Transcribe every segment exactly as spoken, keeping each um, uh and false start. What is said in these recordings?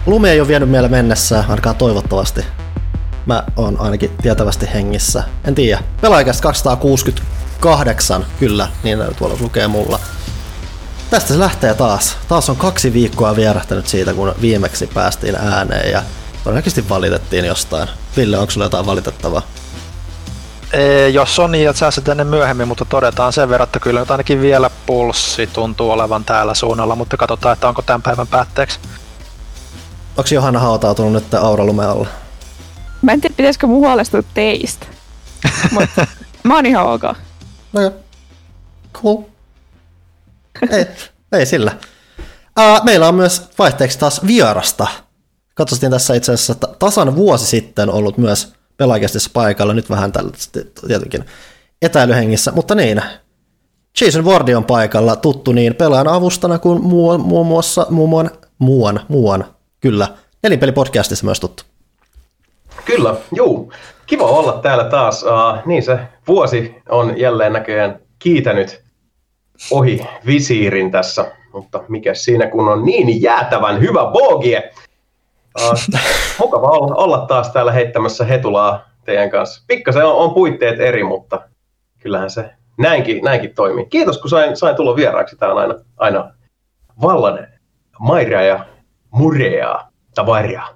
Lumi ei ole vienyt meille mennessä, ainakaan toivottavasti. Mä oon ainakin tietävästi hengissä. En tiedä. Pelaajakästä kaksisataakuusikymmentäkahdeksan, kyllä, niin tuolla lukee mulla. Tästä se lähtee taas. Taas on kaksi viikkoa vierähtänyt siitä, kun viimeksi päästiin ääneen ja todennäköisesti valitettiin jostain. Ville, onko sulla jotain valitettavaa? Ee, jos on niin, että säästetään ennen myöhemmin, mutta todetaan sen verran, että kyllä nyt ainakin vielä pulssi tuntuu olevan täällä suunnalla, mutta katsotaan, että onko tämän päivän päätteeksi. Onko Johanna hautautunut nyt auralumen alla? Mä en tiedä, pitäisikö mun huolestua teistä, mutta mä oon ihan ok. No cool. ei, ei sillä. Uh, meillä on myös vaihteeksi taas vierasta. Katsottiin tässä itse asiassa tasan vuosi sitten ollut myös Pelaajakästissä paikalla, nyt vähän tällä tietenkin etäilyhengissä, mutta niin. Jason Wardi on paikalla, tuttu niin pelaajan avustana kuin muun, muun muassa muun, muun, muun, kyllä, Nelinpeli-podcastissa myös tuttu. Kyllä, juu. Kiva olla täällä taas. Uh, niin se vuosi on jälleen näköjään kiitänyt ohi visiirin tässä, mutta mikä siinä kun on niin jäätävän hyvä boogie. Uh, mukava olla, olla taas täällä heittämässä hetulaa teidän kanssa. Pikkasen on, on puitteet eri, mutta kyllähän se näinkin, näinkin toimii. Kiitos kun sain, sain tulla vieraaksi. Tää on aina, aina vallan Mairia ja Murea tavaria.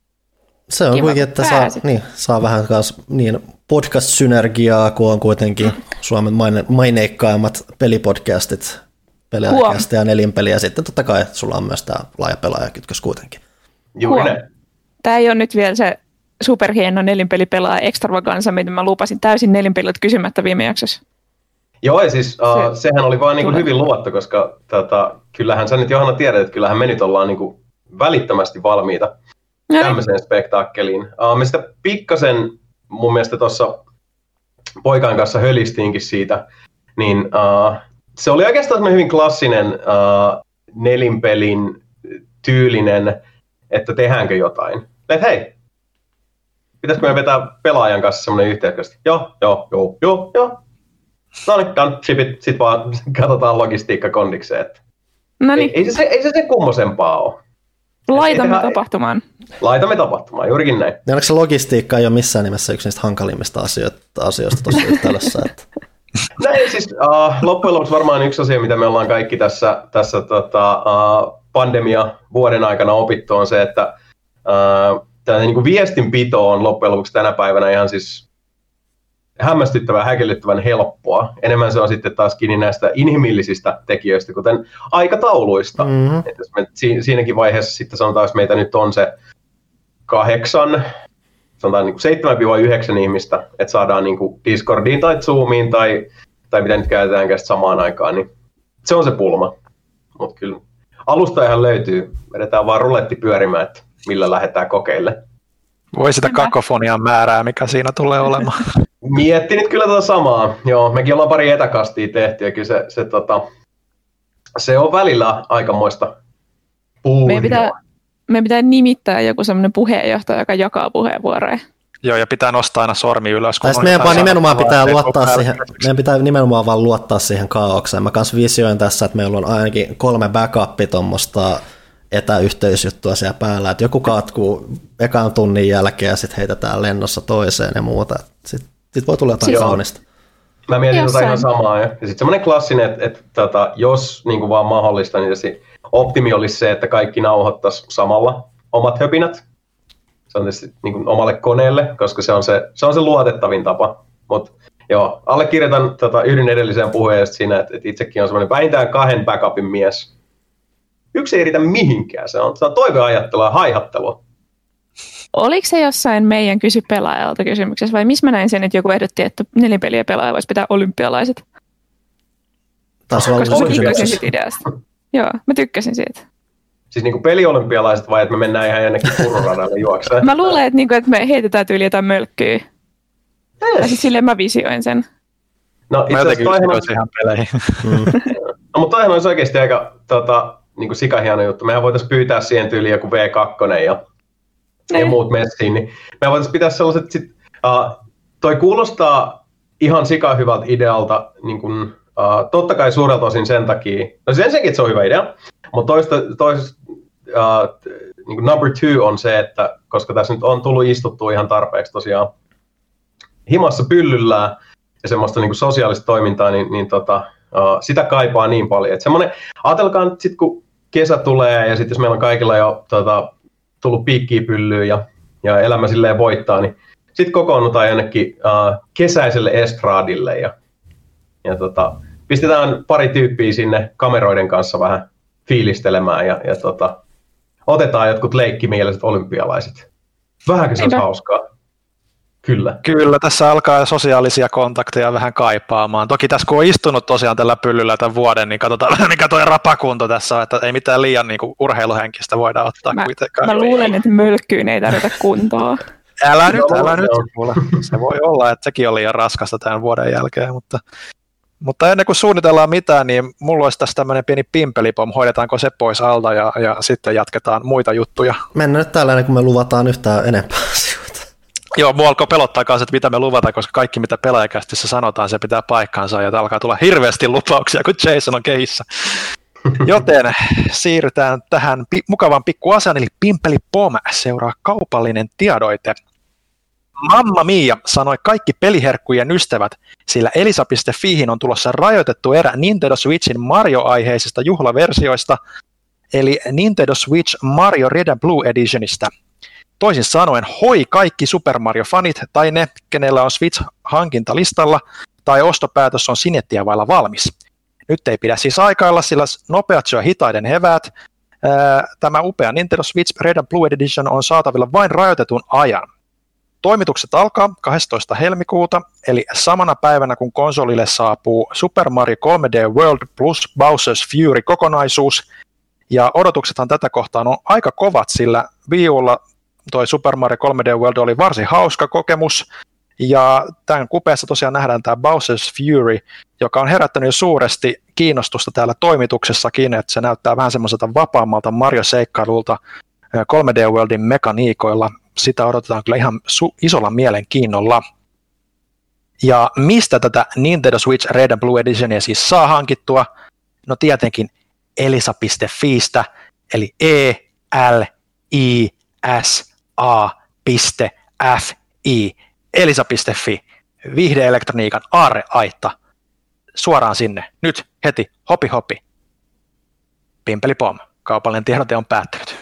Se on kuitenkin, että saa, niin, saa vähän kans, niin, podcast-synergiaa, kun on kuitenkin Suomen maine, maineikkaimmat pelipodcastit, Pelaajakästä ja Nelinpeliä, ja sitten totta kai sulla on myös tämä laaja pelaajakytkös kuitenkin. Juuri näin. Tämä ei ole nyt vielä se superhieno Nelinpeli-pelaaja extravaganza, mitä mä lupasin täysin Nelinpeliltä kysymättä viime jaksossa. Joo, ja siis uh, se, sehän oli vaan niinku hyvin luvattu, koska tota, kyllähän sä nyt Johanna tiedät, että kyllähän me nyt ollaan niinku välittömästi valmiita tämmöiseen spektaakkeliin. Uh, me sitä pikkasen mun mielestä tuossa poikain kanssa hölistiinkin siitä, niin uh, se oli oikeastaan hyvin klassinen uh, Nelinpelin tyylinen, että tehdäänkö jotain. Että hei, pitäisikö me vetää pelaajan kanssa semmoinen yhteys? Joo, joo, joo, joo, joo. No niin, done, shipit, sit vaan katsotaan logistiikkakondikseen. Ei, ei, se, ei se se kummosempaa ole. Laitamme tehdä, tapahtumaan. Laitamme tapahtumaan, juurikin näin. Ja onko se logistiikka ei ole missään nimessä yksi niistä hankalimmista asioista, asioista tuossa yhtälössä? Että... Näin siis uh, loppujen lopuksi varmaan yksi asia, mitä me ollaan kaikki tässä, tässä tota, uh, pandemia vuoden aikana opittu on se, että uh, tällainen niin kuin viestinpito on loppujen lopuksi tänä päivänä ihan siis hämmästyttävän, häkellyttävän helppoa. Enemmän se on sitten taas kiinni näistä inhimillisistä tekijöistä, kuten aikatauluista. Mm-hmm. Et jos me si- siinäkin vaiheessa sitten sanotaan, jos meitä nyt on se kahdeksan, sanotaan niin kuin seitsemän yhdeksän ihmistä, että saadaan niin kuin Discordiin tai Zoomiin tai, tai mitä nyt käytetäänkään samaan aikaan, niin se on se pulma. Mutta kyllä alusta ihan löytyy. Vedetään vaan ruletti pyörimään, että millä lähdetään kokeilemaan. Voi sitä kakofonian määrää, mikä siinä tulee olemaan. Miettinyt kyllä tätä samaa. Joo, mekin ollaan pari etäkastia tehty ja kyllä se, se, tota, se on välillä aikamoista puuria. Meidän pitää, meidän pitää nimittää joku semmoinen puheenjohtaja, joka jakaa puheenvuoroja. Joo, ja pitää nostaa aina sormi ylös. Kun meidän vaan nimenomaan pitää luottaa siihen, meidän pitää nimenomaan vaan luottaa siihen kaaukseen. Mä kans visioin tässä, että meillä on ainakin kolme backupia tuommoista etäyhteysjuttua siellä päällä, että joku katkuu ekan tunnin jälkeen ja sitten heitetään lennossa toiseen ja muuta. Sitten sit voi tulla jotain kaunista. Mä mietin tota ihan samaa. Ja, ja sitten semmoinen klassinen, että, että tota, jos niin kuin vaan mahdollista, niin se optimi olisi se, että kaikki nauhoittaisi samalla omat höpinät. Se on tietysti niin kuin omalle koneelle, koska se on se, se, on se luotettavin tapa. Mutta joo, allekirjoitan tota, yhden edelliseen puheen siinä, että, että itsekin on semmoinen vähintään kahden backupin mies. Yksi ei riitä mihinkään, se on, se on toiveajattelua ja haihattelua. Oliko se jossain meidän kysy pelaajalta kysymyksessä vai missä mä näin sen, että joku ehdotti, että Nelinpeliä pelaaja voisi pitää olympialaiset? Taas on Koska mä tykkäsin siitä ideasta. Joo, mä tykkäsin siitä. Siis niinku peliolympialaiset vai että me mennään ihan jonnekin pururadalle juokseen? Mä luulen, että, niinku, että me heitetään tyyliä jotain mölkkyä. Ja siis silleen mä visioin sen. No itse asiassa toihan olisi ihan peleihin. Mm. No mutta toihan olisi oikeasti aika tota, niinku sikahieno juttu. Mehän voitaisiin pyytää siihen tyyliin joku V kaksi ja, ja muut messiin. Niin mehän voitaisiin pitää sellaiset sit, uh, toi kuulostaa ihan sikahyvältä idealta niin kun, uh, totta kai suurelta osin sen takia. No siis ensinnäkin, että se on hyvä idea. Mutta toista, toista uh, niin kuin number two on se, että koska tässä nyt on tullut istuttua ihan tarpeeksi tosiaan himassa pyllyllään ja semmoista niin kuin sosiaalista toimintaa, niin, niin tota, uh, sitä kaipaa niin paljon. Että semmoinen, ajatelkaa nyt sitten, kun kesä tulee ja sitten jos meillä on kaikilla jo tota, tullut piikkiä pyllyyn ja, ja elämä silleen voittaa, niin sitten kokoonnutaan jonnekin uh, kesäiselle estraadille ja, ja tota, pistetään pari tyyppiä sinne kameroiden kanssa vähän fiilistelemään ja, ja tota, otetaan jotkut leikkimieliset olympialaiset. Vähänkö se olisi hauskaa? Kyllä. Kyllä, tässä alkaa sosiaalisia kontakteja vähän kaipaamaan. Toki tässä kun on istunut tosiaan tällä pyllyllä tämän vuoden, niin katsotaan mikä toi rapakunto tässä on, että ei mitään liian niin kuin urheiluhenkistä voida ottaa mä, kuitenkaan. Mä luulen, että mölkkyyn ei tarvita kuntoa. Älä nyt, älä nyt. Se voi olla, että sekin on liian raskasta tämän vuoden jälkeen, mutta, mutta ennen kuin suunnitellaan mitään, niin mulla olisi tässä tämmöinen pieni pimpelipom, hoidetaanko se pois alta ja, ja sitten jatketaan muita juttuja. Mennään nyt täällä ennen kuin me luvataan yhtään enempää asioita. Joo, mua alkoi pelottaa kanssa, että mitä me luvataan, koska kaikki mitä pelaajakästissä sanotaan, se pitää paikkaansa ja alkaa tulla hirveästi lupauksia, kun Jason on kehissä. Joten siirrytään tähän pi- mukavaan pikkuasiaan, eli Pimpeli Pom seuraa kaupallinen tiedoite. Mamma Mia sanoi kaikki peliherkkujen ystävät, sillä Elisa piste fiihin on tulossa rajoitettu erä Nintendo Switchin Mario-aiheisista juhlaversioista, eli Nintendo Switch Mario Red and Blue Editionista. Toisin sanoen, hoi kaikki Super Mario-fanit tai ne, kenellä on Switch hankintalistalla tai ostopäätös on sinettiä vailla valmis. Nyt ei pidä siis aikailla, sillä nopeat syö hitaiden heväät. Tämä upea Nintendo Switch Red and Blue Edition on saatavilla vain rajoitetun ajan. Toimitukset alkaa kahdestoista helmikuuta, eli samana päivänä kun konsolille saapuu Super Mario kolme D World plus Bowser's Fury kokonaisuus. Ja odotuksethan tätä kohtaan on aika kovat, sillä Wii Ulla toi Super Mario kolme D World oli varsin hauska kokemus. Ja tämän kupeessa tosiaan nähdään tämä Bowser's Fury, joka on herättänyt jo suuresti kiinnostusta täällä toimituksessakin, että se näyttää vähän semmoiselta vapaammalta Mario-seikkailulta kolme D Worldin mekaniikoilla. Sitä odotetaan kyllä ihan su- isolla mielenkiinnolla. Ja mistä tätä Nintendo Switch Red and Blue Editionia siis saa hankittua? No tietenkin elisa piste fiistä, eli E L I S A piste F I, elisa piste fi, viihdeelektroniikan aarreaitta, suoraan sinne, nyt, heti, hopi hopi. Pimpeli pom, kaupallinen tiedote on päättynyt.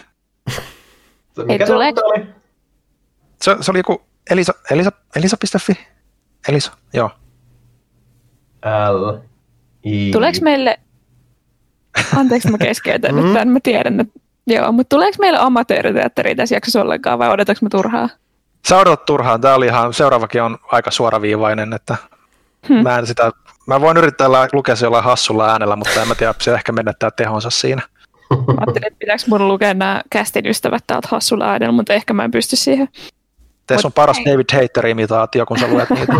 Mikä se oli? Se, se oli joku elisa, elisa, elisa piste fi, elisa, joo. L, I. Tuleeko meille, anteeksi mä keskeytän nyt tämän, mä tiedän, että joo, mutta tuleeko meille amatööriteatteria tässä jaksossa ollenkaan vai odotanko mä turhaa? Sä odotat turhaan, tää oli ihan, seuraavakin on aika suoraviivainen, että hmm. mä en sitä, mä voin yrittää lukea se jollain hassulla äänellä, mutta en mä tiedä, se ehkä menettää tehonsa siinä. Mä ajattelin, että pitääkö mun lukea nämä castin ystävät täältä hassulla äänellä, mutta ehkä mä en pysty siihen. Teissä on paras David Hater-imitaatio, kun sä luet niitä.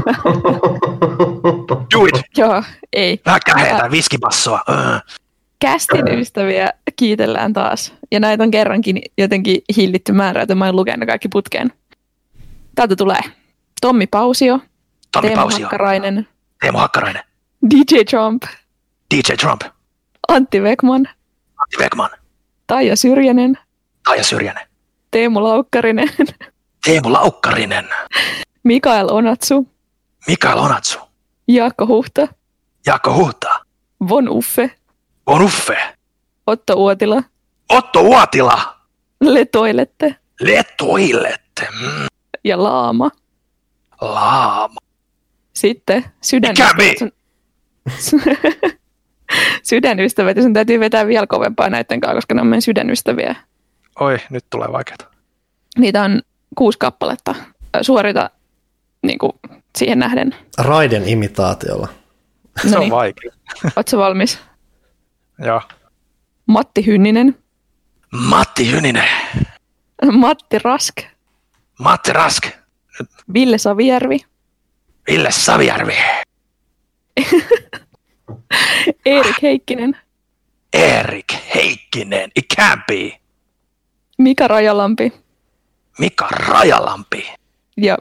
Do it! Joo, ei. Vähän kähetä, viskipassoa. Castin ystäviä kiitellään taas. Ja näitä on kerrankin jotenkin hillitty määrä, että mä en lukenut kaikki putkeen. Täältä tulee Tommi Pausio, Tommi Teemu Pausio. Hakkarainen, Teemu Hakkarainen, D J Trump, D J Trump, Antti Vekman, Antti Vekman, Taija Syrjänen, Taija Syrjänen, Teemu Laukkarinen, Teemu Laukkarinen, Mikael Onatsu, Mikael Onatsu, Jaakko Huhta, Jaakko Huhta, Von Uffe, Von Uffe, Otto Uotila, Otto Uotila, Letoilette Letoilette, mm. ja Laama. Laama. Sitten Ikävi! sydänystävät. Sydänystävät, ja sun täytyy vetää vielä kovempaa näiden kanssa, koska ne on meidän sydänystäviä. Oi, nyt tulee vaikeaa. Niitä on kuusi kappaletta. Suorita niin kuin, siihen nähden. Raiden imitaatiolla. Se on vaikea. Ootko valmis? Joo. Matti Hynninen. Matti Hyninen. Matti Rask. Matti Rask. Ville Savijärvi. Ville Savijärvi. Erik Heikkinen. Erik Heikkinen. It can be. Mika Rajalampi. Mika Rajalampi. Ja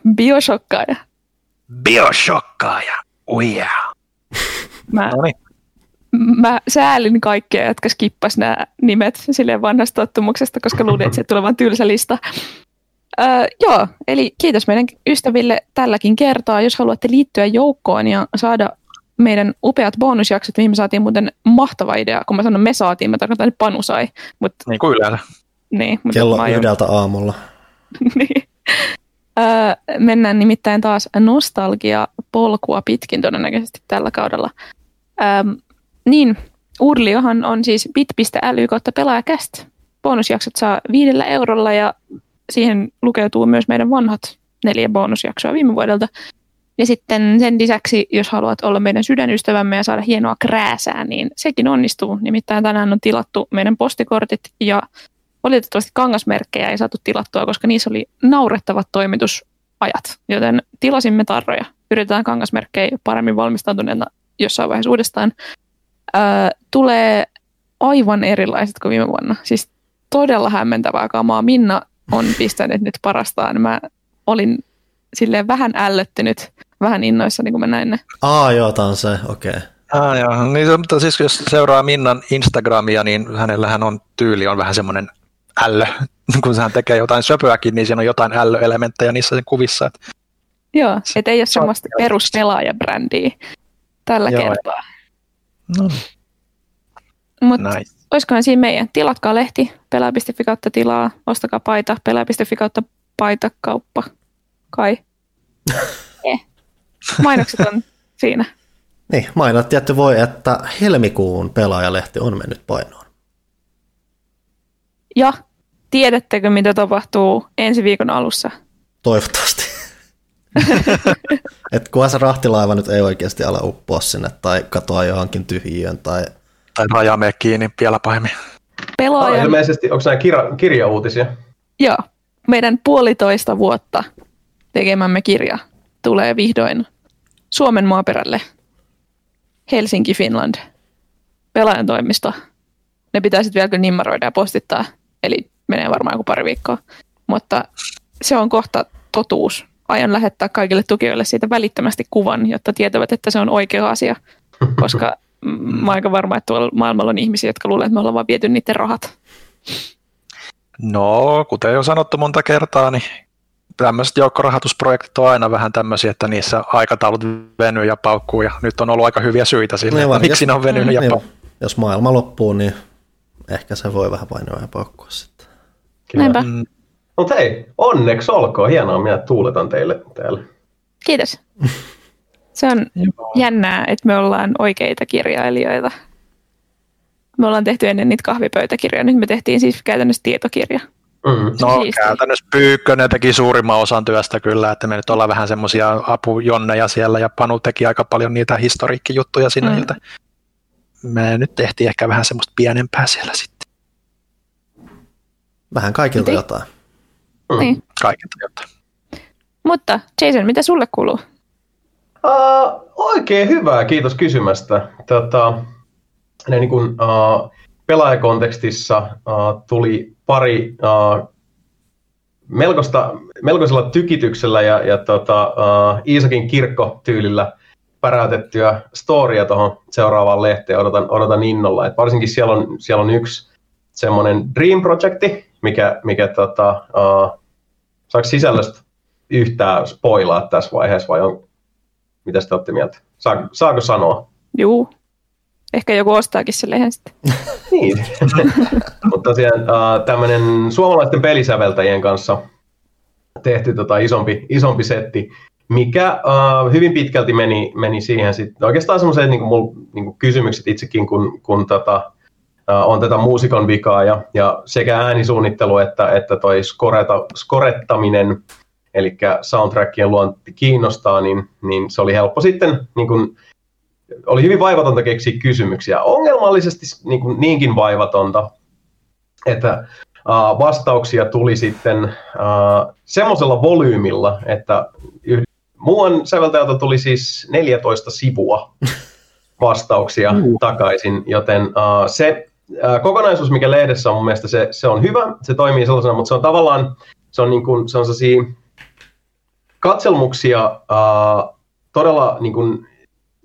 Bioshokkaaja. Bioshokkaaja. Oh yeah. Mä, Noniin. mä säälin kaikkia, jotka skippas nämä nimet silleen vanhasta tottumuksesta, koska luulin, että sieltä tulee vaan tylsä lista. Öö, joo, eli kiitos meidän ystäville tälläkin kertaa. Jos haluatte liittyä joukkoon ja saada meidän upeat bonusjaksot, mihin me saatiin muuten mahtava idea. Kun mä sanon me saatiin, mä tarkoitan, että Panu sai. Mut, niin kuin yleensä. Niin, mutta kello yhdeltä aamulla. niin. öö, mennään nimittäin taas nostalgia-polkua pitkin todennäköisesti tällä kaudella. Öö, niin, Urliohan on siis bit piste l y kautta pelaajakäst. Bonusjaksot saa viidellä eurolla ja siihen lukeutuu myös meidän vanhat neljä bonusjaksoa viime vuodelta. Ja sitten sen lisäksi, jos haluat olla meidän sydänystävämme ja saada hienoa krääsää, niin sekin onnistuu. Nimittäin tänään on tilattu meidän postikortit ja valitettavasti kangasmerkkejä ei saatu tilattua, koska niissä oli naurettavat toimitusajat. Joten tilasimme tarroja. Yritetään kangasmerkkejä paremmin valmistautuneena jossain vaiheessa uudestaan. Öö, tulee aivan erilaiset kuin viime vuonna. Siis todella hämmentävää kamaa. Minna on pistänyt nyt parastaan. Mä olin silleen vähän ällöttynyt, vähän innoissani, kun mä näin ne. Aa, joo, tää on se, okei. Okay. Ah, joo. Niin, mutta siis jos seuraa Minnan Instagramia, niin hänellähän on tyyli on vähän semmoinen ällö. Kun hän tekee jotain söpöäkin, niin siinä on jotain ällöelementtejä niissä sen kuvissa. Että... Joo, et ei ole semmoista peruspelaajabrändiä tällä joo. kertaa. No. Mutta nice. Olisikohan siinä meidän? Tilatkaa lehti, pelaaja piste fi kautta tilaa, ostakaa paita, pelaaja piste fi kautta paitakauppa, kai. eh. Mainokset on siinä. Niin, mainot tietty voi, että helmikuun pelaajalehti on mennyt painoon. Ja tiedättekö, mitä tapahtuu ensi viikon alussa? Toivottavasti. Että kunhan se rahtilaiva nyt ei oikeasti ala uppoa sinne tai katoa johonkin tyhjiön tai... Tai raja mene kiinni vielä pahemmin. Pelaajan... No, ilmeisesti, onko nämä kirja, kirjauutisia? Joo. Meidän puolitoista vuotta tekemämme kirja tulee vihdoin Suomen maaperälle. Helsinki, Finland. Pelaajan toimisto. Ne pitää sitten vielä kyllä nimmaroida ja postittaa. Eli menee varmaan joku pari viikkoa. Mutta se on kohta totuus. Aion lähettää kaikille tukijoille siitä välittömästi kuvan, jotta tietävät, että se on oikea asia. Koska mä oon aika varma, että tuolla maailmalla on ihmisiä, jotka luulee, että me ollaan vaan viety niiden rahat. No, kuten jo sanottu monta kertaa, niin tämmöiset joukkorahoitusprojektit on aina vähän tämmöisiä, että niissä aikataulut venyy ja paukkuu, ja nyt on ollut aika hyviä syitä sille, että miksi ne on venynyt ja paukkuu. Jos maailma loppuu, niin ehkä se voi vähän painoa ja paukkua sitten. Näinpä. Mm. Mutta hei, onneksi olkoon. Hienoa, minä tuuletan teille täällä. Kiitos. Se on jännää, että me ollaan oikeita kirjailijoita. Me ollaan tehty ennen niitä kahvipöytäkirjoja, nyt me tehtiin siis käytännössä tietokirja. Mm. No käytännössä Pyykkönen teki suurimman osan työstä kyllä, että me nyt ollaan vähän semmoisia apujonneja siellä ja Panu teki aika paljon niitä historiikkijuttuja sinne, mm. me nyt tehtiin ehkä vähän semmoista pienempää siellä sitten. Vähän kaikilta niin. jotain. Mm. Niin. Kaikilta jotain. Mutta Jason, mitä sulle kuuluu? Uh, oikein hyvää, kiitos kysymästä. Tota, niin kun, uh, pelaajakontekstissa uh, tuli pari uh, melkoista, melkoisella tykityksellä ja, ja tota, uh, Iisakin kirkko-tyylillä päräytettyä storia tuohon seuraavaan lehteen. Odotan, odotan innolla. Et varsinkin siellä on, siellä on yksi semmoinen Dream-projekti, mikä, mikä tota, uh, saako sisällöstä yhtään spoilaa tässä vaiheessa vai on, mitä te olette mieltä? Saako, saako sanoa? Juu. Ehkä joku ostaakin se lehen sitten. Niin. Mutta tosiaan uh, tämmöinen suomalaisten pelisäveltäjien kanssa tehty tota, isompi, isompi setti, mikä uh, hyvin pitkälti meni, meni siihen sitten. Oikeastaan semmoiset niin kuin, niin kuin kysymykset itsekin, kun, kun tota, uh, on tätä muusikon vikaa ja, ja sekä äänisuunnittelu että, että toi skoreta, skorettaminen, eli soundtrackien luonti kiinnostaa, niin, niin se oli helppo sitten, niin kuin, oli hyvin vaivatonta keksiä kysymyksiä. Ongelmallisesti niin kuin, niinkin vaivatonta, että uh, vastauksia tuli sitten uh, semmoisella volyymilla, että yh- muuan säveltäjältä tuli siis neljätoista sivua vastauksia mm. takaisin, joten uh, se uh, kokonaisuus, mikä lehdessä on mun mielestä, se, se on hyvä, se toimii sellaisena, mutta se on tavallaan, se on, niin kuin, se on sellaisia katselmuksia uh, todella niin kuin,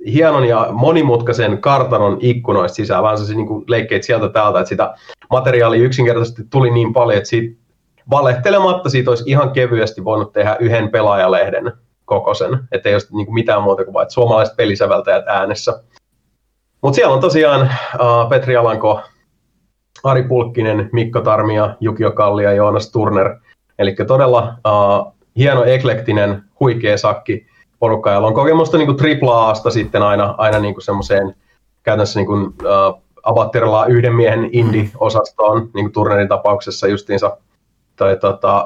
hienon ja monimutkaisen kartanon ikkunoista sisään, vaan se niin kuin leikkeet sieltä täältä, että sitä materiaalia yksinkertaisesti tuli niin paljon, että siitä valehtelematta siitä olisi ihan kevyesti voinut tehdä yhden pelaajalehden kokoisen, että ei olisi niin kuin mitään muuta kuin vain suomalaiset pelisäveltäjät äänessä. Mutta siellä on tosiaan uh, Petri Alanko, Ari Pulkkinen, Mikko Tarmia, Jukio Kalli ja Joonas Turner. Eli todella uh, hieno, eklektinen, huikea sakki porukka, jolla on kokemusta niin kuin tripla A:sta sitten aina, aina niin kuin semmoiseen käytännössä niin kuin, uh, avatterellaan yhden miehen indie-osastoon, niin kuin Turnerin tapauksessa justiinsa toi tota,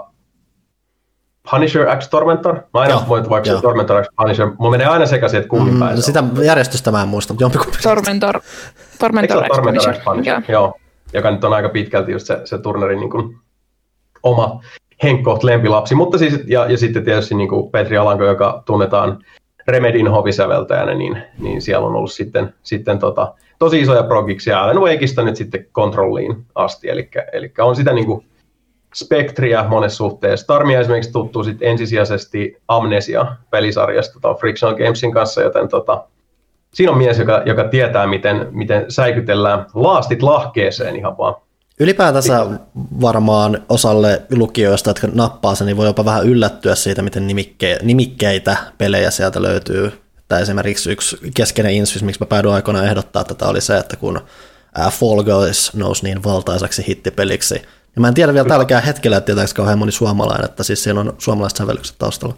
Punisher X Tormentor. Mä aina voin vaikka se Tormentor X Punisher. Mulla menee aina sekaisin, että kummin päin. Mm, sitä järjestystä mä en muista, mutta jompikumpi. Tormentor, Tormentor X Punisher. X Punisher? Joo, joka nyt on aika pitkälti just se, se Turnerin niin kuin oma henkkoht lempilapsi. Mutta siis, ja, ja sitten tietysti niin kuin Petri Alanko, joka tunnetaan Remedin hovisäveltäjänä, niin, niin siellä on ollut sitten, sitten tota, tosi isoja progiksia Alan Wakeista nyt sitten Controliin asti. Eli, eli on sitä niin kuin spektriä monessa suhteessa. Tarmia esimerkiksi tuttuu sit ensisijaisesti Amnesia-pelisarjasta tai Frictional Gamesin kanssa, joten tota, siinä on mies, joka, joka tietää, miten, miten säikytellään laastit lahkeeseen ihan vaan. Ylipäätänsä varmaan osalle lukijoista, jotka nappaa sen, niin voi jopa vähän yllättyä siitä, miten nimikke- nimikkeitä pelejä sieltä löytyy. Että esimerkiksi yksi keskeinen insyys, miksi mä päädyin aikoinaan ehdottaa tätä, oli se, että kun Fall Guys nousi niin valtaisaksi hittipeliksi, ja mä en tiedä vielä tälläkään hetkellä, että tietääkö kauhean moni suomalainen, että siis siellä on suomalaiset sävellykset taustalla.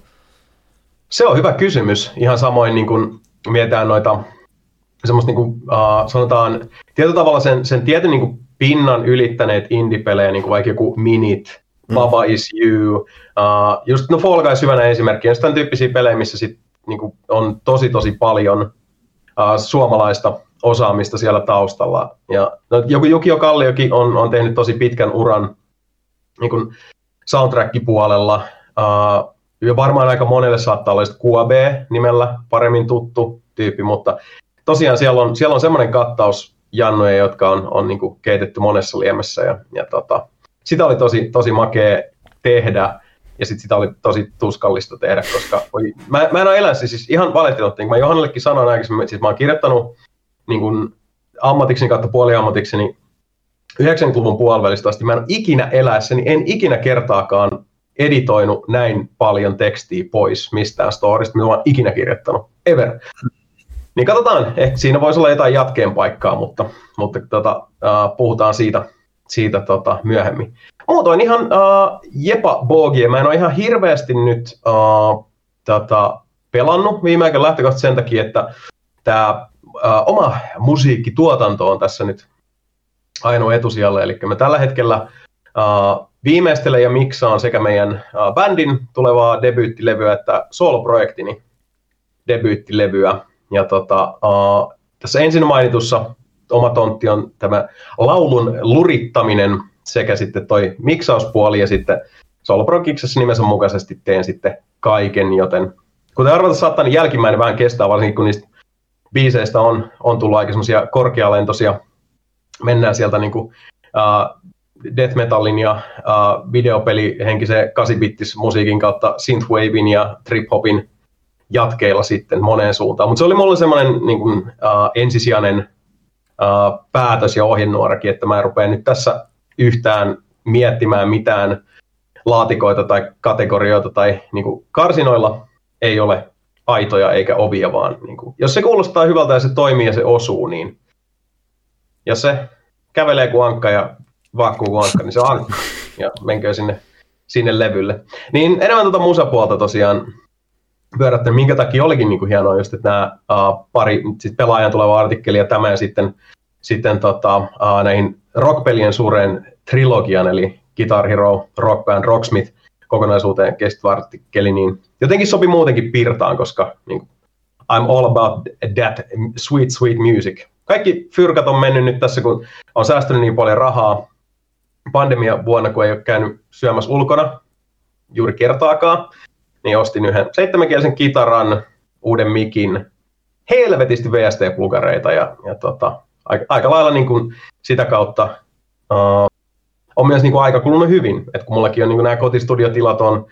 Se on hyvä kysymys. Ihan samoin niin kun mietitään noita, semmoista niin kuin, uh, sanotaan, tietyllä tavalla sen, sen tietyn niin kuin pinnan ylittäneet indie-pelejä, niin kuin vaikka joku Minit, mm. Baba Is You, uh, just no Fall Guys hyvänä esimerkkinä, just tämän tyyppisiä pelejä, missä sit, niin kuin on tosi tosi paljon uh, suomalaista osaamista siellä taustalla. Ja no, joku Jukio Kalliokin on, on tehnyt tosi pitkän uran niin kuin soundtrack-puolella. Uh, ja varmaan aika monelle saattaa olla Q A B-nimellä paremmin tuttu tyyppi, mutta tosiaan siellä on, siellä on semmoinen kattaus jannoja, jotka on, on niin kuin keitetty monessa liemessä. Ja, ja tota, sitä oli tosi, tosi makea tehdä. Ja sitten sitä oli tosi tuskallista tehdä, koska oli, mä, mä en ole elänyt siis ihan valehtellut, niin kuin mä Johannellekin sanoin aikaisemmin, siis mä oon kirjoittanut niin kuin ammatikseni kautta puoliammatikseni yhdeksänkymmentäluvun puolivälistä asti. Mä en ole ikinä eläessäni, en ikinä kertaakaan editoinut näin paljon tekstiä pois mistään storista, mitä mä oon ikinä kirjoittanut. Ever. Niin katsotaan, ehkä siinä voisi olla jotain jatkeen paikkaa, mutta, mutta tota, uh, puhutaan siitä, siitä tota, myöhemmin. Muutoin ihan uh, jepa boogie. Mä en ole ihan hirveästi nyt uh, tota, pelannut viime aikoina lähtökohtaisesti sen takia, että tämä uh, oma musiikkituotanto on tässä nyt ainoa etusijalle. Eli mä tällä hetkellä uh, viimeistelen ja miksaan sekä meidän uh, bändin tulevaa debyyttilevyä että solo-projektini debyyttilevyä. Ja tota, uh, tässä ensin mainitussa oma tontti on tämä laulun lurittaminen sekä sitten toi miksauspuoli ja sitten soloprokiksessa nimensä mukaisesti teen sitten kaiken, joten kuten arvata saattaa, niin jälkimmäinen vähän kestää, varsinkin kun niistä biiseistä on, on tullut aika semmoisia korkealentoisia, mennään sieltä niinku uh, death metalin ja uh, videopelihenkisen kahdeksan-bittis musiikin kautta synthwavein ja trip-hopin jatkeilla sitten moneen suuntaan, mutta se oli mulle semmoinen niin kuin, uh, ensisijainen uh, päätös ja ohjenuorakin, että mä en rupea nyt tässä yhtään miettimään mitään laatikoita tai kategorioita tai niin kuin, karsinoilla ei ole aitoja eikä ovia, vaan niin kuin, jos se kuulostaa hyvältä ja se toimii ja se osuu, niin jos se kävelee kuin ankka ja vaakkuu kuin ankka, niin se on ankka ja menkö sinne, sinne levylle. Niin enemmän tuota musapuolta tosiaan pyörättänyt, minkä takia olikin niin kuin hienoa just, että nämä uh, pari sit pelaajan tuleva artikkeli ja tämä ja sitten, sitten tota, uh, näihin rockpelien suureen trilogian, eli Guitar Hero, Rock Band, Rocksmith kokonaisuuteen kestävä artikkeli, niin jotenkin sopi muutenkin pirtaan, koska niin kuin, I'm all about that sweet, sweet music. Kaikki fyrkat on mennyt nyt tässä, kun on säästänyt niin paljon rahaa pandemia vuonna, kun ei ole käynyt syömässä ulkona juuri kertaakaan. Niin ostin yhden seitsemänkielisen kitaran, uuden mikin, helvetisti V S T-plugareita ja, ja tota, aika, aika lailla niin kuin sitä kautta uh, on myös niin kuin aika kulunut hyvin. Et kun mullakin on niin kuin nämä kotistudiotilat on,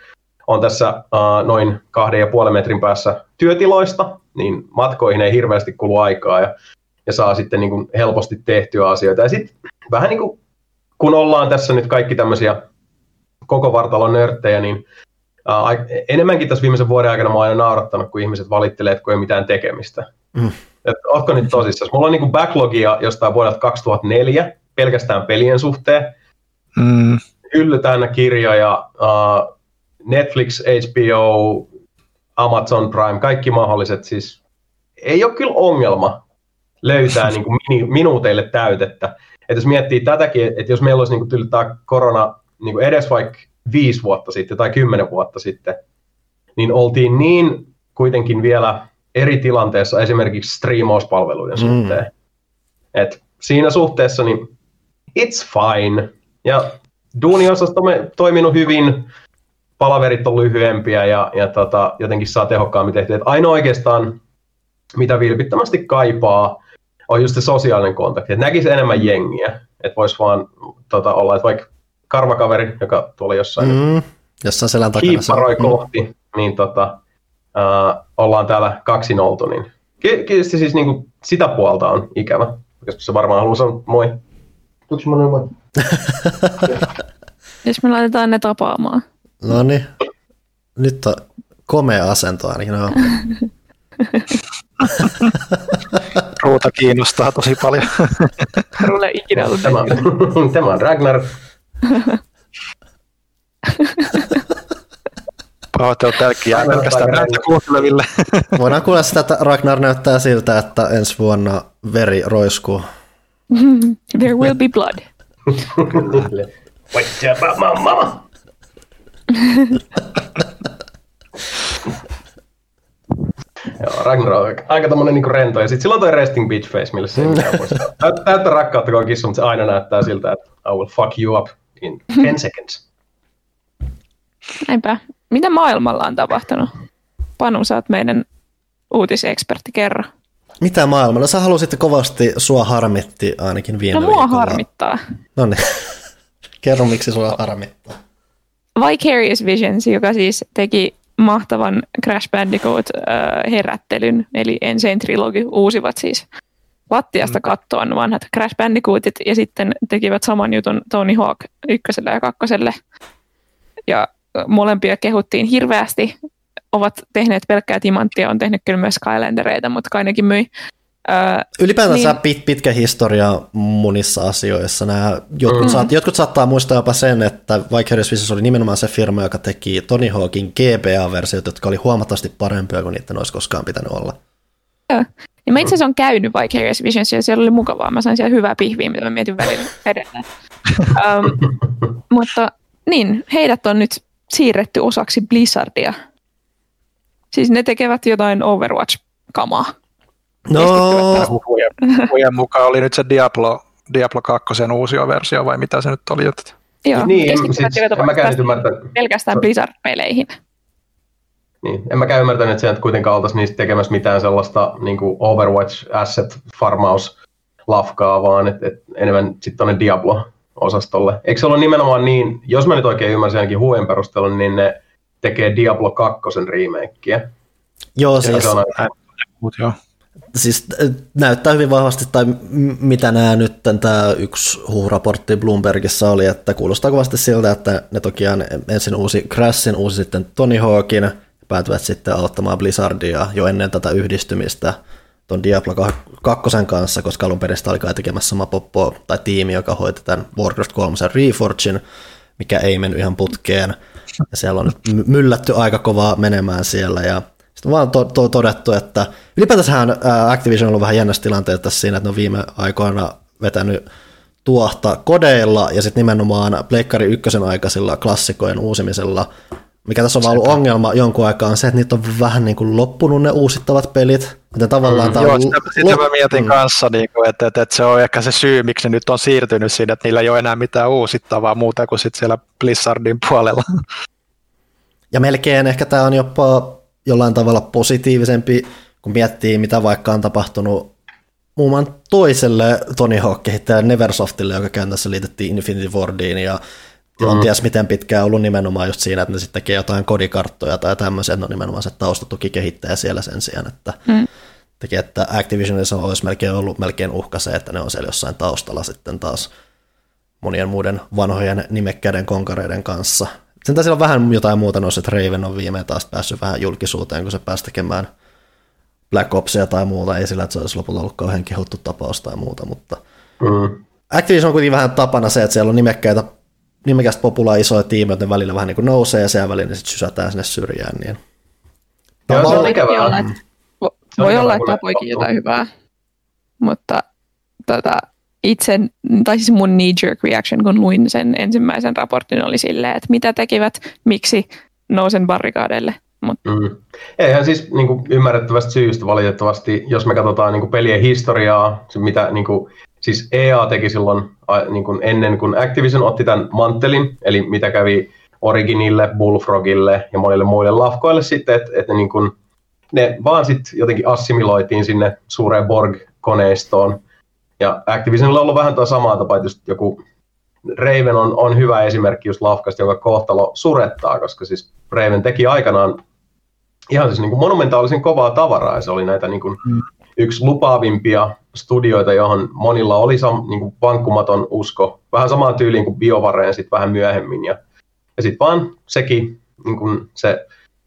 on tässä uh, noin kahden ja puolen metrin päässä työtiloista, niin matkoihin ei hirveästi kulu aikaa ja, ja saa sitten niin kuin helposti tehtyä asioita. Ja sitten vähän niin kuin, kun ollaan tässä nyt kaikki tämmöisiä koko vartalon nörttejä, niin uh, enemmänkin tässä viimeisen vuoden aikana mä oon aina naurattanut, kun ihmiset valittelee, että kun ei mitään tekemistä. Mm. Että ootko nyt tosissaan? Mulla on niin kuin backlogia jostain vuodelta kaksituhattaneljä pelkästään pelien suhteen. Mm. Hylly täynnä kirjoja, uh, Netflix, H B O, Amazon Prime, kaikki mahdolliset. Siis ei ole kyllä ongelma löytää niin kuin minu- minuuteille täytettä. Et jos miettii tätäkin, että jos meillä olisi niin kuin tämä korona niin kuin edes vaikka viisi vuotta sitten tai kymmenen vuotta sitten, niin oltiin niin kuitenkin vielä eri tilanteessa esimerkiksi striimauspalveluiden suhteen. Mm. Et siinä suhteessa niin it's fine. Ja duuniosasto on toiminut hyvin, palaverit on lyhyempiä ja, ja tota, jotenkin saa tehokkaammin tehtyä. Et ainoa oikeastaan, mitä vilpittömästi kaipaa, on just se sosiaalinen kontakti. Et näkisi enemmän jengiä. Että voisi vaan tota, olla, että vaikka karvakaveri, joka tuolla jossain mm, jossain selän takana kiipparoi kohti, mm. niin tota, uh, ollaan täällä kaksin oltu. Niin. Kyllä siis niinku, sitä puolta on ikävä. Koska se varmaan haluaa sanoa moi. Tuoks mä noin moi? Jos me laitetaan ne tapaamaan. No niin. Nyt on komea asento ainakin. No. Ruuta kiinnostaa tosi paljon. Rulle ikinä ollut. Tämä, tämä on Ragnar. Pahoittelut tälläkin pelkästään näyttää kuunteleville. Voidaan kuulla sitä, että Ragnar näyttää siltä, että ensi vuonna veri roiskuu. There will be blood. Wait about my mama. Joo, Ragnar on aika tommonen niinku rento. Ja sit sillä on toi resting bitch face, millä se ei mitään voisi. Täyttä rakkautta, kun on kissa, mutta se aina näyttää siltä, että I will fuck you up in ten seconds. Näinpä. Mitä maailmalla on tapahtunut? Panu, sä oot meidän uutisekspertti, kerro. Mitä maailmalla? Sä halusit kovasti, sua harmitti ainakin viime no, viikolla. No mua harmittaa. No niin. Kerro, miksi sua harmittaa. Vicarious Visions, joka siis teki mahtavan Crash Bandicoot-herättelyn, eli Insane Trilogy, uusivat siis lattiasta kattoon vanhat Crash Bandicootit, ja sitten tekivät saman jutun Tony Hawk ykköselle ja kakkoselle. Ja molempia kehuttiin hirveästi, ovat tehneet pelkkää timanttia, on tehnyt kyllä myös Skylandereita, mutta kai nekin myi. Öö, Ylipäätänsä niin, pit, pitkä historia monissa asioissa. Nämä, jotkut, mm-hmm. saat, jotkut saattaa muistaa jopa sen, että Vicarious Visions oli nimenomaan se firma, joka teki Tony Hawkin G B A-versiot, jotka oli huomattavasti parempia kuin niiden olisi koskaan pitänyt olla. Joo. Ja mä itse asiassa olen käynyt Vicarious Visions ja siellä oli mukavaa. Mä sain siellä hyvää pihviä, mitä mä mietin välillä edelleen. um, mutta niin, heidät on nyt siirretty osaksi Blizzardia. Siis ne tekevät jotain Overwatch-kamaa. No, huhujen mukaan oli nyt se Diablo, Diablo kaksi uusi versio, vai mitä se nyt oli? Että... Joo, niin, siis en mäkään nyt ymmärtänyt. Pelkästään Blizzard-peleihin. Niin, en mäkään ymmärtänyt, että sieltä kuitenkaan oltaisiin niistä tekemässä mitään sellaista niin kuin Overwatch Asset-farmaus-lafkaa, vaan et, et enemmän sitten tuonne Diablo-osastolle. Eikö se ole nimenomaan niin, jos mä nyt oikein ymmärsin ainakin huujen perustelun, niin ne tekee Diablo kaksi remakeä. Joo, siis... On aina... Mut joo. Siis näyttää hyvin vahvasti, tai mitä nämä nyt, tämä yksi huuraportti Bloombergissa oli, että kuulostaa kovasti siltä, että ne tokiaan ensin uusi Crashin, uusi sitten Tony Hawkin, päätyvät sitten auttamaan Blizzardia jo ennen tätä yhdistymistä tuon Diablo kaksi kanssa, koska alun perin sitä oli kai tekemässä sama poppo tai tiimi, joka hoiti tämän Warcraft kolme Reforgin, mikä ei mennyt ihan putkeen, ja siellä on myllätty aika kovaa menemään siellä, ja sitten vaan to- to- todettu, että ylipäätänsähän Activision on ollut vähän jännässä tilanteessa siinä, että ne on viime aikoina vetänyt tuohta kodeilla ja sitten nimenomaan Pleikkari ykkösen aikaisilla klassikojen uusimisella, mikä tässä on vaan ollut ongelma jonkun aikaa, on se, että niitä on vähän niin kuin loppunut ne uusittavat pelit. Joten tavallaan mm, joo, on... sitä, sitä mä mietin mm. kanssa, niin kuin, että, että, että se on ehkä se syy, miksi ne nyt on siirtynyt siinä, että niillä ei ole enää mitään uusittavaa muuta kuin sitten siellä Blizzardin puolella. Ja melkein ehkä tämä on jopa jollain tavalla positiivisempi, kun miettii, mitä vaikka on tapahtunut muun toiselle Tony Hawk-kehittäjälle Neversoftille, joka käyntässä liitettiin Infinity Wardiin, ja on mm. ties miten pitkään ollut nimenomaan just siinä, että ne sitten tekee jotain kodikarttoja tai tämmöisiä, että on nimenomaan se taustatuki kehittää siellä sen sijaan, että mm. tekee, että Activisionissa olisi melkein ollut melkein uhka se, että ne on siellä jossain taustalla sitten taas monien muiden vanhojen nimekkäiden konkareiden kanssa. Sen taisi olla vähän jotain muuta noissa, että Raven on viimein taas päässyt vähän julkisuuteen, kun se pääsi tekemään Black Opsia tai muuta, ei sillä, että se olisi lopulta ollut kauhean kehuttu tapaus tai muuta, mutta mm. Activision on kuitenkin vähän tapana se, että siellä on nimekkäitä, nimekkäistä populaa isoja tiimejä, joiden välillä vähän niin kuin nousee ja siellä välillä sitten sysätään sinne syrjään. Niin. Joo, se on ikävää. Olla, että, voi olla, olla, että tämä poikin jotain hyvää, mutta tota, itse, tai siis mun knee-jerk reaction, kun luin sen ensimmäisen raportin, oli silleen, että mitä tekivät, miksi nousen barrikaadeille. Mut. Mm. Eihän siis niin kuin ymmärrettävästä syystä valitettavasti, jos me katsotaan niin kuin pelien historiaa, se mitä niin kuin, siis E A teki silloin niin kuin ennen kuin Activision otti tämän manttelin, eli mitä kävi Originille, Bullfrogille ja monille muille lafkoille sitten, että, että ne, niin kuin, ne vaan sitten jotenkin assimiloitiin sinne suureen Borg-koneistoon. Ja Activisionilla on ollut vähän tuo samaa tapa, että just joku Raven on, on hyvä esimerkki just lafkasta, jonka kohtalo surettaa, koska siis Raven teki aikanaan ihan siis niin kuin monumentaalisen kovaa tavaraa, ja se oli näitä niin kuin mm. yksi lupaavimpia studioita, johon monilla oli sam, niin kuin vankkumaton usko, vähän samaan tyyliin kuin BioWareen sitten vähän myöhemmin, ja, ja sitten vaan sekin, niin kuin se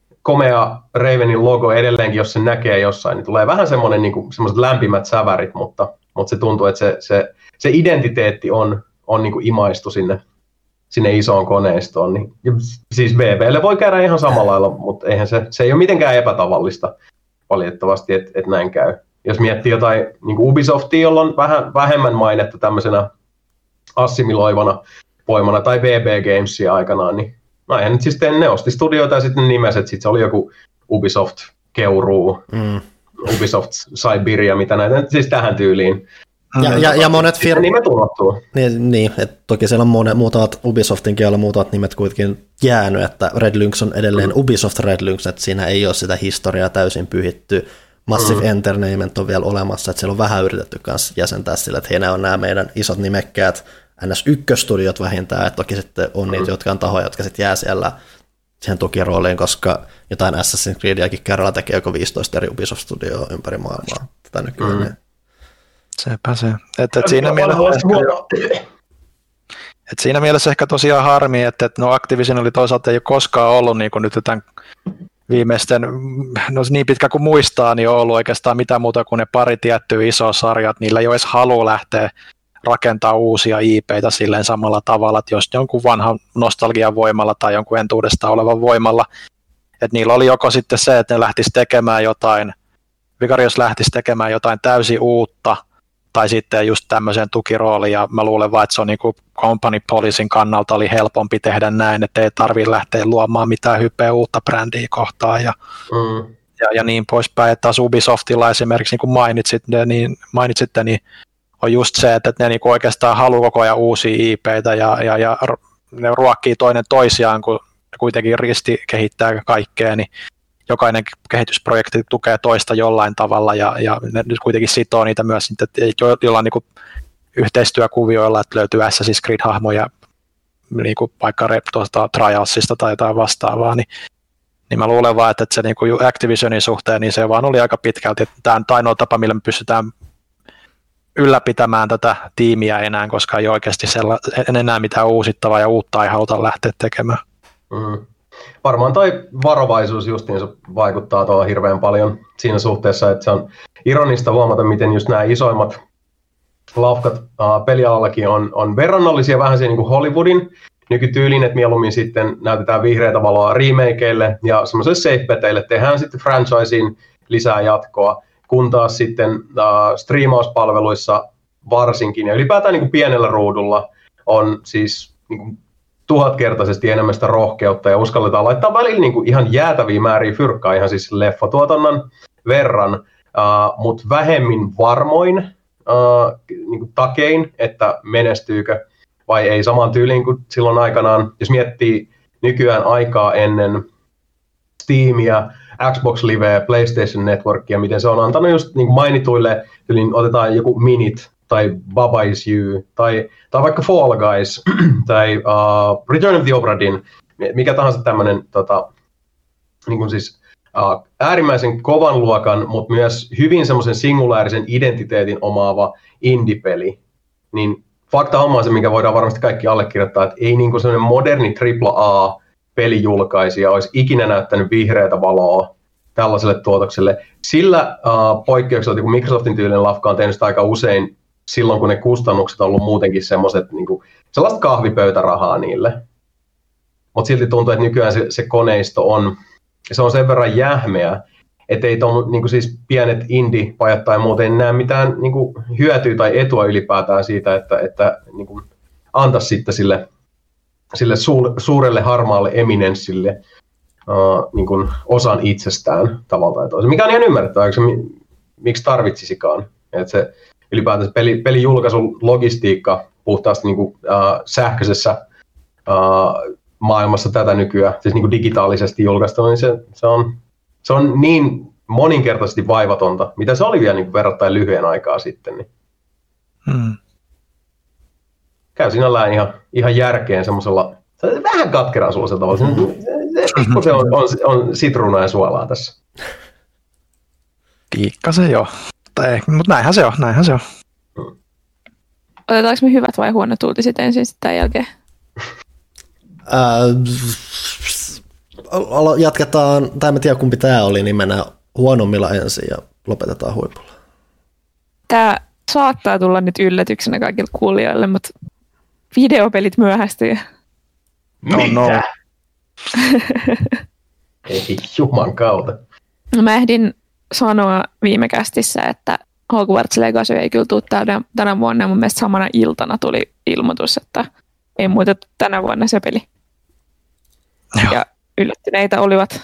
komea Ravenin logo edelleenkin, jos se näkee jossain, niin tulee vähän semmoinen niin kuin semmoiset lämpimät sävärit, mutta, mutta se tuntuu, että se, se, se identiteetti on, on niin kuin imaistu sinne, sinne isoon koneistoon. Niin, siis B B:lle voi käydä ihan samalla lailla, mutta eihän se, se ei ole mitenkään epätavallista valitettavasti, että et näin käy. Jos miettii jotain niin kuin Ubisoftia, jolla on vähän vähemmän mainetta tämmöisenä assimiloivana voimana, tai B B Gamesia aikanaan, niin no eihän nyt siis ne osti studioita ja sitten nimeset, sitten se oli joku Ubisoft Keuruu, mm. Ubisoft Siberia, mitä näitä, siis tähän tyyliin. Ja, ja, ja monet firmat... Nimet unohtuu. Niin, niin että toki siellä on monet, muutamat Ubisoftinkin olla muutamat nimet kuitenkin jäänyt, että Red Lynx on edelleen mm. Ubisoft Red Lynx, että siinä ei ole sitä historiaa täysin pyhitty. Massive mm. Entertainment on vielä olemassa, että siellä on vähän yritetty kanssa jäsentää sillä, että hei, nämä on nämä meidän isot nimekkäät N S yksi-studiot vähintään, että toki sitten on mm. niitä, jotka on tahoja, jotka sitten jää siellä siihen tukirooliin, koska jotain Assassin's Creediäkin kerralla tekee joko viisitoista eri Ubisoft-studioa ympäri maailmaa tätä nykyään. Mm. Sepä se. Että et siinä, mielessä, et siinä mielessä ehkä tosiaan harmi, että et no Activision oli toisaalta ei ole koskaan ollut niin kuin nyt tämän viimeisten, no niin pitkä kuin muistaa, niin on ollut oikeastaan mitään muuta kuin ne pari tiettyä isoa sarjat, niillä ei ole edes halua lähteä rakentaa uusia I P:itä silleen samalla tavalla, että jos jonkun vanhan nostalgian voimalla tai jonkun entuudesta olevan voimalla, että niillä oli joko sitten se, että ne lähtisi tekemään jotain, Vicarious lähtisi tekemään jotain täysin uutta, tai sitten just tämmöiseen tukirooliin, ja mä luulen vaan, että se on niin kuin company policyn kannalta oli helpompi tehdä näin, että ei tarvitse lähteä luomaan mitään hypeä uutta brändiä kohtaan, ja, mm. ja, ja niin poispäin. Että taas Ubisoftilla esimerkiksi, niin kuin mainitsit, niin, mainitsitte, niin on just se, että ne niin kuin oikeastaan haluaa koko ajan uusia I P:itä, ja, ja, ja ne ruokkii toinen toisiaan, kun kuitenkin risti kehittää kaikkea, niin jokainen kehitysprojekti tukee toista jollain tavalla, ja, ja ne nyt kuitenkin sitoo niitä myös jollain niin kuin yhteistyökuvioilla, että löytyy Assassin's Creed-hahmoja niin kuin vaikka tuosta Trialsista tai jotain vastaavaa, niin, niin mä luulen vaan, että se niin kuin Activisionin suhteen, niin se vaan oli aika pitkälti, että tämä on ainoa tapa, millä me pystytään ylläpitämään tätä tiimiä enää, koska ei oikeasti sella- enää mitään uusittavaa ja uutta ei haluta lähteä tekemään. Mm. Varmaan toi varovaisuus justiinsa vaikuttaa tuolla hirveän paljon siinä suhteessa, että se on ironista huomata, miten just nämä isoimmat lafkat uh, pelialallakin on, on verrannollisia vähän siihen niin kuin Hollywoodin nykytyyliin, että mieluummin sitten näytetään vihreätä valoa remakeille ja semmoiselle safe-beteille tehdään sitten franchisein lisää jatkoa, kun taas sitten uh, striimauspalveluissa varsinkin ja ylipäätään niin kuin pienellä ruudulla on siis niin kuin tuhatkertaisesti enemmän sitä rohkeutta ja uskalletaan laittaa välillä niin kuin ihan jäätäviä määriä fyrkkaa ihan siis leffatuotannon verran, uh, mutta vähemmin varmoin uh, niin kuin takein, että menestyykö vai ei samaan tyyliin kuin silloin aikanaan. Jos miettii nykyään aikaa ennen Steamia, Xbox Liveä, PlayStation Networkia, miten se on antanut just niin kuin mainituille, eli otetaan joku Minit tai Baba Is You, tai, tai vaikka Fall Guys, tai uh, Return of the Obra Dinn, mikä tahansa tämmöinen tota, niin kuin siis, uh, äärimmäisen kovan luokan, mutta myös hyvin semmoisen singulaarisen identiteetin omaava indie-peli, niin fakta on se, mikä voidaan varmasti kaikki allekirjoittaa, että ei niin kuin semmoinen moderni triple A-pelijulkaisija olisi ikinä näyttänyt vihreätä valoa tällaiselle tuotokselle. Sillä uh, poikkeuksella, kun Microsoftin tyylinen lafka on tehnyt sitä aika usein silloin, kun ne kustannukset on ollut muutenkin semmoiset, niin kuin, sellaista kahvipöytärahaa niille. Mutta silti tuntuu, että nykyään se, se koneisto on, se on sen verran jähmeä, että ei tuon niin siis pienet indie-pajat tai muuten näe mitään niin kuin, hyötyä tai etua ylipäätään siitä, että, että niin kuin, antaisi sitten sille, sille suur, suurelle harmaalle eminenssille uh, niin kuin, osan itsestään tavalla tai toisella. Mikä on ihan ymmärrettävää, se, miksi tarvitsisikaan. Että se ylipäätään peli, pelijulkaisun logistiikka puhtaasti niin kuin, uh, sähköisessä uh, maailmassa tätä nykyään, siis niin kuin digitaalisesti julkaistuna, niin se, se, on, se on niin moninkertaisesti vaivatonta, mitä se oli vielä niin kuin verrattain lyhyen aikaa sitten. Niin. Hmm. Käy sinällään ihan, ihan järkeen semmoisella, vähän katkeraa sulla tavalla. Se, se on, on, on sitruunaa ja suolaa tässä. Pikkasen joo. Mutta näinhän se on, näinhän se on. Otetaanko me hyvät vai huonot uutiset ensin sitten tämän jälkeen? Äh, jatketaan, tai en tiedä kumpi tämä oli, niin mennään huonommilla ensin ja lopetetaan huipulla. Tämä saattaa tulla nyt yllätyksenä kaikille kuulijoille, mutta videopelit myöhästyy. No no. Ei juman kautta. No, mä ehdin sanoa viime kästissä, että Hogwarts Legacy ei kyllä tule tänä, tänä vuonna. Mun mielestä samana iltana tuli ilmoitus, että ei muuta tänä vuonna se peli. Joo. Ja yllättyneitä olivat.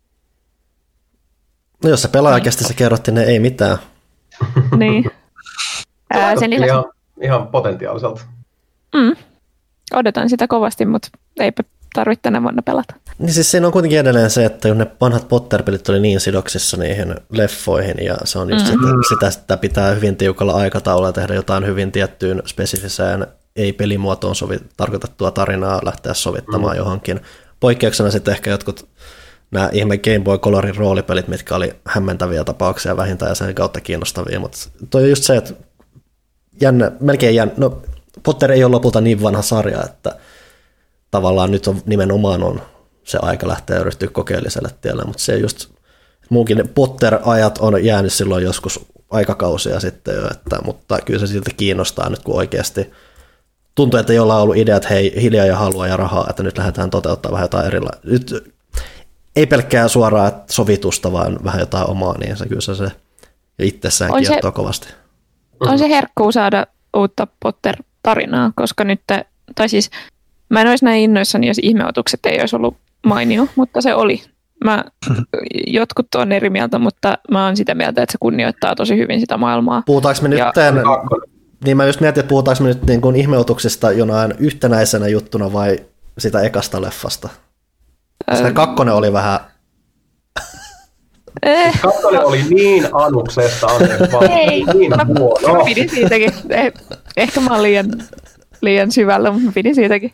No jos se pelaajakästissä kerrottiin, niin ei mitään. Niin. Ää, sen lisäksi... ihan, ihan potentiaaliselta. Mm. Odotan sitä kovasti, mutta eipä tarvitse tänä vuonna pelata. Niin siis siinä on kuitenkin edelleen se, että ne vanhat Potter-pelit oli niin sidoksissa niihin leffoihin, ja se on just mm-hmm. sitä, sitä pitää hyvin tiukalla aikataululla tehdä jotain hyvin tiettyyn spesifiseen ei-pelimuotoon sovi, tarkoitettua tarinaa lähteä sovittamaan mm. johonkin. Poikkeuksena sitten ehkä jotkut nämä ihme Game Boy Colorin roolipelit, mitkä oli hämmentäviä tapauksia vähintään ja sen kautta kiinnostavia, mutta toi on just se, että jännä, melkein jännä, no Potter ei ole lopulta niin vanha sarja, että tavallaan nyt on nimenomaan on se aika lähteä ryhtyä kokeelliselle tielle, mutta se just, muunkin Potter-ajat on jäänyt silloin joskus aikakausia sitten jo, että, mutta kyllä se silti kiinnostaa nyt, kun oikeasti tuntuu, että jollain on ollut idea, että hei, hiljaa ja halua ja rahaa, että nyt lähdetään toteuttamaan vähän jotain erilaista. Nyt ei pelkkää suoraan sovitusta, vaan vähän jotain omaa, niin se kyllä se, se itsessään on kiehtoo se, kovasti. On se herkkuu saada uutta Potter-tarinaa, koska nyt, tai siis mä en olisi näin innoissani, jos ihmeotukset ei olisi ollut mainio, mutta se oli. Mä, jotkut on eri mieltä, mutta mä oon sitä mieltä, että se kunnioittaa tosi hyvin sitä maailmaa. Puhutaanko me nyt ja, tämän... Niin mä just mietin, että puhutaanko me nyt niin kuin ihmeotuksista jonain yhtenäisenä juttuna vai sitä ekasta leffasta? Sitä kakkonen oli vähän... Eh. Kakkonen oli niin anuksesta, ei, niin mä, mä pidin siitäkin. Eh, ehkä mä oon liian, liian syvällä, mutta mä pidin siitäkin.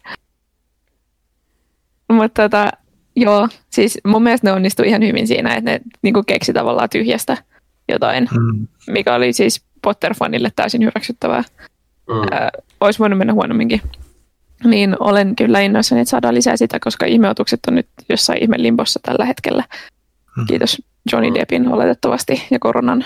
Mutta tota, joo, siis mun mielestä ne onnistui ihan hyvin siinä, että ne niin kuin keksi tavallaan tyhjästä jotain, mm. mikä oli siis Potter-fanille täysin hyväksyttävää. Mm. Äh, olisi voinut mennä huonomminkin. Niin olen kyllä innoissani, että saadaan lisää sitä, koska ihmeotukset on nyt jossain ihme limbossa tällä hetkellä. Mm. Kiitos Johnny Deppin oletettavasti ja koronan.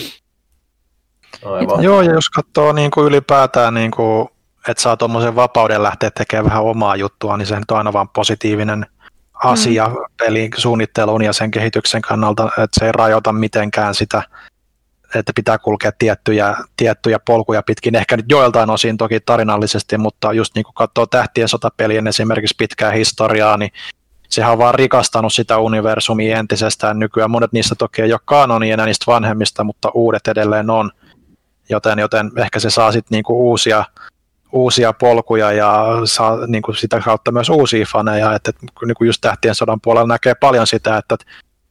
Aivan. Joo, ja jos katsoo niin kuin ylipäätään, niin kuin, että saa tuommoisen vapauden lähteä tekemään vähän omaa juttua, niin se on aina vaan positiivinen asia mm. pelin suunnittelun ja sen kehityksen kannalta, että se ei rajoita mitenkään sitä, että pitää kulkea tiettyjä, tiettyjä polkuja pitkin, ehkä nyt joiltain osin toki tarinallisesti, mutta just niin kuin katsoo Tähtien sotapelien esimerkiksi pitkää historiaa, niin sehän on vaan rikastanut sitä universumia entisestään nykyään. Monet niistä toki ei ole kanonia enää niistä vanhemmista, mutta uudet edelleen on, joten, joten ehkä se saa sitten niinku uusia, uusia polkuja ja saa niinku sitä kautta myös uusia faneja, että niinku just Tähtien sodan puolella näkee paljon sitä, että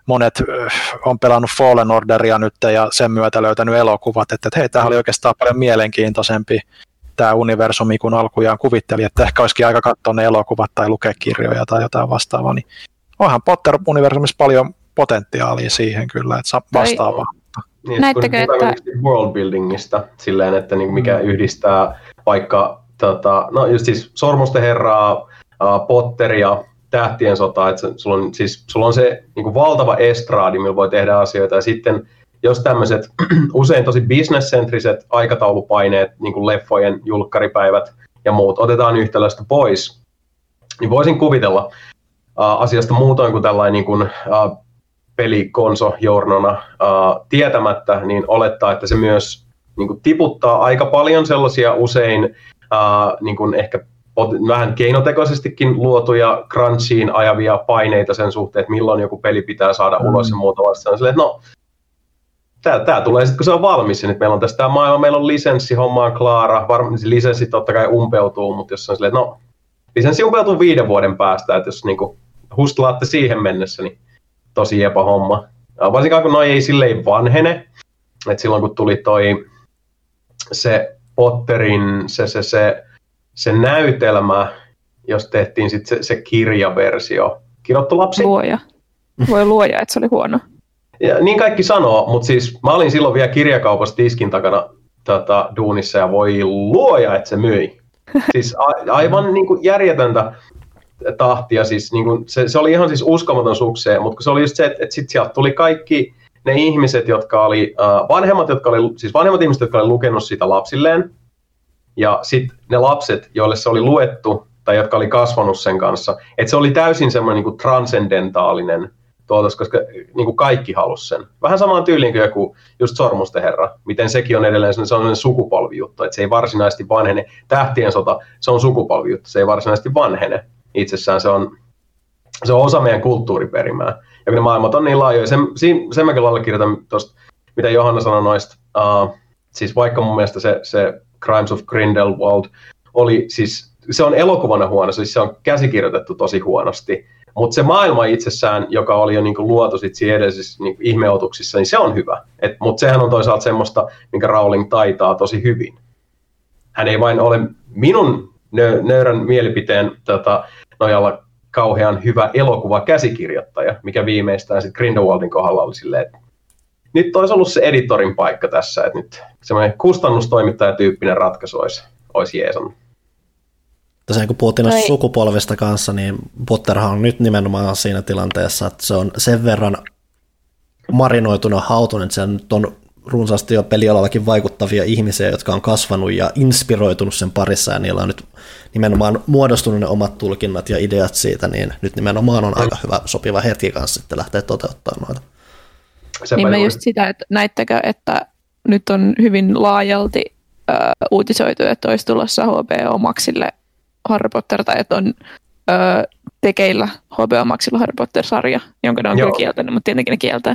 monet on pelannut Fallen Orderia nyt ja sen myötä löytänyt elokuvat, että, että hei, tämä oli oikeastaan paljon mielenkiintoisempi tämä universumi, kun alkujaan kuvitteli, että ehkä olisikin aika katsoa ne elokuvat tai lukea kirjoja tai jotain vastaavaa, niin onhan Potter-universumissa paljon potentiaalia siihen kyllä, että vastaavaa. Niin, näittekö, että... worldbuildingista silleen, että niin mikä mm. yhdistää vaikka, tota, no just siis Sormusten herraa, uh, Potteria, Tähtien sotaa, että sulla on, siis, sulla on se niin kuin valtava estraadi, millä voi tehdä asioita, ja sitten jos tämmöiset usein tosi business-centriset aikataulupaineet, niin kuin leffojen julkkaripäivät ja muut, otetaan yhtälöstä pois, niin voisin kuvitella uh, asiasta muutoin kuin tällainen niin kuin, uh, pelikonsojournona uh, tietämättä, niin olettaa, että se myös niin kuin, tiputtaa aika paljon sellaisia usein uh, niin kuin ehkä vähän keinotekoisestikin luotuja crunchiin ajavia paineita sen suhteen, että milloin joku peli pitää saada mm. ulos ja muuta vastaan. Silleen, että no, tää, tää tulee sitten, kun se on valmis. Ja nyt meillä on tässä tämä maailma, meillä on lisenssi, homma on klaara. Varmasti lisenssi totta kai umpeutuu, mutta jos on silleen, että no, lisenssi umpeutuu viiden vuoden päästä, että jos niin hustlaatte siihen mennessä, niin tosi epä homma. Varsinkaan kun noi ei silleen vanhene, että silloin kun tuli toi se Potterin, se, se, se Se näytelmä, jos tehtiin sitten se, se kirjaversio. Kirjoittu lapsi? Luoja. Voi luoja, että se oli huono. Ja, niin kaikki sanoo, mutta siis mä olin silloin vielä kirjakaupassa tiskin takana tota, duunissa ja voi luoja, että se myi. Siis a, aivan niin kuin järjetöntä tahtia. Siis, niin kuin, se, se oli ihan siis uskomaton sukseen, mutta se oli just se, että, että sitten sieltä tuli kaikki ne ihmiset, jotka oli, uh, vanhemmat, jotka oli, siis vanhemmat ihmiset, jotka oli lukenut sitä lapsilleen. Ja sitten ne lapset, joille se oli luettu, tai jotka oli kasvanut sen kanssa, että se oli täysin semmoinen niin kuin transcendentaalinen tuotos, koska niin kuin kaikki halusi sen. Vähän samaan tyyliin kuin joku just Sormusten herra, miten sekin on edelleen sellainen sukupolvijuttu, että se ei varsinaisesti vanhene. Tähtien sota, se on sukupolvijuttu, se ei varsinaisesti vanhene. Itsessään se on, se on osa meidän kulttuuriperimää. Ja kun ne maailmat on niin laajoja, sen, sen mä kyllä allekirjoitan tuosta, mitä Johanna sanoi noista, uh, siis vaikka mun mielestä se, se Crimes of Grindelwald oli siis, se on elokuvana huono, siis se on käsikirjoitettu tosi huonosti, mutta se maailma itsessään, joka oli jo niinku luotu sit siinä edellisissä niinku ihmeotuksissa, niin se on hyvä. Mutta sehän on toisaalta semmoista, minkä Rowling taitaa tosi hyvin. Hän ei vain ole minun nö- nöyrän mielipiteen tota, nojalla kauhean hyvä elokuva käsikirjoittaja, mikä viimeistään sitten Grindelwaldin kohdalla oli silleen, että nyt olisi ollut se editorin paikka tässä, että nyt semmoinen kustannustoimittajatyyppinen ratkaisu olisi, olisi jeesannut. Tosiaan kun puhuttiin noista sukupolvista kanssa, niin Potterhan on nyt nimenomaan siinä tilanteessa, että se on sen verran marinoituna hautunut, että se nyt on runsaasti jo pelialallakin vaikuttavia ihmisiä, jotka on kasvanut ja inspiroitunut sen parissa, ja niillä on nyt nimenomaan muodostunut ne omat tulkinnat ja ideat siitä, niin nyt nimenomaan on aika hyvä sopiva hetki kanssa sitten lähteä toteuttamaan noita. Niin mä just sitä, että näittekö, että nyt on hyvin laajalti äh, uutisoitu, että olisi tulossa H B O Maxille Harry Potter, tai että on äh, tekeillä H B O Maxilla Harry Potter-sarja, jonka ne on Joo. kyllä kieltänyt, mutta tietenkin ne kieltää.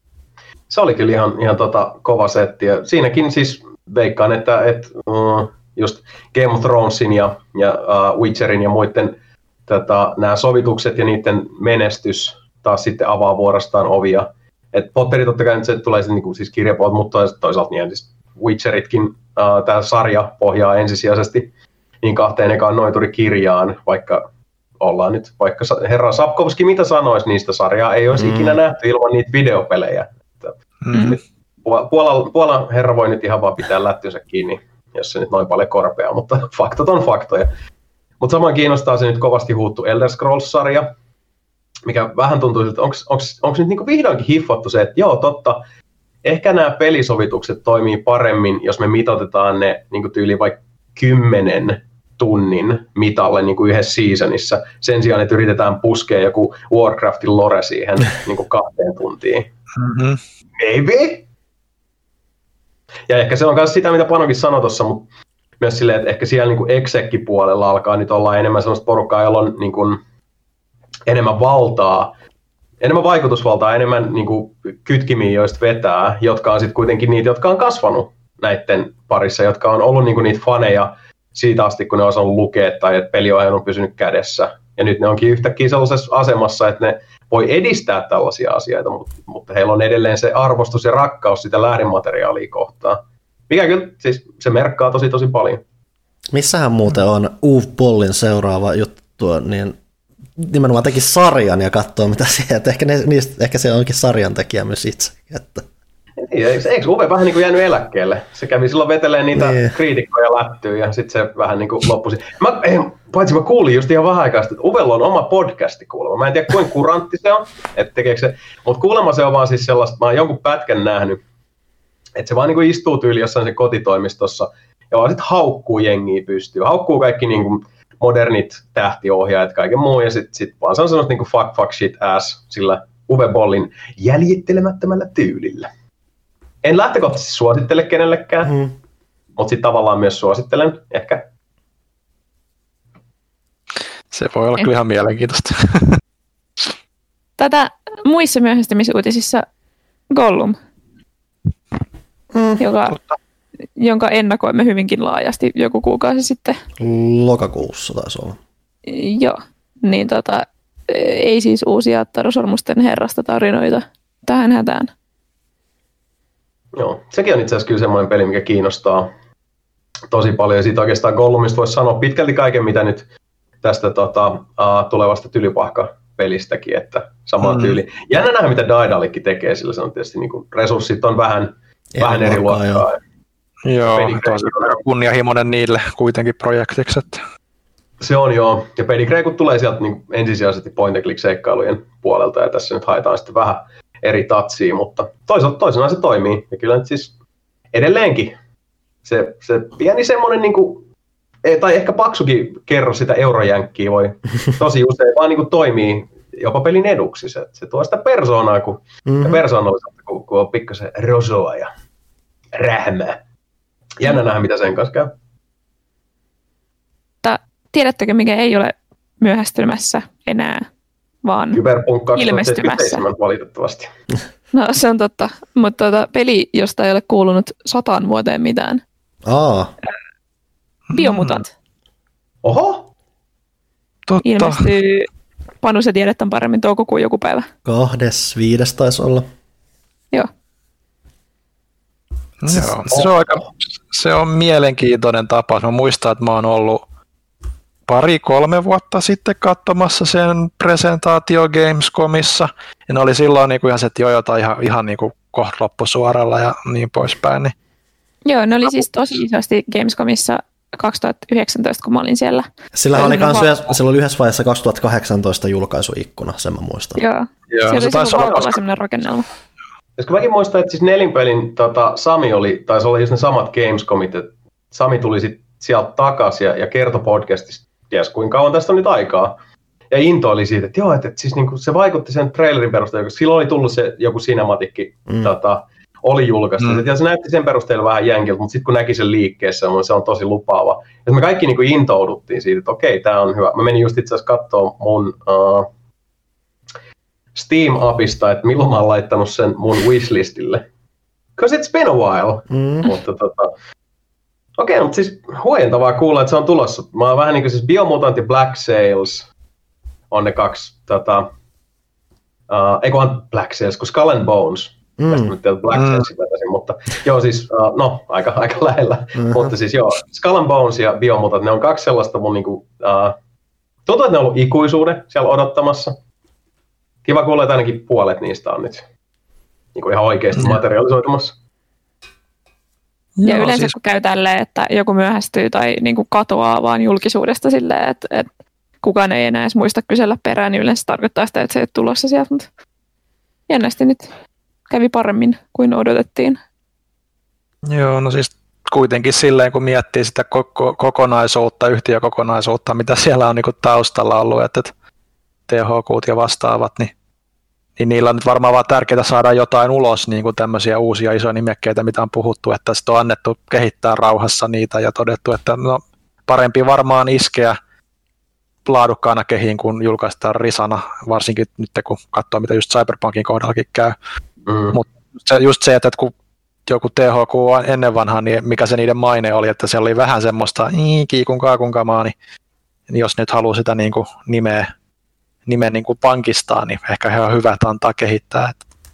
Se oli kyllä ihan, ihan tota, kova setti. Ja siinäkin siis veikkaan, että et, uh, just Game of Thronesin ja, ja uh, Witcherin ja muiden tota, nämä sovitukset ja niiden menestys taas sitten avaa vuorostaan ovia. Et Potteri totta kai se tulee sitten niinku, siis kirjapuolta, mutta toisaalta niin, siis Witcheritkin, uh, tämä sarja pohjaa ensisijaisesti niin kahteen ekaan noiturikirjaan, vaikka ollaan nyt, vaikka herra Sapkowski mitä sanoisi niistä sarjaa, ei olisi mm. ikinä nähty ilman niitä videopelejä. Mm. Puola, Puolan herra voi nyt ihan vaan pitää lättynsä kiinni, jos se nyt noin paljon korpea, mutta faktat on faktoja. Mutta samoin kiinnostaa se nyt kovasti huuttu Elder Scrolls-sarja, mikä vähän tuntuu siltä, että onko nyt niinku vihdoinkin hiffottu se, että joo totta, ehkä nämä pelisovitukset toimii paremmin, jos me mitoitetaan ne niinku tyyliin vaikka kymmenen tunnin mitalle niin kuin yhdessä seasonissa, sen sijaan, että yritetään puskea joku Warcraftin lore siihen niin kuin kahteen tuntiin. Mm-hmm. Maybe? Ja ehkä se on myös sitä, mitä Panokin sanoi tuossa, mutta myös silleen, että ehkä siellä niin kuin exec-puolella alkaa nyt olla enemmän sellaista porukkaa, jolla on niin kuin enemmän valtaa, enemmän vaikutusvaltaa, enemmän niin kuin kytkimiä, joista vetää, jotka on sitten kuitenkin niitä, jotka on kasvanut näiden parissa, jotka on ollut niin kuin niitä faneja siitä asti, kun ne on osannut lukea tai että peliohjelma on pysynyt kädessä. Ja nyt ne onkin yhtäkkiä sellaisessa asemassa, että ne voi edistää tällaisia asioita, mutta, mutta heillä on edelleen se arvostus ja rakkaus sitä lähdemateriaalia kohtaan. Mikä kyllä, siis se merkkaa tosi tosi paljon. Missähän muuten on Uwe Bollin seuraava juttu, niin nimenomaan teki sarjan ja katsoo mitä sieltä. Ehkä, ne, niistä, ehkä se onkin sarjan tekijä myös itse. Että. Eikö, eikö Uwe vähän niin kuin jäänyt eläkkeelle? Se kävi silloin veteleen niitä niin. kriitikkoja lättyyn ja sitten se vähän niin kuin loppui. Mä, ei, paitsi mä kuulin just ihan vähän aikaa, että Uvella on oma podcasti kuulemma. Mä en tiedä kuinka kurantti se on, että tekeekö se. Mutta kuulemma se on vaan siis sellaista, mä oon jonkun pätkän nähnyt, että se vaan niin kuin istuu tyyli jossain sen kotitoimistossa ja vaan sitten haukkuu jengiä pystyy. Haukkuu kaikki niin kuin modernit tähtiohjaajat, kaiken muu ja sitten sit vaan se on sellaista niin kuin fuck, fuck, shit, ass sillä Uwe Bollin jäljittelemättömällä tyylillä. En lähtökohtaisesti suosittele kenellekään, hmm. mutta sitten tavallaan myös suosittelen ehkä. Se voi olla kyllä ihan mielenkiintoista. Tätä muissa myöhästymisuutisissa Gollum, hmm. joka, jonka ennakoimme hyvinkin laajasti joku kuukausi sitten. Lokakuussa taisi olla. Joo, niin tota, ei siis uusia Tarusormusten herrasta tarinoita tähän hätään. Joo, sekin on itse asiassa kyllä semmoinen peli, mikä kiinnostaa tosi paljon. Ja siitä oikeastaan Gollumista voisi sanoa pitkälti kaiken, mitä nyt tästä tota, uh, tulevasta Tylypahka-pelistäkin, että sama mm. tyyli. Jännä nähdä, mitä Daedalikin tekee, sillä se on tietysti niin kuin, resurssit on vähän, vähän eri luokkaa. Joo, joo tosi kunnianhimoinen niille kuitenkin projektiksi. Että. Se on joo, ja Pedigree kun tulee sieltä niin ensisijaisesti point and click -seikkailujen puolelta, ja tässä nyt haetaan sitten vähän eri tatsia, mutta toisaalta toisenaan se toimii. Ja kyllä nyt siis edelleenkin se, se pieni semmoinen, niin kuin, tai ehkä paksukin kerro sitä eurojänkkiä voi tosi usein vaan niin kuin toimii jopa pelin eduksi. Se, se tuo sitä persoonaa, kun, mm-hmm. ja persoonallisuutta, kun, kun on pikkasen rosoa ja rähmää. Jännä nähdä, mitä sen kanssa käy. Tiedättekö, mikä ei ole myöhästymässä enää? Vaan Cyberpunk kaksituhattaseitsemän valitettavasti. No se on totta, mutta tuota, peli, josta ei ole kuulunut sataan vuoteen mitään. Aa. Biomutant. Oho! Totta. Ilmestyy, Panu sä tiedät tämän paremmin, toukokuun joku päivä. Kahdes, viides taisi olla. Joo. Joo. Se on, aika, se on mielenkiintoinen tapaus. Mä muistan, että mä oon ollut pari-kolme vuotta sitten katsomassa sen presentaatio Gamescomissa, ja ne oli silloin niin kuin ihan se, että joo, jotain ihan, ihan niin kuin kohta loppusuoralla ja niin poispäin. Niin. Joo, ne oli siis tosi isosti Gamescomissa kaksituhattayhdeksäntoista, kun mä olin siellä. Sillä oli, kans yhdessä, sillä oli yhdessä vaiheessa kaksituhattakahdeksantoista julkaisuikkuna, sen mä muistan. Joo, joo se, se oli se valtava semmoinen rakennelma. Koska mäkin muistan, että siis nelinpelin tota, Sami oli, taisi olla just ne samat Gamescomit, että Sami tuli sitten sieltä takaisin ja, ja kertoi podcastista, ties kuinka kauan tästä on nyt aikaa. Ja into oli siitä, että joo, että, että siis niinku se vaikutti sen trailerin perusteella, koska silloin oli tullut se joku cinematikki, mm. tota, oli julkaistu. Mm. Ja se näytti sen perusteella vähän jänkiltä, mutta sitten kun näki sen liikkeessä, se on tosi lupaava. Ja me kaikki niinku intouduttiin siitä, että okei, tämä on hyvä. Mä menin just itse asiassa katsoa mun uh, Steam-appista, että milloin mä oon laittanut sen mun wishlistille. Because it's been a while. Mm. Mutta tota, okei, mutta siis huojentavaa kuulla, että se on tulossa. Mä oon vähän niin kuin siis Biomutant ja Black Sails on ne kaksi, tota, uh, ei kun Black Sails, kun Skull and Bones. Mm. Tästä nyt Black mm. Sails vetäisin, mutta joo siis, uh, no aika, aika lähellä. Mm-hmm. Mutta siis joo, Skull and Bones ja Biomutant, ne on kaksi sellaista mun niinku, uh, tuntuu, että ne on ollut ikuisuuden siellä odottamassa. Kiva kuulla, että ainakin puolet niistä on nyt niin kuin ihan oikeasti mm. materialisoitumassa. Ja Joo, yleensä siis kun käy tälleen, että joku myöhästyy tai niin kuin katoaa vaan julkisuudesta silleen, että, että kukaan ei enää edes muista kysellä perään, niin yleensä tarkoittaa sitä, että se ei ole tulossa sieltä. Mutta jännästi nyt kävi paremmin kuin odotettiin. Joo, no siis kuitenkin silleen, kun miettii sitä koko, kokonaisuutta, yhtiökokonaisuutta, mitä siellä on niin kuin taustalla ollut, että T H Q:t ja vastaavat, niin, niin niillä on nyt varmaan vaan tärkeää saada jotain ulos, niin kuin tämmöisiä uusia isoja nimekkeitä, mitä on puhuttu, että sitten on annettu kehittää rauhassa niitä ja todettu, että no, parempi varmaan iskeä laadukkaana kehiin, kun julkaistaan risana, varsinkin nyt kun katsoo, mitä just Cyberpunkin kohdallakin käy. Mm. Mutta se, just se, että kun joku T H Q ennen vanhaa, niin mikä se niiden maine oli, että siellä oli vähän semmoista kiikun kaakun kamaa, niin jos nyt haluaa sitä niin kuin nimeä, nimeä niin kuin pankistaa, niin ehkä ihan hyvä, että antaa kehittää.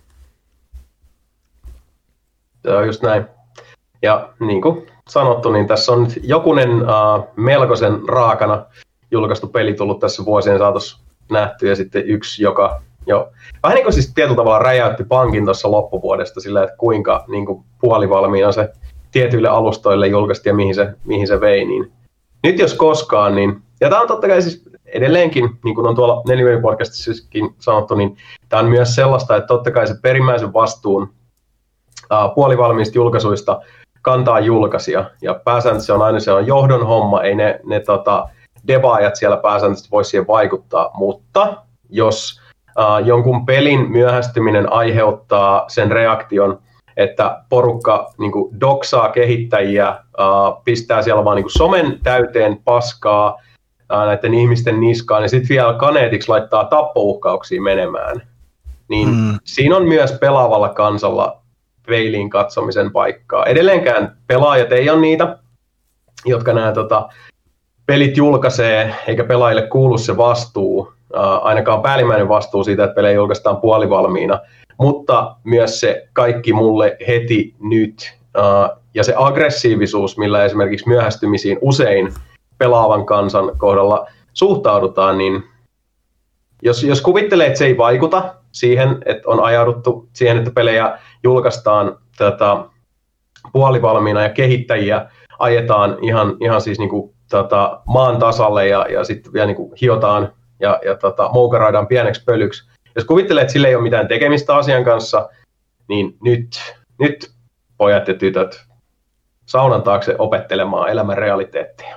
Se on just näin. Ja niin kuin sanottu, niin tässä on nyt jokunen uh, melkoisen raakana julkaistu peli tullut tässä vuosien saatossa nähty, ja sitten yksi, joka jo vähän niin kuin siis tietyllä tavalla räjäytti pankin tuossa loppuvuodesta sillä, että kuinka niin kuin puolivalmiina se tietyille alustoille julkaistiin ja mihin se, mihin se vei. Niin nyt jos koskaan, niin, ja tämä on totta kai siis edelleenkin, niin kuin on tuolla Neliöiden-podcastissakin sanottu, niin tämä on myös sellaista, että totta kai se perimmäisen vastuun uh, puolivalmiista julkaisuista kantaa julkaisija, ja pääsääntöisesti on aina se on johdon homma, ei ne, ne tota, devaajat siellä pääsääntöisesti voi siihen vaikuttaa, mutta jos uh, jonkun pelin myöhästyminen aiheuttaa sen reaktion, että porukka niin kuin doksaa kehittäjiä, uh, pistää siellä vaan niin kuin somen täyteen paskaa uh, näiden ihmisten niskaan, ja sitten vielä kaneetiksi laittaa tappouhkauksia menemään, niin mm. siinä on myös pelaavalla kansalla peiliin katsomisen paikkaa. Edelleenkään pelaajat ei ole niitä, jotka nämä tota, pelit julkaisee, eikä pelaajille kuulu se vastuu, uh, ainakaan päällimmäinen vastuu siitä, että pelejä julkaistaan puolivalmiina, mutta myös se kaikki mulle heti nyt, uh, ja se aggressiivisuus, millä esimerkiksi myöhästymisiin usein pelaavan kansan kohdalla suhtaudutaan, niin jos, jos kuvittelee, että se ei vaikuta siihen, että on ajauduttu siihen, että pelejä julkaistaan tätä puolivalmiina ja kehittäjiä ajetaan ihan, ihan siis niinku, tätä maan tasalle ja, ja sitten vielä niinku hiotaan ja, ja tota, moukaroidaan pieneksi pölyksi. Jos kuvittelee, että sillä ei ole mitään tekemistä asian kanssa, niin nyt, nyt pojat ja tytöt saunan taakse opettelemaan elämän realiteetteja.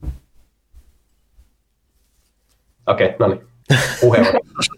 Okei, okay, no niin. Puheenvuoro.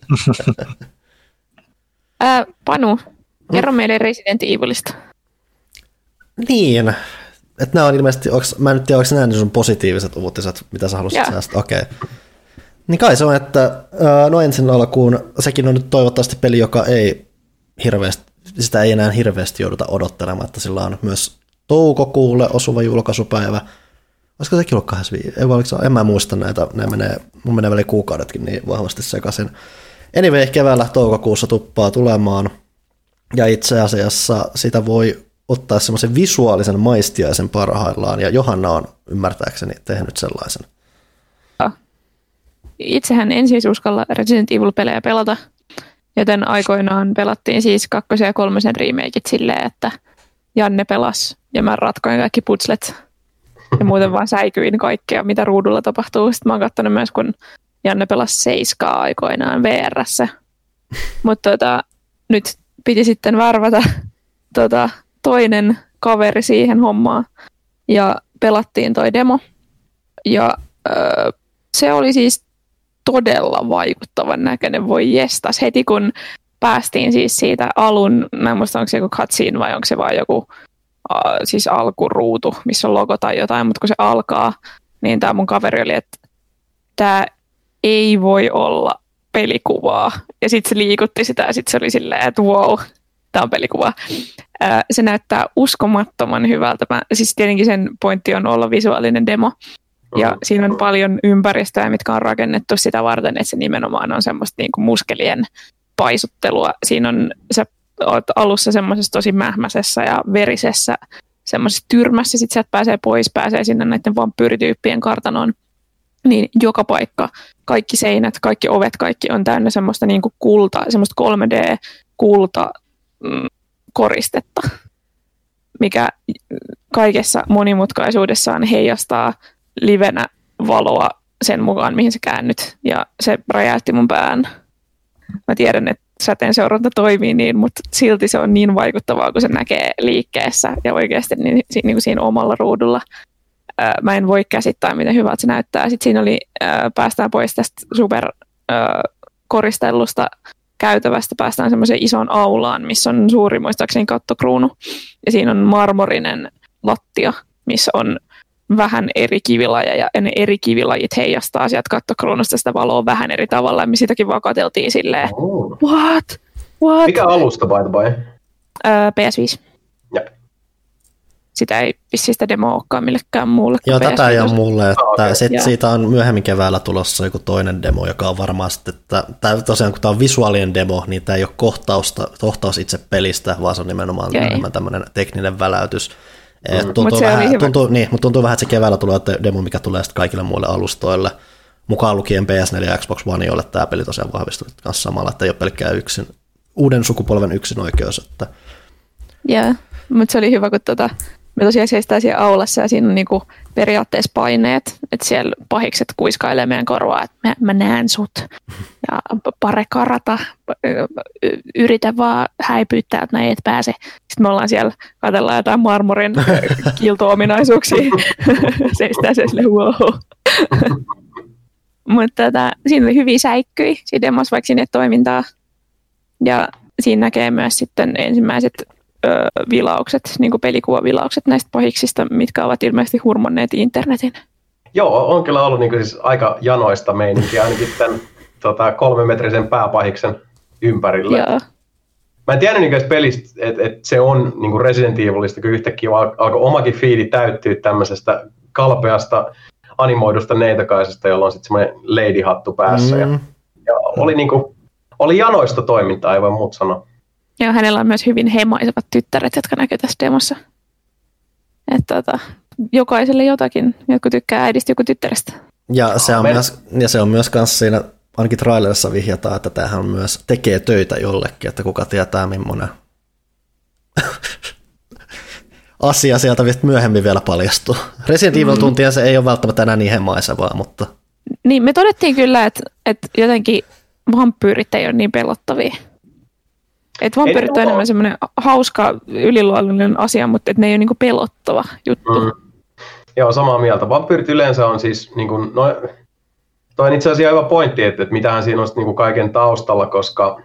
Ää, Panu, kerro mm. meille Resident Evilista. Niin, että nämä on ilmeisesti, onks, mä en nyt tiedä, onko nämä sun positiiviset uutiset, mitä sä haluaisit säästää. Okei. Okay. Niin kai se on, että no ensin alkuun, sekin on nyt toivottavasti peli, joka ei hirveästi, sitä ei enää hirveästi jouduta odottelemaan, että sillä on myös toukokuulle osuva julkaisupäivä. Olisiko sekin ollut kahdessa viikossa? En mä muista näitä, ne menee, mun menee väliin kuukaudetkin niin vahvasti sekaisin. Anyway, keväällä toukokuussa tuppaa tulemaan, ja itse asiassa sitä voi ottaa semmoisen visuaalisen maistiaisen parhaillaan, ja Johanna on ymmärtääkseni tehnyt sellaisen. Itsehän en siis uskalla Resident Evil-pelejä pelata, joten aikoinaan pelattiin siis kakkosen ja kolmosen remakeit silleen, että Janne pelasi ja mä ratkoin kaikki putslet ja muuten vaan säikyin kaikkea, mitä ruudulla tapahtuu. Sitten mä oon katsonut myös, kun Janne pelasi Seiskaa aikoinaan V R:ssä. Mutta tota, nyt piti sitten värvätä tota, toinen kaveri siihen hommaan ja pelattiin toi demo. Ja öö, se oli siis todella vaikuttavan näköinen, voi jestas. Heti kun päästiin siis siitä alun, mä en muista onko se joku cutscene vai onko se vaan joku äh, siis alkuruutu, missä on logo tai jotain, mutta kun se alkaa, niin tää mun kaveri oli, että tää ei voi olla pelikuvaa. Ja sitten se liikutti sitä ja sitten se oli silleen, että wow, tää on pelikuva. Äh, se näyttää uskomattoman hyvältä. Mä, siis tietenkin sen pointti on olla visuaalinen demo. Ja siinä on paljon ympäristöä, mitkä on rakennettu sitä varten, että se nimenomaan on semmoista niin kuin muskelien paisuttelua. Siinä on, sä oot alussa semmoisessa tosi mähmäisessä ja verisessä semmoisessa tyrmässä, sit sieltä pääsee pois, pääsee sinne näiden vampyyrityyppien kartanoon. Niin joka paikka, kaikki seinät, kaikki ovet, kaikki on täynnä semmoista niin kuin kulta, semmoista kolme D-kulta mm, koristetta, mikä kaikessa monimutkaisuudessaan heijastaa livenä valoa sen mukaan, mihin sä käännyt. Ja se räjäytti mun pään. Mä tiedän, että säteen seuranta toimii niin, mutta silti se on niin vaikuttavaa, kun se näkee liikkeessä ja oikeasti niin, niin kuin siinä omalla ruudulla. Ää, mä en voi käsittää, miten hyvältä se näyttää. Sitten siinä oli, ää, päästään pois tästä superkoristellusta käytävästä, päästään semmoiseen isoon aulaan, missä on suuri muistaakseni kattokruunu. Ja siinä on marmorinen lattia, missä on vähän eri kivilajeja, ja ne eri kivilajit heijastaa sieltä kattokruunusta sitä valoa vähän eri tavalla, ja me sitäkin vaan katseltiin silleen, oh. what? What? Mikä alusta, by the way? Öö, P S viisi. Ja. sitä ei vissiin sitä demoa olekaan millekään muulle. Joo, tätä ei ole mulle, että okay. sit siitä on myöhemmin keväällä tulossa joku toinen demo, joka on varmasti, että tämä tosiaan kun tämä on visuaalinen demo, niin tämä ei ole kohtausta, kohtaus itse pelistä, vaan se on nimenomaan okay. enemmän tämmöinen tekninen väläytys. Mm. Tuntuu, vähän, tuntuu, niin, mutta tuntuu vähän, että se keväällä tulee demo, mikä tulee sitten kaikille muille alustoille, mukaan lukien P S neljä ja Xbox One, jolle tämä peli tosiaan vahvistuu kanssa samalla, että ei ole pelkkää yksin, uuden sukupolven yksinoikeus. Että... Joo, mutta se oli hyvä, kun tota, me tosiaan seistään siellä aulassa ja siinä on niinku periaatteessa paineet, että siellä pahikset kuiskailee meidän korvaa, että mä, mä näen sut ja pare karata, yritä vaan häipyyttää, että näin et pääse. Sitten me ollaan siellä, katsellaan jotain marmorin kiilto-ominaisuuksia, seistään se silleen wow. Mutta tota, siinä oli hyviä säikkyjä siinä demossa, vaikka siinä ei toimintaa. Ja siinä näkee myös sitten ensimmäiset ö, vilaukset, niin kuin pelikuvavilaukset näistä pahiksista, mitkä ovat ilmeisesti hurmonneet internetin. Joo, on kyllä ollut niin kuin siis aika janoista meininkiä ainakin tämän tota, kolmemetrisen pääpahiksen ympärillä. Joo. Mä en tiedä niin pelistä, että et se on niin kuin Resident Evilista, kun yhtäkkiä alkoi omakin fiidi täyttyä tämmöisestä kalpeasta animoidusta neitokaisesta, jolla on sitten semmoinen lady-hattu päässä. Mm. Ja, ja oli, niin kuin, oli janoista toimintaa, ei voi muuta sanoa. Joo, hänellä on myös hyvin hemaisevat tyttäret, jotka näkyy tässä demossa. Että tota, jokaiselle jotakin, joku tykkää äidistä, joku tyttärestä. Ja se on, myös, ja se on myös kanssa siinä, ainakin trailerissa vihjataan, että tämähän on myös tekee töitä jollekin, että kuka tietää millainen asia sieltä myöhemmin vielä paljastuu. Resident Evil tuntien se ei ole välttämättä enää niin hemaisevaa, mutta... Niin, me todettiin kyllä, että, että jotenkin vampyyrit ei ole niin pelottavia. Että vampyyrit on enemmän semmoinen hauska, yliluonnollinen asia, mutta että ne ei ole niinku pelottava juttu. Mm. Joo, samaa mieltä. Vampyyrit yleensä on siis, niin kuin, no, toi on itse asiassa hyvä pointti, että, että mitähän siinä on niin kuin kaiken taustalla, koska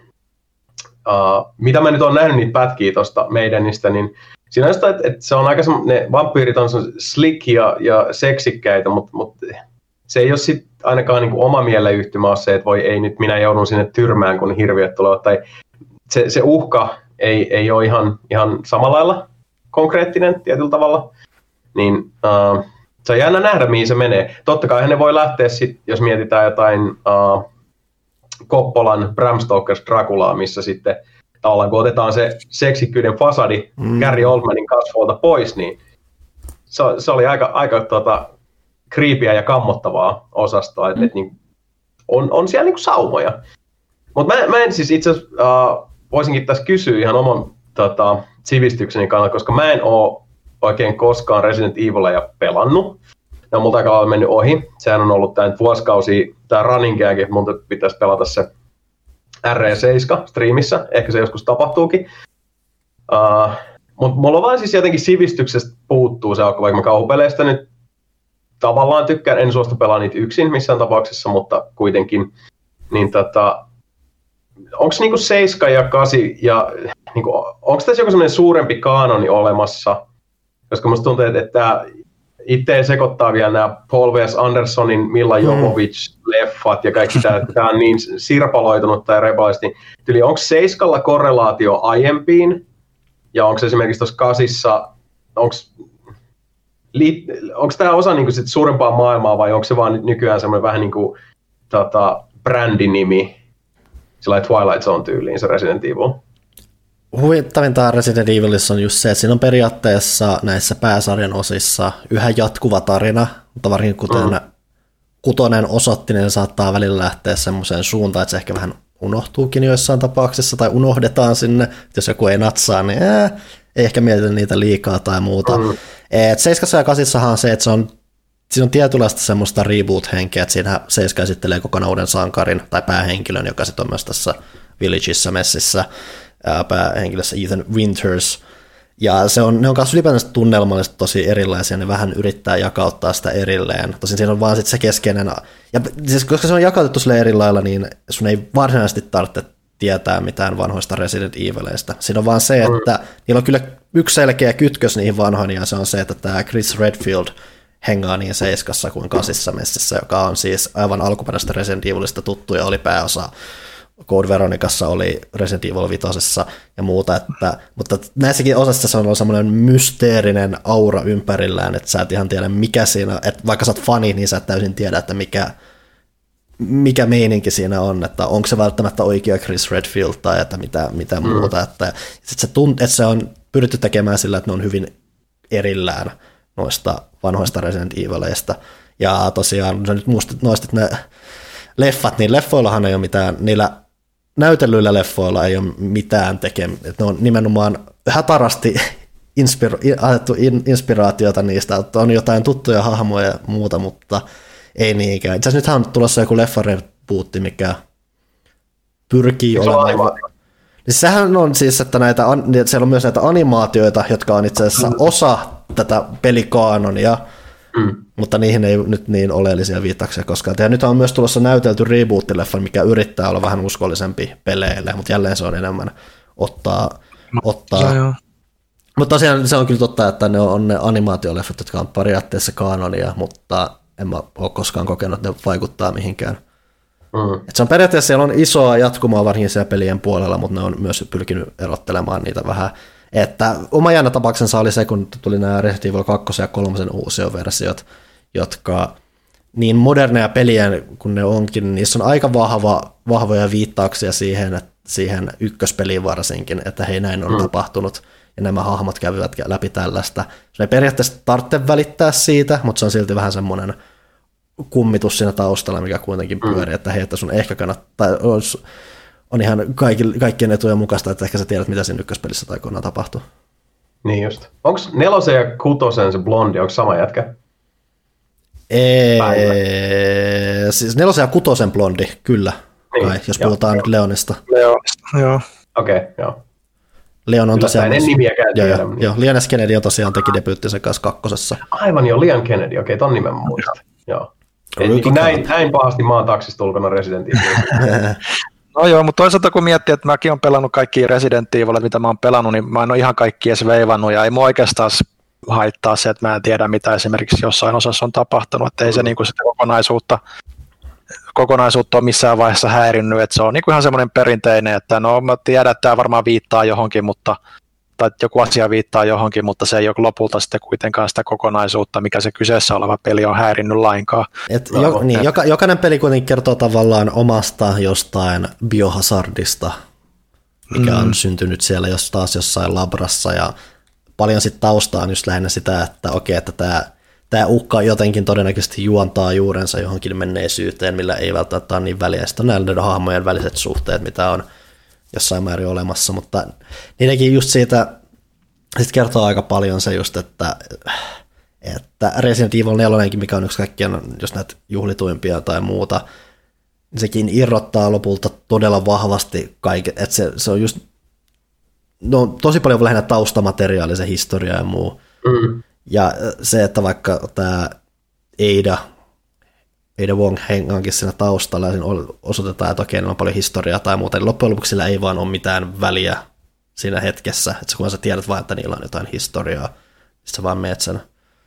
uh, mitä mä nyt oon nähnyt niitä pätkiä tuosta meidänistä, niin siinä on sitä, että, että se on aika ne vampyyrit on slick ja, ja seksikkäitä, mutta, mutta se ei ole sit ainakaan niin kuin oma mieleyhtymä se, että voi ei nyt minä joudun sinne tyrmään, kun hirviöt tulevat. Tai se, se uhka ei, ei ole ihan, ihan samalla lailla konkreettinen tietyllä tavalla. Niin uh, se on jännä nähdä, mihin se menee. Totta kai ne voi lähteä sit, jos mietitään jotain uh, Coppolan Bram Stoker's Draculaa, missä sitten tavallaan kun otetaan se seksikkyyden fasadi mm. Gary Oldmanin kasvoilta pois, niin se, se oli aika, aika tota, creepyä ja kammottavaa osastoa, että mm. et, niin, on, on siellä niinku saumoja. Mutta mä, mä en siis itse asiassa, uh, voisinkin tässä kysyä ihan oman tota, sivistykseni kannalta, koska mä en ole oikein koskaan Resident Evilia pelannut. Ne on multa aika lailla mennyt ohi. Sehän on ollut tämä vuosikausia, tämä running gag, että multa pitäisi pelata se R E seitsemän striimissä. Ehkä se joskus tapahtuukin. Uh, Mutta mulla on vaan siis jotenkin sivistyksestä puuttuu se, vaikka mä kauhupeleistä nyt tavallaan tykkään. En suostu pelaa niitä yksin missään tapauksessa, mutta kuitenkin. Niin tota, onko niinku seitsemän ja kahdeksan ja niinku, onko tässä joku semmoinen suurempi kaanoni olemassa? Koska musta tuntuu, että tämä itse sekoittaa vielä nämä Paul W S. Andersonin Milla Jovovich-leffat ja kaikki tämä on niin sirpaloitunut tai rebalisti. Eli onko seiskalla korrelaatio aiempiin ja onko esimerkiksi tuossa kasissa, onko tämä osa niinku sit suurempaa maailmaa vai onko se vaan nykyään semmoinen vähän niin kuin tota, brändinimi, sellainen Twilight Zone tyyliin se Resident Evil? Huvittavinta Resident Evilissa on just se, että siinä on periaatteessa näissä pääsarjan osissa yhä jatkuva tarina, mutta varsinkin kuten mm. kutonen osoitti, niin saattaa välillä lähteä semmoiseen suuntaan, että se ehkä vähän unohtuukin joissain tapauksissa tai unohdetaan sinne, että jos joku ei natsaa, niin ää, ei ehkä mietitä niitä liikaa tai muuta. Mm. Et seiskassa ja kasissahan on se, että se on, siinä on tietynlaista semmoista reboot-henkeä, että siinä Seiska esittelee kokonaan uuden sankarin tai päähenkilön, joka sitten on myös tässä Villageissa messissä. Päähenkilössä Ethan Winters, ja se on, ne on kanssa ylipäätään tunnelmallisesti tosi erilaisia, ne vähän yrittää jakauttaa sitä erilleen. Tosin siinä on vaan sit se keskeinen, ja siis koska se on jakautettu sille eri lailla, niin sun ei varsinaisesti tarvitse tietää mitään vanhoista Resident Evileistä. Siinä on vaan se, että niillä on kyllä yksi selkeä kytkös niihin vanhoihin, ja se on se, että tämä Chris Redfield hengaa niin seiskassa kuin kasissa messissä, joka on siis aivan alkuperäisestä Resident Evilistä tuttu ja oli pääosa Code Veronicassa oli Resident Evil viitosessa ja muuta, että, mutta näissäkin osassa se on semmoinen mysteerinen aura ympärillään, että sä et ihan tiedä mikä siinä, että vaikka sä oot fani, niin sä et täysin tiedä, että mikä, mikä meininki siinä on, että onko se välttämättä oikea Chris Redfield tai että mitä, mitä mm. muuta, että, sit se, tunt, että se on pyritty tekemään sillä, että ne on hyvin erillään noista vanhoista Resident Evileistä, ja tosiaan sä nyt muistit ne leffat, niin leffoillahan ei ole mitään, niillä näytellyillä leffoilla ei ole mitään tekemistä. Ne on nimenomaan hätarasti inspira- ajettu in, inspiraatiota niistä, että on jotain tuttuja hahmoja ja muuta, mutta ei niinkään. Itse asiassa nythän on tulossa joku leffarebootti, mikä pyrkii se olemaan. Niin sehän on siis, että näitä, siellä on myös näitä animaatioita, jotka on itse asiassa osa tätä pelikaanonia, Mm. mutta niihin ei nyt niin oleellisia viittauksia koskaan. Ja nyt on myös tulossa näytelty reboot-leffa, mikä yrittää olla vähän uskollisempi peleille, mutta jälleen se on enemmän ottaa. ottaa. Ja, mutta tosiaan se on kyllä totta, että ne on ne animaatioleffat, jotka on periaatteessa kaanonia, mutta en mä ole koskaan kokenut, että ne vaikuttaa mihinkään. Mm. Et se on periaatteessa, siellä on isoa jatkumoa varsinkin siellä pelien puolella, mutta ne on myös pyrkinyt erottelemaan niitä vähän. Että oma jännä tapauksensa oli se, kun tuli nämä Resident Evil kaksi ja kolme uusioversiot, jotka niin moderneja peliä kun ne onkin, niin niissä on aika vahva, vahvoja viittauksia siihen, siihen ykköspeliin varsinkin, että hei näin on mm. tapahtunut ja nämä hahmot kävivät läpi tällaista. Se ei periaatteessa tarvitse välittää siitä, mutta se on silti vähän semmoinen kummitus siinä taustalla, mikä kuitenkin pyörii, mm. että hei, että sun ehkä kannattaa, on ihan kaikkien etujen mukaista, että ehkä sä tiedät, mitä siinä ykköspelissä tai kokonaan tapahtuu. Niin just. Onko nelosen ja kutosen se blondi, onko sama jätkä? Eee, siis nelosen ja kutosen blondi, kyllä, niin, kai, jos joo, puhutaan joo. nyt Leonista. Leonista, joo. Okei, okay, joo. Leon on tosiaan... En nimiäkään joo, tiedä. Joo, joo, Leon S. Kennedy on tosiaan teki debyyttinsä kanssa kakkosessa. Aivan jo, Leon Kennedy, okei, okay, ton nimen mä muistan. Joo. Niin, näin, näin pahasti maan taksista ulkona Resident Evil. No joo, mutta toisaalta kun miettii, että mäkin olen pelannut kaikki Resident Evilet, mitä mä oon pelannut, niin mä en ole ihan kaikki edes veivannut, ja ei mua oikeastaan haittaa se, että mä en tiedä, mitä esimerkiksi jossain osassa on tapahtunut, että ei se niinku sitä kokonaisuutta, kokonaisuutta ole missään vaiheessa häirinnyt, että se on niinku ihan semmoinen perinteinen, että no mä tiedän, että tämä varmaan viittaa johonkin, mutta tai joku asia viittaa johonkin, mutta se ei ole lopulta sitten kuitenkaan sitä kokonaisuutta, mikä se kyseessä oleva peli on häirinnyt lainkaan. Et jo, niin, joka, jokainen peli kuitenkin kertoo tavallaan omasta jostain biohazardista, mikä mm. on syntynyt siellä jos taas jossain labrassa, ja paljon sitten taustaa on just lähinnä sitä, että okei, että tämä tämä uhka jotenkin todennäköisesti juontaa juurensa johonkin menneisyyteen, millä ei välttämättä ole niin väliä. Sitten on näiden hahmojen väliset suhteet, mitä on jossain määrin olemassa, mutta niidenkin just siitä sit kertoo aika paljon se just, että, että Resident Evil neljä, mikä on yksi kaikkien just näitä juhlituimpia tai muuta, niin sekin irrottaa lopulta todella vahvasti kaiken, että se, se on just, no tosi paljon lähinnä taustamateriaalia, se historia ja muu, mm. ja se, että vaikka tämä Ada, Ada Wong hengaankin siinä taustalla ja siinä osoitetaan, että okei, on paljon historiaa tai muuta, niin loppujen lopuksi sillä ei vaan ole mitään väliä siinä hetkessä, että kun sä tiedät vaan, että niillä on jotain historiaa, niin sä vaan meet sen,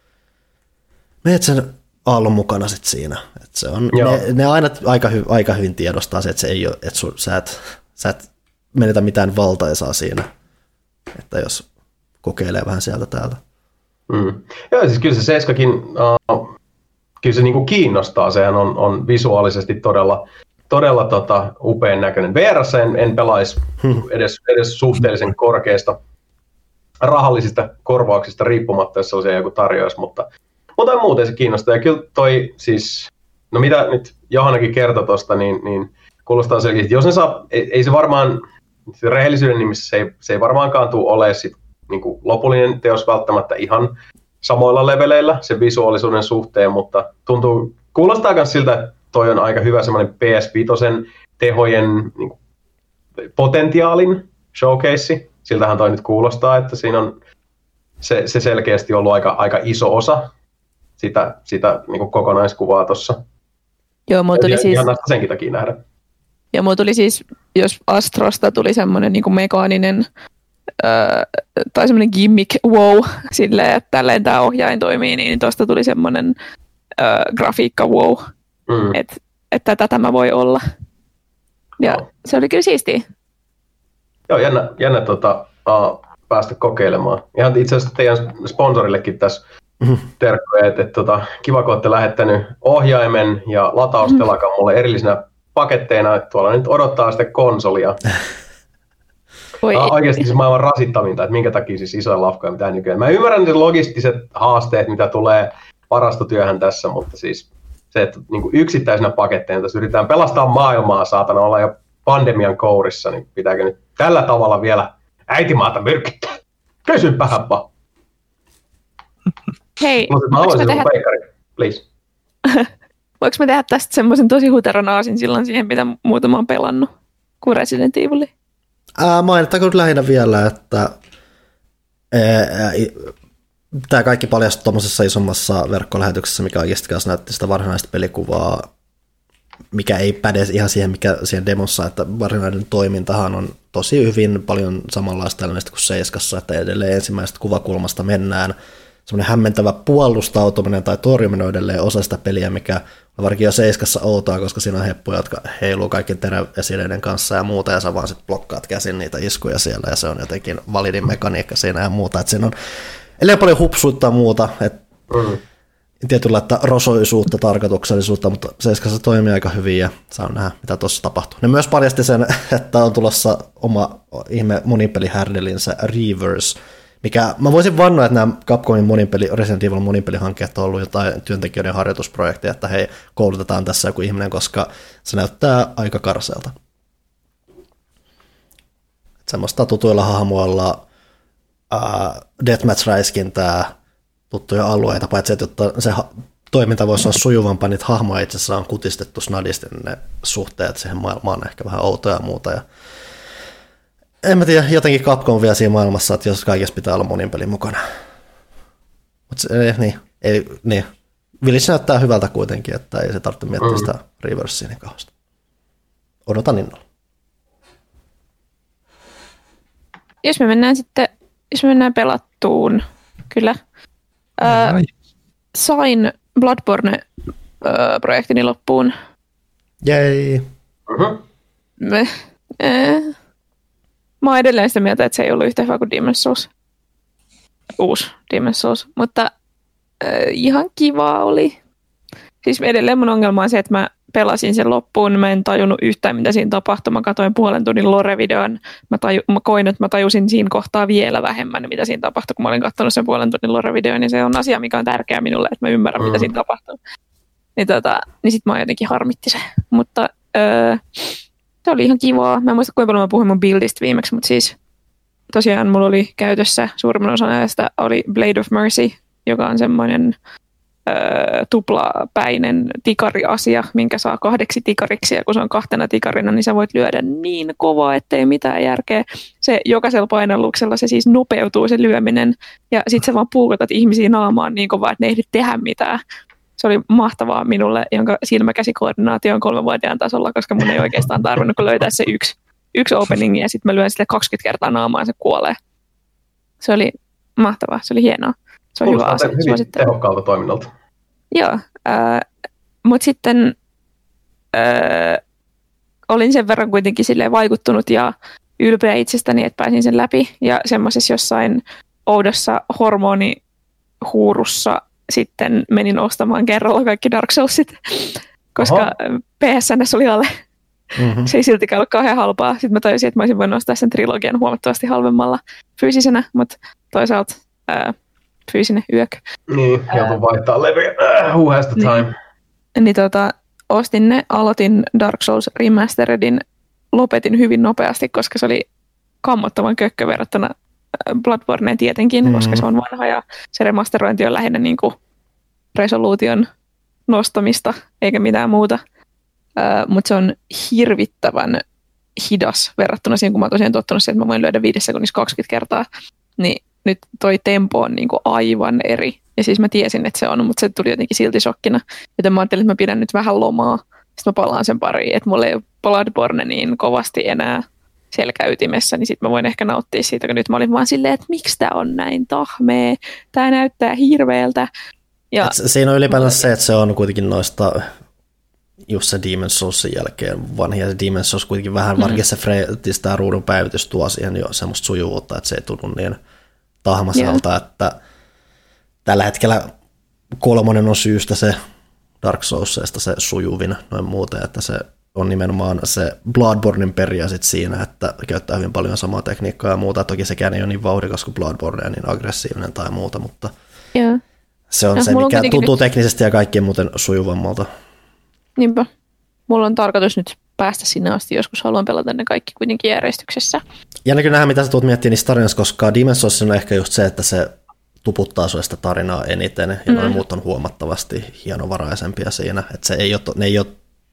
meet sen aallon mukana sit siinä. Et se on, ne, ne aina aika, hy, aika hyvin tiedostaa se, että, se ei ole, että sun, sä, et, sä et menetä mitään valtaisaa siinä, että jos kokeilee vähän sieltä täältä. Mm. Joo, siis kyllä se Seiskakin, uh, kyllä se niinku kiinnostaa, sehän on, on visuaalisesti todella, todella tota, upean näköinen. V R:ssä en, en pelaisi edes, edes suhteellisen korkeista rahallisista korvauksista riippumatta, jos se olisi joku tarjous, mutta, mutta muuten se kiinnostaa. Ja kyllä toi siis, no mitä nyt Johannakin kertoi tuosta, niin, niin kuulostaa selkeästi, että jos ne saa, ei, ei se varmaan, rehellisyyden nimissä se ei, se ei varmaankaan tule olemaan sit, niin kuin lopullinen teos välttämättä ihan samoilla leveleillä se visuaalisuuden suhteen, mutta tuntuu, kuulostaa myös siltä, että toi on aika hyvä semmoinen P S viisi tehojen niin kuin, potentiaalin showcase. Siltähän toi nyt kuulostaa, että siinä on se, se selkeästi ollut aika, aika iso osa sitä, sitä niin kuin kokonaiskuvaa tuossa. Joo, mulla tuli siis... Ihan senkin takia nähdä. Ja mulla tuli siis, jos Astrosta tuli semmoinen niin kuin mekaaninen öö, tai semmoinen gimmick wow silleen, että tälleen tämä ohjain toimii, niin tuosta tuli semmoinen öö, grafiikka wow. Mm. Että et tätä tämä voi olla. Ja Joo. se oli kyllä siistiä. Joo, jännä, jännä tota, uh, päästä kokeilemaan. Ihan itse asiassa teidän sponsorillekin tässä mm-hmm. terkkoja, että et, tota, kiva kun olette lähettänyt ohjaimen ja lataustelakan mm-hmm. mulle erillisenä paketteina, että tuolla nyt odottaa sitten konsolia. Tämä on oikeasti siis maailman rasittavinta, että minkä takia siis isoja lafkoja mitään nykyään. Mä ymmärrän ne logistiset haasteet, mitä tulee varastotyöhön tässä, mutta siis se, että niin kuin yksittäisenä paketteina tässä yritetään pelastaa maailmaa, saatana olla jo pandemian kourissa, niin pitääkö nyt tällä tavalla vielä äitimaata myrkyttää? Kysypähän vaan. Hei, mä haluaisin tehdä... peikari, please. Voinko mä tehdä tästä semmoisen tosi huteron aasin silloin siihen, mitä muutama on pelannut, kuin Resident Evil? Ää, mainittakoon lähinnä vielä, että tämä kaikki paljastui tuommoisessa isommassa verkkolähetyksessä, mikä oikeasti kanssa näytti sitä varsinaista pelikuvaa, mikä ei päde ihan siihen, mikä siihen demossa, että varsinainen toimintahan on tosi hyvin paljon samanlaista kuin Seiskassa, että edelleen ensimmäisestä kuvakulmasta mennään. Semmoinen hämmentävä puolustautuminen tai torjuminen on edelleen osa sitä peliä, mikä on varsinkin jo Seiskassa outoa, koska siinä on heppuja, jotka heiluu kaikkien teräesineiden kanssa ja muuta, ja sä vaan sit blokkaat käsin niitä iskuja siellä, ja se on jotenkin validin mekaniikka siinä ja muuta, että siinä on edelleen paljon hupsuutta ja muuta, että mm. tietynlaista rosoisuutta, tarkoituksellisuutta, mutta Seiskassa toimii aika hyvin, ja saa nähdä, mitä tuossa tapahtuu. Ne myös paljasti sen, että on tulossa oma ihme monipelihärdelinsä Reverse, mikä, mä voisin vannoa, että nämä Capcomin monipeli, Resident Evil monipelihankkeet on ollut jotain työntekijöiden harjoitusprojekteja, että hei, koulutetaan tässä joku ihminen, koska se näyttää aika karseelta. Semmoista tutuilla hahmoilla uh, deathmatch-räiskintää, tuttuja alueita, paitsi että se ha- toiminta voisi olla sujuvampaa, niitä hahmoja itse asiassa on kutistettu snadisti, ne suhteet siihen maailmaan on ehkä vähän outoja ja muuta, ja en mä tiedä, jotenkin Capcom vielä siinä maailmassa, että jos kaikessa pitää olla monin pelin mukana. Mutta niin, ei, niin. Village näyttää hyvältä kuitenkin, että ei se tarvitse miettiä sitä reversiä niin kauheasti. Odotan innolla. Jos me mennään sitten, jos me mennään pelattuun, kyllä. Ää, sain Bloodborne-projektini loppuun. Jei. Uh-huh. Me, äh, Mä oon edelleen sitä mieltä, että se ei ollut yhtä hyvä kuin Demon's Souls. Uusi Demon's Souls, mutta äh, ihan kiva oli. Siis edelleen mun ongelma on se, että mä pelasin sen loppuun, mä en tajunnut yhtään, mitä siinä tapahtui. Mä katsoin puolen tunnin lore-videon, mä, taju, mä koin, että mä tajusin siinä kohtaa vielä vähemmän, mitä siinä tapahtui, kun mä olin katsonut sen puolen tunnin lore-videon, ja se on asia, mikä on tärkeä minulle, että mä ymmärrän, mm. mitä siinä tapahtuu. Niin, tota, niin sit mä jotenkin harmitti se, mutta... Öö, se oli ihan kivaa. Mä en muista, kuinka paljon mä puhuin mun buildista viimeksi, mutta siis tosiaan mulla oli käytössä suurimman osan näistä oli Blade of Mercy, joka on semmoinen öö, tuplapäinen tikariasia, minkä saa kahdeksi tikariksi, ja kun se on kahtena tikarina, niin sä voit lyödä niin kovaa, ettei mitään järkeä. Se jokaisella painalluksella se siis nopeutuu se lyöminen, ja sit sä vaan puukotat ihmisiä naamaan niin kovaa, että ne ei ehdi tehdä mitään. Se oli mahtavaa minulle, jonka silmäkäsikoordinaatio on kolmenvuotiaan tasolla, koska mun ei oikeastaan tarvinnut kun löytää se yksi, yksi opening ja sitten mä lyön sille kaksikymmentä kertaa naamaan, se kuolee. Se oli mahtavaa, se oli hienoa. Se on hyvä asia. Hyvin tehokkaalta toiminnalta. Joo, äh, mutta sitten äh, olin sen verran kuitenkin silleen vaikuttunut ja ylpeä itsestäni, että pääsin sen läpi. Ja semmoisessa jossain oudossa hormonihuurussa sitten menin ostamaan kerralla kaikki Dark Soulsit, koska Oho. P S N oli alle. Mm-hmm. Se ei siltikään ollut kauhean halpaa. Sitten mä tajusin, että mä olisin voinut ostaa sen trilogian huomattavasti halvemmalla fyysisenä, mutta toisaalta ää, fyysinen yök. Niin, joutun vaihtaa levyä. Who has the time? Niin, niin tota, ostin ne, aloitin Dark Souls Remasteredin, lopetin hyvin nopeasti, koska se oli kammottavan kökkö verrattuna Bloodborneen tietenkin, mm-hmm. koska se on vanha ja se remasterointi on lähinnä niin kuin resoluution nostamista eikä mitään muuta. Uh, mutta se on hirvittävän hidas verrattuna siihen, kun mä oon tosiaan tottunut siihen, että mä voin lyödä viidessä sekunnissa kaksikymmentä kertaa. Niin nyt toi tempo on niin kuin aivan eri. Ja siis mä tiesin, että se on, mutta se tuli jotenkin silti shokkina. Joten mä ajattelin, että mä pidän nyt vähän lomaa. Sitten mä palaan sen pariin, että mulla ei ole Bloodborne niin kovasti enää selkäytimessä, niin sitten mä voin ehkä nauttia siitä, kun nyt mä olin vaan silleen, että miksi tää on näin tahmea, tää näyttää hirveältä. Ja siinä on ylipäätään se, että se on kuitenkin noista just se Demon's Soulsin jälkeen vanhin, ja se Demon's Souls kuitenkin vähän, mm. varsinkin se Freyatis, tämä ruudun päivitys tuo siihen jo semmoista sujuvuutta, että se ei tunnu niin tahmaselta, yeah. että tällä hetkellä kolmonen on syystä se Dark Soulsista se sujuvin noin muuten, että se on nimenomaan se Bloodbornein peria sit siinä, että käyttää hyvin paljon samaa tekniikkaa ja muuta. Toki sekään ei ole niin vauhdikas kuin Bloodborne ja niin aggressiivinen tai muuta, mutta yeah. se on no, se, mikä on tuntuu nyt teknisesti ja kaikkien muuten sujuvammalta. Niinpä. Mulla on tarkoitus nyt päästä sinne asti, joskus haluan pelata ne kaikki kuitenkin järjestyksessä. Jännä kyllä nähdä, mitä sä tulet miettimään niistä tarinassa, koska Demon's Souls on ehkä just se, että se tuputtaa sulle sitä tarinaa eniten, ja mm. noin muut on huomattavasti hienovaraisempia siinä. Että se ei ole, ne ei ole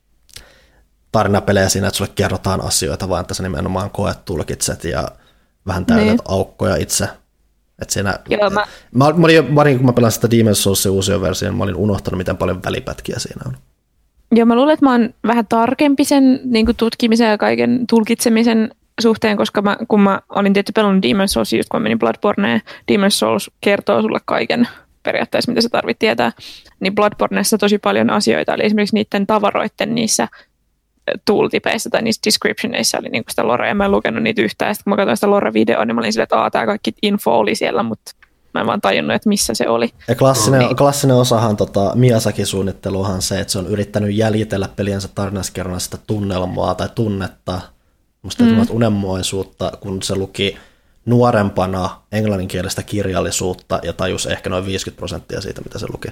tarinapelejä siinä, että sulle kerrotaan asioita, vaan että sä nimenomaan koet, tulkitset ja vähän täytät niin. aukkoja itse. Että siinä, Joo, mä... Mä, mä olin, mä olin, kun mä pelasin sitä Demon's Soulsin uusia version, mä olin unohtanut, miten paljon välipätkiä siinä on. Joo, mä luulen, että mä oon vähän tarkempi sen niin kuin tutkimisen ja kaiken tulkitsemisen suhteen, koska mä, kun mä olin tietty pelannut Demon's Souls, just kun mä menin Bloodborneen, Demon's Souls kertoo sulle kaiken periaatteessa, mitä sä tarvitset tietää, niin Bloodborneessa tosi paljon asioita, eli esimerkiksi niiden tavaroiden niissä tooltipeissa tai niissä descriptioneissa oli niinku sitä lorea, ja mä en lukenut niitä yhtään, ja sitten kun mä katsoin sitä lore-videoa, niin mä olin silleen, että aah, tää kaikki info oli siellä, mutta mä en vaan tajunnut, että missä se oli. Ja klassinen, niin. klassinen osahan tota, Miyazaki-suunnitteluhan se, että se on yrittänyt jäljitellä peliensä tarinaskerronnasta sitä tunnelmaa tai tunnetta, musta mm. unenmoisuutta, kun se luki nuorempana englanninkielistä kirjallisuutta ja tajus ehkä noin viisikymmentä prosenttia siitä, mitä se luki.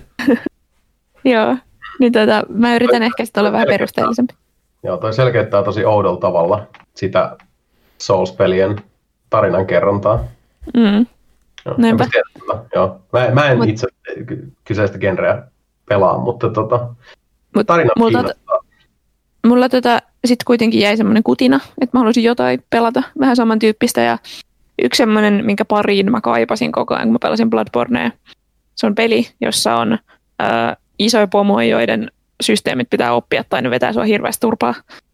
Joo, niin tota, mä yritän ehkä sitten olla vähän perusteellisempi. Joo, toi selkeyttää tosi oudolla tavalla sitä Souls-pelien tarinankerrontaa. Mm. Joo, joo. Mä, mä en Mut, itse kyseistä genreä pelaa, mutta tota, tarina kiinnostaa. Mulla tota, sitten kuitenkin jäi semmoinen kutina, että mä halusin jotain pelata vähän samantyyppistä. Ja yksi semmoinen, minkä pariin mä kaipasin koko ajan, kun mä pelasin Bloodbornea. Se on peli, jossa on ää, isoja pomoja, joiden systeemit pitää oppia tai ne vetää sua hirveästi turpaa.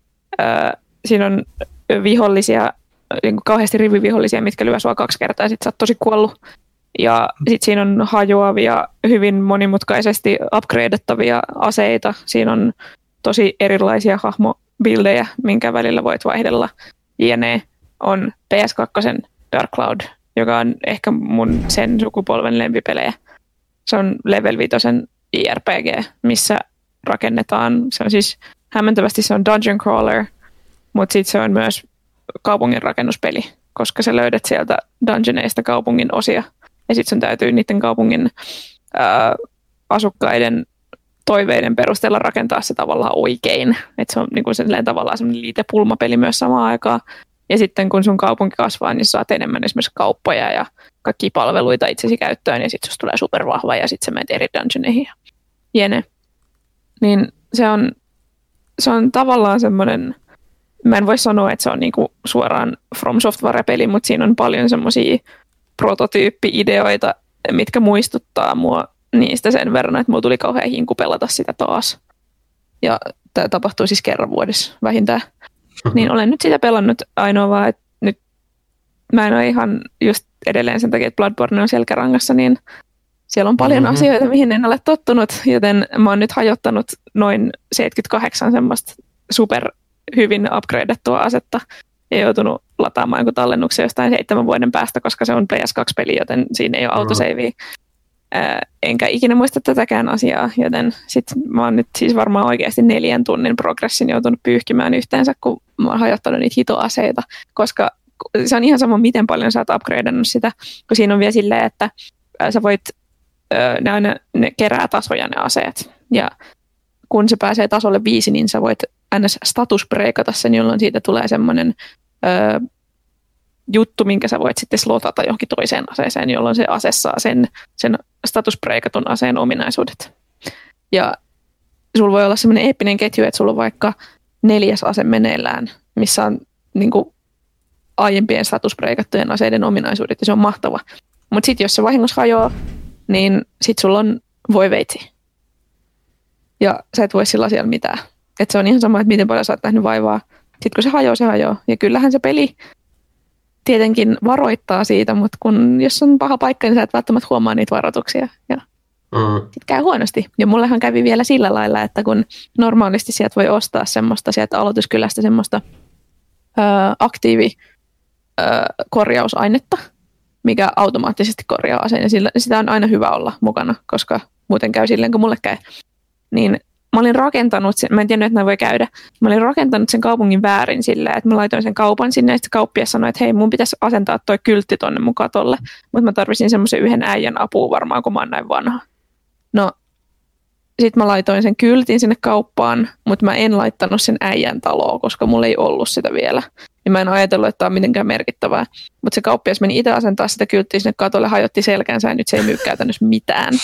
Ää, siinä on vihollisia, niin kuin kauheasti rivivihollisia, mitkä lyö sua kaksi kertaa ja sit sä oot tosi kuollut. Ja sit siinä on hajoavia, hyvin monimutkaisesti upgradettavia aseita. Siinä on tosi erilaisia hahmobildejä, minkä välillä voit vaihdella. Jne. On P S kaksi Dark Cloud, joka on ehkä mun sen sukupolven lempipelejä. Se on Level viisi J R P G, missä rakennetaan, se on siis hämmentävästi se on dungeon crawler, mutta sitten se on myös kaupungin rakennuspeli, koska sä löydät sieltä dungeoneista kaupungin osia, ja sitten sun täytyy niiden kaupungin ää, asukkaiden toiveiden perusteella rakentaa se tavallaan oikein. Että se on niin kuin tavallaan semmoinen liitepulmapeli myös samaan aikaan. Ja sitten kun sun kaupunki kasvaa, niin saat enemmän esimerkiksi kauppoja ja kaikkia palveluita itsesi käyttöön, ja sitten susta tulee supervahva, ja sitten sä menet eri dungeoneihin ja jene. Niin se on, se on tavallaan semmoinen, mä en voi sanoa, että se on niinku suoraan From Software-peli, mutta siinä on paljon semmoisia prototyyppi-ideoita, mitkä muistuttaa mua niistä sen verran, että mulla tuli kauhean hinku pelata sitä taas. Ja tämä tapahtuu siis kerran vuodessa vähintään. Niin olen nyt sitä pelannut ainoa vaan, että nyt mä en ole ihan just edelleen sen takia, että Bloodborne on selkärangassa, niin siellä on paljon mm-hmm. asioita, mihin en ole tottunut, joten mä oon nyt hajottanut noin seitsemänkymmentäkahdeksan semmoista super hyvin upgradeattua asetta ja joutunut lataamaan joku tallennuksen jostain seitsemän vuoden päästä, koska se on P S kaksi peli, joten siinä ei ole autosavea. Ää, enkä ikinä muista tätäkään asiaa, joten sit mä oon nyt siis varmaan oikeasti neljän tunnin progressin joutunut pyyhkimään yhteensä, kun mä oon hajottanut niitä hitoaseita, koska se on ihan sama, miten paljon sä oot upgradeannut sitä, kun siinä on vielä silleen, että ää, sä voit, ää, ne, aina, ne kerää tasoja ne aseet, ja kun se pääsee tasolle viisi, niin sä voit ns. Statusbreakata sen, jolloin siitä tulee semmoinen ää, juttu, minkä sä voit sitten slotata johonkin toiseen aseeseen, jolloin se ase saa sen, sen statusbreakatun aseen ominaisuudet. Ja sulla voi olla semmoinen eeppinen ketju, että sulla on vaikka neljäs ase meneillään, missä on niin kuin aiempien statusbreakattujen aseiden ominaisuudet, ja se on mahtava. Mutta sitten jos se vahingossa hajoaa, niin sitten sulla on voi veitsi. Ja sä et voi sillä asialla mitään. Että se on ihan sama, että miten paljon sä oot nähnyt vaivaa. Sitten kun se hajoaa, se hajoaa. Ja kyllähän se peli tietenkin varoittaa siitä, mutta kun, jos on paha paikka, niin sä et välttämättä huomaa niitä varoituksia. Ja mm. sitten käy huonosti. Ja mullehan kävi vielä sillä lailla, että kun normaalisti sieltä voi ostaa semmoista sieltä aloituskylästä semmoista ö, aktiivi ö, korjausainetta, mikä automaattisesti korjaa aseen. Ja sillä, sitä on aina hyvä olla mukana, koska muuten käy silleen, kun mulle käy. Niin mä olin rakentanut sen, mä en tiennyt, että näin voi käydä. Mä olin rakentanut sen kaupungin väärin silleen, että mä laitoin sen kaupan sinne, ja sitten kauppias sanoi, että hei, mun pitäisi asentaa toi kyltti tonne mun katolle. Mutta mä tarvitsin semmoisen yhden äijän apua varmaan, kun mä oon näin vanha. No, sit mä laitoin sen kyltin sinne kauppaan, mutta mä en laittanut sen äijän taloon, koska mulla ei ollut sitä vielä. Ja mä en ajatellut, että tämä on mitenkään merkittävää. Mutta se kauppias meni itse asentaa sitä kylttiä sinne katolle, hajotti selkänsä, ja nyt se ei myy käytännössä mitään.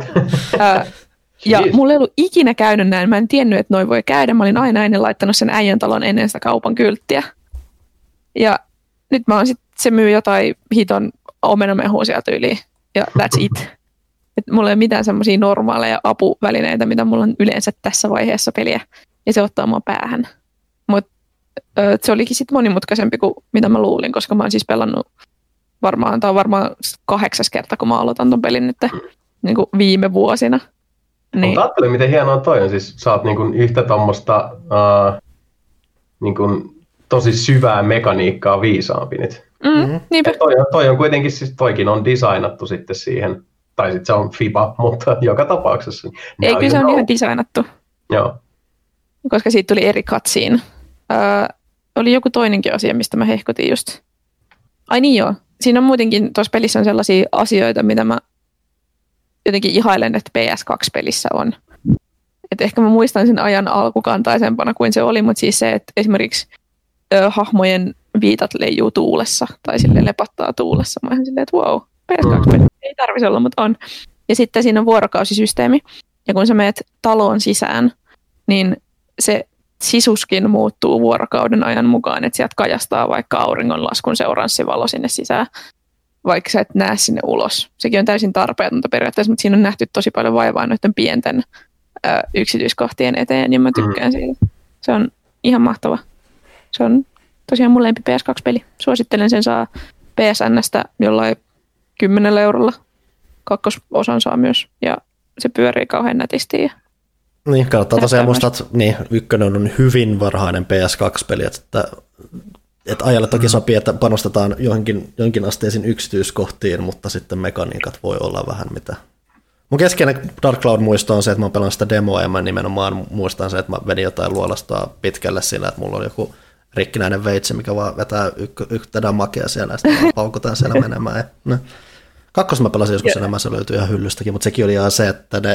Ja mulla ei ollut ikinä käynyt näin. Mä en tiennyt, että noin voi käydä. Mä olin aina ennen laittanut sen äijän talon ennen sitä kaupan kylttiä. Ja nyt mä oon sit, se myy jotain hiton omenamehua sieltä yli. Ja that's it. Et mulla ei ole mitään semmoisia normaaleja apuvälineitä, mitä mulla on yleensä tässä vaiheessa peliä. Ja se ottaa mua päähän. Mutta se olikin sitten monimutkaisempi kuin mitä mä luulin, koska mä oon siis pelannut varmaan, tää on varmaan kahdeksas kerta, kun mä aloitan ton pelin nyt niin kuin viime vuosina. Niin. Mutta ajattelin, miten hienoa toi on. Siis sä oot niin kuin yhtä tommoista uh, niin kuin tosi syvää mekaniikkaa viisaampi nyt. Mm, niinpä. Toi, toi on kuitenkin, siis toikin on designattu sitten siihen, tai sitten se on FIBA, mutta joka tapauksessa. Ei, kyllä se on ihan designattu. Joo. Koska siitä tuli eri katsiin. Öö, oli joku toinenkin asia, mistä mä hehkutin just. Ai niin joo. Siinä on muutenkin, tuossa pelissä on sellaisia asioita, mitä mä jotenkin ihailen, että P S kaksi -pelissä on. Et ehkä mä muistan sen ajan alkukantaisempana kuin se oli, mutta siis se, että esimerkiksi ö, hahmojen viitat leijuu tuulessa tai sille lepattaa tuulessa. Mä ihan silleen, että wow, P S kaksi -peli ei tarvitsisi olla, mutta on. Ja sitten siinä on vuorokausisysteemi. Ja kun sä meet taloon sisään, niin se sisuskin muuttuu vuorokauden ajan mukaan, että sieltä kajastaa vaikka auringonlaskun seoranssivalo sinne sisään, vaikka sä et näe sinne ulos. Sekin on täysin tarpeetonta periaatteessa, mutta siinä on nähty tosi paljon vaivaa noiden pienten ö, yksityiskohtien eteen, ja mä tykkään siitä. Se on ihan mahtava. Se on tosiaan mun lempi P S kaksi -peli. Suosittelen, sen saa P S N:stä jollain kymmenellä eurolla. Kakkososan saa myös, ja se pyörii kauhean nätisti. Ja niin, kannattaa tosiaan muistaa, että niin, ykkönen on hyvin varhainen P S kaksi -peli, että, että ajalle toki sopii, että panostetaan johonkin, johonkin asteisiin yksityiskohtiin, mutta sitten mekaniikat voi olla vähän mitä. Mun keskeinen Dark Cloud-muisto on se, että mä oon pelannut sitä demoa, ja mä nimenomaan muistan se, että mä vedin jotain luolastoa pitkälle sillä, että mulla oli joku rikkinäinen veitsi, mikä vaan vetää yhtä damakea siellä, ja sitten vaan paukutaan siellä menemään. Ja, no. Kakkos mä pelasin joskus enemmän, se löytyi ihan hyllystäkin, mutta sekin oli ihan se, että ne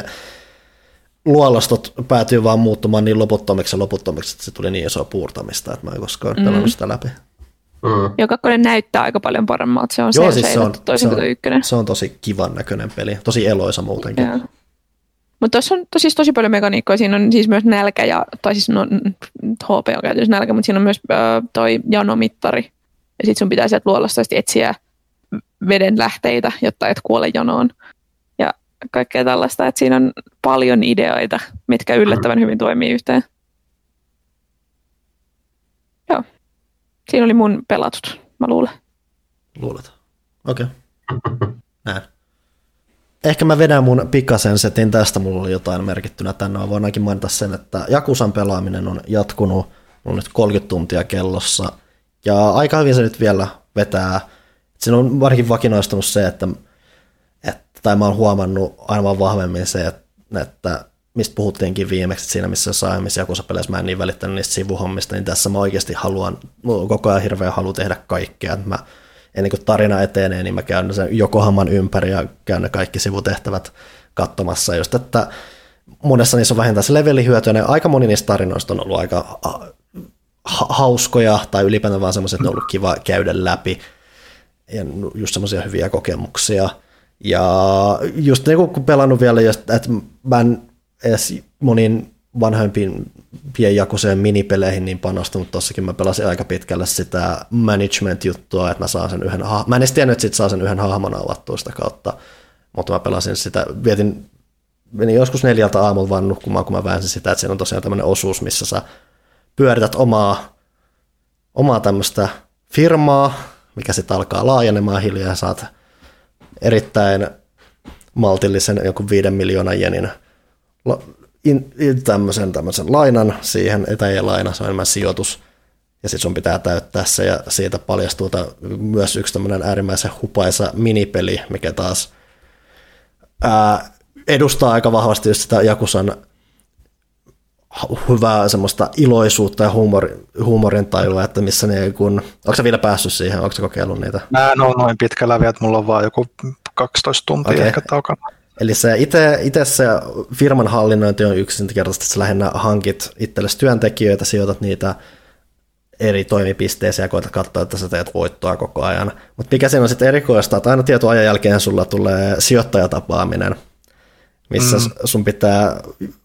luolastot päätyy vaan muuttumaan niin loputtomiksi ja loputtomiksi, että se tuli niin isoa puurtamista, että mä en koskaan mm. pelannut sitä läpi. Mm. Ja kakkonen näyttää aika paljon paremmalta, se on Joo, se, siis se, on, se, on, ykkönen. se on tosi kivan näköinen peli, tosi eloisa muutenkin. Mutta tuossa on tosi, tosi paljon mekaniikkoja, siinä on siis myös nälkä, ja, tai siis no, H P on käytössä nälkä, mutta siinä on myös äh, toi janomittari, ja sitten sun pitää sieltä luolasta etsiä veden lähteitä, jotta et kuole jonoon. Ja kaikkea tällaista, että siinä on paljon ideoita, mitkä yllättävän hyvin toimii yhteen. Joo. Siinä oli mun pelatut, mä luulen. Luulet. Okei. Okay. Näin. Ehkä mä vedän mun pikaisen setin tästä, mulla oli jotain merkittynä tänne. Mä voin ainakin mainita sen, että Jakusan pelaaminen on jatkunut, on nyt kolmekymmentä tuntia kellossa. Ja aika hyvin se nyt vielä vetää. Siinä on varsinkin vakinoistunut se, että, että tai mä oon huomannut aivan vahvemmin se, että, että mistä puhuttiinkin viimeksi, siinä missä jossain aiemmissa Jakusa-peleissä mä en niin välittänyt niistä sivuhommista, niin tässä mä oikeasti haluan, koko ajan hirveän haluan tehdä kaikkea. Että mä, ennen kuin tarina etenee, niin mä käyn sen Yokohaman ympäri ja käyn ne kaikki sivutehtävät katsomassa. Just, että monessa niissä on vähintään se levelihyötyä, ja aika moni niistä tarinoista on ollut aika ha- hauskoja, tai ylipäätään vaan semmoisia, että ne on ollut kiva käydä läpi. Ja just semmoisia hyviä kokemuksia. Ja just niin kuin pelannut vielä, että mä en edes moniin vanhoimpiin pienjakuiseen minipeleihin niin panostanut, tossakin mä pelasin aika pitkälle sitä management-juttua, että mä saan sen yhden, ha- mä en edes tiennyt, että sit saa sen yhden hahmon avattua sitä kautta, mutta mä pelasin sitä, vietin, menin joskus neljältä aamulla vaan nukkumaan, kun mä väänsin sitä, että siinä on tosiaan tämmöinen osuus, missä sä pyörität omaa, omaa tämmöistä firmaa, mikä sitten alkaa laajenemaan hiljaa, ja saat erittäin maltillisen joku viiden miljoonan jenin la, in, in, tämmöisen, tämmöisen lainan siihen, tai ei laina, se on enemmän sijoitus, ja sitten sun pitää täyttää se, ja siitä paljastuu myös yksi tämmöinen äärimmäisen hupaisa minipeli, mikä taas ää, edustaa aika vahvasti just sitä Yakusan hyvää semmoista iloisuutta ja huumori, huumorin tajua, että missä ne kun, onko sä vielä päässyt siihen, onko sä kokeillut niitä? Mä en ole noin pitkällä vielä, että mulla on vaan joku kaksitoista tuntia okay. ehkä taukana. Eli se itse, itse se firman hallinnointi on yksinkertaisesti, että sä lähinnä hankit itsellesi työntekijöitä, sijoitat niitä eri toimipisteisiin ja koetat katsoa, että sä teet voittoa koko ajan. Mutta mikä siinä on sitten erikoista, että aina tietyn ajan jälkeen sulla tulee sijoittajatapaaminen, missä mm. sun pitää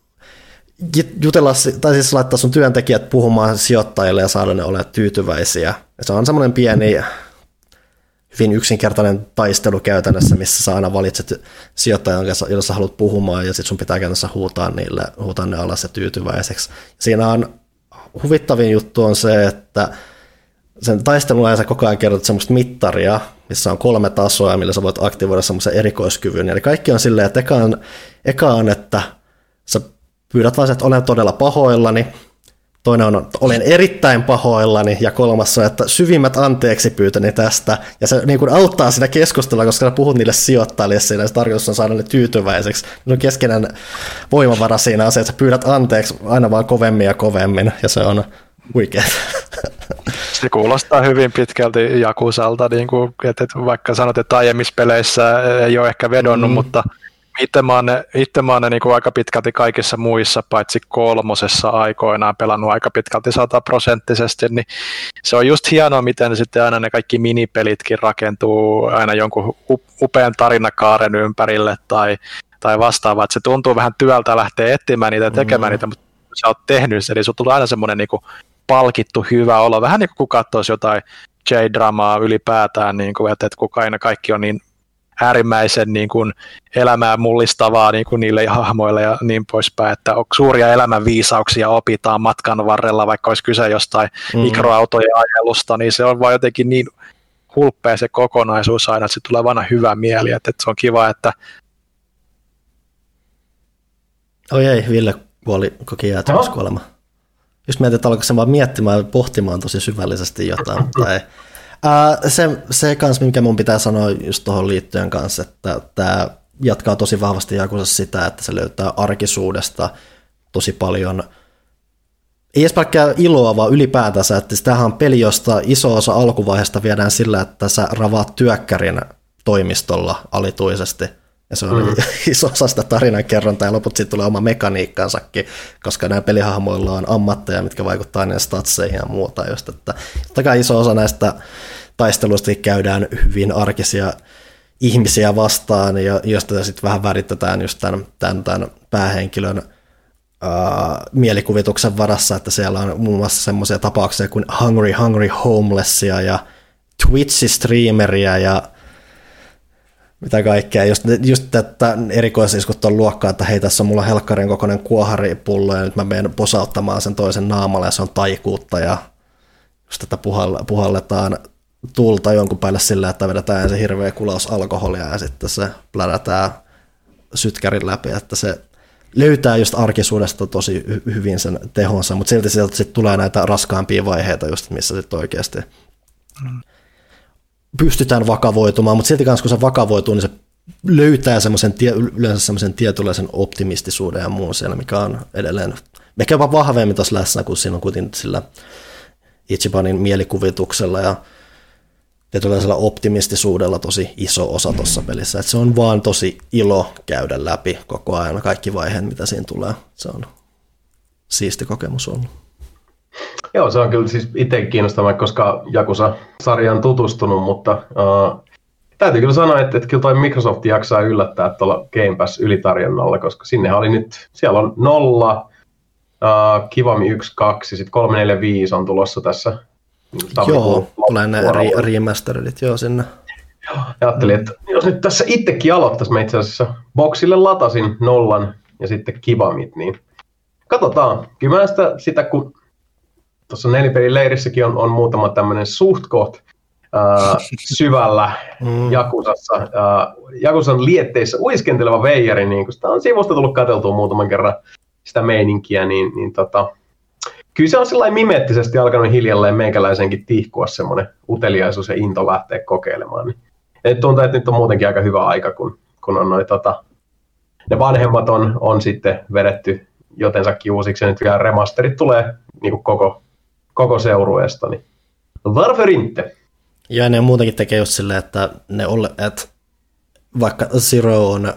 jutella, tai siis laittaa sun työntekijät puhumaan sijoittajille ja saada ne olemaan tyytyväisiä. Ja se on semmoinen pieni, hyvin yksinkertainen taistelu käytännössä, missä sä aina valitset sijoittajan, jolla sä haluat puhumaan, ja sitten sun pitää käytännössä huutaa, niille, huutaa ne alas ja tyytyväiseksi. Siinä on huvittavin juttu on se, että sen taistelun ajan sä koko ajan kerrot semmoista mittaria, missä on kolme tasoa, millä sä voit aktivoida semmoisen erikoiskyvyn. Eli kaikki on silleen, että eka on, eka on että sä pyydät vaan, että olen todella pahoillani, toinen on, olen erittäin pahoillani, ja kolmas on, että syvimmät anteeksi pyytäni tästä, ja se niin kuin auttaa sitä keskustelua, koska sä puhut niille sijoittajille siinä, ja se tarkoitus on saada ne tyytyväiseksi. No keskeinen voimavara siinä on se, että sä pyydät anteeksi aina vaan kovemmin ja kovemmin, ja se on huikeaa. Se kuulostaa hyvin pitkälti Jakusalta, niin kuin, että vaikka sanot, että aiemmissa peleissä ei ole ehkä vedonnut, mm. mutta itse mä oon ne, itse mä oon ne niin kuin aika pitkälti kaikissa muissa, paitsi kolmosessa aikoinaan pelannut aika pitkälti sataprosenttisesti, niin se on just hienoa, miten sitten aina ne kaikki minipelitkin rakentuu aina jonkun upean tarinakaaren ympärille tai, tai vastaavaa, että se tuntuu vähän työltä lähteä etsimään niitä ja tekemään mm. niitä, mutta sä oot tehnyt sen, eli sulla tulee aina semmoinen niin kuin palkittu hyvä olo, vähän niin kuin kun katsoisi jotain J-dramaa ylipäätään, niin kuin, että, että kuka aina kaikki on niin äärimmäisen niin kuin elämää mullistavaa niin kuin niille hahmoille ja niin poispäin, että suuria elämänviisauksia opitaan matkan varrella, vaikka olisi kyse jostain mm. mikroautojen ajelusta, niin se on vaan jotenkin niin hulppea se kokonaisuus aina, että se tulee vaan hyvä mieli, että, että se on kiva, että oi ei, Ville kuoli, koki jäätymiskuolema. Just mietin, että alkoi se vaan miettimään ja pohtimaan tosi syvällisesti jotain, mutta ei. Uh, se, se kanssa, mikä mun pitää sanoa just tuohon liittyen kanssa, että tämä jatkaa tosi vahvasti Jakusassa sitä, että se löytää arkisuudesta tosi paljon, ei edes pelkkää iloa, vaan ylipäätänsä, että tämähän on peli, josta iso osa alkuvaiheesta viedään sillä, että sä ravaat työkkärin toimistolla alituisesti, ja se on mm. iso osa sitä tarinankerrontaa, ja loput siitä tulee oma mekaniikkansakin, koska nämä pelihahmoilla on ammatteja, mitkä vaikuttaa niiden statseihin ja muuta. Just, että totta iso osa näistä taisteluista käydään hyvin arkisia ihmisiä vastaan, ja josta sitten vähän väritetään just tämän, tämän, tämän päähenkilön ää, mielikuvituksen varassa, että siellä on muun muassa semmoisia tapauksia kuin Hungry Hungry Homelessia ja Twitch-streameria ja mitä kaikkea, just, just että erikoisiskut on luokkaa, että hei, tässä on mulla helkkarin kokoinen kuoharipullo ja nyt mä menen posauttamaan sen toisen naamalle ja se on taikuutta ja just että puhalletaan tulta jonkun päälle sillä, että vedetään se hirveä kulaus alkoholia ja sitten se plärätään sytkärin läpi, että se löytää just arkisuudesta tosi hyvin sen tehonsa, mutta silti sieltä sitten tulee näitä raskaampia vaiheita just, missä sitten oikeasti mm. pystytään vakavoitumaan, mutta silti kanssa kun se vakavoituu, niin se löytää semmoisen tie, yleensä semmoisen tietynlaisen optimistisuuden ja muun siellä, mikä on edelleen ehkä jopa vahvemmin tuossa läsnä, kun siinä on kuitenkin sillä Ichibanin mielikuvituksella ja tietynlaisella optimistisuudella tosi iso osa tuossa pelissä. Et se on vaan tosi ilo käydä läpi koko ajan kaikki vaiheet, mitä siinä tulee. Se on siisti kokemus ollut. Joo, se on kyllä siis itse kiinnostavaa, koska Yakuza-sarjaan tutustunut, mutta uh, täytyy kyllä sanoa, että, että kyllä toi Microsoft jaksaa yllättää tuolla Game Pass ylitarjonnalla, koska sinne oli nyt, siellä on nolla, uh, Kiwami yksi, kaksi, sitten kolme, neljä, viisi on tulossa tässä. Joo, tulee ne re- remasteredit, joo sinne. Joo, ajattelin, että jos nyt tässä itsekin aloittaisi, mä itse asiassa boksille latasin nollan ja sitten Kiwamit, niin katsotaan. Kyllä mä sitä, sitä kun tuossa nelipelin leirissäkin on, on muutama tämmöinen suht koht äh, syvällä mm. Jakuzassa, äh, Jakuzan lietteissä uiskenteleva veijari, niin kun sitä on sivusta tullut katseltua muutaman kerran sitä meininkiä, niin, niin tota, kyllä se on sellainen mimeettisesti alkanut hiljalleen meikäläisenkin tihkua semmoinen uteliaisuus ja into lähteä kokeilemaan. Niin. Et tuntuu, että nyt on muutenkin aika hyvä aika, kun, kun on noi, tota, ne vanhemmat on, on sitten vedetty jotensakin uusiksi, ja nyt vielä remasterit tulee niin kuin koko, koko seurueesta. Niin. Varför inte? Ja ne muutenkin tekee just silleen, että, ne ole, että vaikka Zero on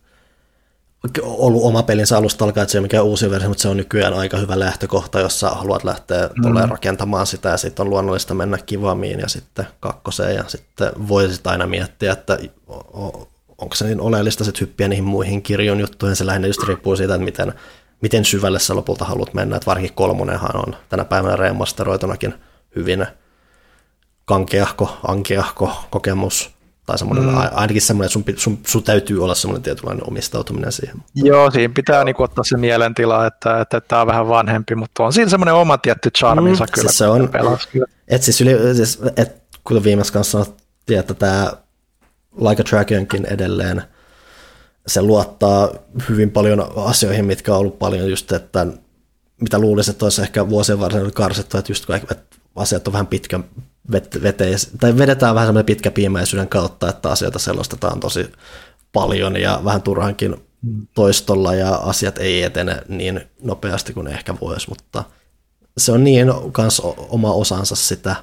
ollut oma pelinsä alusta alkaen, että se ei ole mikään uusi versio, mutta se on nykyään aika hyvä lähtökohta, jos sä haluat lähteä mm. rakentamaan sitä, ja sitten on luonnollista mennä kivamiin ja sitten kakkoseen, ja sitten voisit aina miettiä, että onko se niin oleellista sitten hyppiä niihin muihin kirjon juttuihin, se lähinnä just riippuu siitä, että miten, miten syvälle sä lopulta haluat mennä, että varsinkin kolmonenhan on tänä päivänä remasteroitunakin hyvin kankeahko, ankeahko kokemus, tai semmoinen, mm. ainakin semmoinen, että sun, sun, sun täytyy olla semmoinen tietynlainen omistautuminen siihen. Joo, siinä pitää niinku ottaa se mielentila, että, että tämä on vähän vanhempi, mutta on siinä semmoinen oma tietty charminsa mm, kyllä. Siis se on, että siis, yli, siis et, kuten viimeksi kanssa sanottiin, että tämä Like a Dragonkin edelleen, se luottaa hyvin paljon asioihin, mitkä on ollut paljon just, että mitä luulisi, että olisi ehkä vuosien varsin karsittu, että just että asiat on vähän pitkän veteis, tai vedetään vähän semmoinen pitkäpiimäisyyden kautta, että asioita selostetaan tosi paljon ja vähän turhankin toistolla ja asiat ei etene niin nopeasti kuin ehkä voisi, mutta se on niin kans oma osansa sitä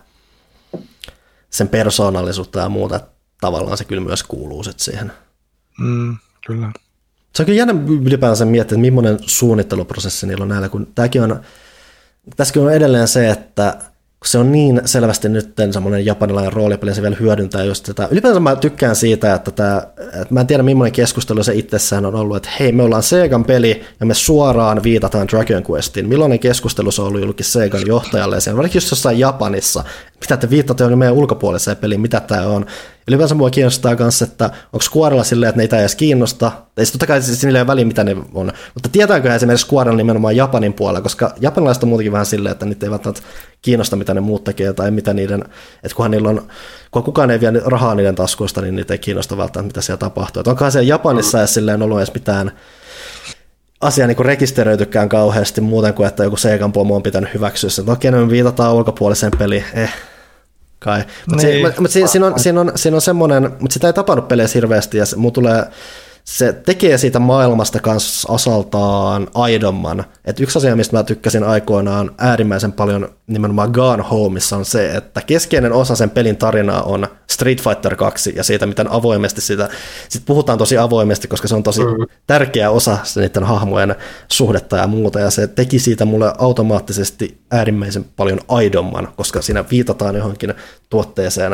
sen persoonallisuutta ja muuta, että tavallaan se kyllä myös kuuluu sit siihen. Mm, kyllä. Se on kyllä jännä ylipäänsä miettiä, että millainen suunnitteluprosessi niillä on näillä, kun tämäkin on, tässäkin on edelleen se, että se on niin selvästi nyt semmoinen japanilainen roolipeli, se vielä hyödyntää just tätä. Ylipäänsä mä tykkään siitä, että, tämä, että mä en tiedä millainen keskustelu se itsessään on ollut, että hei, me ollaan Segan peli ja me suoraan viitataan Dragon Questiin. Millainen keskustelu se on ollut julkis Segan johtajalle ja varsinkin just jossain Japanissa. Mitä te viittaatte on meidän ulkopuoliseen peliin, mitä tämä on. Ylipäänsä mua kiinnostaa myös, että onko Squarella silleen, että neitä ei edes kiinnosta. Ei se totta kai siis niillä ei ole väliä, mitä ne on. Mutta tietääkö esimerkiksi Squarella nimenomaan Japanin puolella, koska japanilaiset on muutenkin vähän silleen, että niitä ei välttämättä kiinnosta, mitä ne muut tekee, tai mitä niiden, että kunhan niillä on, kun kukaan ei vie rahaa niiden taskuista, niin niitä ei kiinnosta välttämättä, mitä siellä tapahtuu. Että onkohan siellä Japanissa edes silleen ollut edes mitään asiaa niin kuin rekisteröitykään kauheasti muuten kuin, että joku Segan pomo on pitänyt hyväksyä sen. Okei, me viitataan ulkopuoliseen peliin, eh. Kai. Mutta niin. si, mut si, siinä on, siinä on, siinä on semmoinen, mutta sitä ei tapahdu peleissä hirveästi, ja se, tulee, se tekee siitä maailmasta kanssa osaltaan aidomman. Et yksi asia, mistä mä tykkäsin aikoinaan äärimmäisen paljon nimenomaan Gone Homeissa on se, että keskeinen osa sen pelin tarinaa on Street Fighter kaksi, ja siitä, miten avoimesti sitä, sit puhutaan tosi avoimesti, koska se on tosi mm. tärkeä osa niiden hahmojen suhdetta ja muuta, ja se teki siitä mulle automaattisesti äärimmäisen paljon aidomman, koska siinä viitataan johonkin tuotteeseen,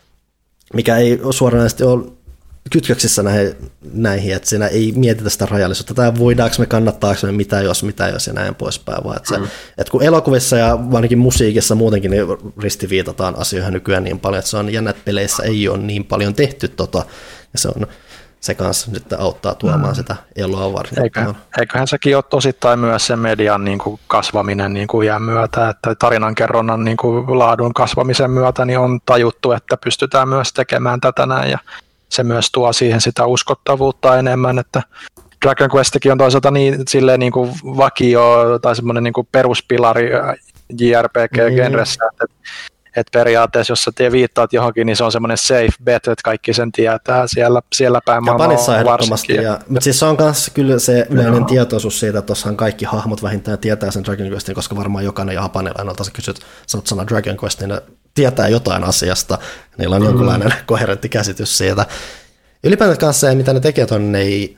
mikä ei suoranaisesti ole kytköksissä näihin, näihin, että siinä ei mietitä sitä rajallisuutta, tai voidaanko me, kannattaako me, mitä jos, mitä jos ja näin poispäin, vaan että, se, mm. että kun elokuvissa ja ainakin musiikissa muutenkin niin ristiviitataan asioihin nykyään niin paljon, että se on jännä, että peleissä ei ole niin paljon tehty tota, ja se on se kanssa sitten auttaa tuomaan mm. sitä eloa varsin. Eiköhän, eiköhän sekin ole osittain myös sen median niin kuin kasvaminen niin kuin jään myötä, että tarinankerronnan niin kuin laadun kasvamisen myötä niin on tajuttu, että pystytään myös tekemään tätä näin, ja se myös tuo siihen sitä uskottavuutta enemmän, että Dragon Questikin on toisaalta niin, silleen niin kuin vakio tai semmoinen niin kuin peruspilari J R P G-genressä, mm. että, että periaatteessa jos sä tie viittaat johonkin, niin se on semmoinen safe bet, että kaikki sen tietää siellä, siellä päin maailmaa varsinkin. Ja, mutta siis se on myös kyllä se yleinen no. tietoisuus siitä, että tuossahan kaikki hahmot vähintään tietää sen Dragon Questin, koska varmaan jokainen japanilainen, jolta sä kysyt, sanot sana Dragon Questin, tietää jotain asiasta, niillä on mm. jonkunlainen koherentti käsitys siitä. Ylipäätään kanssa se, mitä ne tekee tuonne, ne ei,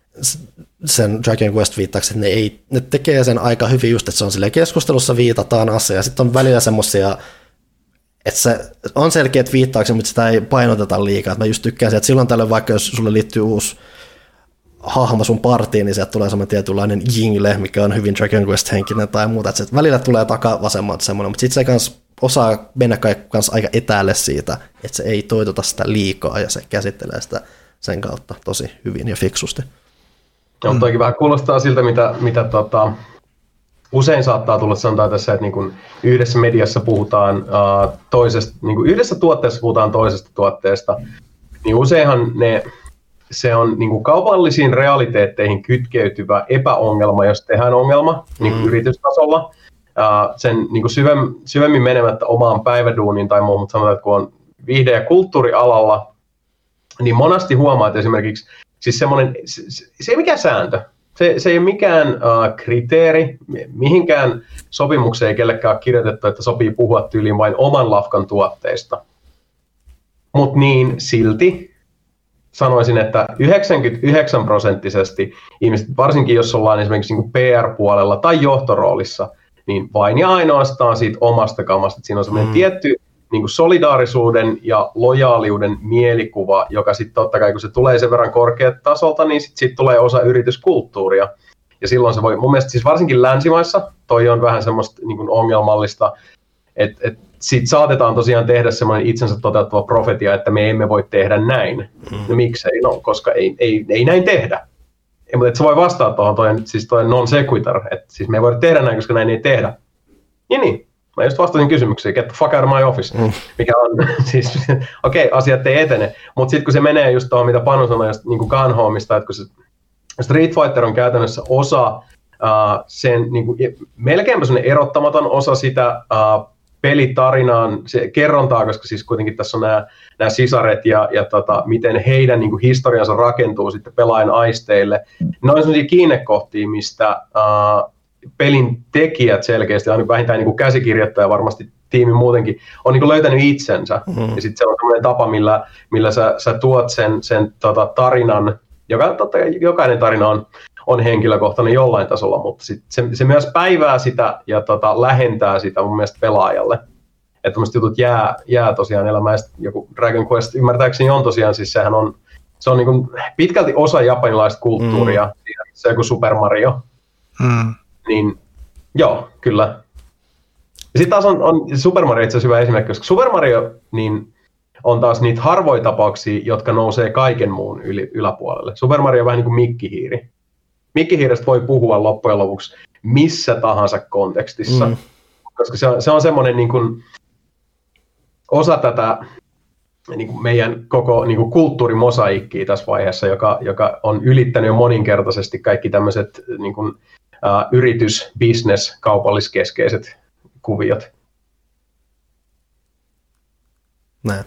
sen Dragon Quest viittaukset, ne, ei, ne tekee sen aika hyvin just, että se on silleen keskustelussa viitataan asia, ja sitten on välillä semmoisia, että se on selkeät viittaukset, mutta sitä ei painoteta liikaa. Mä just tykkään se, että silloin tällöin, vaikka jos sulle liittyy uusi hahmo sun partiin, niin sieltä tulee semmoinen tietynlainen jingle, mikä on hyvin Dragon Quest-henkinen tai muuta, että se välillä tulee takavasemmalta semmoinen, mutta sitten se kans osaa mennä kans aika etäälle siitä, että se ei toitota sitä liikaa ja se käsittelee sitä sen kautta tosi hyvin ja fiksusti. Ja toki vähän kuulostaa siltä, mitä, mitä tota, usein saattaa tulla sanotaan tässä, että niin kuin yhdessä mediassa puhutaan uh, toisesta, niin kuin yhdessä tuotteessa puhutaan toisesta tuotteesta, niin useinhan ne, se on niin kuin kaupallisiin realiteetteihin kytkeytyvä epäongelma, jos tehdään ongelma niin kuin mm. yritystasolla. Uh, sen niin kuin syvem, syvemmin menemättä omaan päiväduuniin tai muuhun, mutta sanotaan, että kun on viihde- ja kulttuurialalla, niin monasti huomaa, että esimerkiksi siis semmoinen, se, se ei mikään sääntö. Se, se ei ole mikään uh, kriteeri, mihinkään sopimukseen ei kellekään ole kirjoitettu, että sopii puhua tyyliin vain oman lafkan tuotteista. Mutta niin silti sanoisin, että yhdeksänkymmentäyhdeksän prosenttisesti ihmiset, varsinkin jos ollaan esimerkiksi niin kuin P R-puolella tai johtoroolissa, niin vain ja ainoastaan siitä omasta kamasta. Siinä on semmoinen mm. tietty niin kuin solidaarisuuden ja lojaaliuden mielikuva, joka sitten totta kai, kun se tulee sen verran korkeat tasolta, niin sitten sit tulee osa yrityskulttuuria. Ja silloin se voi, mun mielestä siis varsinkin länsimaissa, toi on vähän semmoista niin kuin ongelmallista, että et sitten saatetaan tosiaan tehdä semmoinen itsensä toteuttava profetia, että me emme voi tehdä näin. Mm. No miksei? No, koska ei, ei, ei näin tehdä. Ja, mutta et sä voi vastata tuohon, toi, siis toi non sequitur, että siis me ei voida tehdä näin, koska näin ei tehdä. Niin niin. Mä just vastasin kysymyksiin, get the fuck out of my office, mm. mikä on siis, okei, okay, asiat ei etene, mutta sitten kun se menee just tuohon, mitä Panu sanoi, just niin kuin Gunhomeista, että kun se Street Fighter on käytännössä osa, uh, sen niin kuin, melkeinpä sellainen erottamaton osa sitä uh, pelitarinaan, se kerrontaa, koska siis kuitenkin tässä on nämä, nämä sisaret ja, ja tota, miten heidän niin kuin historiansa rakentuu sitten pelaajan aisteille. Ne on sellaisia kiinnekohtia, mistä uh, pelin tekijät selkeästi, aina vähintään niin kuin käsikirjoittaja varmasti tiimi muutenkin, on niin kuin löytänyt itsensä. Mm-hmm. Ja sitten se on sellainen tapa, millä, millä sä, sä tuot sen, sen tota, tarinan, joka, totta, jokainen tarina on, on henkilökohtainen jollain tasolla, mutta sit se, se myös päivää sitä ja tota, lähentää sitä mun mielestä pelaajalle. Että tämmöiset jutut jää, jää tosiaan elämään. Joku Dragon Quest ymmärtääkseni on tosiaan, siis sehän on, se on niin kuin pitkälti osa japanilaista kulttuuria, mm. se on joku Super Mario. Mm. Niin joo, kyllä. Ja sitten taas on, on Super Mario itse asiassa hyvä esimerkki, koska Super Mario niin on taas niitä harvoja tapauksia, jotka nousee kaiken muun yli, yläpuolelle. Super Mario on vähän niin kuin mikkihiiri. Mikkihiirestä voi puhua loppujen lopuksi missä tahansa kontekstissa, mm. koska se on, se on semmoinen niin kuin osa tätä niin kuin meidän koko niin kuin kulttuurimosaikkiä tässä vaiheessa, joka, joka on ylittänyt jo moninkertaisesti kaikki tämmöiset niin kuin Uh, yritys, business, kaupalliskeskeiset kuviot. Näin.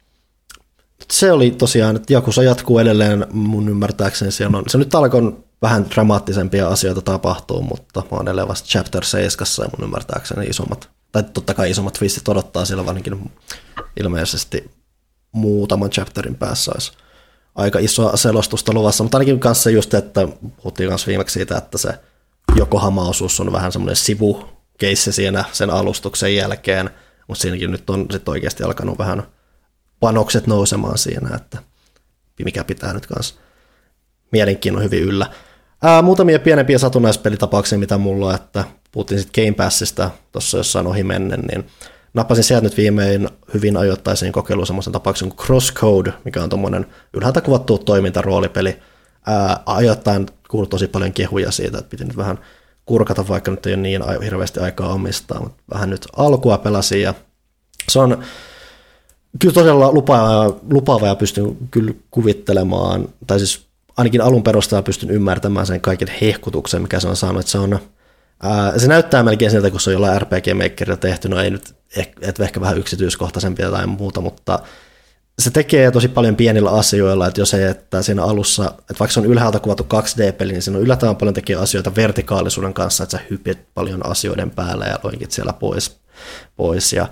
Se oli tosiaan, että Yakuza jatkuu edelleen mun ymmärtääkseni. Siellä on, se nyt alkoi vähän dramaattisempia asioita tapahtuu, mutta mä oon edelleen vasta chapter seitsemässä ja mun ymmärtääkseni isommat, tai totta kai isommat twistit odottaa siellä varsinkin ilmeisesti muutaman chapterin päässä olisi aika isoa selostusta luvassa, mutta ainakin kanssa just, että puhuttiin kanssa viimeksi siitä, että se Yokohama-osuus on vähän semmoinen sivukeissi siinä sen alustuksen jälkeen, mutta siinäkin nyt on sit oikeasti alkanut vähän panokset nousemaan siinä, että mikä pitää nyt kanssa mielenkiinnon hyvin yllä. Ää, muutamia pienempiä satunnaispelitapauksia, mitä mulla on, että puhuttiin sitten Game Passista tuossa jossain ohi mennen, niin nappasin sieltä nyt viimein hyvin ajoittaisiin kokeiluun semmoisen tapauksen kuin Crosscode, mikä on tuommoinen ylhäältä kuvattu toimintaroolipeli. Ää, ajoittain kuului tosi paljon kehuja siitä, että piti nyt vähän kurkata, vaikka nyt ei ole niin hirveästi aikaa omistaa, mutta vähän nyt alkua pelasin ja se on kyllä todella lupaava, lupaava ja pystyn kyllä kuvittelemaan, tai siis ainakin alun perusteella pystyn ymmärtämään sen kaiken hehkutuksen, mikä se on saanut, että se on, ää, se näyttää melkein siltä, kun se on jollain R P G Makerilla tehty, no ei nyt, et ehkä vähän yksityiskohtaisempia tai muuta, mutta se tekee tosi paljon pienillä asioilla, että jos ei, että siinä alussa, että vaikka se on ylhäältä kuvattu kaksi D-peli, niin siinä on yllättävän paljon tekee asioita vertikaalisuuden kanssa, että sä hypit paljon asioiden päälle ja loinkit siellä pois. pois. Ja,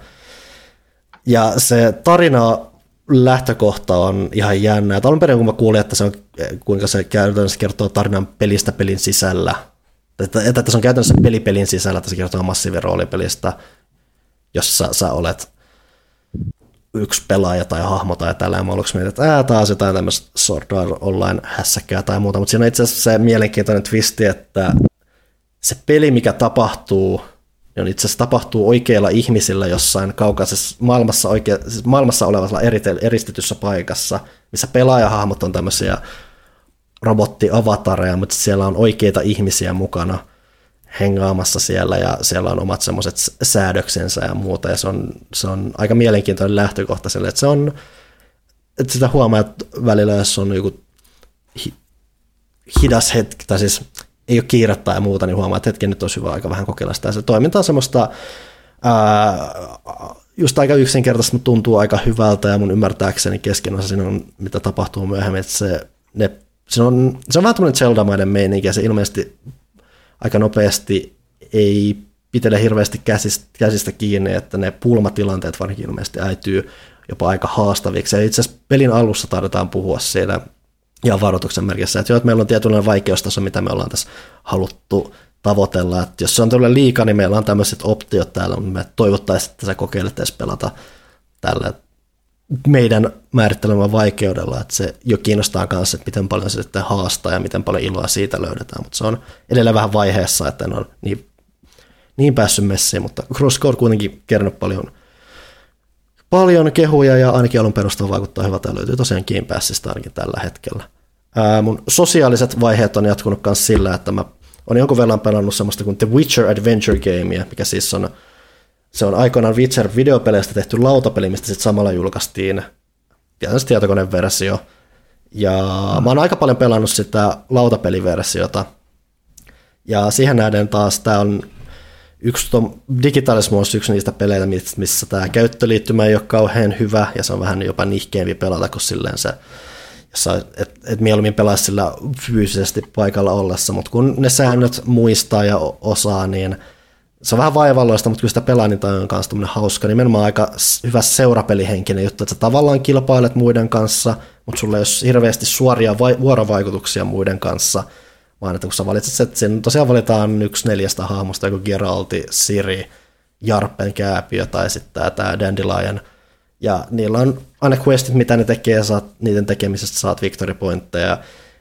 ja se tarina lähtökohta on ihan jännä. Alun perin kun mä kuulin, että se on, kuinka se käytännössä kertoo tarinan pelistä pelin sisällä, että, että se on käytännössä peli pelin sisällä, että se kertoo massiiviroolipelistä, jossa sä olet yksi pelaaja tai hahmo tai tällä, ja mä aluksi mietin, että ää, taas jotain tämmöistä Sword Art Online-hässäkkää tai muuta, mutta siinä on itse asiassa se mielenkiintoinen twisti, että se peli, mikä tapahtuu, niin itse asiassa tapahtuu oikeilla ihmisillä jossain kaukaisessa maailmassa, oikea, siis maailmassa olevassa eristetyssä paikassa, missä pelaajahahmot on tämmöisiä robottiavatareja, mutta siellä on oikeita ihmisiä mukana hengaamassa siellä ja siellä on omat semmoiset säädöksensä ja muuta ja se on, se on aika mielenkiintoinen lähtökohta sille, että se on, että sitä huomaa, että välillä jos on joku hi, hidas hetki, tai siis ei ole kiirettä ja muuta, niin huomaa, että hetken nyt olisi hyvä aika vähän kokeilla sitä. Se toiminta on semmoista ää, just aika yksinkertaisesti, mutta tuntuu aika hyvältä ja mun ymmärtääkseni keskinosa siinä on, mitä tapahtuu myöhemmin, että se, ne, se, on, se on vähän tämmöinen Zelda-maiden meininki ja se ilmeisesti aika nopeasti ei pitele hirveästi käsistä, käsistä kiinni, että ne pulmatilanteet varsinkin ilmeisesti äityy jopa aika haastaviksi. Ja itse asiassa pelin alussa taidetaan puhua siitä ihan varoituksen merkissä, että, jo, että meillä on tietynlainen vaikeustaso, mitä me ollaan tässä haluttu tavoitella. Että jos se on todella liikaa, niin meillä on tämmöiset optiot täällä, mutta me toivottaisiin, että sä kokeilet edes pelata tällä meidän määrittelemään vaikeudella, että se jo kiinnostaa kanssa, että miten paljon se sitten haastaa ja miten paljon iloa siitä löydetään, mutta se on edelleen vähän vaiheessa, että en ole niin, niin päässyt messiin, mutta CrossCode kuitenkin kerännyt paljon, paljon kehuja ja ainakin alun perusteella vaikuttaa hyvältä ja löytyy tosiaan Game Passista ainakin tällä hetkellä. Ää, mun sosiaaliset vaiheet on jatkunut myös sillä, että mä olen jonkun verran pelannut semmoista kuin The Witcher Adventure Gamea, mikä siis on Se on aikoinaan Witcher-videopeleistä tehty lautapeli, mistä sitten samalla julkaistiin tietokoneversio. Ja mm. mä oon aika paljon pelannut sitä lautapeliversiota. Ja siihen nähden taas tämä on yksi digitaalismuodossa yksi niistä peleitä, missä tämä käyttöliittymä ei ole kauhean hyvä, ja se on vähän jopa nihkeämpi pelata kuin silleen se, että et mieluummin pelaa sillä fyysisesti paikalla ollessa, mutta kun ne säännöt muistaa ja osaa, niin se on vähän vaivalloista, mutta kyllä sitä pelaa, niin tämä on myös tämmöinen hauska, nimenomaan aika hyvä seurapelihenkinen juttu, että sä tavallaan kilpailet muiden kanssa, mutta sulla ei ole hirveästi suoria vai- vuorovaikutuksia muiden kanssa, vaan että kun sä valitset, että siinä tosiaan valitaan yksi neljästä hahmosta, joku Geralti, Ciri, Jarpen Kääpiö tai sitten tämä Dandelion, ja niillä on aina questit, mitä ne tekee, ja saat, niiden tekemisestä saat victory pointteja,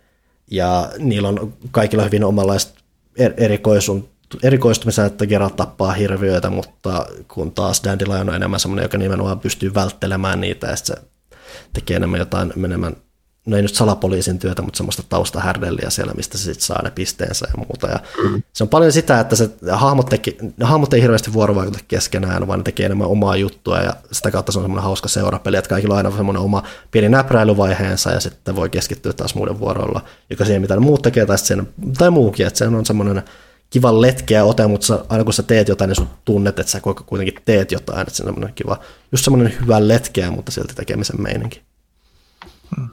ja niillä on kaikilla hyvin omanlaista erikoisun erikoistumisen, että Geralt tappaa hirviöitä, mutta kun taas Dandelion on enemmän semmoinen, joka nimenomaan pystyy välttelemään niitä, ja se tekee enemmän jotain enemmän, no ei nyt salapoliisin työtä, mutta semmoista taustahärdelliä siellä, mistä se sitten saa ne pisteensä ja muuta. Ja mm-hmm. Se on paljon sitä, että se hahmot, teki, hahmot ei hirveästi vuorovaikuta keskenään, vaan ne tekee enemmän omaa juttua, ja sitä kautta se on semmoinen hauska seurapeli, että kaikilla on aina semmoinen oma pieni näpräilyvaiheensa, ja sitten voi keskittyä taas muiden vuoroilla, joka siihen, mitä ne muut tekee, tai, sen, tai muukin, että se on semmoinen kiva letkeä ote, mutta aina kun sä teet jotain, niin sun tunnet, että sä kuitenkin teet jotain, että se on semmoinen kiva, just semmoinen hyvä letkeä, mutta silti tekemisen meininki. Hmm.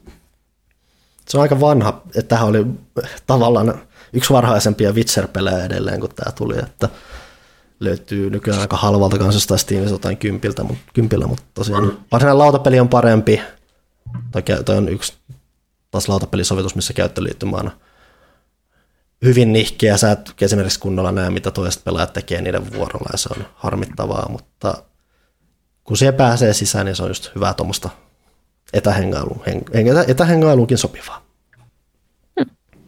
Se on aika vanha, että tämähän oli tavallaan yksi varhaisempia Witcher-pelejä edelleen, kun tämä tuli, että löytyy nykyään aika halvalta kanssa jostain Steamissa jotain kympiltä, mutta, kympillä, mutta tosiaan varsinainen lautapeli on parempi. Toi, toi on yksi taas lautapelisovitus, missä käyttöliittymä on hyvin nihkeä, sä et esimerkiksi kunnolla näe, mitä toiset pelaajat tekee niiden vuorolla, ja se on harmittavaa, mutta kun siihen pääsee sisään, niin se on just hyvää tuommoista etähengailuun, etähengailuunkin sopivaa. Hmm.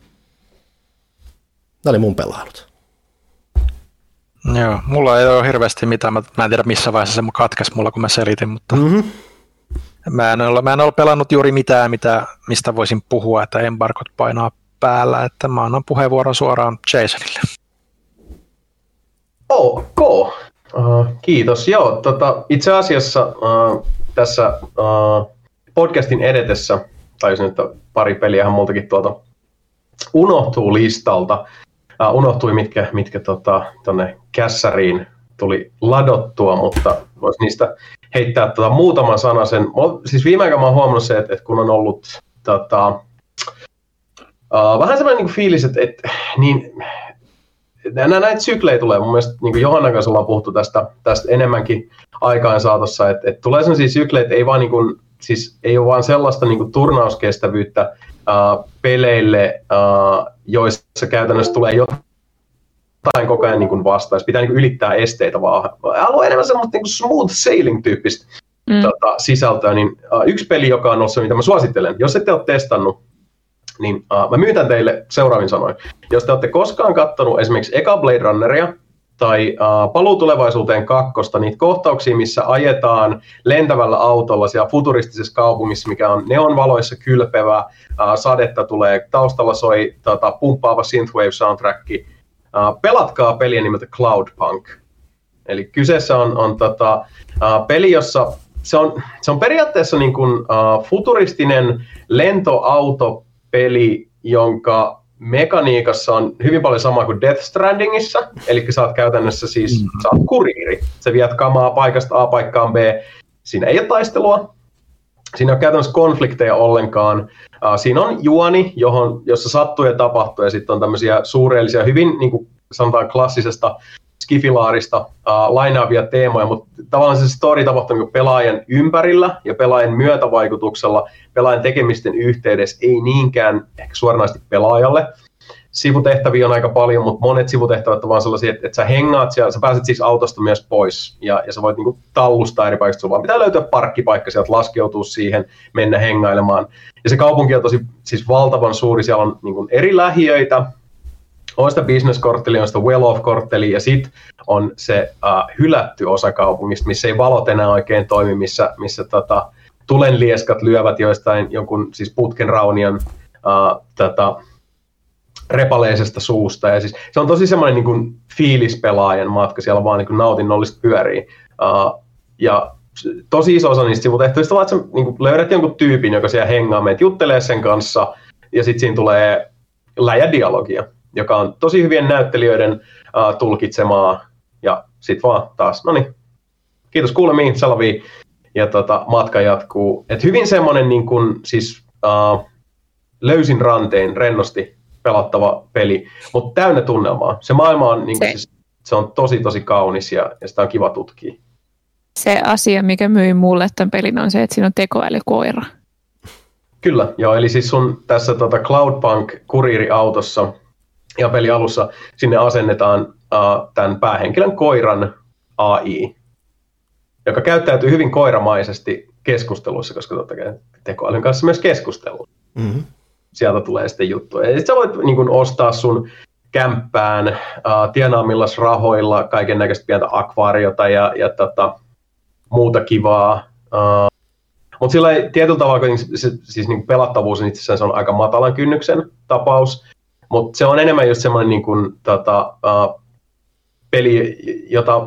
Nämä oli mun pelailut. Joo, mulla ei ole hirveästi mitään, mä, mä en tiedä missä vaiheessa se katkesi mulla, kun mä selitin, mutta mm-hmm. mä, en ole, mä en ole pelannut juuri mitään, mitä, mistä voisin puhua, että embargot painaa päällä, että mä annan puheenvuoron suoraan Jasonille. Ok, uh, kiitos. Joo, tota, itse asiassa uh, tässä uh, podcastin edetessä, tajusin, että pari peliähän multakin tuolta unohtuu listalta. Uh, unohtui, mitkä, mitkä tota, tonne kässäriin tuli ladottua, mutta voisi niistä heittää tota, muutaman sanasen. Siis viime aikoina mä oon huomannut se, että, että kun on ollut tota, Uh, vähän semmoinen niin fiilis, että, että niin, näitä syklejä tulee. Mun mielestä niin Johannan kanssa ollaan puhuttu tästä, tästä enemmänkin aikaan saatossa, että, että tulee sellaisia syklejä, että ei, vaan, niin kuin, siis, ei ole vaan sellaista niin kuin turnauskestävyyttä uh, peleille, uh, joissa käytännössä tulee jotain koko ajan niin vastaan. Pitää niin kuin ylittää esteitä vaan. Haluan enemmän semmoista niin smooth sailing-tyyppistä mm. tota, sisältöä. Niin, uh, yksi peli, joka on ollut se, mitä mä suosittelen, jos ette ole testannut, niin uh, mä myytän teille seuraavin sanoin. Jos te olette koskaan kattonut esimerkiksi eka Blade Runneria tai uh, Paluu tulevaisuuteen kakkosta, niitä kohtauksia, missä ajetaan lentävällä autolla siellä futuristisessa kaupungissa, mikä on neonvaloissa kylpevää, uh, sadetta tulee, taustalla soi tota, pumppaava synthwave soundtrack, uh, pelatkaa peliä nimeltä Cloudpunk. Eli kyseessä on, on tota, uh, peli, jossa se on, se on periaatteessa niin kuin, uh, futuristinen lentoautopeli, jonka mekaniikassa on hyvin paljon sama kuin Death Strandingissa, eli sä oot käytännössä siis, sä oot kuriiri. Sä viet kamaa paikasta A paikkaan B, siinä ei ole taistelua, siinä ei ole käytännössä konflikteja ollenkaan. Uh, siinä on juoni, johon, jossa sattuu ja tapahtuu, ja sitten on tämmöisiä suureellisia, hyvin niin kuin sanotaan klassisesta skifilaarista uh, lainaavia teemoja, mutta tavallaan se story tapahtuu niin pelaajan ympärillä ja pelaajan myötävaikutuksella, pelaajan tekemisten yhteydessä, ei niinkään ehkä suoranaisesti pelaajalle. Sivutehtäviä on aika paljon, mutta monet sivutehtävät on vaan sellaisia, että, että sä hengaat siellä, sä pääset siis autosta myös pois ja, ja sä voit niin kuin tallustaa eri paikasta, vaan pitää löytyä parkkipaikka sieltä, laskeutua siihen, mennä hengailemaan. Ja se kaupunki on tosi siis valtavan suuri, siellä on niin kuin eri lähiöitä, on sitä business-korttelia, on sitä well-off-korttelia ja sitten on se uh, hylätty osa kaupungista, missä ei valot enää oikein toimi, missä, missä tota, tulenlieskat lyövät joistain jonkun siis putken raunian uh, tota, repaleisesta suusta. Ja siis, se on tosi semmoinen niin kuin fiilispelaajan matka, siellä vaan niin kuin nautinnollista pyörii. Uh, ja tosi iso osa niistä sivutehtävistä vaan, että sä niin kuin löydät jonkun tyypin, joka siellä hengaa, meet juttelee sen kanssa ja sitten siinä tulee läjädialogia, joka on tosi hyvien näyttelijöiden uh, tulkitsemaa, ja sit vaan taas, no niin, kiitos kuulemiin, salaviin, ja tota, matka jatkuu. Et hyvin semmoinen niin kun, siis, uh, löysin rantein, rennosti pelattava peli, mutta täynnä tunnelmaa. Se maailma on, niin kun, se. Siis, se on tosi tosi kaunis, ja, ja sitä on kiva tutkia. Se asia, mikä myi mulle tämän pelin, on se, että siinä on tekoälykoira. Kyllä, joo, eli siis sun tässä tota Cloudpunk-kuriiriautossa, ja peli alussa sinne asennetaan uh, tämän päähenkilön koiran A I, joka käyttäytyy hyvin koiramaisesti keskusteluissa, koska totta kai tekoälyn kanssa myös keskustellaan. Mm-hmm. Sieltä tulee sitten juttuja. Ja sit sä voit niin kun, ostaa sun kämppään uh, tienaamillas rahoilla kaiken näköistä pientä akvaariota ja, ja tota, muuta kivaa. Uh, Mutta sillä ei tietyllä tavalla, se, siis niin pelattavuus niin itse asiassa on aika matalan kynnyksen tapaus. Mutta se on enemmän just semmoinen niin kuin, tota, uh, peli, jota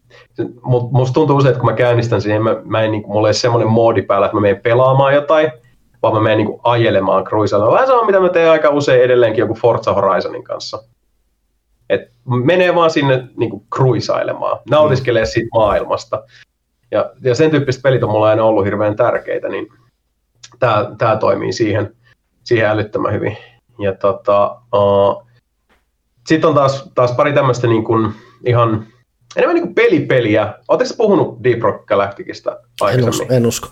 musta tuntuu usein, että kun mä käynnistän sen, mä, mä en, niin kuin, mulla ei ole semmoinen moodi päällä, että mä menen pelaamaan jotain, vaan mä menen niin kuin ajelemaan cruisella. Vähän sama, mitä mä teen aika usein edelleenkin joku Forza Horizonin kanssa. Et menee vaan sinne niin kuin cruisailemaan, nautiskelee siitä maailmasta. Ja, ja sen tyyppiset pelit on mulla aina ollut hirveän tärkeitä, niin tää, tää toimii siihen, siihen älyttömän hyvin. Ja tota, uh, sitten on taas, taas pari tämmöistä niin kuin ihan enemmän niin kuin pelipeliä. Oletteko puhunut Deep Rock Galacticista aikaisemmin? En, en usko.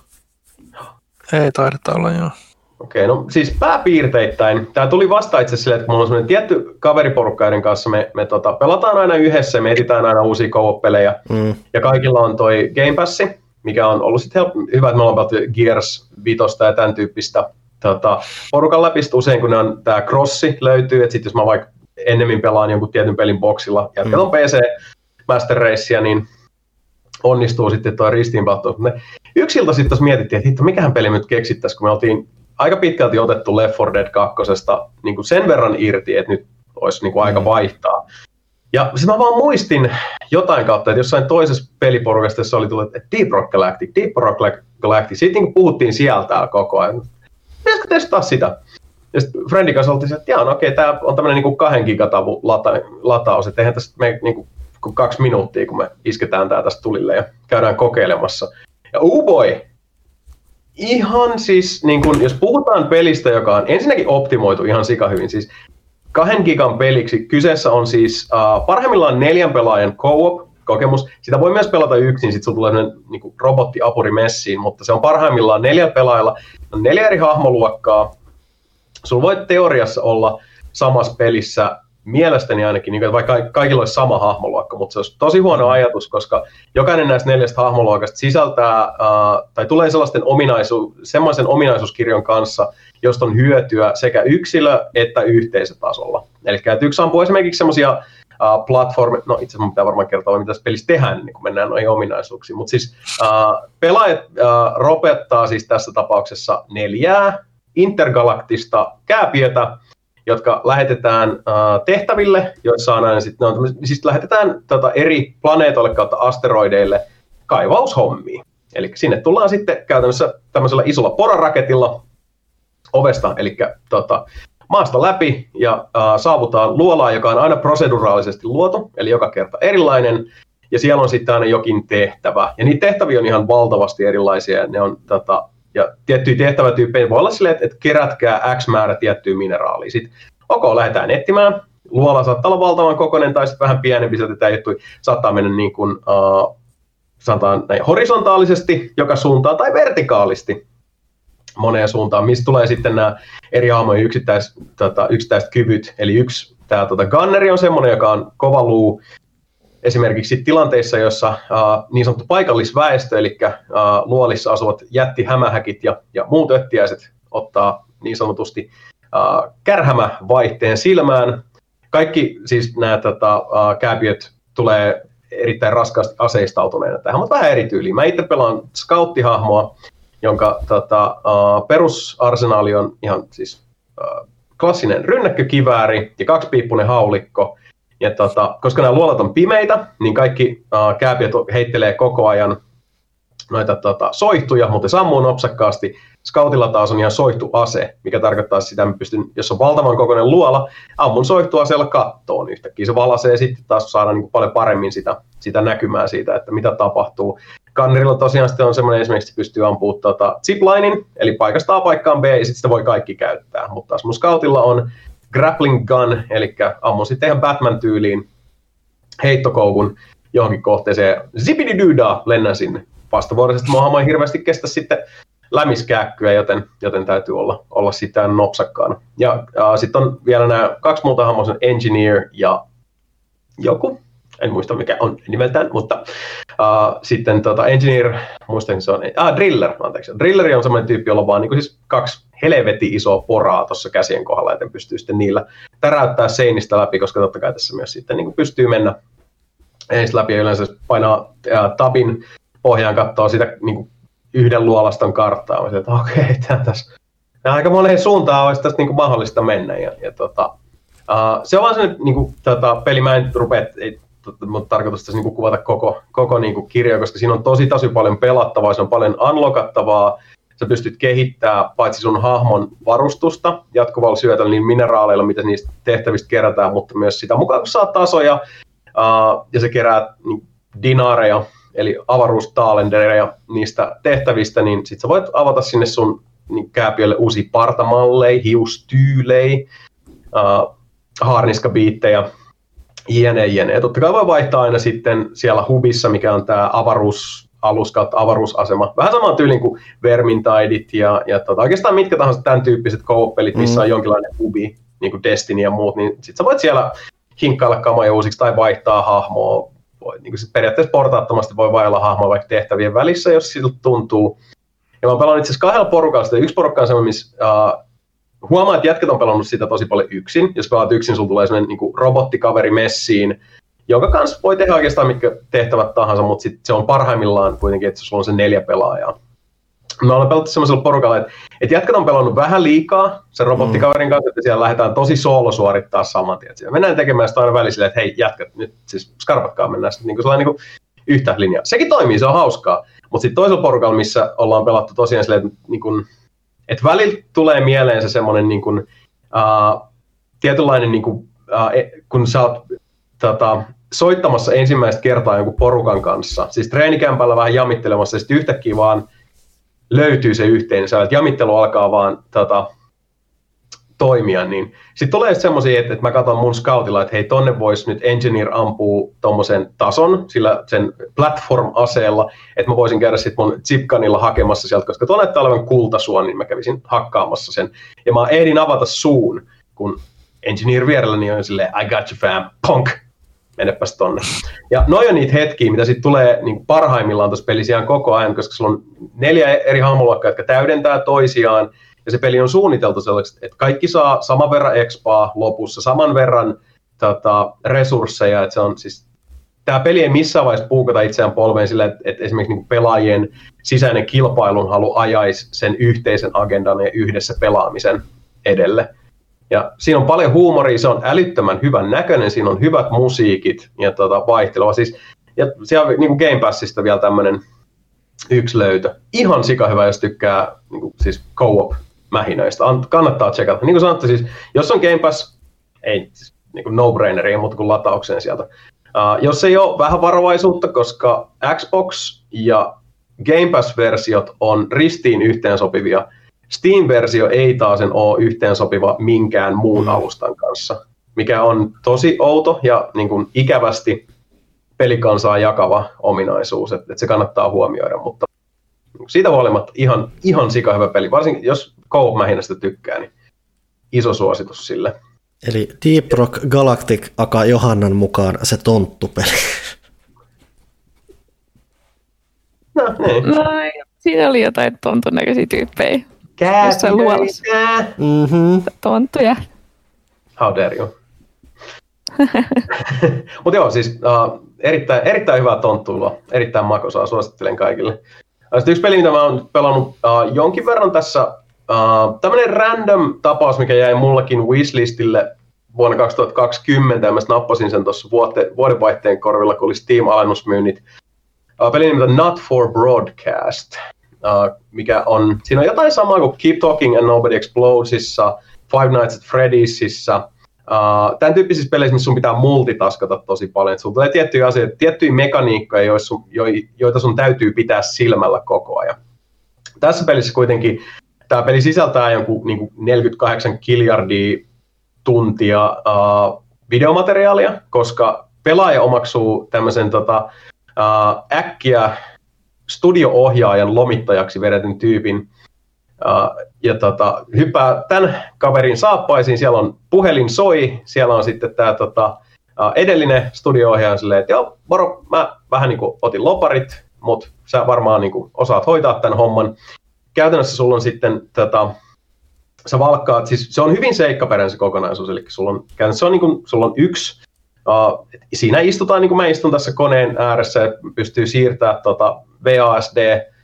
Ei taideta olla, joo. Okei, okay, no siis pääpiirteittäin. Tämä tuli vasta itse silleen, että kun mulla on semmoinen tietty kaveriporukka, joiden kanssa me, me tota, pelataan aina yhdessä, me etsitään aina uusia co-op-pelejä. Mm. Ja kaikilla on toi Game Pass, mikä on ollut sitten hyvä, että me ollaan pelattu Gears Vitosta ja tämän tyyppistä. Tota, porukan läpi usein, kun ne on, tää crossi löytyy, että sit jos mä vaikka ennemmin pelaan jonkun tietyn pelin boksilla ja katson mm. P C Master Racea, niin onnistuu sitten tuo ristiinpalautus. Yksi ilta sitten mietittiin, että hitto, mikähän peli nyt keksittäisiin, kun me oltiin aika pitkälti otettu Left four Dead kaksi niin kuin sen verran irti, että nyt olisi niin kuin aika vaihtaa. Ja sitten mä vaan muistin jotain kautta, että jossain toisessa peliporukasta, jossa oli tullut, että Deep Rock Galactic, Deep Rock Galactic, sitten niin puhuttiin sieltä koko ajan. Pitäisikö testaa sitä? Ja sitten friendin kanssa oltiin, että jaa, no okei, tämä on tämmöinen niin kahden gigatavun lata, lataus, että eihän tästä mene niin kuin kaksi minuuttia, kun me isketään tää tästä tulille ja käydään kokeilemassa. Ja oh boy! Ihan siis, niin kun, jos puhutaan pelistä, joka on ensinnäkin optimoitu ihan sikahyvin, siis kahden gigan peliksi, kyseessä on siis uh, parhaimmillaan neljän pelaajan co-op-kokemus. Sitä voi myös pelata yksin, sitten sulla tulee niin kuin robottiapuri messiin, mutta se on parhaimmillaan neljän pelaajalla. On neljä eri hahmoluokkaa. Sulla voi teoriassa olla samassa pelissä, mielestäni ainakin, niin vaikka kaikilla olisi sama hahmoluokka, mutta se olisi tosi huono ajatus, koska jokainen näistä neljästä hahmoluokasta sisältää, uh, tai tulee sellaisten ominaisu- semmoisen ominaisuuskirjon kanssa, josta on hyötyä sekä yksilö- että yhteisötasolla. Eli yksi ampuu esimerkiksi semmoisia uh, platformeja, no itse asiassa mun pitää varmaan kertoa, mitä tässä pelissä tehdään, niin kun mennään noihin ominaisuuksiin, mutta siis uh, pelaajat uh, ropettaa siis tässä tapauksessa neljää intergalaktista kääpiötä, jotka lähetetään uh, tehtäville, joissa on aina sitten, no, siis lähetetään tota, eri planeetoille kautta asteroideille kaivaushommia. Eli sinne tullaan sitten käytännössä tämmöisellä isolla poraraketilla ovesta, eli tota, maasta läpi ja uh, saavutaan luolaan, joka on aina proseduraalisesti luotu, eli joka kerta erilainen, ja siellä on sitten aina jokin tehtävä. Ja niitä tehtäviä on ihan valtavasti erilaisia, ne on tota, ja tiettyjä tehtävätyyppejä voi olla silleen, että, että kerätkää X määrä tiettyä mineraalia. Sitten ok, lähdetään etsimään. Luola saattaa olla valtavan kokoinen tai sitten vähän pienempi, sieltä tämä juttu saattaa mennä niin kuin, uh, sanotaan näin, horisontaalisesti joka suuntaan tai vertikaalisti moneen suuntaan, mistä tulee sitten nämä eri hahmojen yksittäis, tota, yksittäiset kyvyt. Eli yksi, tämä tota, Gunneri on semmoinen, joka on kova luu, esimerkiksi tilanteissa, jossa uh, niin sanottu paikallisväestö, eli uh, luolissa asuvat jättihämähäkit ja, ja muut öttiäiset ottaa niin sanotusti uh, kärhämävaihteen silmään. Kaikki siis nämä tota, uh, kääpiöt tulee erittäin raskaasti aseistautuneena tähän, mutta vähän eri tyyliin. Mä itse pelaan scouttihahmoa, jonka tota, uh, perusarsenaali on ihan siis uh, klassinen rynnäkkökivääri ja kaksipiippunen haulikko. Ja tota, koska nämä luolat on pimeitä, niin kaikki uh, kääpiöt heittelee koko ajan noita tota, soihtuja, mutta sammuu nopsakkaasti. Scoutilla taas on ihan soihtuase, mikä tarkoittaa sitä, että pystyn, jos on valtavan kokoinen luola, ammun soihtuaseella kattoon yhtäkkiä. Se valaisee sitten taas saada niin kuin paljon paremmin sitä, sitä näkymää siitä, että mitä tapahtuu. Gunnerilla tosiaan sitten on semmoinen esimerkiksi, että pystyy ampumaan tota, ziplinin, eli paikasta A paikkaan B, ja sitten sitä voi kaikki käyttää. Mutta taas mun Scoutilla on grappling gun, eli ammun sitten ihan Batman-tyyliin heittokoukun johonkin kohteeseen. Zipididyydaa, lennän sinne. Vastavuoroisesti mun hahmo ei hirveästi kestä sitten lämiskääkkyä, joten, joten täytyy olla, olla sitten nopsakkaana. Ja äh, sitten on vielä nämä kaksi muuta hahmoa, on Engineer ja joku, en muista mikä on nimeltään, mutta äh, sitten tota, Engineer, muistan se on, ah, Driller, anteeksi. Drilleri on semmoinen tyyppi, jolla on vaan niin kuin siis kaksi helvetin isoa poraa tuossa käsien kohdalla, joten pystyy sitten niillä täräyttää seinistä läpi, koska totta kai tässä myös sitten niin kuin pystyy mennä ensin läpi ja yleensä painaa äh, tabin pohjaan, katsoo sitä niin kuin yhden luolaston karttaa. Mä sanoin, että okei, okay, tässä aika moneen suuntaan olisi tästä niin kuin mahdollista mennä. Ja, ja tota, uh, se on vaan sellainen niin kuin, tota, peli, mä en rupea, ei, mutta tarkoitus tässä niin kuin kuvata koko, koko niin kuin kirjoa, koska siinä on tosi tosi paljon pelattavaa, se on paljon unlockattavaa. Sä pystyt kehittämään paitsi sun hahmon varustusta jatkuvalla syötöllä niin mineraaleilla, mitä niistä tehtävistä kerätään, mutta myös sitä mukaan, kun saa tasoja uh, ja se kerää niin, dinaareja, eli avaruustaalendereja niistä tehtävistä, niin sit sä voit avata sinne sun niin, kääpiölle uusia partamalleja, hiustyylejä, uh, haarniskabiittejä, jne, jne. Ja totta kai voi vaihtaa aina sitten siellä hubissa, mikä on tää avaruusalus kautta avaruusasema. Vähän samaan tyylin kuin Vermintidet ja, ja tota, oikeastaan mitkä tahansa tämän tyyppiset co-op-pelit, missä mm. on jonkinlainen hubi, niin kuin Destiny ja muut, niin sit sä voit siellä hinkkailla kamoja uusiksi tai vaihtaa hahmoa. Voi, niin kuin periaatteessa portaattomasti voi vailla hahmoa vaikka tehtävien välissä, jos siltä tuntuu. Ja mä oon pelannut itse asiassa kahdella porukalla. Yksi porukka on semmoinen, missä uh, huomaa, että jätket on pelannut sitä tosi paljon yksin. Jos pelaat yksin, sulla tulee semmoinen niin kuin robottikaveri messiin, jonka kanssa voi tehdä oikeastaan mitkä tehtävät tahansa, mutta sit se on parhaimmillaan kuitenkin, että sulla on se neljä pelaajaa. Mä olen pelannut semmoisella porukalla, että, että jätket on pelannut vähän liikaa sen robottikaverin kanssa, että siellä lähdetään tosi soolo suorittaa saman tien. Siellä mennään tekemään sitä aina välissä, että hei jätkät, nyt siis skarpatkaa, mennään sitten niin sellainen niin yhtä linjaa. Sekin toimii, se on hauskaa. Mutta sitten toisella porukalla, missä ollaan pelattu tosiaan silleen, että, niin kuin, että välillä tulee mieleen se semmoinen niin kuin, uh, tietynlainen, niin kuin, uh, kun sä oot tota, soittamassa ensimmäistä kertaa jonkun porukan kanssa, siis treenikämpällä vähän jamittelemassa, ja sitten yhtäkkiä vaan löytyy se yhteen, sä, että jamittelu alkaa vaan tota, toimia, niin sitten tulee semmoisia, että, että mä katson mun scoutilla, että hei, tonne voisi nyt Engineer ampuu tommosen tason sillä sen platform-aseella, että mä voisin käydä sitten mun zipgunilla hakemassa sieltä, koska tuo näyttää olevan kultasua, niin mä kävisin hakkaamassa sen. Ja mä ehdin avata suun, kun Engineer vierelläni on silleen, I got you fam, ponk, menepäs tonne. Ja noi on niitä hetkiä, mitä sitten tulee niin parhaimmillaan tuossa pelissä ihan koko ajan, koska sulla on neljä eri hahmoluokkaa, jotka täydentää toisiaan, ja se peli on suunniteltu sellaiseksi, että kaikki saa saman verran expaa lopussa, saman verran tota, resursseja, että se on siis, tämä peli ei missään vaiheessa puukata itseään polveen sillä, että, että esimerkiksi niin pelaajien sisäinen kilpailun halu ajaisi sen yhteisen agendan ja yhdessä pelaamisen edelle. Ja siinä on paljon huumoria, se on älyttömän hyvän näköinen, siinä on hyvät musiikit ja tota, vaihtelua. Siis, ja siellä on niin kuin Game Passista vielä tämmöinen yksi löytö. Ihan sikahyvä, jos tykkää niin kuin, siis co-op-mähinöistä. Kannattaa tsekata. Niin kuin sanottu, siis, jos on Game Pass, ei siis, niin kuin no-braineria, mutta kuin lataukseen sieltä. Uh, jos ei ole vähän varovaisuutta, koska Xbox ja Game Pass-versiot on ristiin yhteensopivia. Steam-versio ei taasen ole yhteensopiva minkään muun alustan kanssa, mikä on tosi outo ja niin kuin ikävästi pelikansaa jakava ominaisuus, että et se kannattaa huomioida, mutta siitä huolimatta ihan, ihan sikahyvä peli, varsinkin jos co-op-mähinästä tykkää, niin iso suositus sille. Eli Deep Rock Galactic aka Johannan mukaan se tonttupeli. No, niin. No, siinä oli jotain tontun näköisiä tyyppejä. Jossain luolassa. Mm-hmm. Tonttuja. How dare you. Mutta joo, siis uh, erittäin, erittäin hyvää tonttuilua, erittäin makosaa, suosittelen kaikille. Sitten yksi peli, mitä mä oon pelannut uh, jonkin verran tässä, uh, tämmönen random tapaus, mikä jäi mullakin wishlistille vuonna kaksituhattakaksikymmentä, ja mä nappasin sen tuossa vuodenvaihteen korvilla, kun oli Steam-alennusmyynnit. Uh, peli nimeltä Not for Broadcast, uh, mikä on, siinä on jotain samaa kuin Keep Talking and Nobody Explodesissa, Five Nights at Freddysissä, uh, tämän tyyppisissä peleissä, missä sun pitää multitaskata tosi paljon. Et sulla tulee tiettyjä asioita, tiettyjä mekaniikkoja, joita sun täytyy pitää silmällä koko ajan. Tässä pelissä kuitenkin tämä peli sisältää jonkun niin kuin neljäkymmentäkahdeksan miljardia tuntia uh, videomateriaalia, koska pelaaja omaksuu tämmöisen tota, Uh, äkkiä studio-ohjaajan lomittajaksi vedetyn tyypin uh, ja tota, hyppää tämän kaverin saappaisiin, siellä on puhelin soi, siellä on sitten tämä tota, uh, edellinen studio-ohjaaja silleen, että joo, moro, mä vähän niin kuin otin loparit, mutta sä varmaan niin kuin osaat hoitaa tämän homman. Käytännössä sulla on sitten, tota, sä valkkaat, siis se on hyvin seikkaperäinen se kokonaisuus, eli sulla on, käytännössä on, niin kuin, sulla on yksi. Uh, siinä istutaan, niin kuin mä istun tässä koneen ääressä, että pystyy siirtämään tota V A S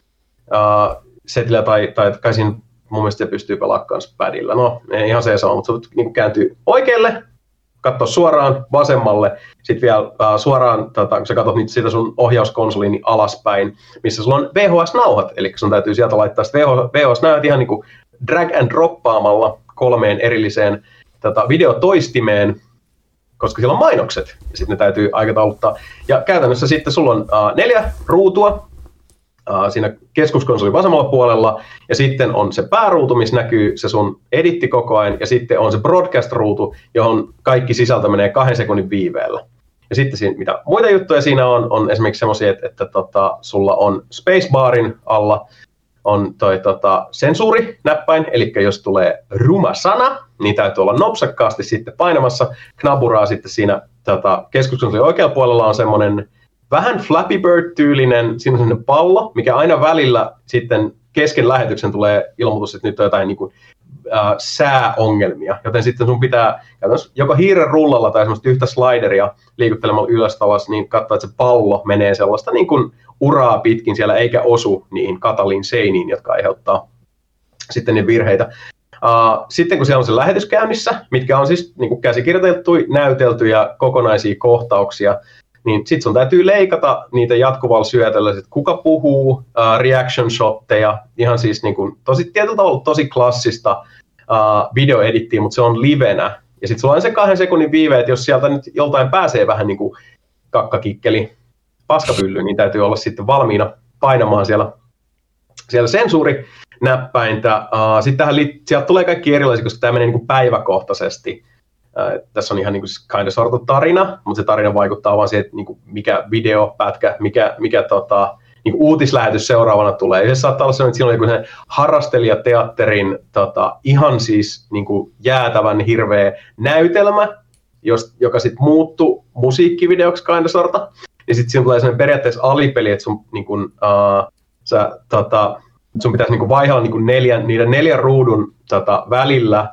D-setillä uh, tai, tai kai siinä mun mielestä se pystyy pelaamaan kanssa padilla. No, ei ihan se sama, mutta se niin kääntyy oikealle, katsoa suoraan vasemmalle, sitten vielä uh, suoraan, tota, kun sä katsot niitä, siitä sun ohjauskonsoliin niin alaspäin, missä sulla on V H S-nauhat, eli sun täytyy sieltä laittaa V H S-nauhat ihan niin kuin drag and droppaamalla kolmeen erilliseen tota, videotoistimeen, koska siellä on mainokset, ja sitten ne täytyy aikatauluttaa. Ja käytännössä sitten sulla on uh, neljä ruutua uh, siinä keskuskonsolin vasemmalla puolella, ja sitten on se pääruutu, missä näkyy se sun editti koko ajan, ja sitten on se broadcast-ruutu, johon kaikki sisältö menee kahden sekunnin viiveellä. Ja sitten siinä, mitä muita juttuja siinä on, on esimerkiksi semmoisia, että, että tota, sulla on spacebarin alla, on toi tota, sensuurinäppäin, eli jos tulee ruma sana, niin täytyy olla nopsakkaasti sitten painamassa knaburaa sitten siinä tota, keskuskonsolin oikealla puolella on semmoinen vähän Flappy Bird-tyylinen, siinä on semmoinen pallo, mikä aina välillä sitten kesken lähetyksen tulee ilmoitus, että nyt on jotain niin kuin, äh, sääongelmia, joten sitten sun pitää joko hiiren rullalla tai semmoista yhtä slideria liikuttelemalla ylös alas, niin katsoa, että se pallo menee sellaista niin kuin uraa pitkin siellä, eikä osu niihin kataliin seiniin, jotka aiheuttaa sitten ne virheitä. Uh, sitten kun siellä on se lähetys käynnissä, mitkä on siis niin kuin käsikirjoitettuja, näyteltyjä kokonaisia kohtauksia, niin sitten sun täytyy leikata niitä jatkuvalla syötöllä, että kuka puhuu, uh, reaction shotteja, ihan siis niin kuin, tosi, tietyllä tavalla tosi klassista uh, videoedittiä, mutta se on livenä. Ja sitten sulla on se kahden sekunnin viive, että jos sieltä nyt joltain pääsee vähän niin kuin kakkakikkeli paskapyllyyn, niin täytyy olla sitten valmiina painamaan siellä, siellä sensuurinäppäintä. Uh, sitten tähän li- sieltä tulee kaikki erilaisia, koska tämä menee niin kuin päiväkohtaisesti. Uh, tässä on ihan niin kuin kind of sort of tarina, mutta se tarina vaikuttaa vaan siihen, että niin kuin mikä videopätkä, mikä, mikä tota, niin kuin uutislähetys seuraavana tulee. Ja se saattaa olla sellainen, että siinä on joku sellainen harrastelijateatterin tota, ihan siis niin kuin jäätävän hirveä näytelmä, jos, joka sitten muuttuu musiikkivideoksi kind of sorta. Ja sitten siinä tulee sellainen periaatteessa alipeli, että sun, niin kun, uh, sä, tota, sun pitäisi niin kun vaihella niin kun neljän, niiden neljän ruudun tota, välillä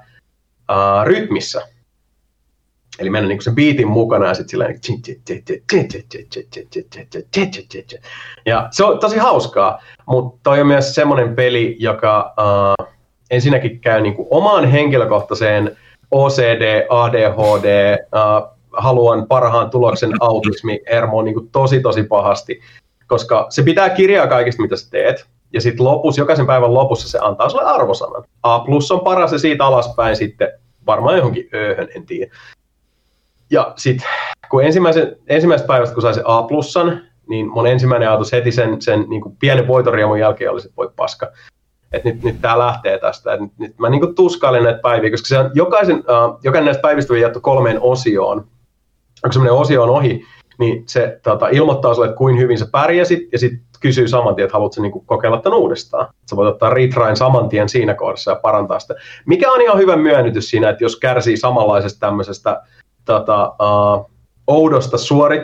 uh, rytmissä. Eli mennä niin sen beatin mukana ja sitten sillä ja se on tosi hauskaa, mutta toi on myös semmoinen peli, joka uh, ensinnäkin käy niin kun omaan henkilökohtaiseen O C D, A D H D, uh, haluan parhaan tuloksen autismi, hermo on niin kuin tosi tosi pahasti, koska se pitää kirjaa kaikista, mitä sä teet, ja sitten lopussa, jokaisen päivän lopussa se antaa sulle arvosanan. A plus on paras ja siitä alaspäin sitten varmaan johonkin ööhön, en tiedä. Ja sitten kun ensimmäisen, ensimmäisestä päivästä, kun sai se A plussan, niin mun ensimmäinen ajatus heti sen, sen niin kuin pienen voitoriemun jälkeen oli, että voi paska. Että nyt, nyt tää lähtee tästä. Et nyt, nyt mä niin kuin tuskailen näitä päiviä, koska se on jokaisen, uh, jokainen näistä päivistä on jaettu kolmeen osioon. Kun semmoinen osio on ohi, niin se tota, ilmoittaa sulle, että kuin hyvin sä pärjäsit, ja sitten kysyy saman tien, että haluatko niin kuin kokeilla tämän uudestaan. Sä voit ottaa retryin saman tien siinä kohdassa ja parantaa sitä. Mikä on ihan hyvä myönnytys siinä, että jos kärsii samanlaisesta tämmöisestä tota, uh, oudosta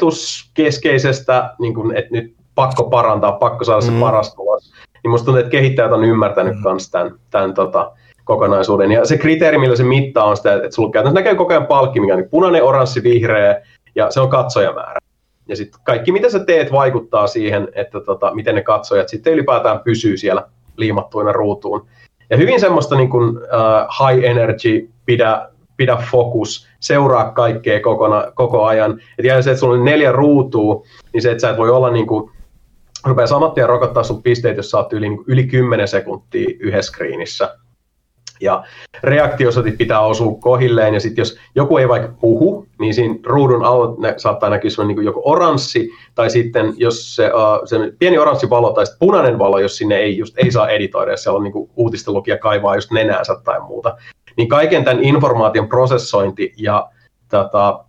suorituskeskeisestä, niin kuin, että nyt pakko parantaa, pakko saada se mm. paras tulos, niin musta tuntuu, että kehittäjät on ymmärtänyt myös mm. tämän, tämän tota, kokonaisuuden. Ja se kriteeri, millä se mittaa, on sitä, että sulla käytännössä näkee koko ajan palkki, mikä on punainen, oranssi, vihreä, ja se on katsojamäärä. Ja sitten kaikki, mitä sä teet, vaikuttaa siihen, että tota, miten ne katsojat sitten ylipäätään pysyy siellä liimattuina ruutuun. Ja hyvin semmoista niin kuin, uh, high energy, pidä, pidä fokus, seuraa kaikkea kokona, koko ajan. Et ja se, että sulla on neljä ruutua, niin se, että sä et voi olla niin kuin, rupeaa saman tien rokottaa sun pisteet, jos sä oot yli, niin yli kymmenen sekuntia yhdessä screenissä. Ja reaktiosotit pitää osua kohilleen, ja sitten jos joku ei vaikka puhu, niin siinä ruudun alla ne saattaa näkyä sellainen niin joku oranssi, tai sitten jos se, uh, se pieni oranssi valo tai sitten punainen valo, jos sinne ei, just, ei saa editoida, jos siellä on niin uutistenlukija kaivaa just nenäänsä tai muuta. Niin kaiken tämän informaation prosessointi ja tota,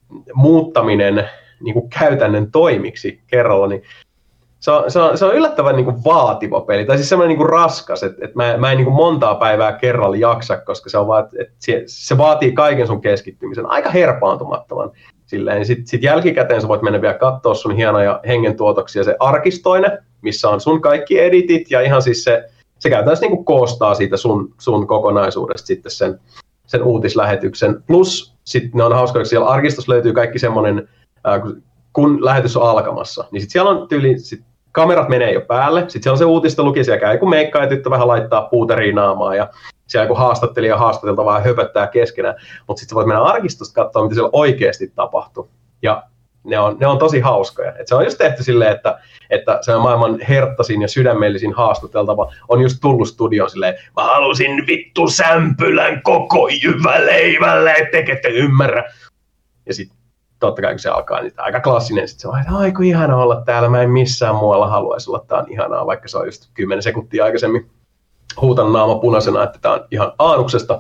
muuttaminen niin kuin käytännön toimiksi kerralla, niin Se on, se, on, se on yllättävän niin kuin vaativa peli, tai siis semmoinen niin kuin raskas, että, että mä, mä en niin kuin montaa päivää kerralla jaksa, koska se, on vaan, että se, se vaatii kaiken sun keskittymisen aika herpaantumattoman. Sitten sit jälkikäteen sä voit mennä vielä katsoa sun hienoja hengentuotoksia, se arkistoinen, missä on sun kaikki editit, ja ihan siis se, se käytännössä niin kuin koostaa siitä sun, sun kokonaisuudesta sitten sen, sen uutislähetyksen. Plus sitten ne on hauska, koska siellä arkistossa löytyy kaikki semmoinen, äh, kun lähetys on alkamassa, niin sitten siellä on tyyli, sit kamerat menee jo päälle, sitten siellä on se uutistenlukija, siellä käy joku meikka ja tyttö vähän laittaa puuteriin naamaa ja siellä joku haastattelija ja haastatelta vaan höpöttää keskenään, mutta sitten sä voit mennä arkistosta katsoa, mitä siellä oikeasti tapahtuu. Ja ne on, ne on tosi hauskoja. Et se on just tehty silleen, että, että se on maailman herttasin ja sydämellisin haastateltava on just tullut studioon silleen, mä halusin vittu sämpylän koko jyväleivälle, ettekä te ymmärrä. Ja sitten totta kai kun se alkaa, niin aika klassinen. Sitten se on, että ai kun ihana olla täällä, mä en missään muualla haluaisi olla, tää on ihanaa, vaikka se on just kymmenen sekuntia aikaisemmin huutanut naama punaisena, että tää on ihan aanuksesta.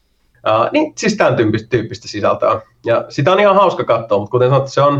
Uh, niin siis tämän tyyppistä, tyyppistä sisältöä. Ja sitä on ihan hauska katsoa, mutta kuten sanottu, se on,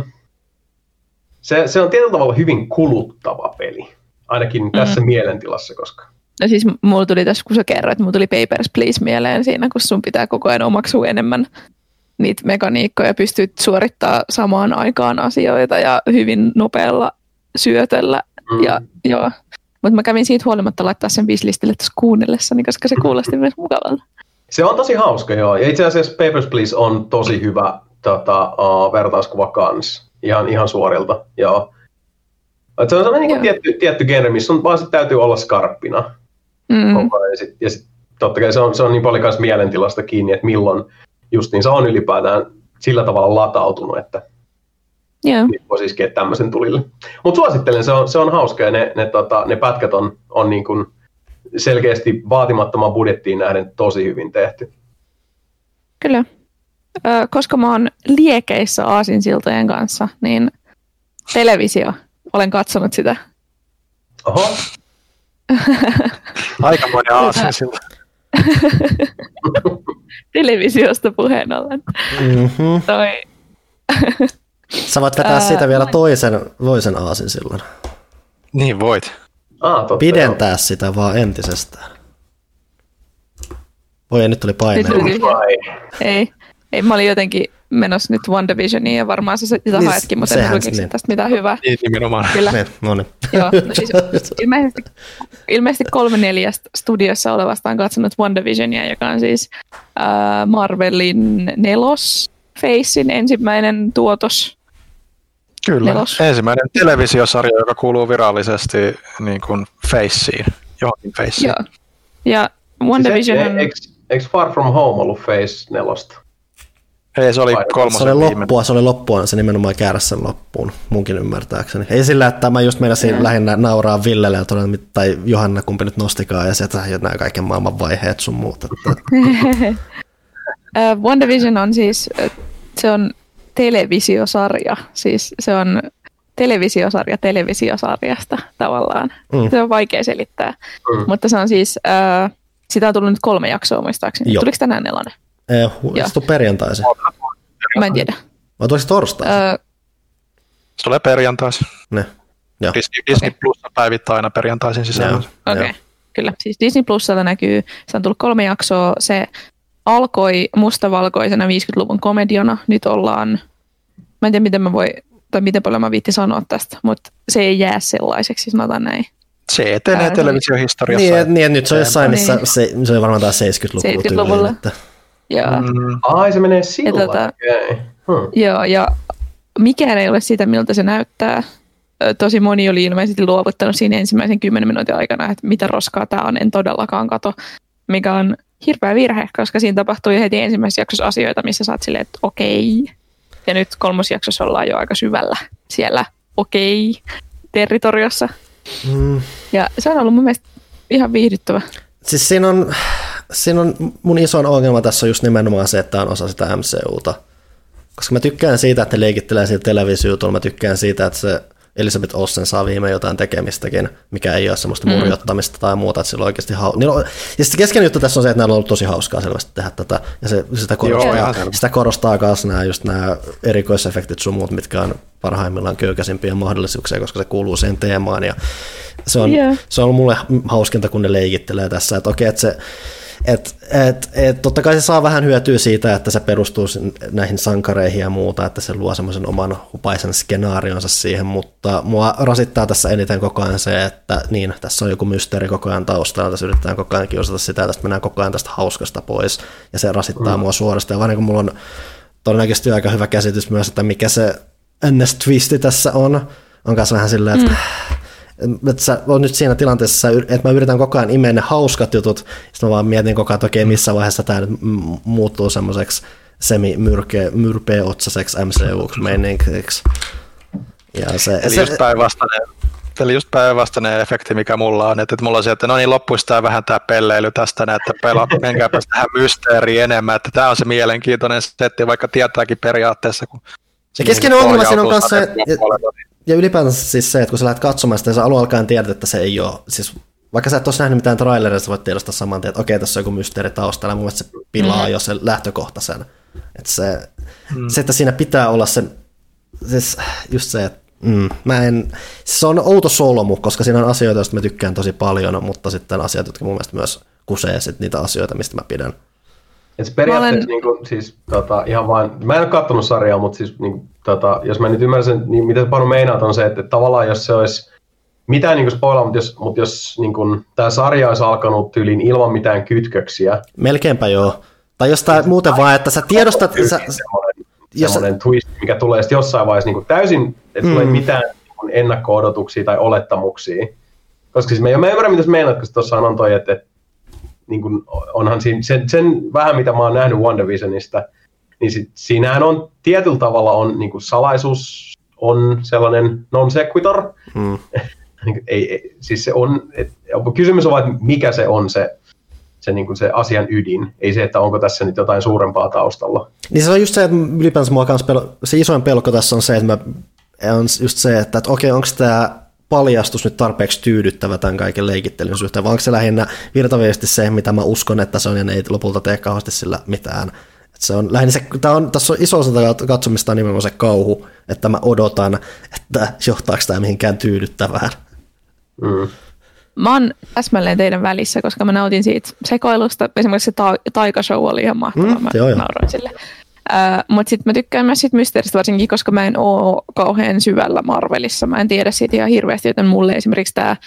se, se on tietyllä tavalla hyvin kuluttava peli, ainakin mm-hmm. tässä mielentilassa, koska... No siis mulla tuli tässä, kun sä kerroit, että mulla tuli Papers, Please mieleen siinä, kun sun pitää koko ajan omaksua enemmän niitä mekaniikkoja, pystyt suorittamaan samaan aikaan asioita ja hyvin nopealla syötöllä. Mm. Ja, joo. Mutta mä kävin siitä huolimatta laittaa sen wishlistille tuossa kuunnellessani, koska se kuulosti myös mukavalta. Se on tosi hauska, joo. Ja itse asiassa Papers, Please on tosi hyvä tota, uh, vertauskuva kans. Ihan, ihan suorilta, joo. Et se on sellainen niin tietty, tietty genre, missä on vaan sit täytyy olla skarppina. Mm. Ja sit, ja sit, totta kai se on, se on niin paljon myös mielentilasta kiinni, että milloin just niin se on ylipäätään sillä tavalla latautunut, että yeah. voi iskeä tämmöisen tulille. Mutta suosittelen, se on, se on hauska ja ne, ne, tota, ne pätkät on, on niin kuin selkeästi vaatimattoman budjettiin nähden tosi hyvin tehty. Kyllä. Ö, koska mä oon liekeissä aasinsiltojen kanssa, niin televisio, olen katsonut sitä. Oho. Aikamoinen aasinsilta. Televisiosta puheen ollen. Mm-hmm. Toi. Sä voit vetää siitä vielä toisen, toisen aasinsillan. Niin voit. Ah, totta, Pidentää joo. sitä vaan entisestään. Voi ei, nyt tuli paine. Ei, ei, mä olin jotenkin menossa nyt WandaVisioniin ja varmaan sä sitä niin, haetkin, mutta en oikein niin. tästä mitään hyvää. Niin, nimenomaan. Kyllä. Niin, no niin. Joo, no siis ilmeisesti, ilmeisesti kolme neljästä studiossa olevasta on katsonut WandaVisionia, joka on siis äh, Marvelin nelos Facein ensimmäinen tuotos. Kyllä, nelos. Ensimmäinen televisiosarja, joka kuuluu virallisesti niin kuin Faceen, johonkin Faceen. Joo, ja WandaVision on... Eikö eikö Far From Home ollut Phase nelosta? Ei, se oli Se kolmosen oli viimeinen. loppua, se oli loppua, se nimenomaan kääräs sen loppuun, munkin ymmärtääkseni. Ei sillä, että mä just meinasin mm. lähinnä nauraa Villelle, tai Johanna, kumpi nyt nostikaan, ja sieltä nämä kaiken maailman vaiheet sun muut. Että... uh, WandaVision on siis, se on televisiosarja, siis se on televisiosarja televisiosarjasta tavallaan. Mm. Se on vaikea selittää, mm. mutta se on siis, uh, sitä on tullut nyt kolme jaksoa muistaakseni. Joo. Tuliko tänään nelonen? Ei, se on perjantaisin. Mä en tiedä. Vai tuliko se torstaisin? Öö, se tulee perjantaisin. Ne. Joo. Disney, Disney okay. Plus päivittää aina perjantaisin sisällä. Okei, okay. Kyllä. Siis Disney Plusalla näkyy, se on tullut kolme jaksoa. Se alkoi mustavalkoisena viisikymmentäluvun komediana. Nyt ollaan, mä en tiedä miten mä voi, tai miten paljon mä viitti sanoa tästä, mutta se ei jää sellaiseksi, sanotaan näin. Se etenee televisiohistoriassa. Niin, niin, nyt se on jossain, niin. missä se, se on varmaan taas seitsemänkymmentäluvulla. Että... Joo. Mm. Ai, se menee sillä. Tota, okay. hmm. Joo, ja mikään ei ole sitä, miltä se näyttää. Tosi moni oli ilmeisesti luovuttanut siinä ensimmäisen kymmenen minuutin aikana, että mitä roskaa tämä on, en todellakaan kato. Mikä on hirveä virhe, koska siinä tapahtui heti ensimmäisessä jaksossa asioita, missä sä oot silleen, että okei. Ja nyt kolmosjaksossa ollaan jo aika syvällä siellä okei-territoriossa. Mm. Ja se on ollut mun mielestä ihan viihdyttävä. Siis siinä on, siinä on mun isoin ongelma tässä on just nimenomaan se, että tämä on osa sitä M C Uta. Koska mä tykkään siitä, että ne leikittelee sillä televisiutulla, mä tykkään siitä, että se Elizabeth Olsen saa viimein jotain tekemistäkin, mikä ei ole semmoista murjottamista tai muuta, että sillä on oikeasti hau... on... Ja sitten keskeinen juttu tässä on se, että näillä on ollut tosi hauskaa selvästi tehdä tätä, ja se, sitä korostaa, Joo, sitä korostaa myös nämä, just nämä erikoisefektit sun muut, mitkä on parhaimmillaan köykäisimpiä mahdollisuuksia, koska se kuuluu siihen teemaan, ja se on, yeah. se on mulle hauskinta, kun ne leikittelee tässä, että okei, että se Et, et, et, totta kai se saa vähän hyötyä siitä, että se perustuu näihin sankareihin ja muuta, että se luo semmoisen oman hupaisen skenaarionsa siihen, mutta mua rasittaa tässä eniten koko ajan se, että niin, tässä on joku mysteeri koko ajan taustalla, tässä yritetään koko ajan kiusata sitä, ja tästä mennään koko ajan tästä hauskasta pois, ja se rasittaa mm. mua suorasti, ja vaan niin kuin mulla on todennäköisesti aika hyvä käsitys myös, että mikä se N S-twisti tässä on, on myös vähän silleen, että mm. että sä on nyt siinä tilanteessa, että mä yritän koko ajan imeä ne hauskat jutut, sitten mä vaan mietin koko ajan, että okei, missä vaiheessa tämä nyt muuttuu semmoiseksi semi-myrpeä-otsaseksi M C U-meiningiksi. Eli se, just päinvastainen, eli just päinvastainen efekti, mikä mulla on, että, että mulla on se, että no niin, loppuisi tämä vähän tämä pelleily tästä, että pelaa, menkääpä tähän mysteeriin enemmän, että tämä on se mielenkiintoinen setti, vaikka tietääkin periaatteessa, kun se keskeinen ongelma siinä on kanssa se, ja ylipäätänsä siis se, että kun sä lähdet katsomaan sitä, ja sä alun alkaen tiedät, että se ei ole, siis vaikka sä et ole nähnyt mitään traileria, sä voit tiedostaa saman tien, että okei, tässä on joku mysteeri taustalla, ja mun mielestä se pilaa mm-hmm. jo sen lähtökohtaisen. Että se, mm. se, että siinä pitää olla se, siis just se, että mm, mä en, se on outo solmu, koska siinä on asioita, joista mä tykkään tosi paljon, mutta sitten asiat, jotka mun mielestä myös kusee sit niitä asioita, mistä mä pidän. Et periaatteessa olen... niin kuin, siis, tota, ihan vaan, mä en ole katsonut sarjaa, mutta siis, niin, tota, jos mä nyt ymmärrän, niin mitä Panu meinaat on se, että tavallaan jos se olisi mitään niin spoilaa, mutta jos, mutta jos niin kuin, tämä sarja olisi alkanut tyyliin ilman mitään kytköksiä. Melkeinpä joo. Tai jostain muuten vaan, että sä tiedostat... Sä, semmoinen semmoinen sä... twist, mikä tulee sitten jossain vaiheessa niin kuin täysin, että mm. tulee mitään niin ennakko-odotuksia tai olettamuksia. Koska siis mä, mä ymmärrän, mitä sä meinaat, koska tuossa on toi, että niin kuin onhan siinä, sen, sen vähän mitä mä oon nähnyt WandaVisionista, niin sit, siinähän on tietyllä tavalla on niin kuin salaisuus on sellainen non sequitur. Mm. ei, ei, siis se on, et, kysymys on vaan, että mikä se on se, se, niin kuin se asian ydin, ei se, että onko tässä nyt jotain suurempaa taustalla. Niin se on just se, että ylipäänsä mua kans pel- se isoin pelko tässä on se, että mä, on just se, että, että okei, onko tämä paljastus nyt tarpeeksi tyydyttävä tämän kaiken leikittelyn suhteen, vai onko se lähinnä virtaviesti se, mitä mä uskon, että se on, ja ne ei lopulta tee kauheasti sillä mitään. Että se on lähinnä se, tää on, tässä on iso osa katsomista nimenomaan se kauhu, että mä odotan, että johtaako tämä mihinkään tyydyttävään. Mm. Mä oon täsmälleen teidän välissä, koska mä nautin siitä sekoilusta. Esimerkiksi se ta- taikashow oli ihan mahtava, mm, mä joo, nauroin sille. Uh, mutta sitten mä tykkään myös siitä mysteeristä varsinkin, koska mä en oo kauhean syvällä Marvelissa. Mä en tiedä siitä ihan hirveästi, joten mulle esimerkiksi tämä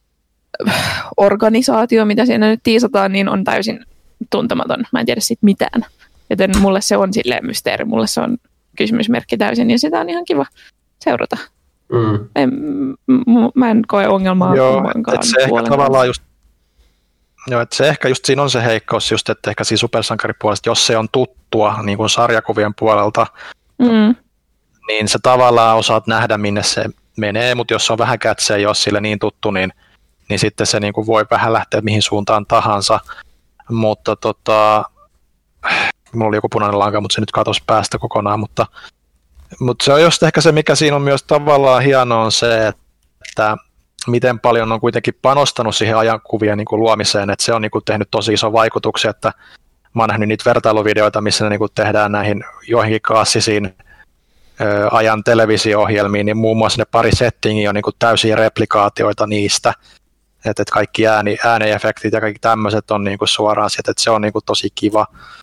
organisaatio, mitä siinä nyt tiisataan, niin on täysin tuntematon. Mä en tiedä siitä mitään. Joten mulle se on silleen mysteeri, mulle se on kysymysmerkki täysin, ja sitä on ihan kiva seurata. Mm. En, m- mä en koe ongelmaa Joo, et se ehkä tavallaan just, Joo, että se ehkä just siinä on se heikkous just, että ehkä siinä supersankaripuolesta, jos se on tuttua niin kuin sarjakuvien puolelta, mm. niin sä tavallaan osaat nähdä, minne se menee, mutta jos se on vähän kätse, jos sille niin tuttu, niin, niin sitten se niin kuin voi vähän lähteä mihin suuntaan tahansa, mutta tota, mulla oli joku punainen lanka, mutta se nyt katosi päästä kokonaan, mutta, mutta se on just ehkä se, mikä siinä on myös tavallaan hienoa, on se, että miten paljon on kuitenkin panostanut siihen ajankuvien niin kuin luomiseen, että se on niin kuin tehnyt tosi iso vaikutuksia, että mä oon nähnyt niitä vertailuvideoita, missä ne niin kuin tehdään näihin joihinkin klassisiin ö, ajan televisio-ohjelmiin, niin muun muassa ne pari settingiä on niin kuin täysiä replikaatioita niistä, että et kaikki ääni, ääniefektit ja kaikki tämmöiset on niin kuin suoraan sieltä, että se on niin kuin tosi kiva.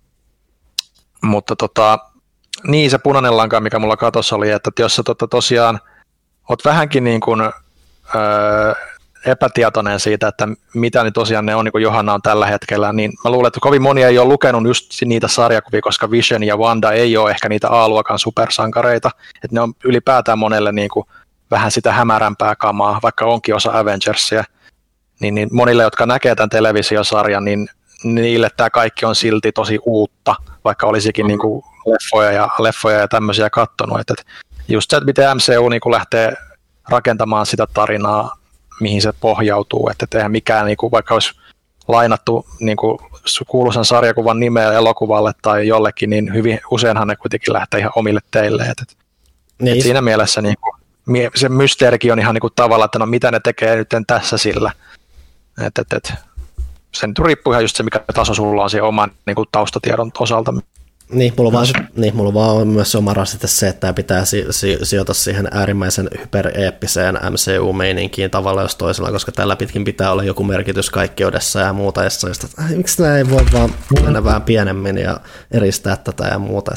Mutta tota, niin se punainen lanka, mikä mulla katossa oli, että jos sä tota, tosiaan oot vähänkin niin kuin Öö, epätietoinen siitä, että mitä niin tosiaan ne on, niin kuin Johanna on tällä hetkellä, niin mä luulen, että kovin moni ei ole lukenut just niitä sarjakuvia, koska Vision ja Wanda ei ole ehkä niitä A-luokan supersankareita, että ne on ylipäätään monelle niin kuin vähän sitä hämärämpää kamaa, vaikka onkin osa Avengersia, niin, niin monille, jotka näkee tämän televisiosarjan, niin niille tämä kaikki on silti tosi uutta, vaikka olisikin niin kuin leffoja ja, leffoja ja tämmöisiä kattonut, että just se, että miten M C U niin kuin lähtee rakentamaan sitä tarinaa, mihin se pohjautuu, että eihän mikään, niin kuin, vaikka olisi lainattu niin kuin, kuuluisan sarjakuvan nimeä elokuvalle tai jollekin, niin hyvin useinhan ne kuitenkin lähtee ihan omille teille. Et, et, niin. et siinä mielessä niin kuin, se mysteerikin on ihan niin kuin, tavalla, että no mitä ne tekee nyt tässä sillä. Et, et, et, se nyt riippuu ihan just se, mikä taso sulla on siihen oman niin kuin, taustatiedon osalta. Niin, mulla vaan, niin, mulla vaan on myös oma rasite se, että pitää si- si- sijoita siihen äärimmäisen hypereeppiseen M C U-meininkiin tavalla jos toisella, koska tällä pitkin pitää olla joku merkitys kaikkeudessa ja muuta, ja sitten, että miksi nämä ei voi vaan mennä vähän pienemmin ja eristää tätä ja muuta.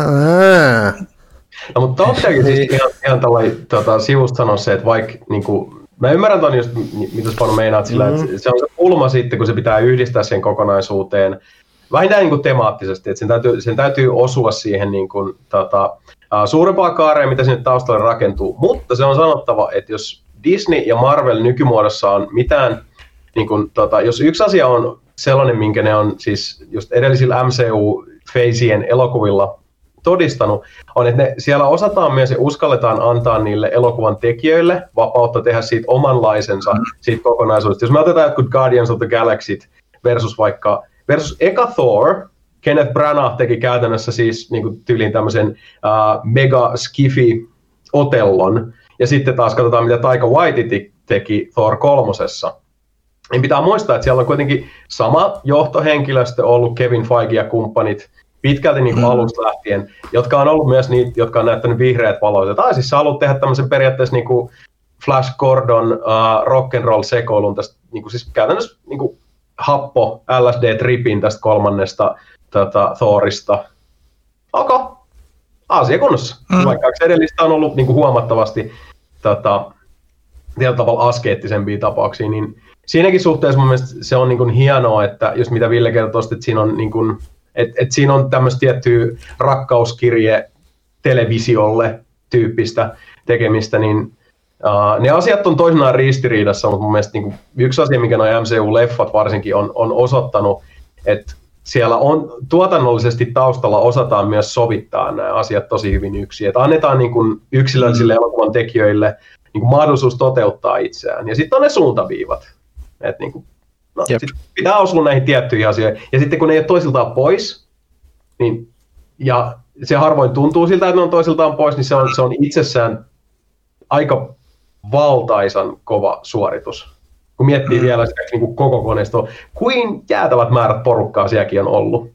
No, mutta tosiaankin siis ihan, ihan tällainen tota, sivusta sanoa se, että vaikka niin kuin, mä ymmärrän ton just, mitä Spanu meinaat sillä, mm-hmm. että se on se pulma sitten, kun se pitää yhdistää siihen kokonaisuuteen, vähintään niin kuin temaattisesti, että sen täytyy, sen täytyy osua siihen niin kuin, tota, uh, suurempaa kaareen, mitä sinne taustalle rakentuu, mutta se on sanottava, että jos Disney ja Marvel nykymuodossa on mitään, niin kuin, tota, jos yksi asia on sellainen, minkä ne on siis just edellisillä M C U-feisien elokuvilla todistanut, on, että ne siellä osataan myös ja uskalletaan antaa niille elokuvan tekijöille vapautta tehdä siitä omanlaisensa siitä kokonaisuudesta. Jos me otetaan jotkut Guardians of the Galaxy versus vaikka versus eka Thor, Kenneth Branagh teki käytännössä siis niin kuin tyyliin tämmöisen uh, mega skifi Otellon, ja sitten taas katsotaan, mitä Taika Waititi teki Thor kolmosessa. Niin pitää muistaa, että siellä on kuitenkin sama johtohenkilöstö ollut, Kevin Feige ja kumppanit, pitkälti niin kuin mm. alusta lähtien, jotka on ollut myös niitä, jotka on näyttänyt vihreät valot. Tai siis sä haluat tehdä tämmöisen periaatteessa niin kuin Flash Gordon uh, rock'n'roll sekoilun tästä, niin kuin siis käytännössä niin kuin happo L S D-tripin tästä kolmannesta tota, Thorista. Ok, asia kunnossa. Mm. Vaikka se edellistä on ollut niin kuin huomattavasti tota, tietyllä tavalla askeettisempia tapauksia, niin siinäkin suhteessa mun mielestä se on niin kuin hienoa, että jos mitä Ville kertoi, että siinä on, niin kuin, että, että siinä on tämmöistä tiettyä rakkauskirje televisiolle tyyppistä tekemistä, niin Uh, ne asiat on toisinaan ristiriidassa, mutta mun mielestä niin kuin yksi asia, mikä nuo M C U-leffat varsinkin on, on osoittanut, että siellä on tuotannollisesti taustalla osataan myös sovittaa nämä asiat tosi hyvin yksin. Että annetaan niin kuin yksilöllisille elokuvan tekijöille niin kuin mahdollisuus toteuttaa itseään. Ja sitten on ne suuntaviivat. Et niin kuin, no, sit pitää osua näihin tiettyihin asioihin. Ja sitten kun ne ei ole toisiltaan pois, niin, ja se harvoin tuntuu siltä, että ne on toisiltaan pois, niin se on, se on itsessään aika valtaisan kova suoritus. Kun miettii mm. vielä sitä niin kuin koko koneistoa, kuin jäätävät määrät porukkaa sielläkin on ollut.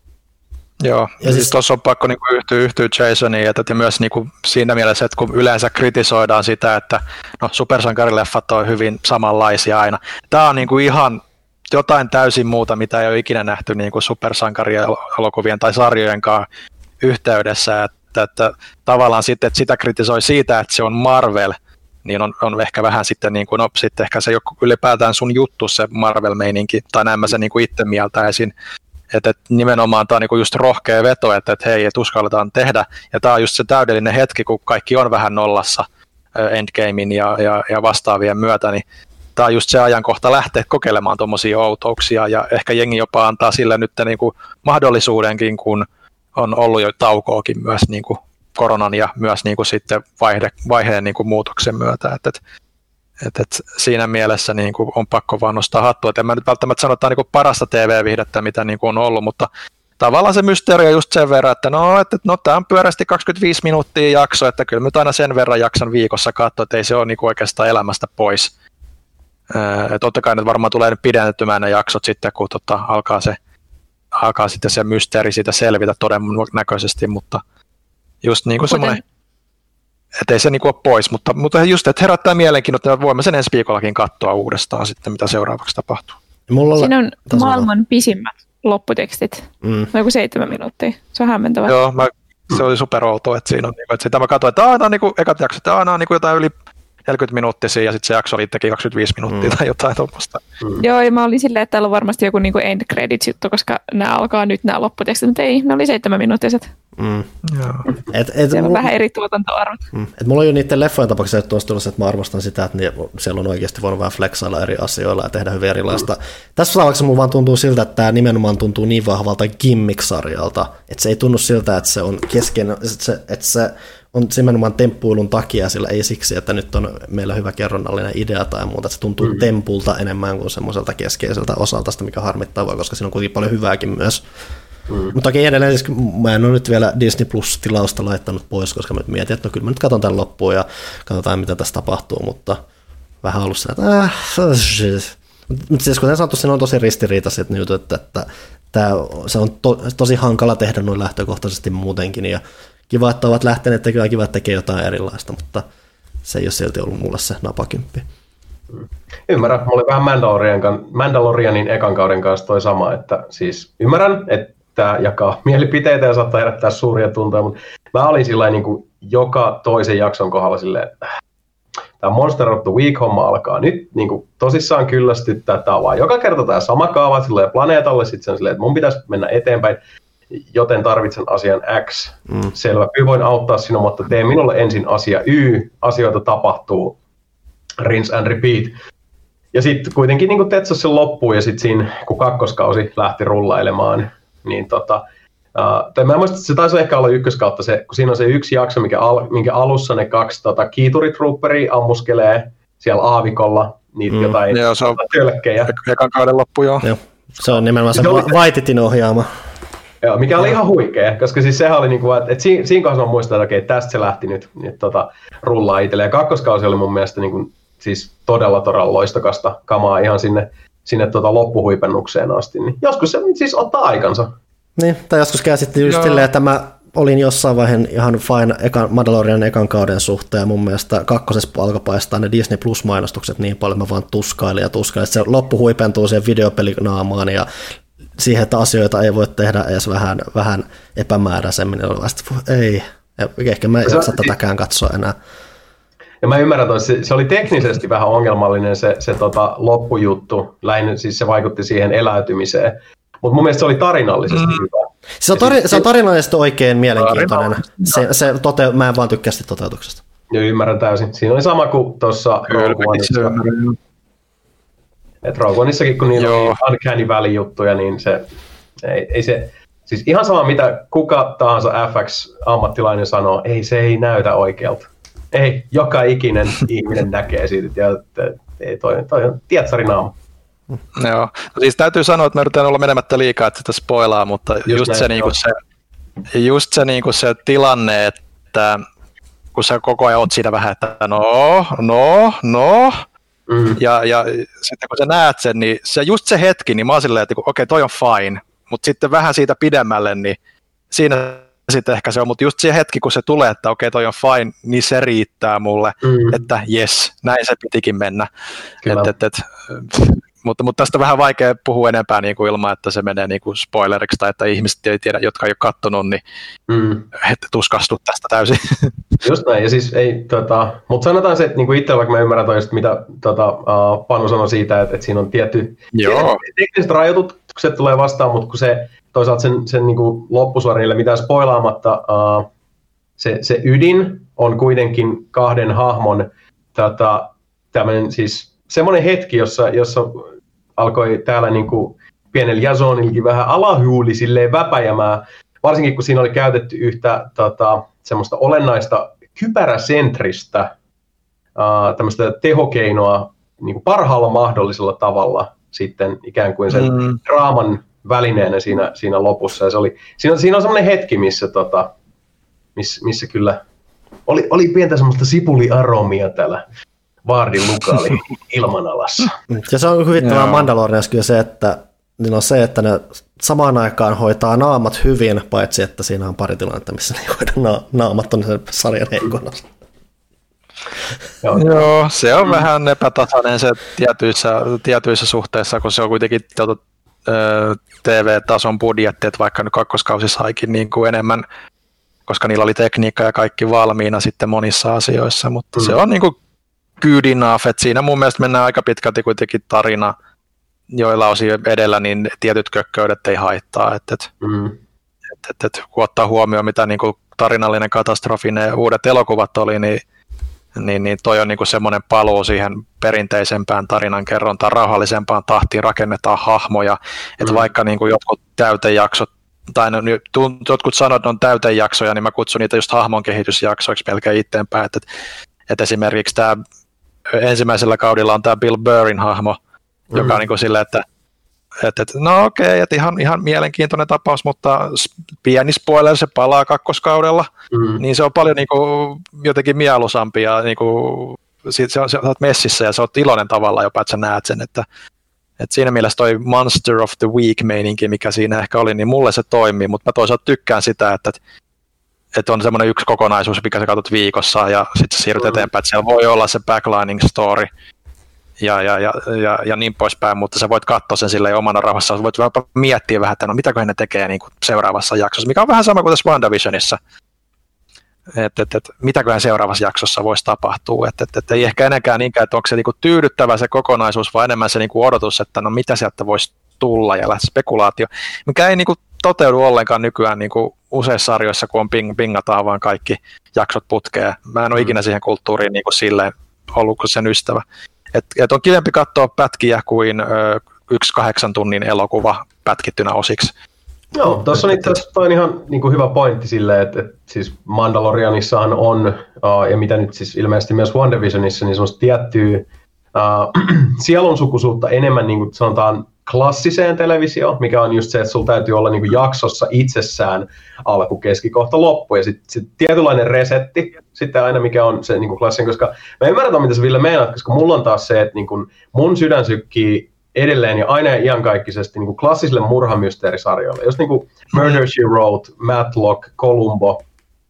Joo, ja siis, siis tuossa on pakko niin kuin yhtyä, yhtyä Jasoniin, että myös niin kuin siinä mielessä, että kun yleensä kritisoidaan sitä, että no, supersankarileffat on hyvin samanlaisia aina. Tämä on niin kuin ihan jotain täysin muuta, mitä ei ole ikinä nähty niin kuin supersankarielokuvien tai sarjojenkaan yhteydessä, että, että tavallaan sitten, että sitä kritisoi siitä, että se on Marvel, niin on, on ehkä vähän sitten, niin kuin, no, sitten ehkä se joku ylipäätään sun juttu se Marvel-meininki, tai näin mä sen niin kuin itse mieltäisin, että, että nimenomaan tämä on niin kuin just rohkea veto, että, että hei, että uskalletaan tehdä, ja tämä on just se täydellinen hetki, kun kaikki on vähän nollassa Endgamein ja, ja, ja vastaavien myötä, niin tämä on just se ajankohta lähteä kokeilemaan tuommoisia outouksia, ja ehkä jengi jopa antaa sille nyt niin kuin mahdollisuudenkin, kun on ollut jo taukoakin myös niin kuin koronan ja myös niin kuin sitten vaihde, vaiheen niin kuin muutoksen myötä. Et, et, et, et siinä mielessä niin kuin on pakko vaan nostaa hattua. Et en mä nyt välttämättä sano, että tämä on niin kuin parasta T V-viihdettä, mitä niin kuin on ollut, mutta tavallaan se mysteeri on just sen verran, että no, että, no tämä on pyörästi kaksikymmentäviisi minuuttia jakso, että kyllä nyt aina sen verran jaksan viikossa katsoa, että ei se ole niin kuin oikeastaan elämästä pois. Että totta kai nyt varmaan tulee nyt pidennetymään ne jaksot sitten, kun tota, alkaa, se, alkaa sitten se mysteeri siitä selvitä todennäköisesti, mutta just niin kuin semmoinen, että ei se niin kuin ole pois, mutta, mutta just, että herättää mielenkiinnon, että voimme sen ensi viikollakin katsoa uudestaan sitten, mitä seuraavaksi tapahtuu. Mulla Siinä on tasolla maailman pisimmät lopputekstit, mm. noin kuin seitsemän minuuttia, se on hämmentävää. Joo, mä, se oli superoutoa, että siinä on, että sitä mä katsoin, että aina on niin kuin ekat jaksot, että aina on niin kuin jotain yli neljäkymmentä minuuttisia ja sitten se jakso oli teki kaksikymmentäviisi minuuttia mm. tai jotain tuommoista. Mm. Joo, ja mä olin silleen, että täällä on varmasti joku niinku end credits-juttu, koska nämä alkaa nyt nämä lopputekstit, mutta ei, ne oli seitsemän minuuttiset. Mm. Et, et, Siellä on vähän eri tuotantoarvot. Mm. Et mulla on jo niiden leffojen tapauksessa tuossa tulossa, että mä arvostan sitä, että siellä on oikeasti voinut vähän flexailla eri asioilla ja tehdä hyvin erilaista. Mm. Tässä tapauksessa mulla vaan tuntuu siltä, että tämä nimenomaan tuntuu niin vahvalta gimmick-sarjalta, että se ei tunnu siltä, että se on kesken, että se, että se on nimenomaan temppuilun takia, sillä ei siksi, että nyt on meillä hyvä kerronnallinen idea tai muuta, että se tuntuu mm. tempulta enemmän kuin semmoiselta keskeiseltä osalta, sitä mikä harmittavaa, koska siinä on kuitenkin paljon hyvääkin myös. Mm. Mutta toki edelleen, siis mä en ole nyt vielä Disney Plus-tilausta laittanut pois, koska mä nyt mietin, että no kyllä mä nyt katson tämän loppuun ja katsotaan, mitä tässä tapahtuu, mutta vähän ollut se, että äh, mutta siis kuten sanottu, siinä on tosi ristiriitaiset nyt, että, että tämä, se on to, tosi hankala tehdä noin lähtökohtaisesti muutenkin, ja kiva, että ovat lähteneet tekemään, kiva, että tekee jotain erilaista, mutta se ei ole silti ollut mulle se napakymppi. Ymmärrän, mulla oli vähän Mandalorian, Mandalorianin ekan kauden kanssa toi sama, että siis ymmärrän, että tämä jakaa mielipiteitä ja saattaa herättää suuria tuntoja, mutta mä olin sillä niin kuin joka toisen jakson kohdalla silleen, että tämä Monster of the Week-homma alkaa nyt niin kuin tosissaan kyllästyttää, tämä on vaan joka kerta tämä sama kaava silleen planeetalle, sitten sen silleen, että mun pitäisi mennä eteenpäin, joten tarvitsen asian X. Mm. Selvä, Y voin auttaa sinua, mutta tee minulle ensin asia Y, asioita tapahtuu, rinse and repeat. Ja sitten kuitenkin niin tetsas sen loppuun, ja sitten siinä, kun kakkoskausi lähti rullailemaan, niin tota, uh, tai mä en muista, että se taisi ehkä olla ykköskautta, se, kun siinä on se yksi jakso, mikä, al, minkä alussa ne kaksi tota, kiituritrooperia ammuskelee siellä aavikolla, niitä mm. jotain joo, se on tölkkejä. Ekan kauden loppu, joo. joo. Se on nimenomaan se Waititin ohjaama. Joo, mikä oli ihan huikea, koska siis sehän oli niinku, että et siinä, siinä kohdassa mä muistan, että okei, tästä se lähti nyt, nyt tota, rullaa itselleen. Ja kakkoskausi oli mun mielestä niinku, siis todella todella loistokasta kamaa ihan sinne, sinne tota loppuhuipennukseen asti. Niin joskus se siis ottaa aikansa. Niin, tai joskus käy sitten just silleen, että mä olin jossain vaiheessa ihan fine ekan, Mandalorian ekan kauden suhteen, ja mun mielestä kakkosessa alkoi paistaa ne Disney Plus-mainostukset niin paljon, että mä vaan tuskailin ja tuskailin. Se loppu huipentuu siihen videopelinaamaan ja siihen, että asioita ei voi tehdä edes vähän, vähän epämääräisemmin. Ei, ehkä mä en jaksa tätäkään katsoa enää. Ja mä ymmärrän, että se, se oli teknisesti vähän ongelmallinen se, se tota, loppujuttu. Lähinnä siis se vaikutti siihen eläytymiseen. Mutta mun mielestä se oli tarinallisesti mm. hyvä. Se on, tari, se on tarinallisesti oikein mielenkiintoinen. Se, se tote, mä en vaan tykkää sitä toteutuksesta. Joo, ymmärrän täysin. Siinä oli sama kuin tuossa Rogue Oneissa. Että Rogue Oneissakin, kun niillä on Uncanny Valley-juttuja, niin se ei, ei se... Siis ihan sama, mitä kuka tahansa F X-ammattilainen sanoo, ei se ei näytä oikealta. Ei, joka ikinen ihminen näkee siitä, että ei toi, toi on tietsarinaama. Joo, no siis täytyy sanoa, että mä yritän olla menemättä liikaa, että sitä spoilaa, mutta just, just, se, niinku se, just se, niinku se tilanne, että kun sä koko ajan oot siinä vähän, että no, no, no, mm. ja, ja sitten kun sä näet sen, niin se, just se hetki, niin mä oon silleen, että okei, okay, toi on fine, mutta sitten vähän siitä pidemmälle, niin siinä sitten ehkä se on, mutta just se hetki, kun se tulee, että okei, okay, toi on fine, niin se riittää mulle, mm. että jes, näin se pitikin mennä. Et, et, et, mutta, mutta tästä on vähän vaikea puhua enempää niin kuin ilman, että se menee niin kuin spoileriksi, tai että ihmiset ei tiedä, jotka ei ole kattonut, niin mm. et tuskastut tästä täysin. Just näin, ja siis ei, tota, mutta sanotaan se, että niin kuin itse vaikka mä ymmärrän toista, mitä tota, uh, Panu sanoi siitä, että, että siinä on tietty tekniset rajoitukset tulee vastaan, mutta kun se toisaalta sen, sen niin kuin loppusuorinille mitään spoilaamatta, uh, se, se ydin on kuitenkin kahden hahmon tota, tämmöinen siis semmoinen hetki, jossa, jossa alkoi täällä niin kuin pienellä Jasonillakin vähän alahuuli silleen väpäjämään, varsinkin kun siinä oli käytetty yhtä tota, semmoista olennaista kypäräsentristä uh, tämmöistä tehokeinoa niin kuin parhaalla mahdollisella tavalla sitten ikään kuin sen mm. draaman välineenä siinä, siinä lopussa. Ja se oli, siinä, siinä on semmoinen hetki, missä, tota, missä, missä kyllä oli, oli pientä semmoista sipuliaromia täällä Vardin lukaali ilmanalassa. Ja se on huvittavaa Mandalorianissa kyllä se, että niin on se, että ne samaan aikaan hoitaa naamat hyvin, paitsi että siinä on pari tilannetta, missä ne hoida na- naamat on sen sarjan heikkona. Joo. Joo, se on mm. vähän epätasainen se tietyissä, tietyissä suhteissa, kun se on kuitenkin tuota, T V-tason budjetti, että vaikka nyt kakkoskausi saikin niin kuin enemmän, koska niillä oli tekniikka ja kaikki valmiina sitten monissa asioissa, mutta mm. se on niin kuin good enough, että siinä mun mielestä mennään aika pitkälti kuitenkin tarina, joilla osin edellä, niin tietyt kökköydet ei haittaa. Et, et, mm. et, et, et, kun ottaa huomioon, mitä niin kuin tarinallinen katastrofi ne uudet elokuvat oli, niin, niin, niin toi on niin kuin semmoinen paluu siihen perinteisempään tarinankerrontaan, rauhallisempaan tahtiin rakennetaan hahmoja. Mm. Että vaikka niin kuin jotkut täytejaksot, tai no, jotkut sanot on täytejaksoja, niin mä kutsun niitä just hahmon kehitysjaksoiksi melkein itteenpäin. Että et, et esimerkiksi tämä ensimmäisellä kaudella on tämä Bill Burrin hahmo, joka mm-hmm. on niin kuin silleen, että, että, että no okei, okay, että ihan, ihan mielenkiintoinen tapaus, mutta pieni spoiler, se palaa kakkoskaudella, mm-hmm. niin se on paljon niin kuin, jotenkin mieluisampi ja niin kuin, sit se on, sä oot messissä ja sä oot iloinen tavalla jopa, että sä näet sen, että, että siinä mielessä toi Monster of the Week-meininki, mikä siinä ehkä oli, niin mulle se toimii, mutta mä toisaalta tykkään sitä, että, että on semmoinen yksi kokonaisuus, mikä sä katsot viikossa ja sitten sä siirryt mm-hmm. eteenpäin, että siellä voi olla se backlining story, Ja, ja, ja, ja, ja niin poispäin, mutta sä voit katsoa sen silleen omana rauhassa, sä voit miettiä vähän, että no mitäköhän ne tekee niin kuin seuraavassa jaksossa, mikä on vähän sama kuin tässä WandaVisionissa, että et, et, mitäköhän seuraavassa jaksossa voisi tapahtua, että et, et, ei ehkä enääkään niinkään, että onko se niin kuin tyydyttävä se kokonaisuus, vaan enemmän se niin kuin odotus, että no mitä sieltä voisi tulla ja lähtee spekulaatio, mikä ei niin kuin toteudu ollenkaan nykyään niin kuin useissa sarjoissa, kun on ping, pingataan vaan kaikki jaksot putkeen. Mä en ole ikinä siihen kulttuuriin niin kuin silleen ollut kuin sen ystävä. Että et on kivempi katsoa pätkiä kuin ö, yksi kahdeksan tunnin elokuva pätkittynä osiksi. Joo, tuossa on itse asiassa toi ihan niin kuin hyvä pointti silleen, että, että siis Mandalorianissahan on, uh, ja mitä nyt siis ilmeisesti myös WandaVisionissa, niin semmoista tiettyä uh, sielunsukuisuutta enemmän niin kuin sanotaan klassiseen televisioon, mikä on just se, että sulla täytyy olla niin kuin jaksossa itsessään alku, keski, kohta, loppu, ja sitten sit tietynlainen resetti, sitten aina mikä on se niin kuin klassinen, koska mä ymmärrän, mitä sä Ville meinaat, koska mulla on taas se, että niin kuin mun sydän sykkii edelleen ja aina ja iankaikkisesti niin kuin klassisille murhamysteerisarjoille, jos niin kuin Murder, She Wrote, Matlock, Columbo,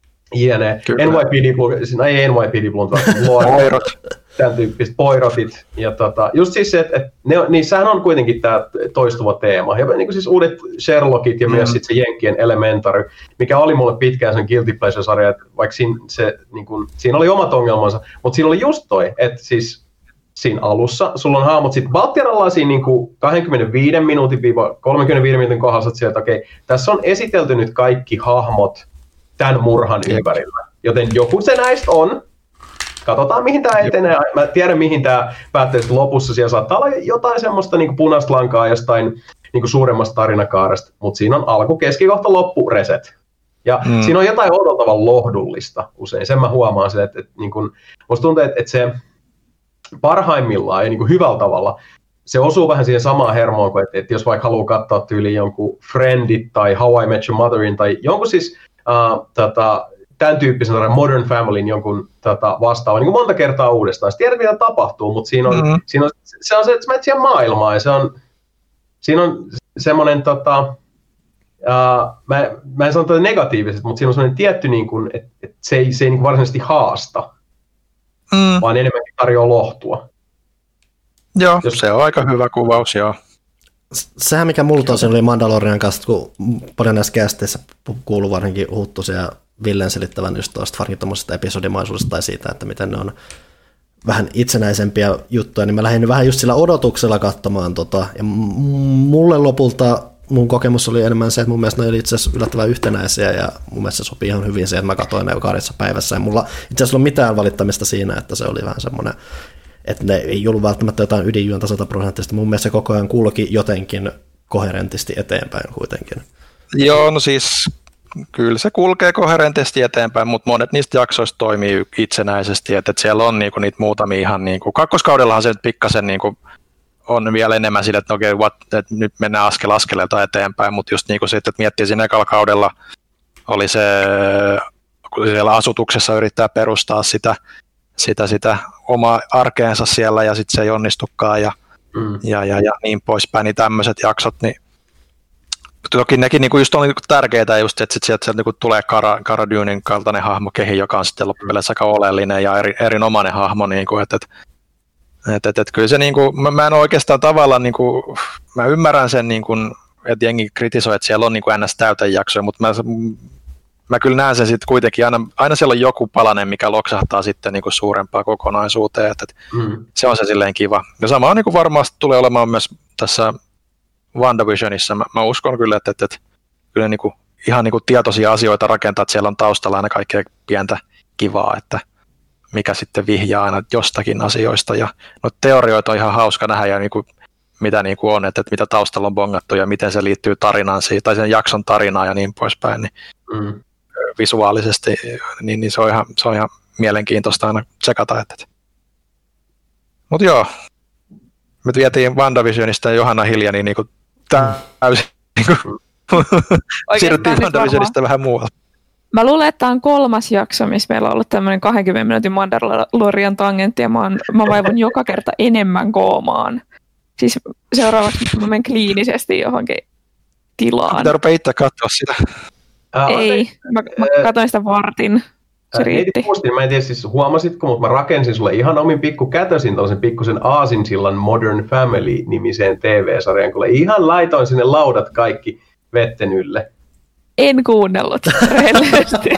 jne. N Y P D Blue, siis ei N Y P D Blue, Poirot, tämän tyyppiset Poirotit. Ja tota, just siis se, että et ne, niissähän on kuitenkin tämä toistuva teema. Ja niin kuin siis uudet Sherlockit ja mm. myös sit se Jenkkien Elementary, mikä oli mulle pitkään sen Guilty Pleasure-sarja, että vaikka siinä, se, niin kuin, siinä oli omat ongelmansa, mutta siinä oli just toi, että siis siinä alussa sulla on hahmot, sitten Valtieralla siinä niin kuin kaksikymmentäviisi minuutin kolmekymmentäviisi minuutin kohdassa, että sieltä, okei, tässä on esitelty nyt kaikki hahmot tämän murhan ympärillä. Joten joku se näistä on. Katsotaan, mihin tämä etenee. Mä tiedän, mihin tämä päättyy lopussa. Siellä saattaa olla jotain semmoista niin kuin punaista lankaa jostain niin kuin suuremmasta tarinakaaresta, mutta siinä on alku, keskikohta, loppu, reset. Ja mm. siinä on jotain odottavan lohdullista usein. Sen mä huomaan se, että, että niin kuin, musta tuntuu, että, että se parhaimmillaan ja niin kuin hyvällä tavalla se osuu vähän siihen samaan hermoon, kuin, että, että jos vaikka haluaa katsoa tyyliin jonkun Friendit tai How I Met Your Motherin tai jonkun siis Uh, tota, tämän tyyppisen Modern Familyn jonkun tota, vastaavan niin monta kertaa uudestaan. Sä tiedät, mitä tapahtuu, mutta siinä on, mm-hmm. siinä on, se on se, että sä menet siihen maailmaan ja se on, siinä on semmoinen, tota, uh, mä, mä en sano tätä negatiivisesti, mutta siinä on semmoinen tietty, niin kuin, että, että se ei, se ei niin varsinaisesti haasta, mm. vaan enemmänkin tarjoaa lohtua. Joo, Jos... se on aika hyvä kuvaus, joo. Sehän mikä mulla tosiaan oli Mandalorian kanssa, kun paljon näissä kästeissä kuuluu varsinkin Huttusen ja Villen selittävän just tuosta varsinkin tuommoisesta episodimaisuudesta tai siitä, että miten ne on vähän itsenäisempiä juttuja, niin mä lähdin vähän just sillä odotuksella katsomaan tota, ja mulle lopulta mun kokemus oli enemmän se, että mun mielestä ne oli itse asiassa yllättävän yhtenäisiä ja mun mielestä se sopii ihan hyvin se, että mä katsoin ne jo kahdessa päivässä ja mulla itse asiassa ei ollut mitään valittamista siinä, että se oli vähän semmoinen että ne ei ollut välttämättä jotain ydinjuonta sataprosenttisesti. Mun mielestä se koko ajan kulki jotenkin koherentisti eteenpäin kuitenkin. Joo, no siis kyllä se kulkee koherentisti eteenpäin, mutta monet niistä jaksoista toimii itsenäisesti, että, että siellä on niinku niitä muutamia ihan, niinku, kakkoskaudellahan se pikkasen niinku on vielä enemmän sille, että, okay, what, että nyt mennään askel askeleelta eteenpäin, mutta just niin kuin sitten, että miettii siinä ekalla kaudella, oli se, kun siellä asutuksessa yrittää perustaa sitä, sitä, sitä omaa arkeensa siellä ja sitten se ei onnistukaan ja, mm. ja, ja, ja niin poispäin, niin tämmöiset jaksot, niin toki nekin niin kuin just on niin kuin tärkeitä just, että sitten sieltä, sieltä niin kuin tulee Cara, Cara Dunen kaltainen hahmo kehi, joka on sitten loppupeleissä aika oleellinen ja eri, erinomainen hahmo, niin kuin, että, että että et, et, kyllä se niinku, mä, mä en oikeastaan tavallaan niinku, mä ymmärrän sen niinku, että jengi kritisoi, että siellä on niinku ns täytejaksoja, mutta mä, mä kyllä näen sen sitten kuitenkin aina, aina siellä on joku palanen, mikä loksahtaa sitten niinku suurempaan kokonaisuuteen, että et, mm. se on se silleen kiva. Ja sama niinku varmasti tulee olemaan myös tässä WandaVisionissa, mä, mä uskon kyllä, että, että, että kyllä niinku, ihan niinku tietoisia asioita rakentaa, että siellä on taustalla aina kaikkea pientä kivaa, että mikä sitten vihjaa aina jostakin asioista. Ja no, teorioita on ihan hauska nähdä, ja niin kuin, mitä niin kuin on, että, että mitä taustalla on bongattu ja miten se liittyy tarinaan, tai sen jakson tarinaan ja niin poispäin. Niin mm. visuaalisesti niin, niin se, on ihan, se on ihan mielenkiintoista aina tsekata. Että. Mutta joo, me vietiin WandaVisionista ja Johanna Hiljani niin kuin täysin. Niin kuin, siirryttiin WandaVisionista vähän muualle. Mä luulen, että tämä on kolmas jakso, missä meillä on ollut tämmöinen kaksikymmentä minuutin Mandalorian tangentti, ja mä, oon, mä vaivun joka kerta enemmän koomaan. Siis seuraavaksi mä menen kliinisesti johonkin tilaan. Pitää rupea itse katsoa sitä. Ei, mä, mä katsoin sitä vartin. Se riitti. Muistin, mä en tiedä siis huomasitko, mutta mä rakensin sulle ihan omin pikku kätösin tällaisen pikkusen aasinsillan Modern Family-nimiseen T V-sarjaan, kun ihan laitoin sinne laudat kaikki vetten ylle. En kuunnellut, rehellisesti.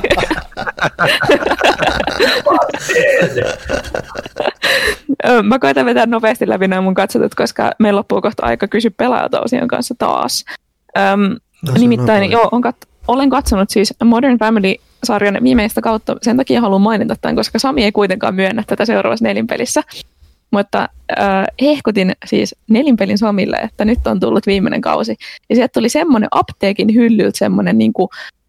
Mä koitan vetää nopeasti läpi nämä mun katsotut, koska meillä loppuu kohta aika kysy pelaajalta-osion kanssa taas. Öm, no, nimittäin, joo, on kat- olen katsonut siis Modern Family-sarjan viimeistä kautta, sen takia haluan mainita tämän, koska Sami ei kuitenkaan myönnä tätä seuraavassa nelinpelissä. Mutta äh, hehkutin siis nelinpelin Samille, että nyt on tullut viimeinen kausi. Ja sieltä tuli semmoinen apteekin hyllyltä semmoinen niinku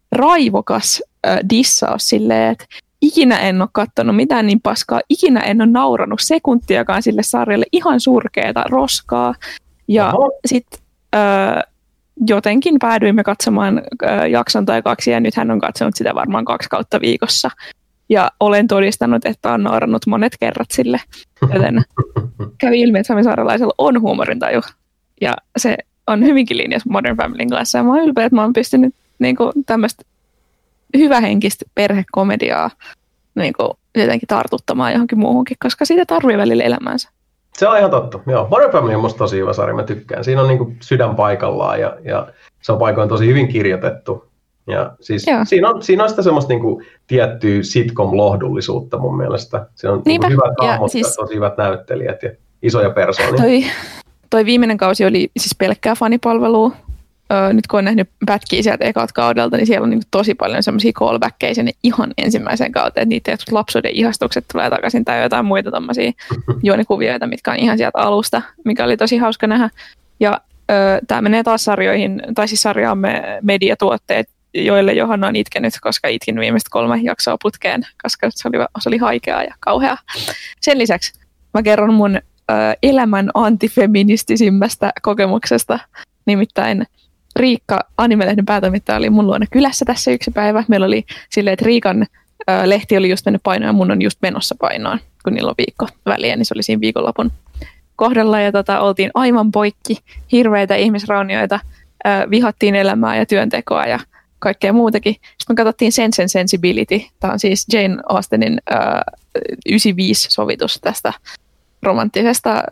raivokas äh, dissaus silleen, että ikinä en ole katsonut mitään niin paskaa, ikinä en ole nauranut sekuntiakaan sille sarjalle, ihan surkeeta roskaa. Ja sitten äh, jotenkin päädyimme katsomaan äh, jakson tai kaksi, ja nyt hän on katsonut sitä varmaan kaksi kautta viikossa. Ja olen todistanut, että on naurannut monet kerrat sille, joten kävi ilmi, että Sami Saarelaisella on huumorintaju. Ja se on hyvinkin linjassa Modern Familyn kanssa. Ja mä oon ylpeä, että mä oon pystynyt niin kuin, tämmöistä hyvähenkistä perhekomediaa niin kuin, jotenkin tartuttamaan johonkin muuhunkin, koska siitä tarvii välillä elämäänsä. Se on ihan totta. Joo. Modern Family on musta tosi hyvä sarja, mä tykkään. Siinä on niin kuin sydän paikallaan ja, ja se on paikoin tosi hyvin kirjoitettu. Ja siis siinä on, siinä on sitä semmoista niinku tiettyä sitcom-lohdullisuutta mun mielestä. Siinä on niinku hyvät hahmot ja siis, tosi hyvät näyttelijät ja isoja persoonia. Toi, toi viimeinen kausi oli siis pelkkää fanipalvelua. Öö, nyt kun on nähnyt pätkiä sieltä ekat kaudelta, niin siellä on niinku tosi paljon semmoisia callbackkejä sinne ihan ensimmäiseen kauteen. Että niitä lapsuuden ihastukset tulee takaisin tai jotain muita tommosia juonikuvioita, mitkä on ihan sieltä alusta, mikä oli tosi hauska nähdä. Ja öö, tämä menee taas sarjoihin, tai siis sarjaamme mediatuotteet, joille Johanna on itkenyt, koska itkin viimeistä kolme jaksoa putkeen, koska se oli, se oli haikeaa ja kauheaa. Sen lisäksi mä kerron mun ö, elämän antifeministisimmästä kokemuksesta. Nimittäin Riikka, Anime-lehden päätoimittaja, oli mun luona kylässä tässä yksi päivä. Meillä oli silleen, että Riikan ö, lehti oli just mennyt painoon ja mun on just menossa painoon, kun niillä on viikko väliä, niin se oli siinä viikonlopun kohdalla. Ja tota, oltiin aivan poikki, hirveitä ihmisraunioita, ö, vihattiin elämää ja työntekoa ja kaikkea muutakin. Sitten me katsottiin Sense and Sensibility. Tämä on siis Jane Austenin äh, yhdeksänkymmentäviisi-sovitus tästä romanttisesta,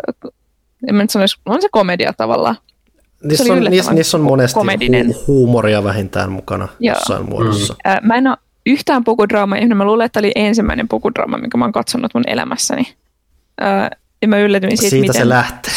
en mä nyt sanoisi, on se komedia tavallaan. Niissä on, niissä, niissä on monesti hu- huumoria vähintään mukana Joo. jossain muodossa. Mm. Äh, mä en ole yhtään pukudraamaa, ja mä luulen, että tämä oli ensimmäinen pukudraama, minkä mä oon katsonut mun elämässäni. Äh, ja mä yllätyin siitä, siitä miten... se lähtee.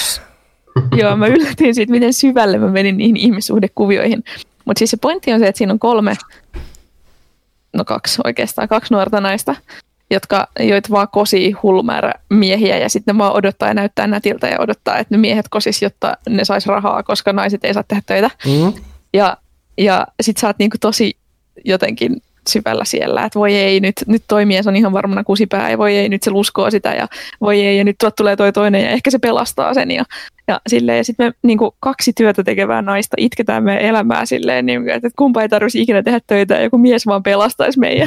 Joo, mä yllätyin siitä, miten syvälle mä menin niihin ihmissuhdekuvioihin. Mutta siis se pointti on se, että siinä on kolme, no kaksi oikeastaan, kaksi nuorta naista, jotka, joita vaan kosii hullu määrä miehiä ja sitten ne vaan odottaa ja näyttää nätiltä ja odottaa, että ne miehet kosis, jotta ne sais rahaa, koska naiset ei saa tehdä töitä. Mm. Ja, ja sit sä oot niinku tosi jotenkin syvällä siellä, että voi ei, nyt, nyt toi mies on ihan varmana kusipää ja voi ei, nyt se luskoo sitä ja voi ei, ja nyt tuot tulee toi toinen ja ehkä se pelastaa sen ja, ja silleen, ja sitten me niin kuin kaksi työtä tekevää naista itketään meidän elämää silleen, niin, että kumpa ei tarvitsisi ikinä tehdä töitä ja joku mise vaan pelastaisi meidän.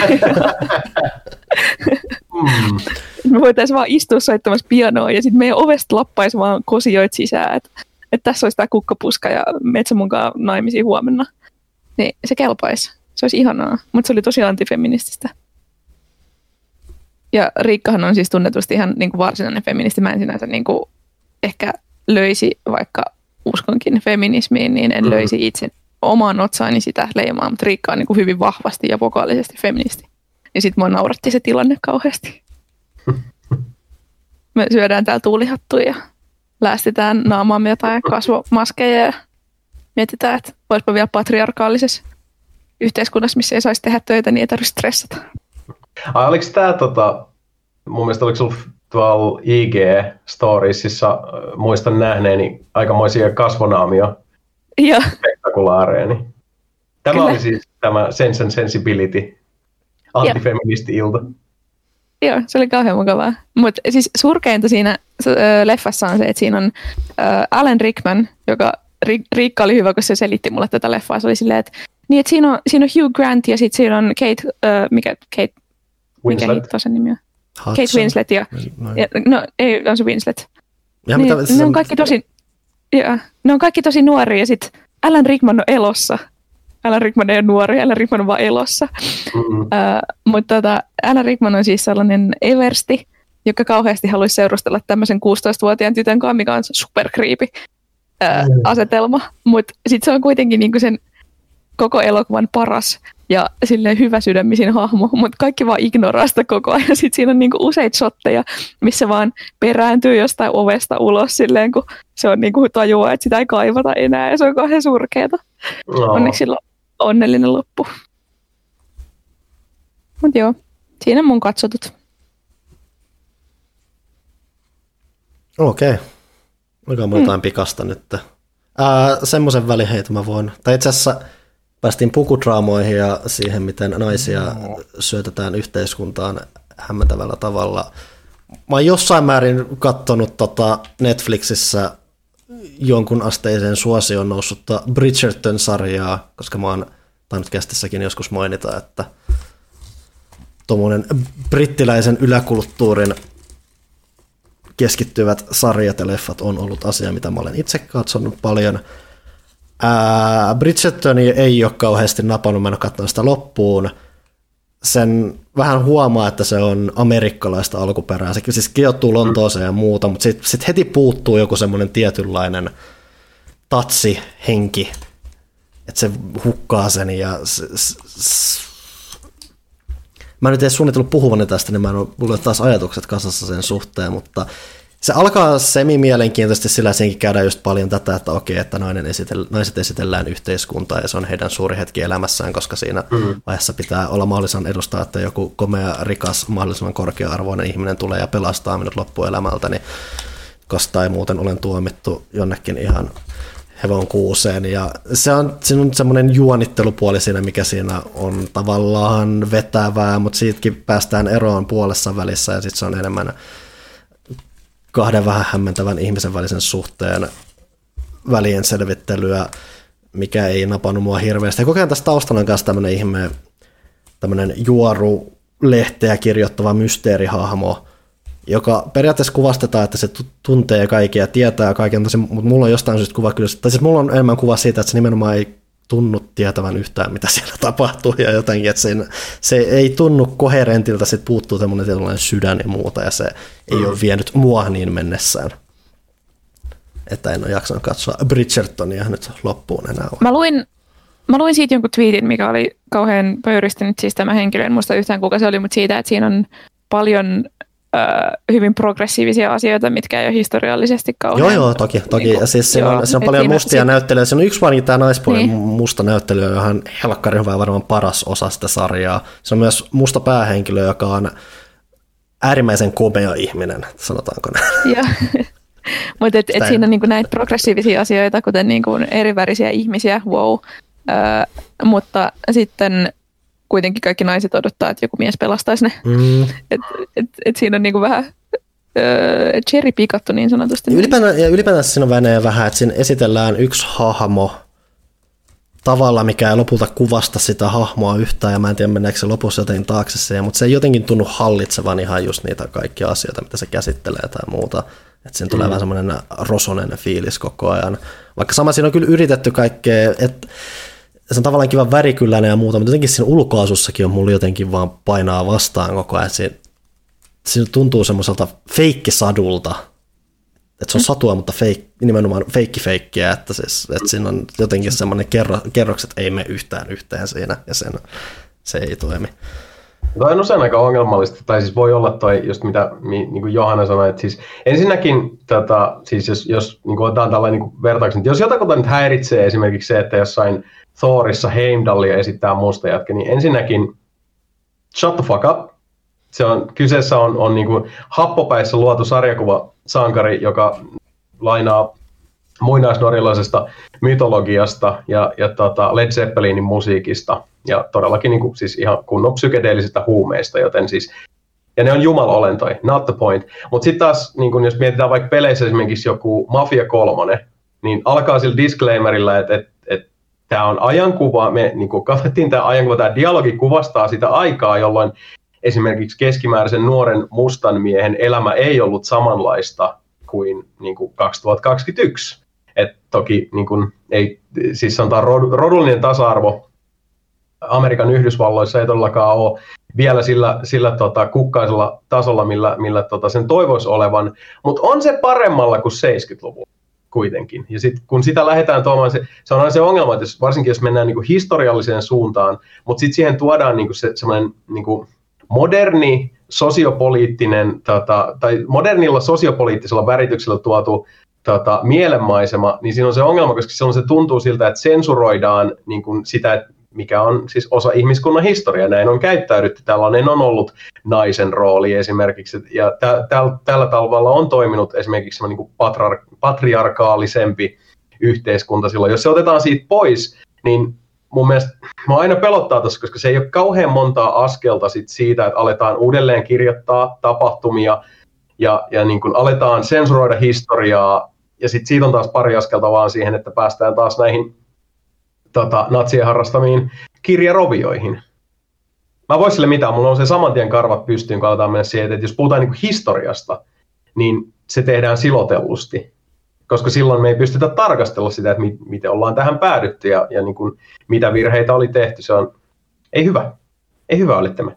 mm. Me voitaisiin vaan istua soittamassa pianoa ja sitten meidän ovesta lappaisi vaan kosioit sisään, että, että tässä olisi tämä kukkapuska ja metsä munkaan naimisiin huomenna. Niin se kelpaisi. Se olisi ihanaa, mutta se oli tosi antifeminististä. Ja Riikkahan on siis tunnetusti ihan niin kuin varsinainen feministi. Mä en sinänsä niin kuin ehkä löisi, vaikka uskonkin feminismiin, niin en löisi itse omaan otsaani sitä leimaa, mutta Riikka on niin kuin hyvin vahvasti ja vokaalisesti feministi. Ja sitten mua nauratti se tilanne kauheasti. Me syödään täällä tuulihattuja ja läästetään naamaamme jotain kasvomaskeja ja mietitään, että olisipa vielä patriarkaalisessa yhteiskunnassa, missä ei saisi tehdä töitä, niin ei tarvitse stressata. Ai, oliko tämä, tota, mun mielestä oliko sinulla tuolla I G-storiesissa, muistan nähneeni aikamoisia kasvonaamia spektakulaareja. Niin. Tämä Kyllä. oli siis tämä Sense and Sensibility, antifeministi-ilta. Joo, se oli kauhean mukavaa. Mutta siis surkeinta siinä äh, leffassa on se, että siinä on äh, Alan Rickman, joka Riikka oli hyvä, kun se selitti mulle tätä leffaa. Se oli silleen, että niin, että siinä on, siinä on Hugh Grant ja sitten siinä on Kate, uh, mikä Kate, Winslet. Mikä hitto sen nimi on? Hudson. Kate Winslet ja, ja, no ei, on se Winslet. Ja niin, mitä, ne on kaikki tosi, ja, ne on kaikki tosi nuoria ja sitten Alan Rickman on elossa. Alan Rickman ei ole nuori, Alan Rickman on vaan elossa. Mm-hmm. Uh, mutta tota, Alan Rickman on siis sellainen eversti, joka kauheasti haluaisi seurustella tämmöisen kuusitoistavuotiaan tytön kanssa, mikä on supercreepy uh, mm. asetelma. Mutta sitten se on kuitenkin niinku sen koko elokuvan paras ja silleen hyvä sydämisin hahmo, mutta kaikki vaan ignoraa sitä koko ajan. Sitten siinä on niinku useita shotteja, missä vaan perääntyy jostain ovesta ulos silleen, kun se on niinku tajua, että sitä ei kaivata enää ja se on kauhean surkeata. No. Onneksi sillä on onnellinen loppu. Mutta joo, siinä mun katsotut. Okei. Okay. Oliko mulla jotain mm. pikasta nyt? Ää, semmoisen väliheiton mä voin. Tai itse asiassa päästiin pukudraamoihin ja siihen, miten naisia no. syötetään yhteiskuntaan hämmentävällä tavalla. Mä oon jossain määrin katsonut tota Netflixissä jonkun asteiseen suosioon noussutta Bridgerton-sarjaa, koska mä oon tainnut kästissäkin joskus mainita, että tuommoinen brittiläisen yläkulttuurin keskittyvät sarjat ja leffat on ollut asia, mitä mä olen itse katsonut paljon. Ää, Bridgertoni ei ole kauheasti napannut, mä en ole katsonut sitä loppuun. Sen vähän huomaa, että se on amerikkalaista alkuperää. Se siis kijoittuu Lontooseen ja muuta, mutta sitten sit heti puuttuu joku semmoinen tietynlainen tatsi, henki, että se hukkaa sen. Ja se, se, se. Mä en nyt edes suunnitellut puhuvani tästä, niin mä en ole, mulla taas ajatukset kasassa sen suhteen, mutta se alkaa semi-mielenkiintoisesti, sillä siinäkin käydään just paljon tätä, että okei, että nainen esitell- naiset esitellään yhteiskuntaa ja se on heidän suuri hetki elämässään, koska siinä mm-hmm. vaiheessa pitää olla mahdollisimman edustaa, että joku komea, rikas, mahdollisimman korkea-arvoinen ihminen tulee ja pelastaa minut loppuelämältäni, koska ei muuten olen tuomittu jonnekin ihan hevon kuuseen. Ja se on, siinä on semmoinen juonittelupuoli siinä, mikä siinä on tavallaan vetävää, mutta siitäkin päästään eroon puolessa välissä ja sitten se on enemmän kahden vähän hämmentävän ihmisen välisen suhteen välien selvittelyä, mikä ei napannut mua hirveästi. Ja kokeen tässä taustalla on myös tämmöinen ihme, tämmöinen juorulehteä kirjoittava mysteerihahmo, joka periaatteessa kuvastetaan, että se tuntee kaiken ja tietää kaiken, mutta mulla on jostain syystä kuva kyllä, tai siis mulla on enemmän kuva siitä, että se nimenomaan ei tunnu tietävän yhtään, mitä siellä tapahtuu ja jotenkin, että se, se ei tunnu koherentilta, sitten puuttuu tämmöinen tietynlainen sydän ja muuta, ja se ei mm. ole vienyt mua niin mennessään, että en ole jaksanut katsoa Bridgertonia nyt loppuun enää. Mä luin, mä luin siitä jonkun tweetin, mikä oli kauhean pöyristynyt, siis tämä henkilö, en muista yhtään kuka se oli, mutta siitä, että siinä on paljon hyvin progressiivisia asioita, mitkä ei ole historiallisesti kauhean. Joo, joo, toki. toki. Niin kuin, siis siinä on, joo, siinä on paljon siinä, mustia sit, näyttelyjä. Siinä on yksi vain tämä naispuolen niin. musta näyttelijä, joka on helkkari hyvä ja varmaan paras osa sitä sarjaa. Se on myös musta päähenkilö, joka on äärimmäisen komea ihminen, sanotaanko näin. Joo. Mutta et, et siinä on niinku näitä progressiivisia asioita, kuten niinku erivärisiä ihmisiä, wow. Öö, mutta sitten kuitenkin kaikki naiset odottaa, että joku mies pelastaisi ne. Mm. Et, et, et siinä on niinku vähän öö, cherry-pikattu niin sanotusti. Ylipäätään, ja ylipäätään siinä on väneä vähän, että siinä esitellään yksi hahmo tavalla, mikä ei lopulta kuvasta sitä hahmoa yhtään, ja mä en tiedä mennäänkö se lopussa jotenkin taakse siihen, mutta se ei jotenkin tunnu hallitsevan ihan just niitä kaikkia asioita, mitä se käsittelee tai muuta. Että siinä tulee mm. vähän semmoinen rosonen fiilis koko ajan. Vaikka sama siinä on kyllä yritetty kaikkea, että se on tavallaan kiva värikylläinen ja muuta, mutta jotenkin siinä ulkoasussakin on mulla jotenkin vaan painaa vastaan koko ajan. Siinä, siinä tuntuu semmoiselta feikkisadulta. Että se on satua, mutta feik, nimenomaan feikki-feikkiä, että, siis, että siinä on jotenkin semmoinen kerro, kerrokset ei mene yhtään yhteen siinä, ja sen, se ei toimi. Toi on usein aika ongelmallista, tai siis voi olla toi, just mitä niin kuin Johanna sanoi, että siis ensinnäkin, tota, siis jos, jos niin kuin otetaan tällainen niin vertauksen, että jos jotakuta nyt häiritsee esimerkiksi se, että jossain Thorissa Heimdallia esittää musta jätkä, niin ensinnäkin shut the fuck up. Se on, kyseessä on, on niin kuin happopäissä luotu sarjakuvasankari, joka lainaa muinaisnorjalaisesta mytologiasta ja, ja tota Led Zeppelinin musiikista ja todellakin niin kuin, siis ihan kunnon psykedeellisistä huumeista, joten siis, ja ne on jumalolentoja, not the point. Mutta sitten taas, niin kun jos mietitään vaikka peleissä esimerkiksi joku Mafia kolme, niin alkaa sillä disclaimerilla, että et, et, tämä on ajankuva, me niin kun katsottiin tämä ajankuva, tämä dialogi kuvastaa sitä aikaa, jolloin esimerkiksi keskimääräisen nuoren mustan miehen elämä ei ollut samanlaista kuin, niin kuin kaksituhattakaksikymmentäyksi. Et toki niin kuin, ei, siis sanotaan rodullinen tasa-arvo Amerikan Yhdysvalloissa ei todellakaan ole vielä sillä, sillä tota, kukkaisella tasolla, millä, millä tota, sen toivoisi olevan, mutta on se paremmalla kuin seitsemänkymmentäluvulla kuitenkin. Ja sit, kun sitä lähdetään tuomaan, se, se on aina se ongelma, että jos, varsinkin jos mennään niin kuin historialliseen suuntaan, mutta sitten siihen tuodaan niin kuin se, semmoinen niin kuin moderni sosiopoliittinen, tota, tai modernilla sosiopoliittisella värityksellä tuotu tota, mielenmaisema, niin siinä on se ongelma, koska silloin se tuntuu siltä, että sensuroidaan niin kuin sitä, että mikä on siis osa ihmiskunnan historiaa. Näin on käyttäydytty. Tällainen on ollut naisen rooli esimerkiksi. Ja tä, tä, tällä tavalla on toiminut esimerkiksi niin kuin patriar- patriarkaalisempi yhteiskunta silloin. Jos se otetaan siitä pois, niin mun mielestä mä aina pelottaa tässä, koska se ei ole kauhean montaa askelta sit siitä, että aletaan uudelleen kirjoittaa tapahtumia ja, ja niin kuin aletaan sensuroida historiaa. Ja sitten siitä on taas pari askelta vaan siihen, että päästään taas näihin Tota, natsien harrastamiin kirjarovioihin. Mä vois sille mitään, mulla on se saman tien karvat pystyyn, kun aletaan mennä siihen, että jos puhutaan niin kuin historiasta, niin se tehdään silotellusti. Koska silloin me ei pystytä tarkastella sitä, että mi- miten ollaan tähän päädytty ja, ja niin kuin, mitä virheitä oli tehty. Se on, ei hyvä. Ei hyvä ole tämä.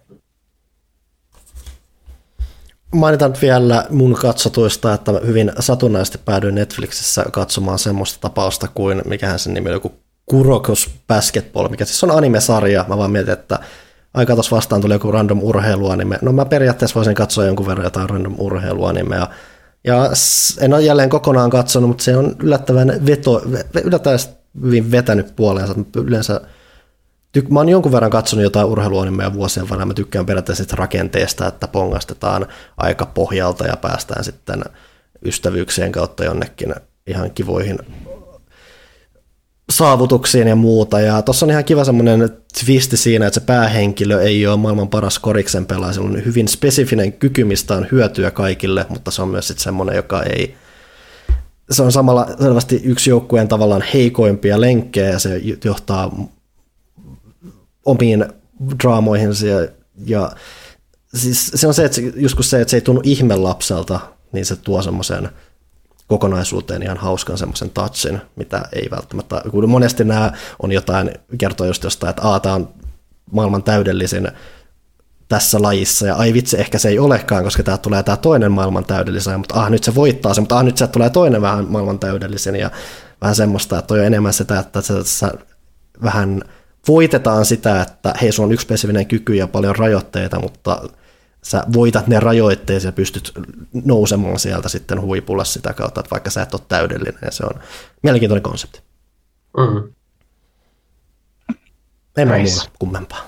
Mainitan vielä mun katsotuista, että hyvin satunnaisesti päädyin Netflixissä katsomaan semmoista tapausta kuin, mikähän sen nimi oli, joku Kuroko's Basketball, mikä siis on anime-sarja. Mä vaan mietin, että aika tuossa vastaan tuli joku random urheiluanime. No mä periaatteessa voisin katsoa jonkun verran jotain random urheiluanimea. Ja en ole jälleen kokonaan katsonut, mutta se on yllättävän, veto, yllättävän hyvin vetänyt puoleensa. Yleensä tyk- mä oon jonkun verran katsonut jotain urheiluanimeja vuosien vanha. Mä tykkään periaatteessa rakenteesta, että pongastetaan aika pohjalta ja päästään sitten ystävyyksien kautta jonnekin ihan kivoihin saavutuksiin ja muuta, ja tuossa on ihan kiva semmoinen twisti siinä, että se päähenkilö ei ole maailman paras koriksen pelaaja, se on hyvin spesifinen kyky, mistä on hyötyä kaikille, mutta se on myös sitten semmoinen, joka ei, se on samalla selvästi yksi joukkueen tavallaan heikoimpia lenkkejä, ja se johtaa omiin draamoihinsa, ja, ja siis se on se, että se, just kun se, että se ei tunnu ihmelapselta, niin se tuo semmoisen kokonaisuuteen ihan hauskan semmoisen touchin, mitä ei välttämättä, kun monesti nämä on jotain, kertoo just jostain, että aah, tämä on maailman täydellisin tässä lajissa, ja ai vitsi, ehkä se ei olekaan, koska tämä tulee tämä toinen maailman täydellisin, mutta ah, nyt se voittaa se, mutta ah, nyt se tulee toinen vähän maailman täydellisin, ja vähän semmoista, että toi on enemmän sitä, että se, se vähän voitetaan sitä, että hei, sulla on yksi spesifinen kyky ja paljon rajoitteita, mutta sä voitat ne rajoitteet ja pystyt nousemaan sieltä sitten huipulla sitä kautta, että vaikka sä et ole täydellinen, ja se on mielenkiintoinen konsepti. Mm. En ole muulla kummempaa.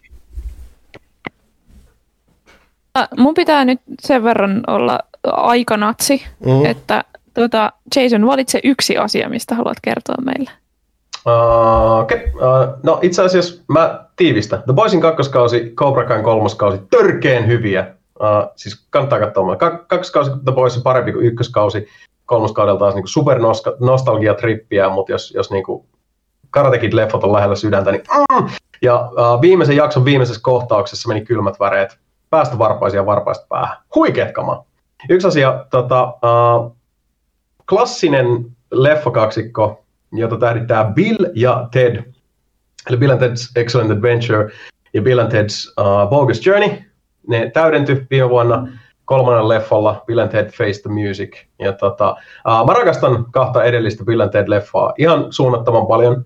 Mun pitää nyt sen verran olla aikanatsi, mm. että tuota, Jason, valitse yksi asia, mistä haluat kertoa meille. Uh, okay. uh, no itse asiassa mä tiivistän. The Boysin kakkoskausi, Cobra Kain kolmoskausi, törkeen hyviä. Uh, siis kannattaa katsoa. Kak- kakkoskausi The Boys on parempi kuin ykköskausi. Kolmoskaudella taas niinku super nostalgia-trippiä, mutta jos, jos niinku Karate Kid-leffot on lähellä sydäntä, niin mm! Ja uh, viimeisen jakson viimeisessä kohtauksessa meni kylmät väreet. Päästä varpaisia varpaista päähän. Huikeet kamaa. Yksi asia, tota, uh, klassinen leffakaksikko, jota tähdittää Bill ja Ted, eli Bill and Ted's Excellent Adventure ja Bill and Ted's uh, Bogus Journey. Ne täydentyi viime vuonna kolmannen leffalla Bill and Ted Face the Music. Ja tota, uh, mä rakastan kahta edellistä Bill and Ted-leffaa ihan suunnattoman paljon.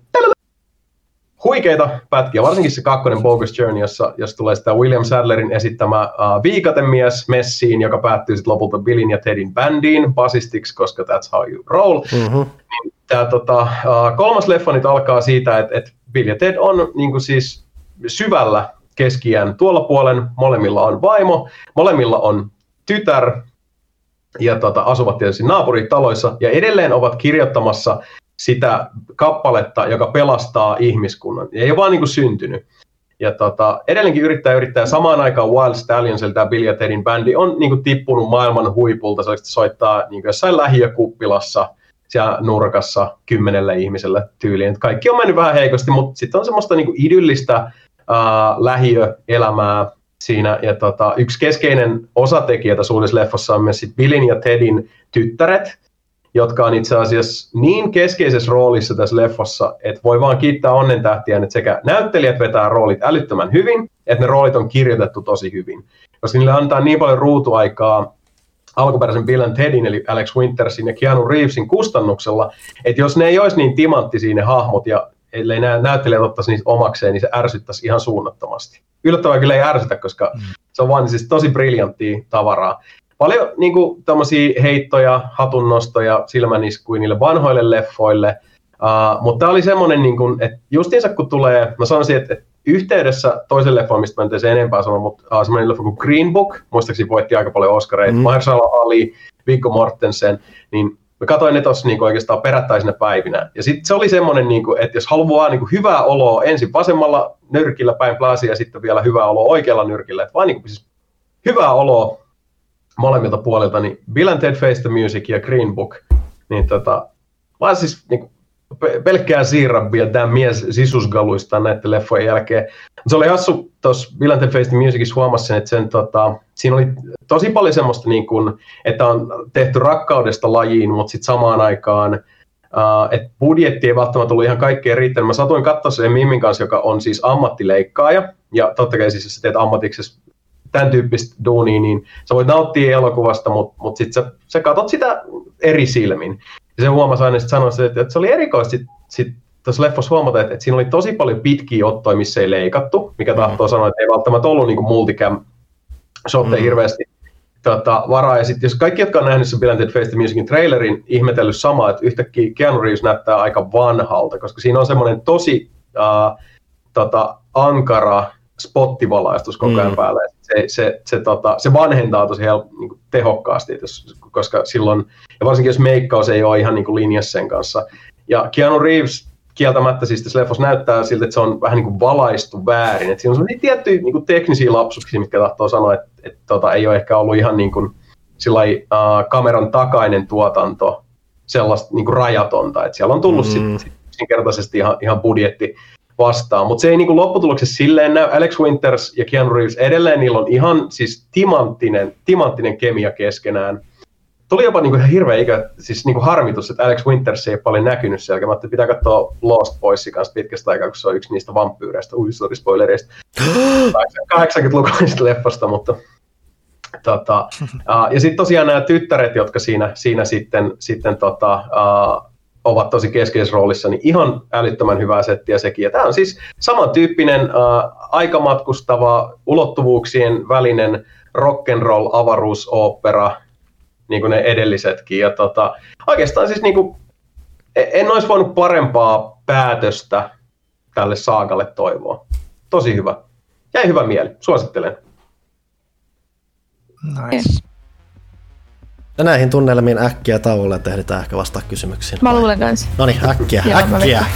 Huikeita pätkiä, varsinkin se kakkonen Bogus Journey, jossa, jossa tulee sitä William Sadlerin esittämä uh, viikatemies messiin, joka päättyy sitten lopulta Billin ja Tedin bändiin basistiksi, koska that's how you roll. Mm-hmm. Tämä tota, uh, kolmas leffa nyt alkaa siitä, että et Bill ja Ted on niinku siis syvällä keski-iän tuolla puolen, molemmilla on vaimo, molemmilla on tytär, ja tota, asuvat tietysti naapuritaloissa, ja edelleen ovat kirjoittamassa sitä kappaletta, joka pelastaa ihmiskunnan. Ei ole vaan niin kuin syntynyt. Ja tota, edelleenkin yrittää yrittää samaan aikaan Wild Stallions, eli tämä Bill ja Tedin bändi, on niin kuin tippunut maailman huipulta. Se soittaa niin kuin jossain lähiökuppilassa, siellä nurkassa kymmenelle ihmiselle tyyliin. Kaikki on mennyt vähän heikosti, mutta sitten on semmoista niin kuin idyllistä uh, lähiöelämää siinä. Ja tota, yksi keskeinen osatekijä tässä uudessa leffassa on myös sit Billin ja Tedin tyttäret, jotka on itse asiassa niin keskeisessä roolissa tässä leffassa, että voi vaan kiittää onnentähtiä, että sekä näyttelijät vetää roolit älyttömän hyvin, että ne roolit on kirjoitettu tosi hyvin. Koska niille antaa niin paljon ruutuaikaa alkuperäisen Bill and Tedin, eli Alex Wintersin ja Keanu Reevesin kustannuksella, että jos ne ei olisi niin timanttisia ne hahmot, ja ellei nämä näyttelijät ottaisi niitä omakseen, niin se ärsyttäisi ihan suunnattomasti. Yllättävää kyllä ei ärsytä, koska mm. se on vaan siis tosi briljanttia tavaraa. Paljon niinku tämmöisiä heittoja, hatunnostoja, silmäniskuja niille vanhoille leffoille, uh, mutta tämä oli semmoinen, niinku, että justiinsa kun tulee, mä sanoisin, että, että yhteydessä toisen leffon, mistä mä en teisi enempää sanoa, mutta uh, semmoinen leffa kuin Green Book, muistaakseni voitti aika paljon Oscareita, mm. Mahershala Ali, Viggo Mortensen, niin mä katsoin ne tossa niinku oikeastaan perättäisinä päivinä. Ja sitten se oli semmoinen, niinku, että jos haluaa niinku hyvää oloa ensin vasemmalla nyrkillä päin plasia ja sitten vielä hyvää oloa oikealla nyrkillä, että vaan niinku, siis hyvää oloa molemmilta puolilta, niin Bill and Ted Face the Music ja Green Book, niin tota, vaan siis niin pelkkää siirappia tämä mies sisusgaluista näiden leffojen jälkeen. Se oli hassu tuossa Bill and Ted Face the Musicissa huomasin, että sen, tota, siinä oli tosi paljon semmoista, niin kuin, että on tehty rakkaudesta lajiin, mutta sitten samaan aikaan, uh, että budjetti ei välttämättä ollut ihan kaikkeen riittänyt. Mä satuin katsoa sen Mimmin kanssa, joka on siis ammattileikkaaja, ja totta kai siis jos sä teet ammatiksessa tämän tyyppistä duunia, niin sä voit nauttia elokuvasta, mutta mut sitten sä, sä katot sitä eri silmin. Ja se huomasi aina, että sanoi, että, että se oli erikoista sit, sit tuossa leffossa huomata, että, että siinä oli tosi paljon pitkiä ottoja, missä ei leikattu, mikä tahtoo sanoa, että ei välttämättä ollut niin kuin multicam-shotteja mm. hirveästi tota, varaa. Ja sitten jos kaikki, jotka on nähnyt sen Bill and Ted Face the Musicin trailerin, ihmetellyt samaa, että yhtäkkiä Keanu Reeves näyttää aika vanhalta, koska siinä on semmoinen tosi uh, tota, ankara spottivalaistus koko ajan mm. päällä. Se, se, se, tota, se vanhentaa tosi help, niin kuin tehokkaasti, jos, koska silloin, ja varsinkin jos meikkaus ei ole ihan niin kuin linjassa sen kanssa. Ja Keanu Reeves kieltämättä siis tässä leffossa näyttää siltä, että se on vähän niin kuin valaistu väärin. Että siinä on sellaisia tiettyjä niin kuin teknisiä lapsuksia, mitkä tahtoo sanoa, että, että tota, ei ole ehkä ollut ihan niin kuin sillai, uh, kameran takainen tuotanto sellaista niin kuin rajatonta. Että siellä on tullut mm. sitten sit yksinkertaisesti ihan, ihan budjetti vastaan, mutta se ei niinku lopputuloksessa silleen näy. Alex Winters ja Keanu Reeves edelleen, niillä on ihan siis timanttinen, timanttinen kemia keskenään. Tuli jopa niinku ihan hirveä ikä, siis niinku harmitus, että Alex Winters ei ole paljon näkynyt siellä. Mä ajattelin, pitää katsoa Lost Boysin kanssa pitkästä aikaa, kun se on yksi niistä vampyyreistä, ui sorry spoilereista, kahdeksankymmentälukuisesta leffasta, mutta tota, uh, ja sitten tosiaan nämä tyttäret, jotka siinä, siinä sitten, sitten tota, uh, ovat tosi keskeisessä roolissa, niin ihan älyttömän hyvää settiä sekin. Ja tämä on siis samantyyppinen äh, aikamatkustava, ulottuvuuksien välinen rock'n'roll avaruusooppera, niin kuin ne edellisetkin. Ja tota, oikeastaan siis niin kuin, en olisi voinut parempaa päätöstä tälle saagalle toivoa. Tosi hyvä. Jäi hyvä mieli. Suosittelen. Nice. Ja näihin tunnelmiin äkkiä tauolle tehdään ehkä vastaa kysymyksiin. Mä luulen kanssa. Noniin, äkkiä, Joo, äkkiä.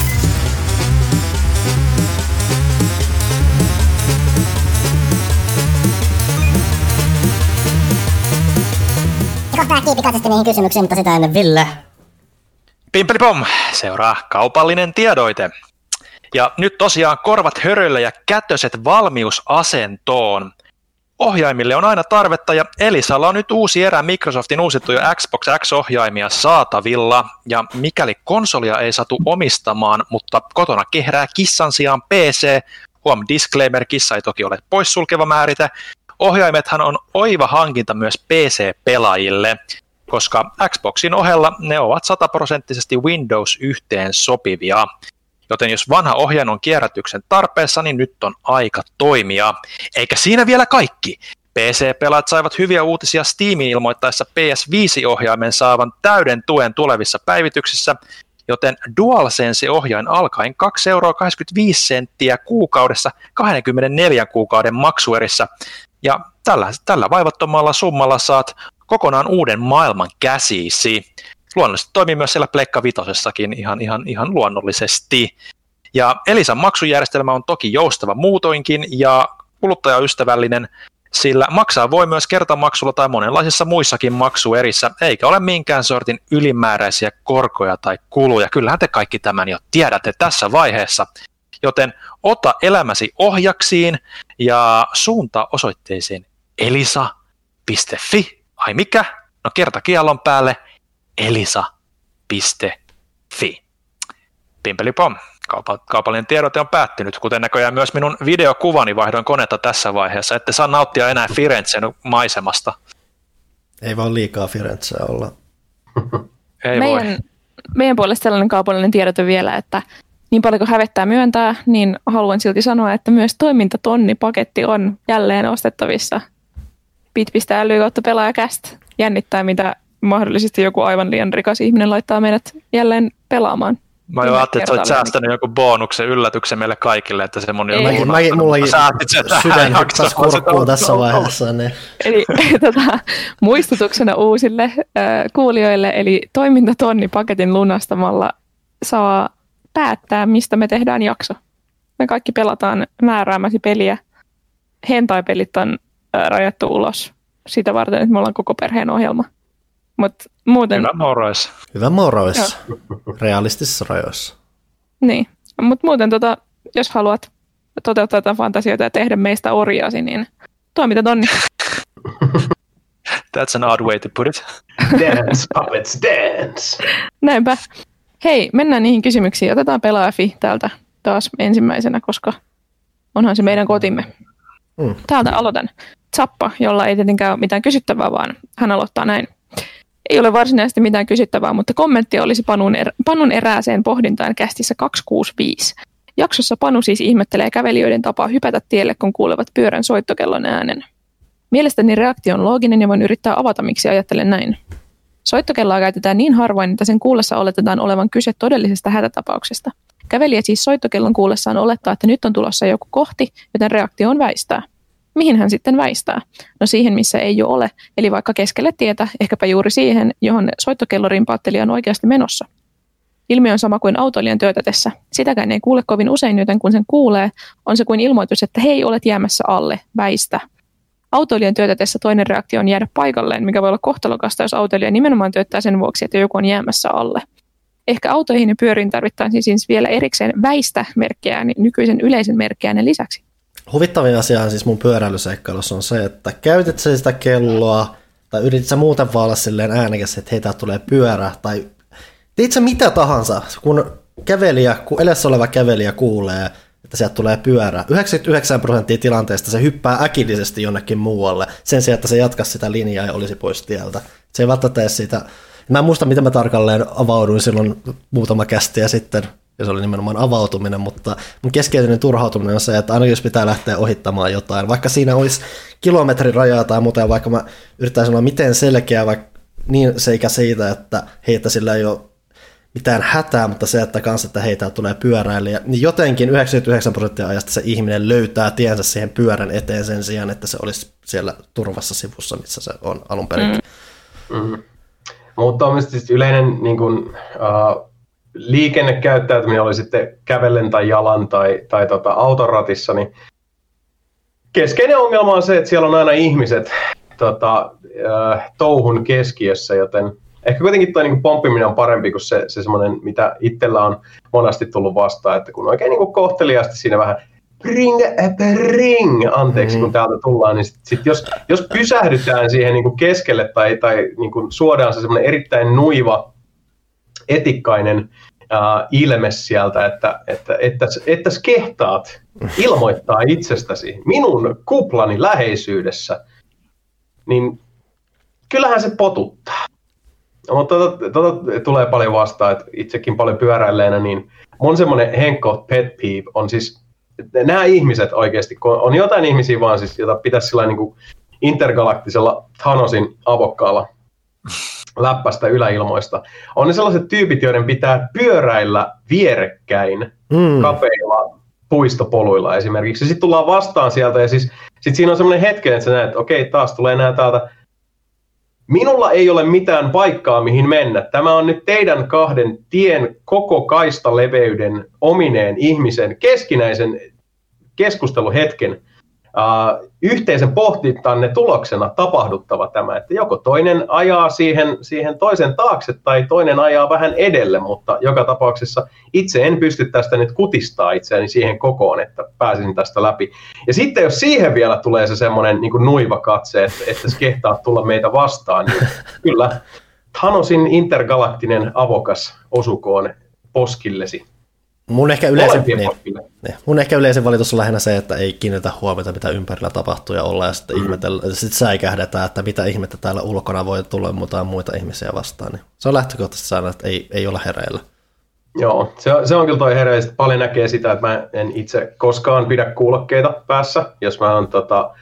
Kohtaa kiipikaisesti niihin kysymyksiin, mutta sitä ennen Ville. Pimpelipom, seuraa kaupallinen tiedoite. Ja nyt tosiaan korvat höröillä ja kätöset valmiusasentoon. Ohjaimille on aina tarvetta ja Elisalla on nyt uusi erä Microsoftin uusittuja Xbox X-ohjaimia saatavilla. Ja mikäli konsolia ei satu omistamaan, mutta kotona kehrää kissan sijaan P C, huom disclaimer, kissa ei toki ole poissulkeva määrite, ohjaimethan on oiva hankinta myös P C-pelaajille, koska Xboxin ohella ne ovat sataprosenttisesti Windows yhteen sopivia. Joten jos vanha ohjain on kierrätyksen tarpeessa, niin nyt on aika toimia. Eikä siinä vielä kaikki. P C-pelaajat saivat hyviä uutisia Steamin ilmoittaessa P S viisi-ohjaimen saavan täyden tuen tulevissa päivityksissä, joten DualSense-ohjain alkaen kaksi euroa kahdeksankymmentäviisi senttiä kuukaudessa kaksikymmentäneljä kuukauden maksuerissä. Ja tällä, tällä vaivattomalla summalla saat kokonaan uuden maailman käsisi. Luonnollisesti toimii myös siellä Pleikka Vitosessakin ihan, ihan, ihan luonnollisesti. Ja Elisan maksujärjestelmä on toki joustava muutoinkin ja kuluttajaystävällinen, sillä maksaa voi myös kertamaksulla tai monenlaisissa muissakin maksuerissä, eikä ole minkään sortin ylimääräisiä korkoja tai kuluja. Kyllähän te kaikki tämän jo tiedätte tässä vaiheessa. Joten ota elämäsi ohjaksiin ja suuntaa osoitteeseen elisa piste fi. Ai mikä? No kerta kiellon päälle elisa piste fi. Pimpelipom. Kaupa- kaupallinen tiedote on päättynyt, kuten näköjään myös minun videokuvani. Vaihdoin konetta tässä vaiheessa. Ette saa nauttia enää Firenzen maisemasta. Ei vaan liikaa Firenzeä olla. Ei meidän, voi. meidän puolesta sellainen kaupallinen tiedote vielä, että niin paljon kuin hävettää myöntää, niin haluan silti sanoa, että myös toimintatonnipaketti on jälleen ostettavissa. bit piste ly kautta pelaajakäst. Jännittää, mitä mahdollisesti joku aivan liian rikas ihminen laittaa meidät jälleen pelaamaan. Mä jo ajattelin, että sä olet säästänyt joku bonuksen, yllätyksen meille kaikille, että se moni on Mäkin, mäkin, mullakin sydän hyppäsi kurkkuun tässä vaiheessa. Niin. Eli tota, muistutuksena uusille äh, kuulijoille, eli toimintatonnipaketin lunastamalla saa päättää, mistä me tehdään jakso. Me kaikki pelataan määräämäsi peliä. Hentai-pelit on äh, rajattu ulos sitä varten, että me ollaan koko perheen ohjelma. Mut muuten... Hyvä moroissa. Hyvä moroissa. Realistisissa rajoissa. Niin, mutta muuten tota, jos haluat toteuttaa jotain fantasioita ja tehdä meistä orjaasi, niin toimita tonni. That's an odd way to put it. Dance, puppets, dance! Näinpä. Hei, mennään niihin kysymyksiin. Otetaan pelaajafi täältä taas ensimmäisenä, koska onhan se meidän kotimme. Mm. Täältä aloitan. Zappa, jolla ei tietenkään ole mitään kysyttävää, vaan hän aloittaa näin. Ei ole varsinaisesti mitään kysyttävää, mutta kommentti olisi Panun, er- Panun erääseen pohdintaan kästissä kaksisataakuusikymmentäviisi. Jaksossa Panu siis ihmettelee kävelijöiden tapaa hypätä tielle, kun kuulevat pyörän soittokellon äänen. Mielestäni reaktio on looginen ja voin yrittää avata, miksi ajattelen näin. Soittokelloa käytetään niin harvoin, että sen kuullessa oletetaan olevan kyse todellisesta hätätapauksesta. Kävelijä siis soittokellon kuullessaan olettaa, että nyt on tulossa joku kohti, joten reaktio on väistää. Mihin hän sitten väistää? No siihen, missä ei jo ole, eli vaikka keskelle tietä, ehkäpä juuri siihen, johon soittokellorinpaattelija on oikeasti menossa. Ilmiö on sama kuin autoilijan työtätessä. Sitäkään ei kuule kovin usein, joten kun sen kuulee, on se kuin ilmoitus, että hei, olet jäämässä alle, väistä. Autoilijan työtätessä toinen reaktio on jäädä paikalleen, mikä voi olla kohtalokasta, jos autoilija nimenomaan työttää sen vuoksi, että joku on jäämässä alle. Ehkä autoihin ja pyöriin tarvittaisiin siis vielä erikseen väistä-merkkiä nykyisen yleisen merkkiäänen lisäksi. Huvittavin asia on siis mun pyöräilyseikkailussa on se, että käytit sä sitä kelloa tai yritit sä muuten vaan olla silleen äänekäs, että hei, täältä tulee pyörä tai teit sä mitä tahansa, kun kävelijä, kun edessä oleva kävelijä kuulee, että sieltä tulee pyörä. yhdeksänkymmentäyhdeksän prosenttia tilanteesta se hyppää äkillisesti jonnekin muualle sen sijaan, että se jatkaisi sitä linjaa ja olisi pois tieltä. Se ei välttämättä tee siitä. Mä en muista, mitä mä tarkalleen avauduin silloin muutama kästiä sitten. ja se oli nimenomaan avautuminen, mutta mun keskeinen turhautuminen on se, että aina jos pitää lähteä ohittamaan jotain, vaikka siinä olisi kilometrin rajaa tai muuta, ja vaikka mä yritän sanoa miten selkeä, vaikka niin seikä siitä, että heitä sillä ei ole mitään hätää, mutta se, että kanssa, että heitä tulee pyöräilijä, niin jotenkin yhdeksänkymmentäyhdeksän prosenttia ajasta se ihminen löytää tiensä siihen pyörän eteen sen sijaan, että se olisi siellä turvassa sivussa, missä se on alun perin. Mm. Mm. Mutta on siis yleinen niin kun, uh, liikennekäyttäytyminen oli sitten kävellen tai jalan tai, tai tota, autoratissa, niin keskeinen ongelma on se, että siellä on aina ihmiset tota, uh, touhun keskiössä, joten ehkä kuitenkin tuo niin pomppiminen on parempi kuin se, se semmoinen, mitä itsellä on monasti tullut vastaan, että kun oikein niin kohteliaasti siinä vähän bring, bring, anteeksi, mm-hmm. kun täältä tullaan, niin sit, sit jos, jos pysähdytään siihen niin keskelle tai, tai niin suodaan se semmoinen erittäin nuiva, etikkainen uh, ilme sieltä, että, että, että, että kehtaat ilmoittaa itsestäsi minun kuplani läheisyydessä, niin kyllähän se potuttaa. Mutta tota, tota tulee paljon vastaan, että itsekin paljon pyöräilleenä, niin mun semmoinen henkko pet peeve on siis, että nämä ihmiset oikeasti, kun on jotain ihmisiä vaan siis, jota pitäisi sillä niin kuin intergalaktisella Thanosin avokkaalla läppästä yläilmoista, on ne sellaiset tyypit, joiden pitää pyöräillä vierekkäin mm. kapeilla puistopoluilla esimerkiksi. Sitten tullaan vastaan sieltä ja siis sit siinä on semmoinen hetken, että sä näet, että okei, taas tulee nää täältä. Minulla ei ole mitään paikkaa, mihin mennä. Tämä on nyt teidän kahden tien koko kaistaleveyden omineen ihmisen keskinäisen keskusteluhetken uh, yhteisen pohtintanne tuloksena tapahduttava tämä, että joko toinen ajaa siihen, siihen toisen taakse tai toinen ajaa vähän edelle, mutta joka tapauksessa itse en pysty tästä nyt kutistaa itseäni siihen kokoon, että pääsisin tästä läpi. Ja sitten jos siihen vielä tulee se semmoinen niin kuin nuiva katse, että, että se kehtaa tulla meitä vastaan, niin kyllä Thanosin intergalaktinen avokas osukoon poskillesi. Mun ehkä, yleisen, niin, niin, mun ehkä yleisen valitus on lähinnä se, että ei kiinnitä huomiota, mitä ympärillä tapahtuu ja olla, ja sitten mm. sit säikähdetään, että mitä ihmettä täällä ulkona voi tulla muita muita ihmisiä vastaan. Niin se on lähtökohtaisesti saada, että ei, ei olla hereillä. Joo, se on, se on kyllä toi hereillä. Paljon näkee sitä, että mä en itse koskaan pidä kuulokkeita päässä, jos mä oon tota,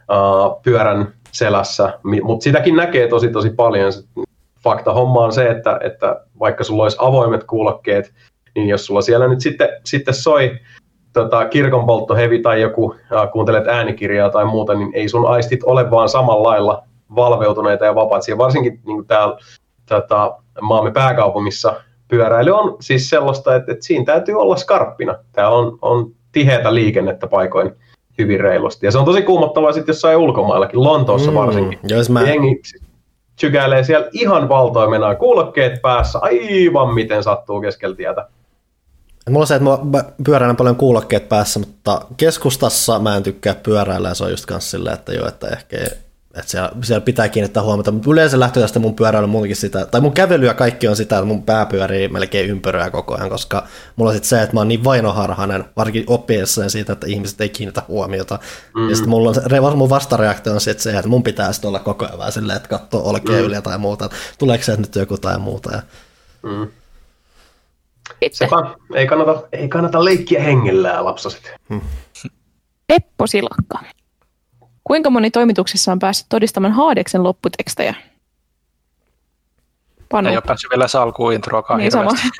uh, pyörän selässä, mutta sitäkin näkee tosi tosi paljon. Fakta homma on se, että, että vaikka sulla olisi avoimet kuulokkeet, niin jos sulla siellä nyt sitten, sitten soi tota, kirkonpolttohevi tai joku, äh, kuuntelet äänikirjaa tai muuta, niin ei sun aistit ole vaan samalla lailla valveutuneita ja vapaat. Ja varsinkin niin täällä tota, maamme pääkaupungissa pyöräily on siis sellaista, että, että siinä täytyy olla skarppina. Täällä on, on tiheätä liikennettä paikoin hyvin reilusti. Ja se on tosi kuumottavaa sitten jossain ulkomaillakin, Lontoossa varsinkin. Mm, jos mä... Jengi sykäilee siellä ihan valtoimenaan, kuulokkeet päässä, aivan miten sattuu keskellä tietä. Mulla on se, että mä pyöräilen paljon kuulokkeet päässä, mutta keskustassa mä en tykkää pyöräillä ja se on just kans silleen, että joo, että ehkä että siellä, siellä pitää kiinnittää huomiota, mutta yleensä lähtökohtaisesti mun pyöräily on muutenkin sitä, tai mun kävely ja kaikki on sitä, että mun pää pyörii melkein ympyrää koko ajan, koska mulla on sitten se, että mä oon niin vainoharhainen, varsinkin oppiessaan siitä, että ihmiset ei kiinnitä huomiota, mm. ja sitten mulla on, mun vastareaktio on sitten se, että mun pitää sitten olla koko ajan vähän silleen, että katsoo olkea mm. yli tai muuta, että tuleeko se nyt joku tai muuta. Ja... Mm. Sepä, ei kannata, ei kannata leikkiä hengellään, lapsaset. Hmm. Eppo Silakka. Kuinka moni toimituksessa on päässyt todistamaan Haadeksen lopputekstejä? Panu. Ei ole päässyt vielä salkuun introakaan niin hirveästi.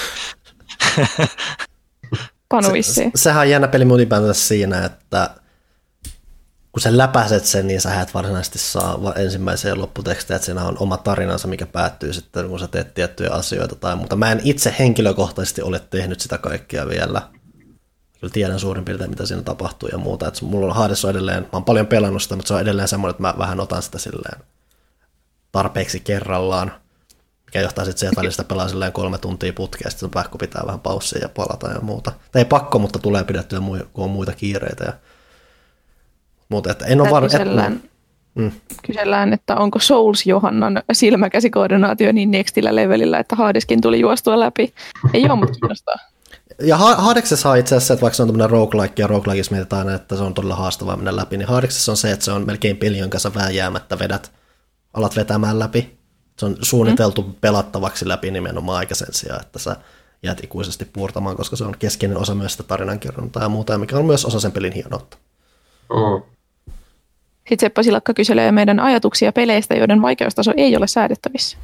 Panu vissiin. Se, sehän on jännä peli ylipäätänsä siinä, että kun sä läpäiset sen, niin sä et varsinaisesti saa ensimmäiseen lopputekstejä, että siinä on oma tarinansa, mikä päättyy sitten, kun sä teet tiettyjä asioita tai muuta. Mä en itse henkilökohtaisesti ole tehnyt sitä kaikkea vielä. Kyllä tiedän suurin piirtein, mitä siinä tapahtuu ja muuta. Että mulla on Hades on edelleen, mä oon paljon pelannut sitä, mutta se on edelleen semmoinen, että mä vähän otan sitä silleen tarpeeksi kerrallaan, mikä johtaa sitten siihen, että välillä sitä pelaa silleen kolme tuntia putkea, sitten pakko pitää vähän paussia ja palata ja muuta. Tai ei pakko, mutta tulee pidettyä, kun on muita kiireitä ja muuta. Että en ole var... kysellään, et... mm. kysellään, että onko Souls-Johannan silmäkäsikoordinaatio niin nextillä levelillä, että Hadeskin tuli juostua läpi. Ei ole, mutta kiinnostaa. Ja Hadeksessa on itse asiassa, että vaikka se on tämmöinen roguelike, ja roguelikeissa mietitään, että se on todella haastavaa mennä läpi, niin Hadeksessa on se, että se on melkein peli, jonka sä vääjäämättä vedät, alat vetämään läpi. Se on suunniteltu mm. pelattavaksi läpi nimenomaan aika sen sijaan, että sä jäät ikuisesti puurtamaan, koska se on keskeinen osa myös sitä tarinankerrontaa ja muuta, mikä on myös osa sen pelin hienoutta. Mm. Sitten Seppo Silakka kyselee meidän ajatuksia peleistä, joiden vaikeustaso ei ole säädettävissä.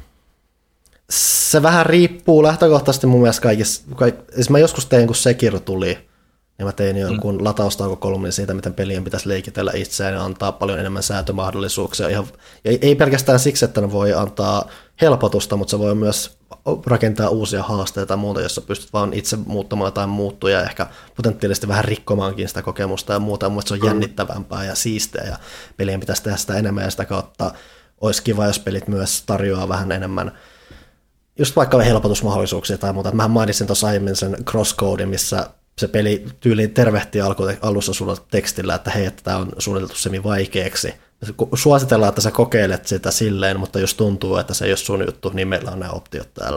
Se vähän riippuu lähtökohtaisesti mun mielestä kaikissa. Kaik, siis mä joskus tein, kun Sekiro tuli, niin mä tein jonkun mm. lataustaukokolumnin siitä, miten pelien pitäisi leikitellä itseään ja antaa paljon enemmän säätömahdollisuuksia. Ihan, ja ei pelkästään siksi, että ne voi antaa helpotusta, mutta se voi myös rakentaa uusia haasteita ja muuta, jossa pystyt vaan itse muuttamaan jotain muuttuja ja ehkä potentiaalisesti vähän rikkomaankin sitä kokemusta ja muuta. Mun se on jännittävämpää ja siisteä ja pelien pitäisi tehdä sitä enemmän ja sitä kautta olisi kiva, jos pelit myös tarjoaa vähän enemmän just vaikka helpotusmahdollisuuksia tai muuta. Mähän mainitsin tuossa aiemmin sen crosscodin, missä se peli tyyliin tervehtii alussa sulla tekstillä, että hei, että tämä on suunniteltu semi vaikeaksi. Suositellaan, että sä kokeilet sitä silleen, mutta jos tuntuu, että se ei ole sun juttu, niin meillä on nämä optiot täällä.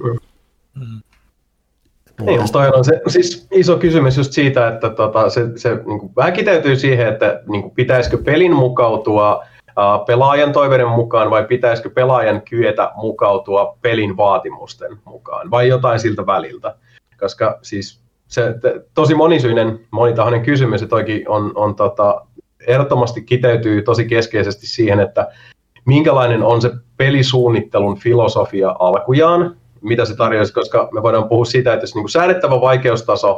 Mm. Niin, mutta on se siis iso kysymys just siitä, että tota, se, se niin kuin vähän kiteytyy siihen, että niin kuin pitäisikö pelin mukautua uh, pelaajan toiveiden mukaan vai pitäisikö pelaajan kyetä mukautua pelin vaatimusten mukaan vai jotain siltä väliltä. Koska siis se tosi monisyinen, monitahoinen kysymys ja toikin on, on tota, ehdottomasti kiteytyy tosi keskeisesti siihen, että minkälainen on se pelisuunnittelun filosofia alkujaan, mitä se tarjoaisi, koska me voidaan puhua siitä, että jos niin kuin säädettävä vaikeustaso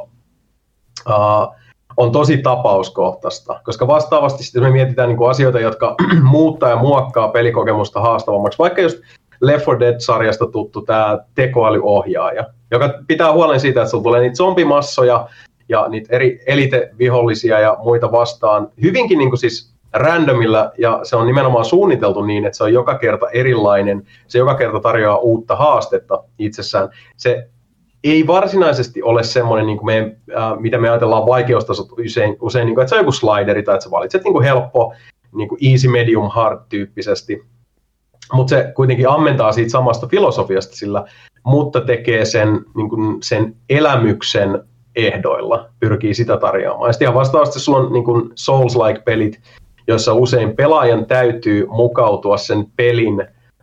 uh, on tosi tapauskohtaista, koska vastaavasti sitten me mietitään niin kuin asioita, jotka muuttaa ja muokkaa pelikokemusta haastavammaksi, vaikka just Left four Dead-sarjasta tuttu tämä tekoälyohjaaja, joka pitää huolen siitä, että sulla tulee niitä zombimassoja ja niitä eri elite-vihollisia ja muita vastaan hyvinkin niin kuin siis randomilla, ja se on nimenomaan suunniteltu niin, että se on joka kerta erilainen, se joka kerta tarjoaa uutta haastetta itsessään. Se ei varsinaisesti ole semmoinen, niin kuin me, äh, mitä me ajatellaan vaikeustasot usein, usein niin kuin, että se on joku slideri tai että sä valitset niin kuin helppo, niin kuin easy, medium, hard tyyppisesti. Mutta se kuitenkin ammentaa siitä samasta filosofiasta sillä, mutta tekee sen, niin kuin sen elämyksen ehdoilla, pyrkii sitä tarjoamaan. Ja sitten ihan vastaavasti sulla on niin kuin Souls-like-pelit, joissa usein pelaajan täytyy mukautua sen pelin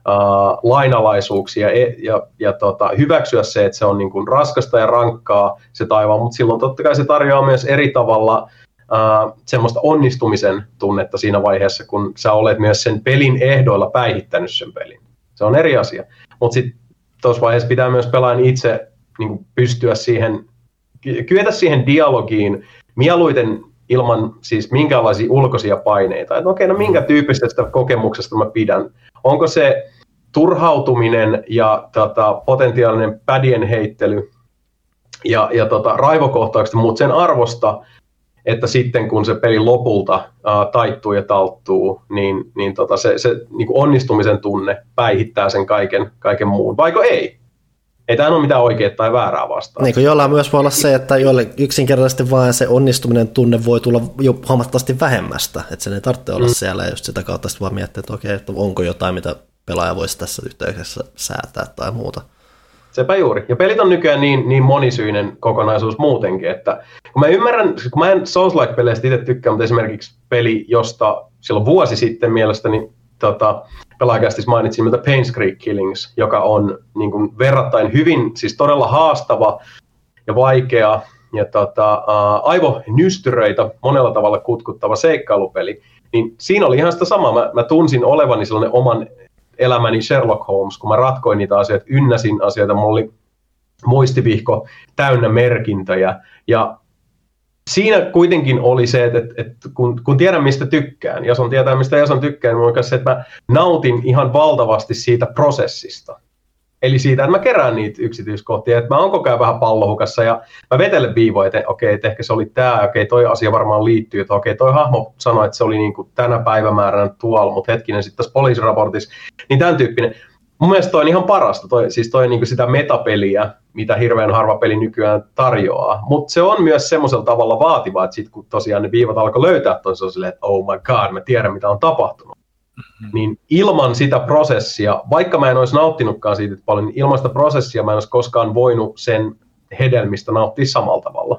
uh, lainalaisuuksia ja, ja, ja tota, hyväksyä se, että se on niin kuin raskasta ja rankkaa se taivaan, mutta silloin totta kai se tarjoaa myös eri tavalla Uh, semmoista onnistumisen tunnetta siinä vaiheessa, kun sä olet myös sen pelin ehdoilla päihittänyt sen pelin. Se on eri asia. Mutta sitten tuossa vaiheessa pitää myös pelaajan itse niin kuin pystyä siihen, kyetä siihen dialogiin mieluiten ilman siis minkäänlaisia ulkoisia paineita. Että okei, no minkä tyyppisestä kokemuksesta mä pidän? Onko se turhautuminen ja tota, potentiaalinen pädien heittely ja, ja tota, raivokohtaukset, mutta sen arvosta, että sitten kun se peli lopulta ää, taittuu ja talttuu, niin, niin tota se, se niin kuin onnistumisen tunne päihittää sen kaiken, kaiken muun. Vaiko ei? Ei tämä ole mitään oikeaa tai väärää vastaan. Niin kuin jollain myös voi olla se, että joille yksinkertaisesti vaan se onnistuminen tunne voi tulla jo huomattavasti vähemmästä. Että sen ei tarvitse olla mm. siellä ja just sitä kautta sitten vaan miettiä, että okei, että onko jotain, mitä pelaaja voisi tässä yhteydessä säätää tai muuta. Sepä juuri. Ja pelit on nykyään niin, niin monisyinen kokonaisuus muutenkin, että kun mä ymmärrän, kun mä en Souls-like-peleistä itse tykkään, mutta esimerkiksi peli, josta silloin vuosi sitten mielestäni tota, pelaajakästis mainitsin, miltä Pain's Creek Killings, joka on niin kuin verrattain hyvin, siis todella haastava ja vaikea ja tota, ää, aivonystyröitä monella tavalla kutkuttava seikkailupeli, niin siinä oli ihan sitä samaa. Mä, mä tunsin olevani sellainen oman elämäni Sherlock Holmes, kun mä ratkoin niitä asioita, ynnäsin asioita, mulla oli muistivihko täynnä merkintöjä, ja siinä kuitenkin oli se, että, että, että kun, kun tiedän mistä tykkään, Jason tietää mistä Jason tykkään, niin on se, että mä nautin ihan valtavasti siitä prosessista. Eli siitä, että mä kerään niitä yksityiskohtia, että mä oon koko ajan vähän pallohukassa ja mä vetelen viivoja, että okei, että ehkä se oli tää, okei, toi asia varmaan liittyy, että okei, toi hahmo sanoi, että se oli niin kuin tänä päivämääränä tuolla, mutta hetkinen sitten tässä poliisiraportissa, niin tämän tyyppinen. Mun mielestä toi on ihan parasta, toi, siis toi on niin kuin sitä metapeliä, mitä hirveän harva peli nykyään tarjoaa, mutta se on myös semmoisella tavalla vaativaa, että sitten kun tosiaan ne viivat alkoi löytää, että se on silleen, että oh my god, mä tiedän mitä on tapahtunut. Mm-hmm. Niin ilman sitä prosessia, vaikka mä en olisi nauttinutkaan siitä paljon, niin ilman sitä prosessia mä en olisi koskaan voinut sen hedelmistä nauttia samalla tavalla.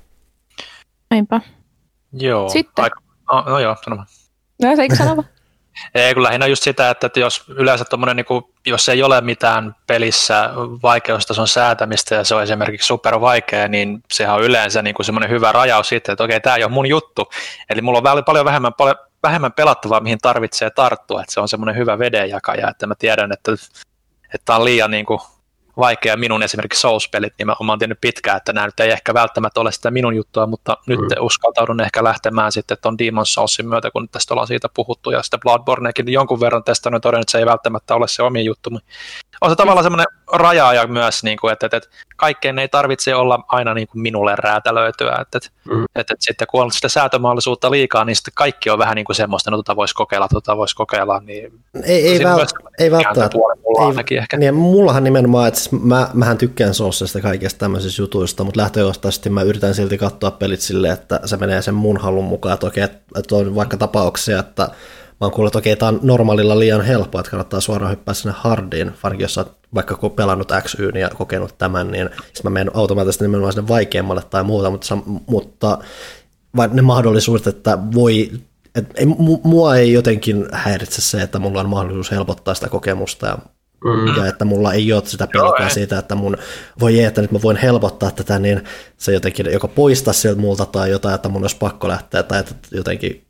Näinpä. Joo. Sitten. Aika, no, no joo, sanomaan. No, eikö sanova? Ei, kun lähinnä just sitä, että jos yleensä tommonen, niin kuin, jos ei ole mitään pelissä vaikeustason säätämistä ja se on esimerkiksi supervaikea, niin sehän on yleensä niin kuin semmoinen hyvä rajaus sitten, että okei, tämä ei ole mun juttu. Eli mulla on paljon vähemmän, paljon vähemmän pelattavaa, mihin tarvitsee tarttua, että se on semmoinen hyvä vedenjakaja, että mä tiedän, että tämä on liian niin kuin vaikea minun esimerkiksi Souls-pelit, niin mä oon tiennyt pitkään, että nämä nyt ei ehkä välttämättä ole sitä minun juttua, mutta mm. nyt uskaltaudun ehkä lähtemään sitten tuon Demon's Soulsin myötä, kun tästä ollaan siitä puhuttu, ja sitten Bloodbornekin jonkun verran testannut todennut, että se ei välttämättä ole se omi juttu. On se tavallaan semmoinen rajaaja myös, niin kuin, että, että, että kaikkeen ei tarvitse olla aina niin kuin minulle räätälöityä, että, mm. että, että sitten kun on sitä säätömahdollisuutta liikaa, niin sitten kaikki on vähän niin kuin semmoista, no tota voisi kokeilla, tota voisi kokeilla, niin ei, ei, väl, ei välttämättä. Mulla ei, ehkä. Niin, mullahan nimenomaan, että siis mä, mähän tykkään Soulsista kaikista tämmöisistä jutuista, mutta lähtökohtaisesti mä yritän silti katsoa pelit silleen, että se menee sen mun halun mukaan, että okei, että on vaikka tapauksia, että mä oon kuullut, että okei, tää on normaalilla liian helppoa, että kannattaa suoraan hyppää sinne hardiin, varsinkin jos sä oot vaikka pelannut X Y:n ja kokenut tämän, niin sitten mä menen automaattisesti nimenomaan sinne vaikeammalle tai muuta, mutta, mutta ne mahdollisuudet, että voi, että ei, mua ei jotenkin häiritse se, että mulla on mahdollisuus helpottaa sitä kokemusta ja, mm. ja että mulla ei ole sitä pelkoa siitä, että mun voi jee, että nyt mä voin helpottaa tätä, niin se jotenkin joko poistaa sieltä multa tai jotain, että mun olisi pakko lähteä tai että jotenkin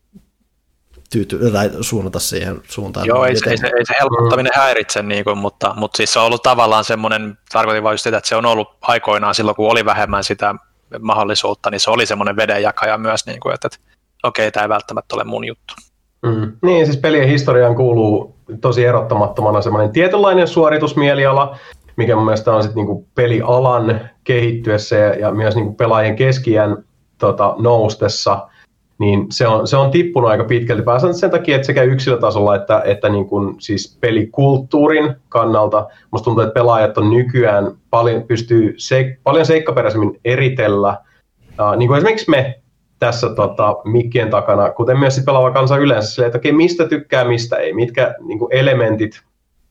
tyyty, tai suunnata siihen suuntaan. Joo, ei se, ei, se, ei se helpottaminen häiritse, niin kuin, mutta, mutta siis se on ollut tavallaan semmoinen, tarkoitin vain just sitä, että se on ollut aikoinaan silloin, kun oli vähemmän sitä mahdollisuutta, niin se oli semmoinen vedenjakaja myös, niin kuin, että, että okei, tämä ei välttämättä ole mun juttu. Mm. Niin, siis pelien historiaan kuuluu tosi erottamattomana semmoinen tietynlainen suoritusmieliala, mikä mun mielestä on sitten niinku pelialan kehittyessä ja, ja myös niinku pelaajien keskiään tota, noustessa, niin se on, se on tippunut aika pitkälti pääsen sen takia, että sekä yksilötasolla että, että niin kuin siis pelikulttuurin kannalta musta tuntuu, että pelaajat on nykyään paljon, pystyy seik- paljon seikkaperäisemmin eritellä, uh, niin kuin esimerkiksi me tässä tota, mikkien takana, kuten myös sit pelaava kansa yleensä, silleen, että okei, mistä tykkää, mistä ei, mitkä niin kuin elementit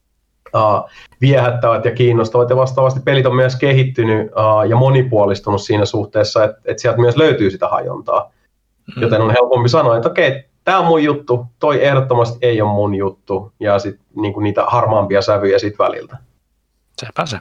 uh, viehättävät ja kiinnostavat, ja vastaavasti pelit on myös kehittynyt uh, ja monipuolistunut siinä suhteessa, että, että sieltä myös löytyy sitä hajontaa. Joten on helpompi sanoa, että okei, tämä on mun juttu, toi ehdottomasti ei ole mun juttu, ja sitten niinku niitä harmaampia sävyjä sit väliltä. Sepä se.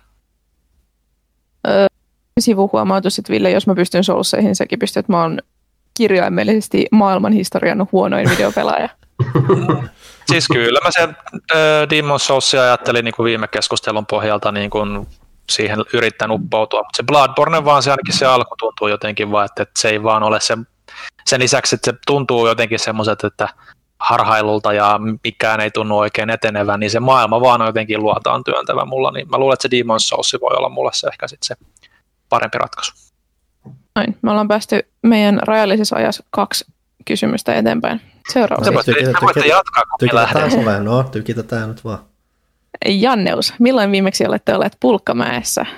Öö, sivuhuomautus, että Ville, jos mä pystyn Soulseihin, niin säkin pystyt, että mä oon kirjaimellisesti maailmanhistorian huonoin videopelaaja. Siis kyllä mä sen äh, Demon's Soulsia ajattelin niin kuin viime keskustelun pohjalta niin kuin siihen yrittän uppoutua, mutta se Bloodborne vaan se ainakin se alku tuntuu jotenkin vaan, että, että se ei vaan ole se. Sen lisäksi, että se tuntuu jotenkin semmoiset, että harhailulta ja mikään ei tunnu oikein etenevän, niin se maailma vaan on jotenkin luotaan työntävä mulla, niin mä luulen, että se Demon's Souls voi olla mulle se ehkä sitten se parempi ratkaisu. Noin, me ollaan päästy meidän rajallisessa ajassa kaksi kysymystä eteenpäin. Seuraava. Te voitte, te voitte jatkaa, kun me lähdemme. No, tykitetään nyt vaan. Janneus, milloin viimeksi olette olleet Pulkkamäessä?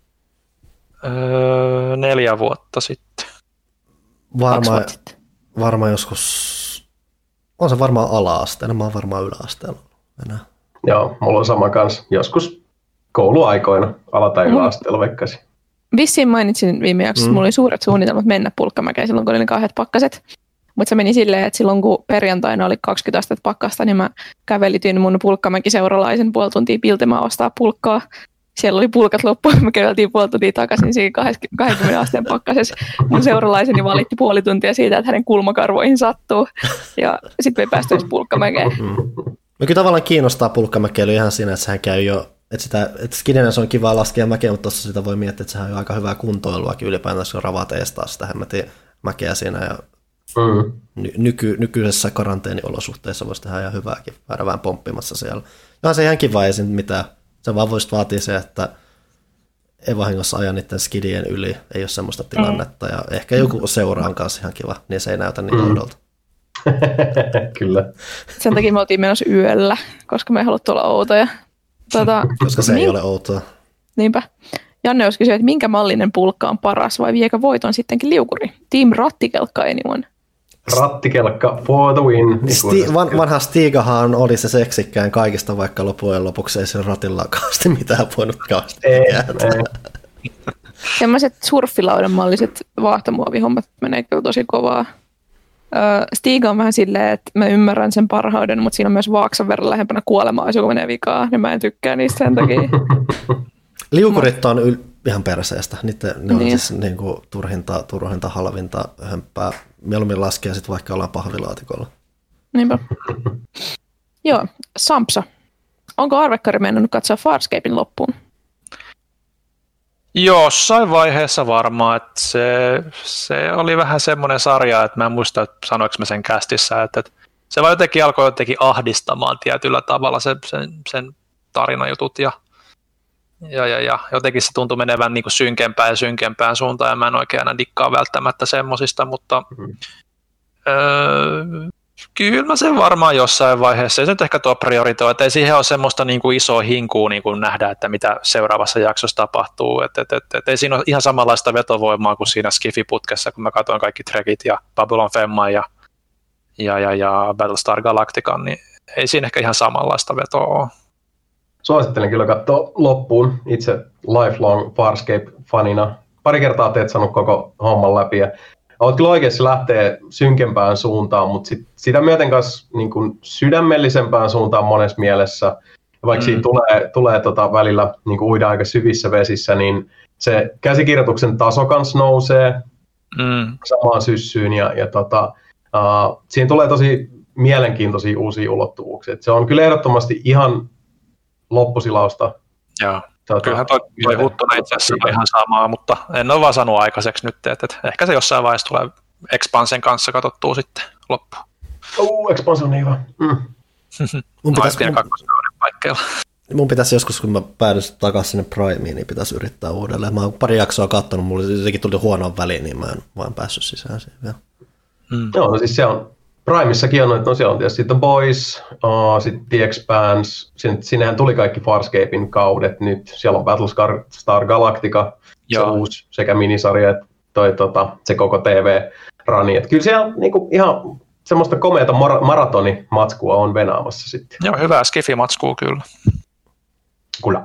Öö, neljä vuotta sitten. Varmaan varma joskus, on se varmaan ala-asteella, mä oon varmaan yläasteella enää. Joo, mulla on sama kanssa, joskus kouluaikoina, ala- tai yläasteella veikkaisin. Vissiin mainitsin viime jaksossa, mm. mulla oli suuret suunnitelmat mennä Pulkkamäkeen silloin, kun oli ne kahdet pakkaset. Mutta se meni silleen, että silloin kun perjantaina oli kaksikymmentä astetta pakkasta, niin mä kävelityin mun Pulkkamäki-seuralaisen puoli tuntia piltemään ostaa pulkkaa. Siellä oli pulkat loppu, me käveltiin puoli tuntia takaisin siinä kaksikymmentä asteen pakkasessa. Mun seuralaiseni valitti puoli tuntia siitä, että hänen kulmakarvoihin sattuu. Ja sitten me päästiin Pulkkamäkeen. Mm. No kyllä tavallaan kiinnostaa Pulkkamäkeily ihan siinä, että sehän käy jo, että, sitä, että Skidenässä on kiva laskea mäkeä, mutta tuossa sitä voi miettiä, että sehän on jo aika hyvää kuntoiluakin ylipäätään, kun ravat eestaa sitä hemmetin mäkeä siinä. Ja mm. nyky, nykyisessä karanteeniolosuhteessa voisi tehdä ihan hyvääkin, käydä vähän pomppimassa siellä. Onhan se ihan kiva, ei siinä mitään. Se vaan voisi vaatia se, että ei vahingossa aja niiden skidien yli, ei ole semmoista tilannetta, ja ehkä joku seuraan kanssa ihan kiva, niin se ei näytä niin oudolta. Kyllä. Sen takia me oltiin menossa yöllä, koska me ei haluttu olla outoja. Tuota, koska se niin, ei ole outoa. Niinpä. Janne olisi kysynyt, että minkä mallinen pulkka on paras, vai viekö voiton sittenkin liukuri? Team rattikelkka anyone? Rattikelkka for the win. Sti- van, vanha Stigahan oli se seksikkään kaikista, vaikka lopujen lopuksi ei se ratilla kaasti mitään voinut kaasti. Sellaiset surffilaudan malliset vaahtomuovihommat menee kyllä tosi kovaa. Stig on vähän silleen, että mä ymmärrän sen parhauden, mutta siinä on myös Vaaksan verran lähempänä kuolemaa, jos joku menee vikaa, niin mä en tykkää niistä sen takia. Liukurit on yl- ihan perseestä. Niitä, ne on Niin. siis niin kuin, turhinta, turhinta, halvinta hömppää. Mieluummin laskea sitten vaikka ollaan pahvilaatikolla. Niinpä. Joo, Sampsa. Onko Arvekkari mennnyt katsoa Farscapein loppuun? Jossain vaiheessa varmaan, että se, se oli vähän semmoinen sarja, että mä en muista, että sanoinko mä sen kästissä, että, että se vaan jotenkin alkoi jotenkin ahdistamaan tietyllä tavalla se, sen, sen tarinajutut ja, ja, ja, ja jotenkin se tuntui menevän niin kuin synkempään ja synkempään suuntaan ja mä en oikein aina dikkaa välttämättä semmosista, mutta mm. öö, kyllä mä sen varmaan jossain vaiheessa, ei se nyt ehkä tuo prioritoi, että ei siihen ole semmoista niin kuin isoa hinkua niin kuin nähdä, että mitä seuraavassa jaksossa tapahtuu, että et, et, et, ei siinä ole ihan samanlaista vetovoimaa kuin siinä Skifi-putkessa, kun mä katsoin kaikki Trekit ja Babylon Femman ja, ja, ja, ja Battlestar Galactican, niin ei siinä ehkä ihan samanlaista vetoa ole. Suosittelen kyllä katsoa loppuun itse lifelong Farscape-fanina. Pari kertaa teet sanonut koko homman läpi ja olet kyllä oikeasti lähtee synkempään suuntaan, mutta sit, sitä myöten kanssa niin kuin sydämellisempään suuntaan monessa mielessä. Ja vaikka mm. siinä tulee, tulee tota välillä niin kuin uida aika syvissä vesissä, niin se käsikirjoituksen taso kanssa nousee mm. samaan syssyyn. Ja, ja tota, uh, siinä tulee tosi mielenkiintoisia uusia ulottuvuuksia. Et se on kyllä ehdottomasti ihan loppusilausta. Joo. Tota, Kyllähän toi, toi Huttunen itse asiassa on ihan samaa, mutta en ole vaan sanonut aikaiseksi nyt, että, että ehkä se jossain vaiheessa tulee Expansen kanssa katsottua sitten loppuun. Oh, Expanse on niin hyvä. Mm. mun, pitäisi, mun, paikkeilla. mun pitäisi joskus, kun mä päädyin takaisin sinne Primeen, niin pitäisi yrittää uudelleen. Mä oon pari jaksoa katsonut, mulla jotenkin tuli huonoon väliin, niin mä en vaan päässyt sisään siihen. Mm. Joo, no siis se on, Primissakin on, no siellä on tietysti The Boys, uh, sitten The Expanse, Sin, sinnehän tuli kaikki Farscapein kaudet nyt, siellä on Battlestar Galactica, se uusi sekä minisarja että toi, tota, se koko T V-rani, että kyllä siellä niinku ihan semmoista komeata mar- maratonimatskua on venaamassa sitten. Joo, hyvää skifi-matskua kyllä. Kyllä.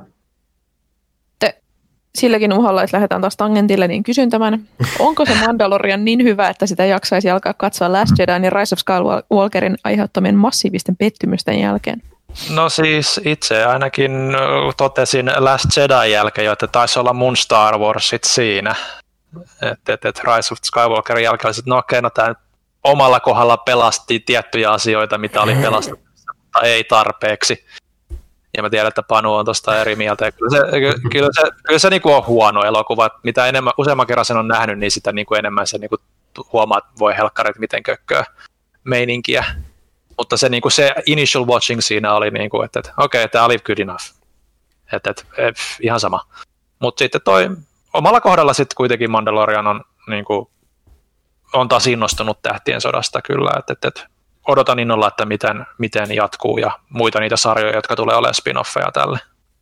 Silläkin uhalla, että lähdetään taas tangentille, niin kysyn tämän. Onko se Mandalorian niin hyvä, että sitä jaksaisi alkaa katsoa Last Jedin ja Rise of Skywalkerin aiheuttamien massiivisten pettymysten jälkeen? No siis itse ainakin totesin Last Jedin jälkeen jo, että taisi olla mun Star Warsit siinä. Että et, et Rise of Skywalkerin jälkeen oli, että no okei, no tämä omalla kohdalla pelasti tiettyjä asioita, mitä oli pelastettu, mutta ei tarpeeksi. Ja mä tiedän, että Panu on tuosta eri mieltä. Ja kyllä se, kyllä se, kyllä se niinku on huono elokuva. Mitä enemmän, useamman kerran sen on nähnyt, niin sitä niinku enemmän se niinku huomaa, että voi helkkarit miten kökköä meininkiä. Mutta se, niinku se initial watching siinä oli, niinku, että, että okei, okay, tämä oli good enough. Että, että, että, ihan sama. Mutta sitten toi omalla kohdalla sitten kuitenkin Mandalorian on, niinku, on taas innostunut Tähtien sodasta kyllä. Että, että, että odotan innolla, että miten, miten jatkuu ja muita niitä sarjoja, jotka tulee olemaan spin-offeja tälle.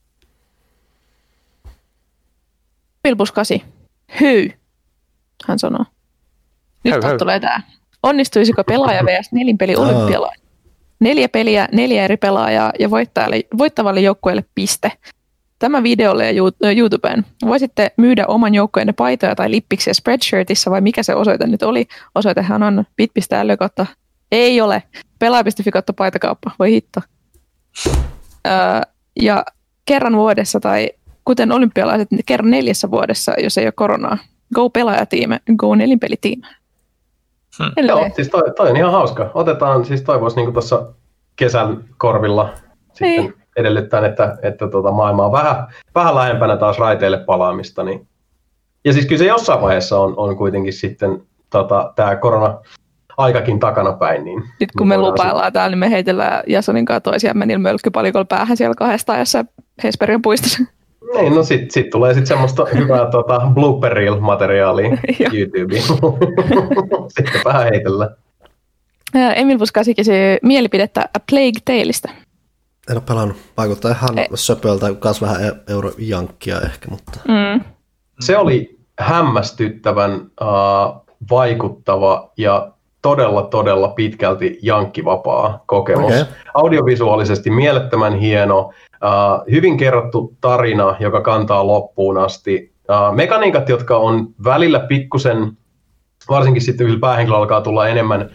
Pilpus kasi. Hyy, hän sanoo. Nyt höy, höy. tulee tää. Onnistuisiko pelaaja vs. nelinpeli olympialainen? Neljä peliä, neljä eri pelaajaa ja voittajalle, voittavalle joukkueelle piste. Tämä videolle ja YouTubeen. Voisitte myydä oman joukkueenne paitoja tai lippiksiä Spreadshirtissa vai mikä se osoite nyt oli? Osoitehan on bit piste l kautta. Ei ole. pelaaja piste fi kautta paitakauppa. Voi hitto. Öö, ja kerran vuodessa tai kuten olympialaiset, kerran neljässä vuodessa, jos ei ole koronaa. Go pelaajatiime, go nelinpelitiime. Hmm. Joo, siis toi, toi on ihan hauska. Otetaan, siis toi voisi niin tuossa kesän korvilla sitten Ei. edellyttää, että, että tota maailma on vähän, vähän lähempänä taas raiteille palaamista. Niin. Ja siis kyllä se jossain vaiheessa on, on kuitenkin sitten tota, tämä korona-aikakin takanapäin. Niin, Nyt kun me lupaillaan täällä, niin me heitellään Jasonin kanssa toisiamme niillä mölkkypalikolla päähän siellä kahdesta ajassa Hesperian puistossa. Niin, no sit, sit tulee sitten semmoista hyvää tota, blooper reel-materiaalia YouTubeen. Sitten vähän heitellään. Emil Puskasi kysyi mielipidettä A Plague Taleista. En ole pelannut. Vaikuttaa ihan e- söpöltä, myös vähän eurojankkia ehkä, mutta... Mm. Se oli hämmästyttävän uh, vaikuttava ja todella, todella pitkälti jankkivapaa kokemus. Okay. Audiovisuaalisesti mielettömän hieno, uh, hyvin kerrottu tarina, joka kantaa loppuun asti. Uh, mekaniikat, jotka on välillä pikkusen, varsinkin sitten kun päähenkilö alkaa tulla enemmän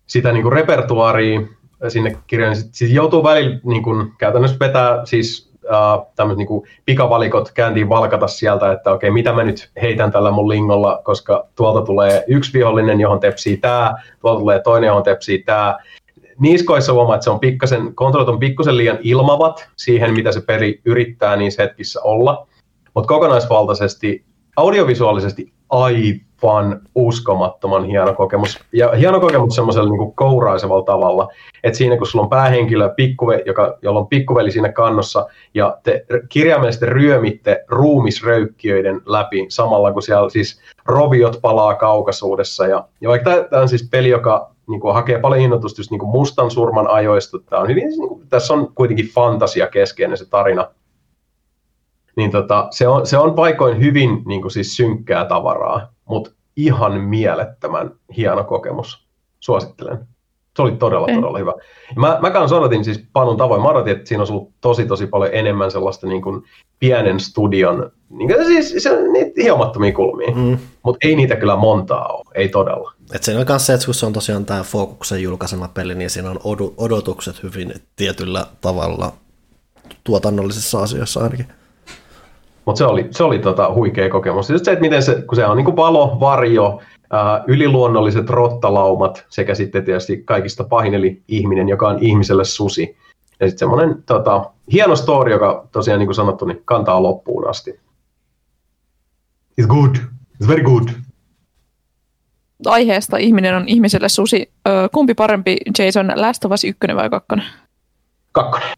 sitä niin kuin repertuaaria sinne kirjaan, niin sitten sit joutuu välillä niin kuin, käytännössä vetää siis uh, tämmöiset niin kuin pikavalikot kääntiin valkata sieltä, että okei, mitä mä nyt heitän tällä mun lingolla, koska tuolta tulee yksi vihollinen, johon tepsii tää, tuolta tulee toinen, johon tepsii tää. Niiskoissa huomaa, että se on pikkasen, kontrollit on pikkusen liian ilmavat siihen, mitä se peli yrittää niissä hetkissä olla, mutta kokonaisvaltaisesti, audiovisuaalisesti aivan uskomattoman hieno kokemus. Ja hieno kokemus semmoisella niin kuin kouraisevalla tavalla, että siinä kun sulla on päähenkilö, pikkuve, joka, jolla on pikkuveli siinä kannossa, ja te kirjaimellisesti ryömitte ruumisröykkiöiden läpi samalla, kun siellä siis roviot palaa kaukaisuudessa. Ja, ja vaikka tämä on siis peli, joka niin kuin hakee paljon innoitusta just niin kuin mustan surman ajoista, tämä on hyvin, niin kuin, tässä on kuitenkin fantasia keskeinen se tarina. Niin tota, se, on, se on paikoin hyvin niin kuin siis synkkää tavaraa, mutta ihan mielettömän hieno kokemus. Suosittelen. Se oli todella, todella hyvä. Ja mä, mä kanssa odotin siis Panun tavoin. Mä odotin, että siinä olisi ollut tosi, tosi paljon enemmän sellaista niin kuin pienen studion, niin kuin, siis se on niitä hiomattomia kulmia, mm. mutta ei niitä kyllä montaa ole, ei todella. Et siinä on myös se, että kun se on tosiaan tämä Focuksen julkaisema peli, niin siinä on odotukset hyvin tietyllä tavalla tuotannollisissa asioissa ainakin. Mutta se oli, se oli tota huikea kokemus. Just se, että miten se, kun se on niin kuin valo, varjo, ää, yliluonnolliset rottalaumat sekä sitten tietysti kaikista pahin, eli ihminen, joka on ihmiselle susi. Ja sitten semmoinen tota, hieno story, joka tosiaan niin kuin sanottu, niin kantaa loppuun asti. It's good. It's very good. Aiheesta ihminen on ihmiselle susi. Ö, kumpi parempi, Jason, Last of Us yksi vai kakkonen? Kakkonen.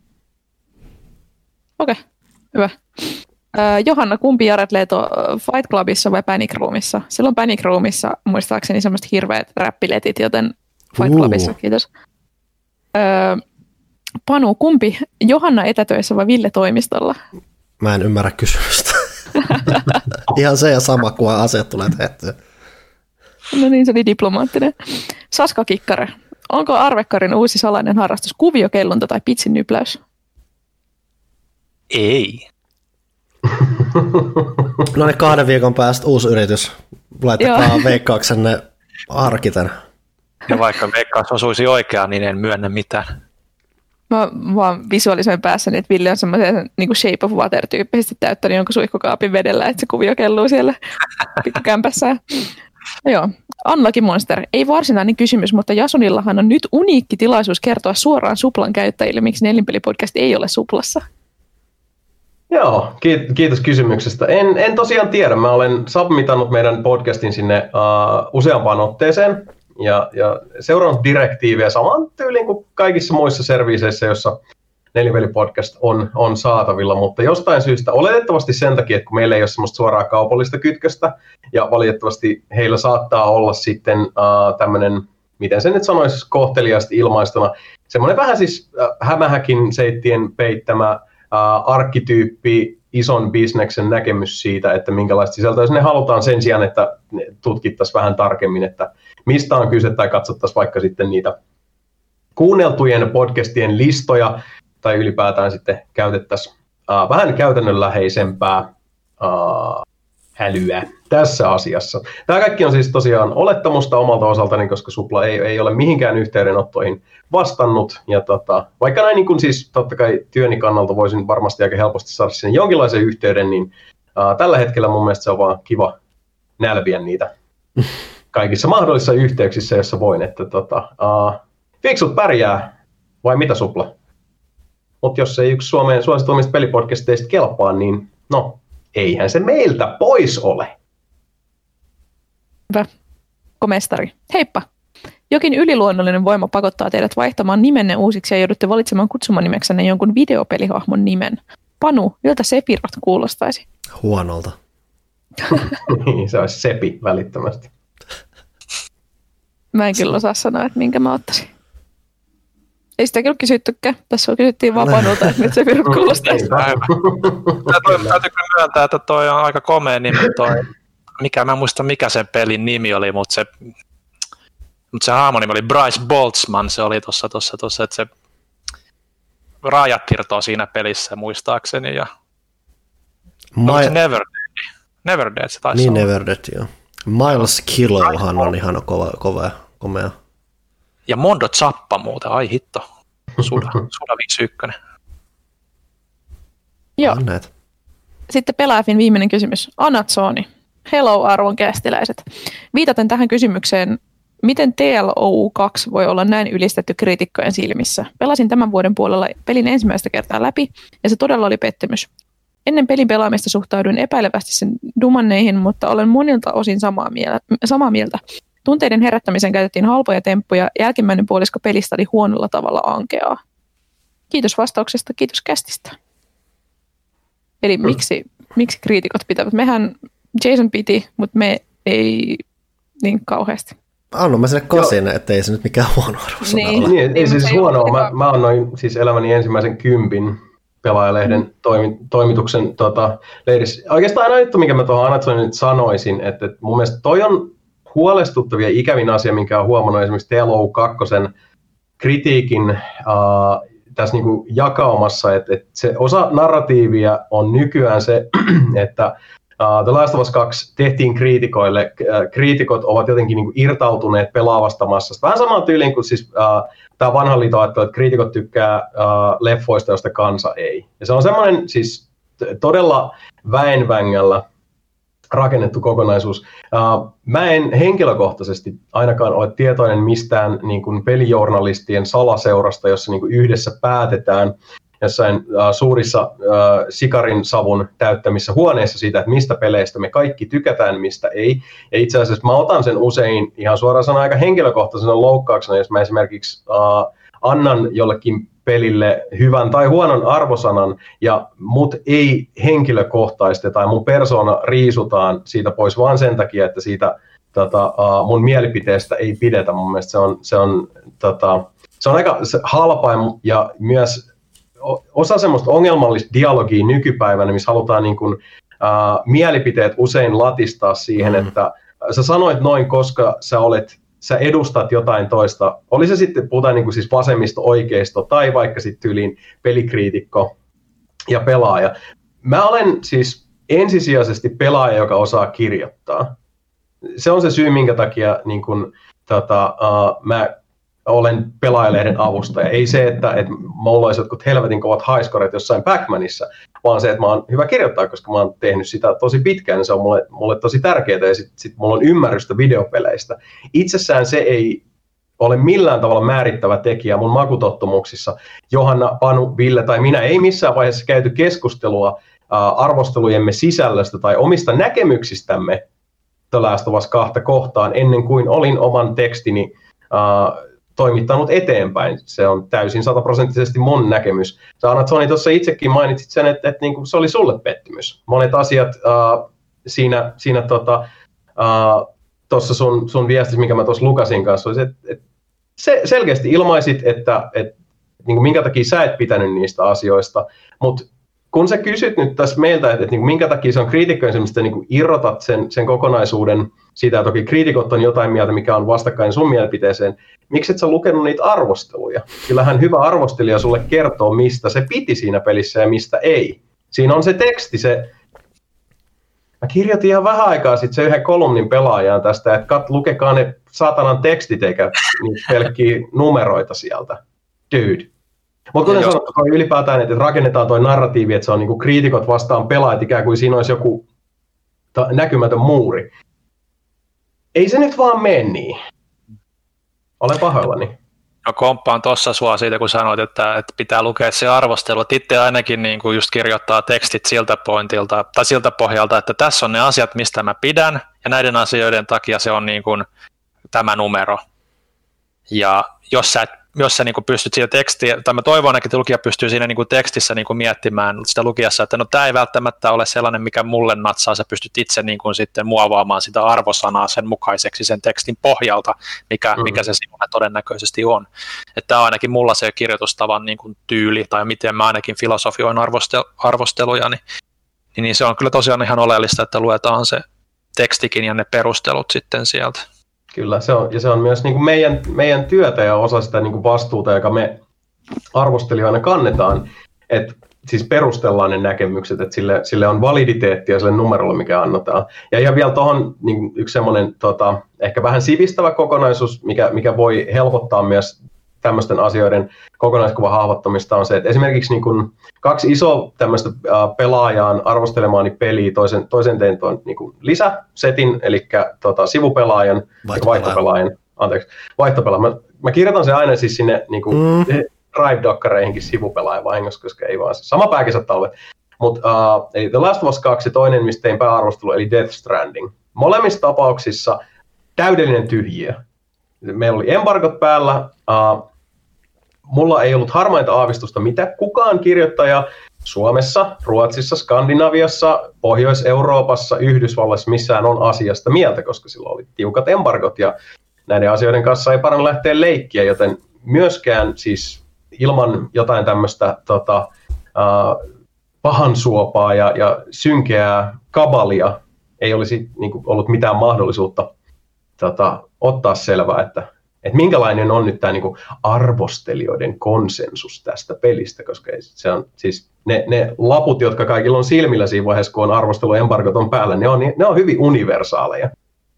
Okei, okay, hyvä. Johanna, kumpi Jared Leto, Fight Clubissa vai Panic Roomissa? Silloin Panic Roomissa muistaakseni semmoiset hirveät räppiletit, joten Fight Clubissa, uh. kiitos. Öö, Panu, kumpi Johanna etätöissä vai Ville toimistolla? Mä en ymmärrä kysymystä. Ihan se ja sama, kun asiat tulee tehtyä. No niin, se oli diplomaattinen. Saska Kikkare, onko Arvekkarin uusi salainen harrastus kuviokellunta tai pitsin nypläys? Ei. No niin, kahden viikon päästä uusi yritys. Laittakaa veikkauksenne harkiten. Ja vaikka veikkaus osuisi oikeaan, niin en myönnä mitään. Mä vaan visualisoin päässäni, että Ville on semmoisen niin kuin Shape of Water-tyyppisesti täyttänyt jonkun suihkukaapin vedellä, että se kuvio kelluu siellä pikkukämpässään. Joo. Unlucky Monster. Ei varsinainen kysymys, mutta Jasonillahan on nyt uniikki tilaisuus kertoa suoraan Suplan käyttäjille, miksi Nelinpeli-podcast ei ole Suplassa. Joo, kiitos kysymyksestä. En, en tosiaan tiedä. Mä olen submitannut meidän podcastin sinne uh, useampaan otteeseen ja, ja seurannut direktiivejä saman tyyliin kuin kaikissa muissa serviiseissä, joissa Nelinpeli-podcast on, on saatavilla, mutta jostain syystä, oletettavasti sen takia, että kun meillä ei ole semmoista suoraa kaupallista kytköstä ja valitettavasti heillä saattaa olla sitten uh, tämmöinen, miten sen nyt sanoisi kohteliaasti ilmaistuna, semmoinen vähän siis uh, hämähäkin seittien peittämä Uh, arkkityyppi, ison bisneksen näkemys siitä, että minkälaista sisältöä sinne halutaan sen sijaan, että tutkittaisiin vähän tarkemmin, että mistä on kyse tai katsottaisiin vaikka sitten niitä kuunneltujen podcastien listoja tai ylipäätään sitten käytettäisiin uh, vähän käytännönläheisempää uh, hälyä tässä asiassa. Tämä kaikki on siis tosiaan olettamusta omalta osaltani, koska Supla ei, ei ole mihinkään yhteydenottoihin vastannut. Ja tota, vaikka näin niin kuin siis totta kai työni kannalta voisin varmasti aika helposti saada sinne jonkinlaisen yhteyden, niin uh, tällä hetkellä mun mielestä se on vaan kiva nälviä niitä kaikissa mahdollisissa yhteyksissä, joissa voin. Että tota, uh, fiksut pärjää, vai mitä Supla? Mutta jos ei yksi Suomen suosituimmista pelipodcasteista kelpaa, niin no, eihän se meiltä pois ole. Hyvä. Komestari. Heippa. Jokin yliluonnollinen voima pakottaa teidät vaihtamaan nimenne uusiksi ja joudutte valitsemaan kutsumanimeksenne jonkun videopelihahmon nimen. Panu, miltä Sepirot kuulostaisi? Huonolta. Niin, se olisi Sepi välittömästi. Mä en kyllä osaa sanoa, että minkä mä ottaisin. Ei sitä kyllä kysyttykään. Tässä kysyttiin vaan Panulta, että miltä Sepirot kuulostaisi. Täytyy kyllä myöntää, että toi on aika komea nimi toi. Mikä, mä en muista mikä sen pelin nimi oli, mutta se, mutta se hahmonimi oli Bryce Boltzmann, se oli tuossa, tuossa, tuossa, että se rajat irtoaa siinä pelissä muistaakseni. Ja My... se Never Dead? Never Dead se taisi niin, olla. Never Dead, joo. Miles Killohan on ihan kova, kova, komea. Ja Mondo Zappa muuten, ai hitto. Suda, Suda viisi yksi. Joo. Anneet. Sitten Pelaajafin viimeinen kysymys. Anatsoni. Hello arvon kästiläiset. Viitaten tähän kysymykseen, miten T L O U kaksi voi olla näin ylistetty kriitikkojen silmissä? Pelasin tämän vuoden puolella pelin ensimmäistä kertaa läpi ja se todella oli pettymys. Ennen pelin pelaamista suhtauduin epäilevästi sen dumanneihin, mutta olen monilta osin samaa mieltä. Samaa mieltä. Tunteiden herättämiseen käytettiin halpoja temppuja, jälkimmäinen puolisko pelistä oli huonolla tavalla ankeaa. Kiitos vastauksesta, kiitos kästistä. Eli mm. miksi, miksi kriitikot pitävät? Mehän Jason piti, mutta me ei niin kauheasti. Annoin mä sinne kasin, että ei se nyt mikään huono arvosana niin. ole. Niin, ei, ei se siis huonoa. Mä, mä annoin siis elämäni ensimmäisen kympin Pelaajalehden mm. toimi, toimituksen tota, leidissä. Oikeastaan aina juttu, mikä mä tuohon Anatsoniin nyt sanoisin, että, että mun mielestä toi on huolestuttavia ja ikävin asia, minkä on huomannut esimerkiksi T L O U kaksi kritiikin uh, tässä niinku jakaumassa, että, että se osa narratiivia on nykyään se, että uh, The Last of Us kaksi tehtiin kriitikoille, uh, kriitikot ovat jotenkin niinku irtautuneet pelaavasta massasta. Vähän samaan tyyliin kuin siis uh, tämä vanha liito ajattelu, että kriitikot tykkää uh, leffoista, joista kansa ei. Ja se on semmoinen siis todella väenvängällä rakennettu kokonaisuus. Uh, mä en henkilökohtaisesti ainakaan ole tietoinen mistään niin kuin pelijournalistien salaseurasta, jossa niin kuin yhdessä päätetään jossain uh, suurissa uh, sikarin savun täyttämissä huoneissa siitä, että mistä peleistä me kaikki tykätään, mistä ei. Ja itse asiassa mä otan sen usein ihan suoraan sanoen aika henkilökohtaisena loukkauksena, jos mä esimerkiksi uh, annan jollekin pelille hyvän tai huonon arvosanan, ja mut ei henkilökohtaisesti tai mun persoona riisutaan siitä pois vaan sen takia, että siitä tota, uh, mun mielipiteestä ei pidetä. Mun mielestä se on, se on, tota, se on aika halpa ja myös osa semmoista ongelmallista dialogia nykypäivänä, missä halutaan niin kun, uh, mielipiteet usein latistaa siihen, mm. että sä sanoit noin, koska sä olet sä edustat jotain toista, oli se sitten, puhutaan niin kuin siis vasemmisto, oikeisto tai vaikka sitten tyyliin pelikriitikko ja pelaaja. Mä olen siis ensisijaisesti pelaaja, joka osaa kirjoittaa. Se on se syy, minkä takia niin kun, tota, uh, mä olen Pelaajalehden avustaja. Ei se, että, että mulla olisi jotkut helvetin kovat highscoret jossain Pac-Manissa, vaan se, että mä oon hyvä kirjoittaa, koska mä oon tehnyt sitä tosi pitkään, niin se on mulle, mulle tosi tärkeää, ja sitten sit mulla on ymmärrystä videopeleistä. Itsessään se ei ole millään tavalla määrittävä tekijä mun makutottumuksissa. Johanna, Panu, Ville tai minä ei missään vaiheessa käyty keskustelua uh, arvostelujemme sisällöstä tai omista näkemyksistämme The Last of Us kaksi kohtaan ennen kuin olin oman tekstini uh, toimittanut eteenpäin. Se on täysin sataprosenttisesti mun näkemys. Sä Anatsoni tuossa itsekin mainitsit sen, että, että, että se oli sulle pettymys. Monet asiat uh, siinä, siinä tota, uh, tuossa sun, sun viestissä, minkä mä tuossa lukasin kanssa, oli, että, että se selkeästi ilmaisit, että, että niin kuin minkä takia sä et pitänyt niistä asioista, mutta kun sä kysyt nyt tässä meiltä, että, että niin kuin minkä takia se on kriitikkojen semmoista, niin kuin irrotat sen, sen kokonaisuuden siitä, että toki kriitikot on jotain mieltä, mikä on vastakkain sun mielipiteeseen, miksi et sä lukenut niitä arvosteluja? Kyllähän hyvä arvostelija sulle kertoo, mistä se piti siinä pelissä ja mistä ei. Siinä on se teksti, se... Mä kirjoitin ihan vähän aikaa sitten se yhden kolumnin pelaajaan tästä, että kat, lukekaa ne saatanan tekstit eikä niitä pelkkiä numeroita sieltä. Dude. Mutta kuten sanottu, ylipäätään, että rakennetaan toi narratiivi, että se on niinku kriitikot vastaan pelaajat, ikään kuin siinä olisi joku ta- näkymätön muuri. Ei se nyt vaan mene niin. Olen pahoillani. No komppaan tuossa sua siitä, kun sanoit, että, että pitää lukea se arvostelu. Itse ainakin niin kuin just kirjoittaa tekstit siltä pointilta, tai siltä pohjalta, että tässä on ne asiat, mistä mä pidän, ja näiden asioiden takia se on niin kuin tämä numero. Ja jos sä, jos sä niin kuin pystyt siitä tekstiä, tai mä toivon ainakin, että lukija pystyy siinä niin kuin tekstissä niin kuin miettimään sitä lukijassa, että no tämä ei välttämättä ole sellainen, mikä mulle natsaa, sä pystyt itse niin kuin sitten muovaamaan sitä arvosanaa sen mukaiseksi sen tekstin pohjalta, mikä, mm. mikä se sinulle todennäköisesti on. Että tämä on ainakin mulla se kirjoitustavan niin kuin tyyli, tai miten mä ainakin filosofioin arvostel- arvosteluja, niin, niin se on kyllä tosiaan ihan oleellista, että luetaan se tekstikin ja ne perustelut sitten sieltä. Kyllä, se on, ja se on myös niin kuin meidän, meidän työtä ja osa sitä niin kuin vastuuta, joka me arvostelijoina kannetaan. Et siis perustellaan ne näkemykset, että sille, sille on validiteettia sille numerolle, mikä annetaan. Ja ihan vielä tuohon niin yksi semmoinen tota, ehkä vähän sivistävä kokonaisuus, mikä, mikä voi helpottaa myös tämmöisten asioiden kokonaiskuvan hahmottamista on se, että esimerkiksi niin kun kaksi isoa tämmöistä äh, pelaajaan arvostelemaani peliä, toisen, toisen tein tuon niin kun lisäsetin, eli tota, sivupelaajan ja vaihtopelaajan, anteeksi, vaihtopelaajan. Mä, mä kirjoitan sen aina siis sinne niin kun, mm. Drive-dokkareihinkin sivupelaajan vahingossa, koska ei vaan se sama pääkesätalve. Mutta uh, eli The Last of Us kaksi, toinen, mistä tein pääarvostelu, eli Death Stranding. Molemmissa tapauksissa täydellinen tyhjiö. Meillä oli embargot päällä, uh, mulla ei ollut harmainta aavistusta, mitä kukaan kirjoittaja Suomessa, Ruotsissa, Skandinaviassa, Pohjois-Euroopassa, Yhdysvalloissa missään on asiasta mieltä, koska silloin oli tiukat embargot ja näiden asioiden kanssa ei parannut lähteä leikkiä, joten myöskään siis ilman jotain tämmöistä tota, uh, pahansuopaa ja, ja synkeää kabalia ei olisi niin kuin, ollut mitään mahdollisuutta tota, ottaa selvää, että et minkälainen on nyt tämä niinku arvostelijoiden konsensus tästä pelistä, koska se on siis ne, ne laput, jotka kaikilla on silmillä siinä vaiheessa, kun on arvosteluembargot on päällä, ne on, ne on hyvin universaaleja.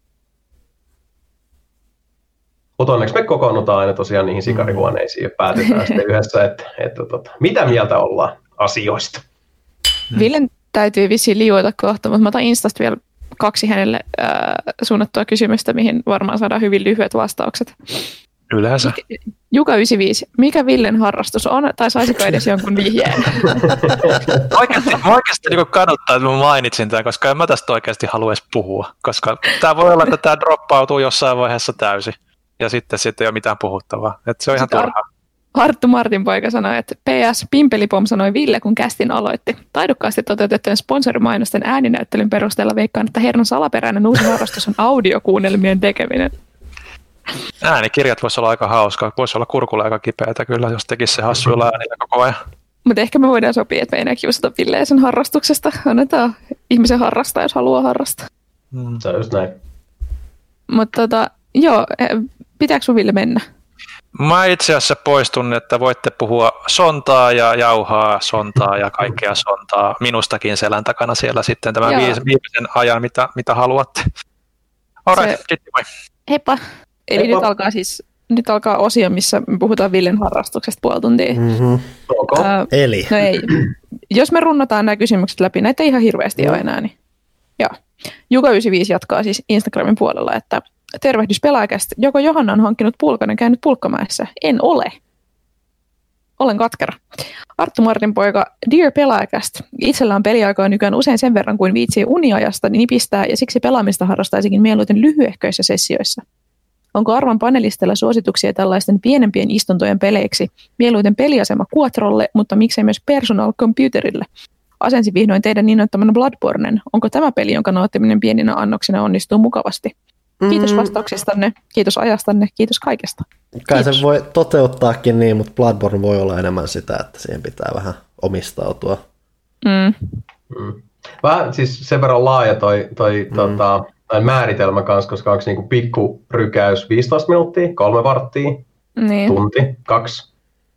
Mutta onneksi me kokoonnutaan aina tosiaan niihin sikarihuoneisiin ja päätetään sitten yhdessä, että, että tota, mitä mieltä ollaan asioista. Villen täytyy vissiin liuota kohta, mutta mä otan Instasta vielä kaksi hänelle äh, suunnattua kysymystä, mihin varmaan saadaan hyvin lyhyet vastaukset. Yleensä. Juka yhdeksänkymmentäviisi. Mikä Villen harrastus on, tai saisiko edes jonkun vihjeen? Oikeasti, oikeasti niin kaduttaa, että mä mainitsin tämän, koska en mä tästä oikeasti haluaisi puhua, koska tämä voi olla, että tämä droppautuu jossain vaiheessa täysin, ja sitten sitten ei ole mitään puhuttavaa. Että se on ihan sitten turhaa. Arttu Martin poika sanoi, että P S Pimpelipom sanoi Ville, kun kästin aloitti. Taidokkaasti toteutettujen sponsorimainosten ääninäyttelyn perusteella veikkaan, että herran salaperäinen uusi harrastus on audiokuunnelmien tekeminen. Äänikirjat voisi olla aika hauskaa. Voisi olla kurkulla aika kipeätä kyllä, jos tekisi se hassuilla äänillä koko ajan. Mutta ehkä me voidaan sopia, että me ei enää kiusata Villeä sen harrastuksesta. Annetaan ihmisen harrastaa, jos haluaa harrastaa. Mm. Se on just näin. Mutta tota, joo, pitääkö sun Ville mennä? Mä itse asiassa poistun, että voitte puhua sontaa ja jauhaa sontaa ja kaikkea sontaa minustakin selän takana siellä sitten tämän viimeisen ajan, mitä, mitä haluatte. Alright, se... kiitti moi. Heippa. Eli Heippa. Nyt alkaa siis nyt alkaa osio, missä me puhutaan Villen harrastuksesta puoli tuntia. Mm-hmm. Okay. Uh, Eli? No ei. Jos me runnotaan nämä kysymykset läpi, näitä ei ihan hirveästi mm. ole enää. Niin. Joo. Juka yhdeksänkymmentäviisi jatkaa siis Instagramin puolella, että tervehdys pelaajakästä. Joko Johanna on hankkinut pulkan ja käynyt Pulkkamäessä? En ole. Olen katkera. Arttu Martin poika, Dear pelaajakästä. Itsellä on peliaikaa nykyään usein sen verran kuin viitsii uniajasta nipistää ja siksi pelaamista harrastaisikin mieluiten lyhyehköissä sessioissa. Onko arvon panelistella suosituksia tällaisten pienempien istuntojen peleiksi? Mieluiten peliasema Quattrolle, mutta miksei myös Personal Computerille? Asensi vihdoin teidän innoittaman Bloodbornen. Onko tämä peli, jonka nauttiminen pieninä annoksina onnistuu mukavasti? Kiitos vastauksistanne, kiitos ajastanne, kiitos kaikesta. Kai kiitos. Se voi toteuttaakin niin, mutta Bloodborne voi olla enemmän sitä, että siihen pitää vähän omistautua. Mm. Mm. Vähän siis sen verran laaja toi, toi mm. tota, määritelmä kanssa, koska onko niinku pikku rykäys viisitoista minuuttia, kolme varttia, niin. tunti, kaksi.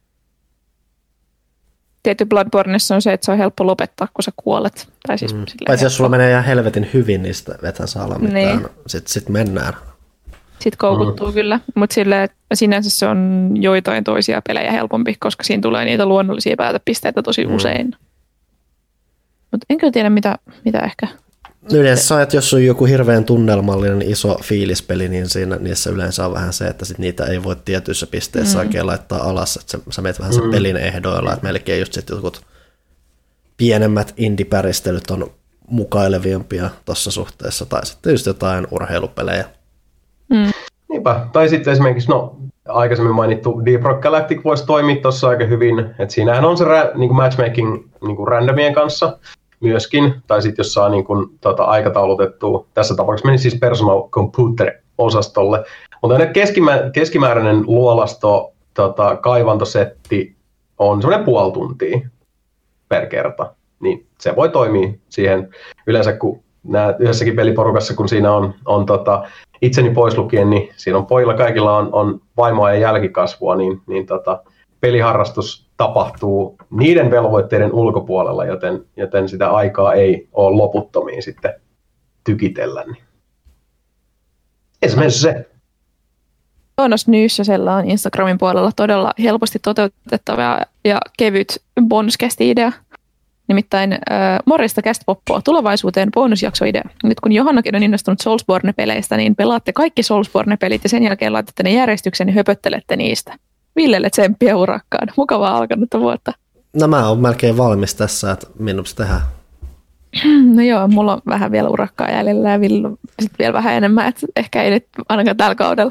Tietty Bloodborneissa on se, että se on helppo lopettaa, kun sä kuolet. Tai siis mm. Paitsi jos sulla menee ihan helvetin hyvin, niin sitä ethän saa olla mitään. Niin. Sitten sit mennään. Sitten koukuttuu mm. kyllä, mutta sinänsä se on joitain toisia pelejä helpompi, koska siinä tulee niitä luonnollisia päätepisteitä tosi mm. usein. Mutta en kyllä tiedä, mitä, mitä ehkä... Yleensä että jos on joku hirveän tunnelmallinen iso fiilispeli, niin siinä, niissä yleensä on vähän se, että sit niitä ei voi tietyissä pisteissä mm. oikein laittaa alas. Että sä menet vähän sen mm. pelin ehdoilla, että melkein just sit jotkut pienemmät indie-päristelyt on mukailevimpia tuossa suhteessa, tai sitten just jotain urheilupelejä. Mm. Niinpä, tai sitten esimerkiksi, no aikaisemmin mainittu Deep Rock Galactic voisi toimia tuossa aika hyvin, että siinähän on se ra- niin kuin matchmaking niin kuin randomien kanssa myöskin, tai sitten jos saa niin kuin, tota, aikataulutettua, tässä tapauksessa meni siis Personal Computer-osastolle, mutta keskimä- keskimääräinen luolasto tota, kaivantosetti on semmoinen puoli tuntia per kerta, niin se voi toimia siihen yleensä, kun nää yhdessäkin peliporukassa, kun siinä on, on tota, itseni pois lukien, niin siinä on pojilla kaikilla on, on vaimoa ja jälkikasvua, niin, niin tota, P peliharrastus tapahtuu niiden velvoitteiden ulkopuolella, joten, joten sitä aikaa ei ole loputtomiin sitten tykitellä. Niin. Esimerkiksi se. Joonas Nyyssösellä on Instagramin puolella todella helposti toteutettava ja kevyt bonuscast-idea. Nimittäin äh, morjesta Castpoppoa, tulevaisuuteen bonusjaksoidea. Nyt kun Johannakin on innostunut Soulsborne-peleistä, niin pelaatte kaikki Soulsborne-pelit ja sen jälkeen laitatte ne järjestykseen ja höpöttelette niistä. Villelle tsemppiä urakkaan. Mukavaa alkanutta vuotta. No mä oon melkein valmis tässä, että minusta tehdään. No joo, mulla on vähän vielä urakkaa jäljellä ja Villu sitten vielä vähän enemmän, että ehkä ei nyt ainakaan tällä kaudella.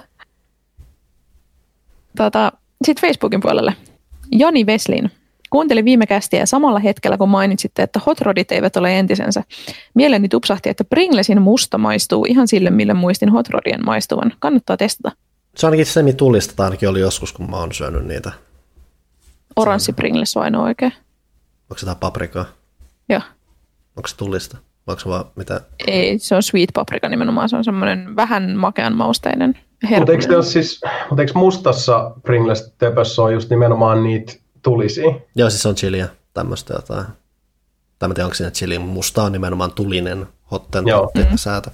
Tota, sitten Facebookin puolelle. Joni Veslin. Kuuntelin viime kästiä ja samalla hetkellä, kun mainitsitte, että hot rodit eivät ole entisensä. Mieleni tupsahti, että Pringlesin musta maistuu ihan sille, millä muistin hot rodien maistuvan. Kannattaa testata. Se ainakin semi-tullista, ainakin oli joskus, kun mä oon syönyt niitä. Oranssi Pringles on ainoa oikein. Onko se tää paprikaa? Joo. Onko se tullista? Onko se vaan mitä? Ei, se on sweet paprika nimenomaan. Se on semmoinen vähän makean mausteinen herkullinen. Mutta eikö, siis, mut eikö mustassa Pringles-töpössä on just nimenomaan niitä tulisia? Joo, siis on chiliä, tämmöistä jotain. Tai mä tiedän, onko siinä chili, musta on nimenomaan tulinen hotten mm. säätö.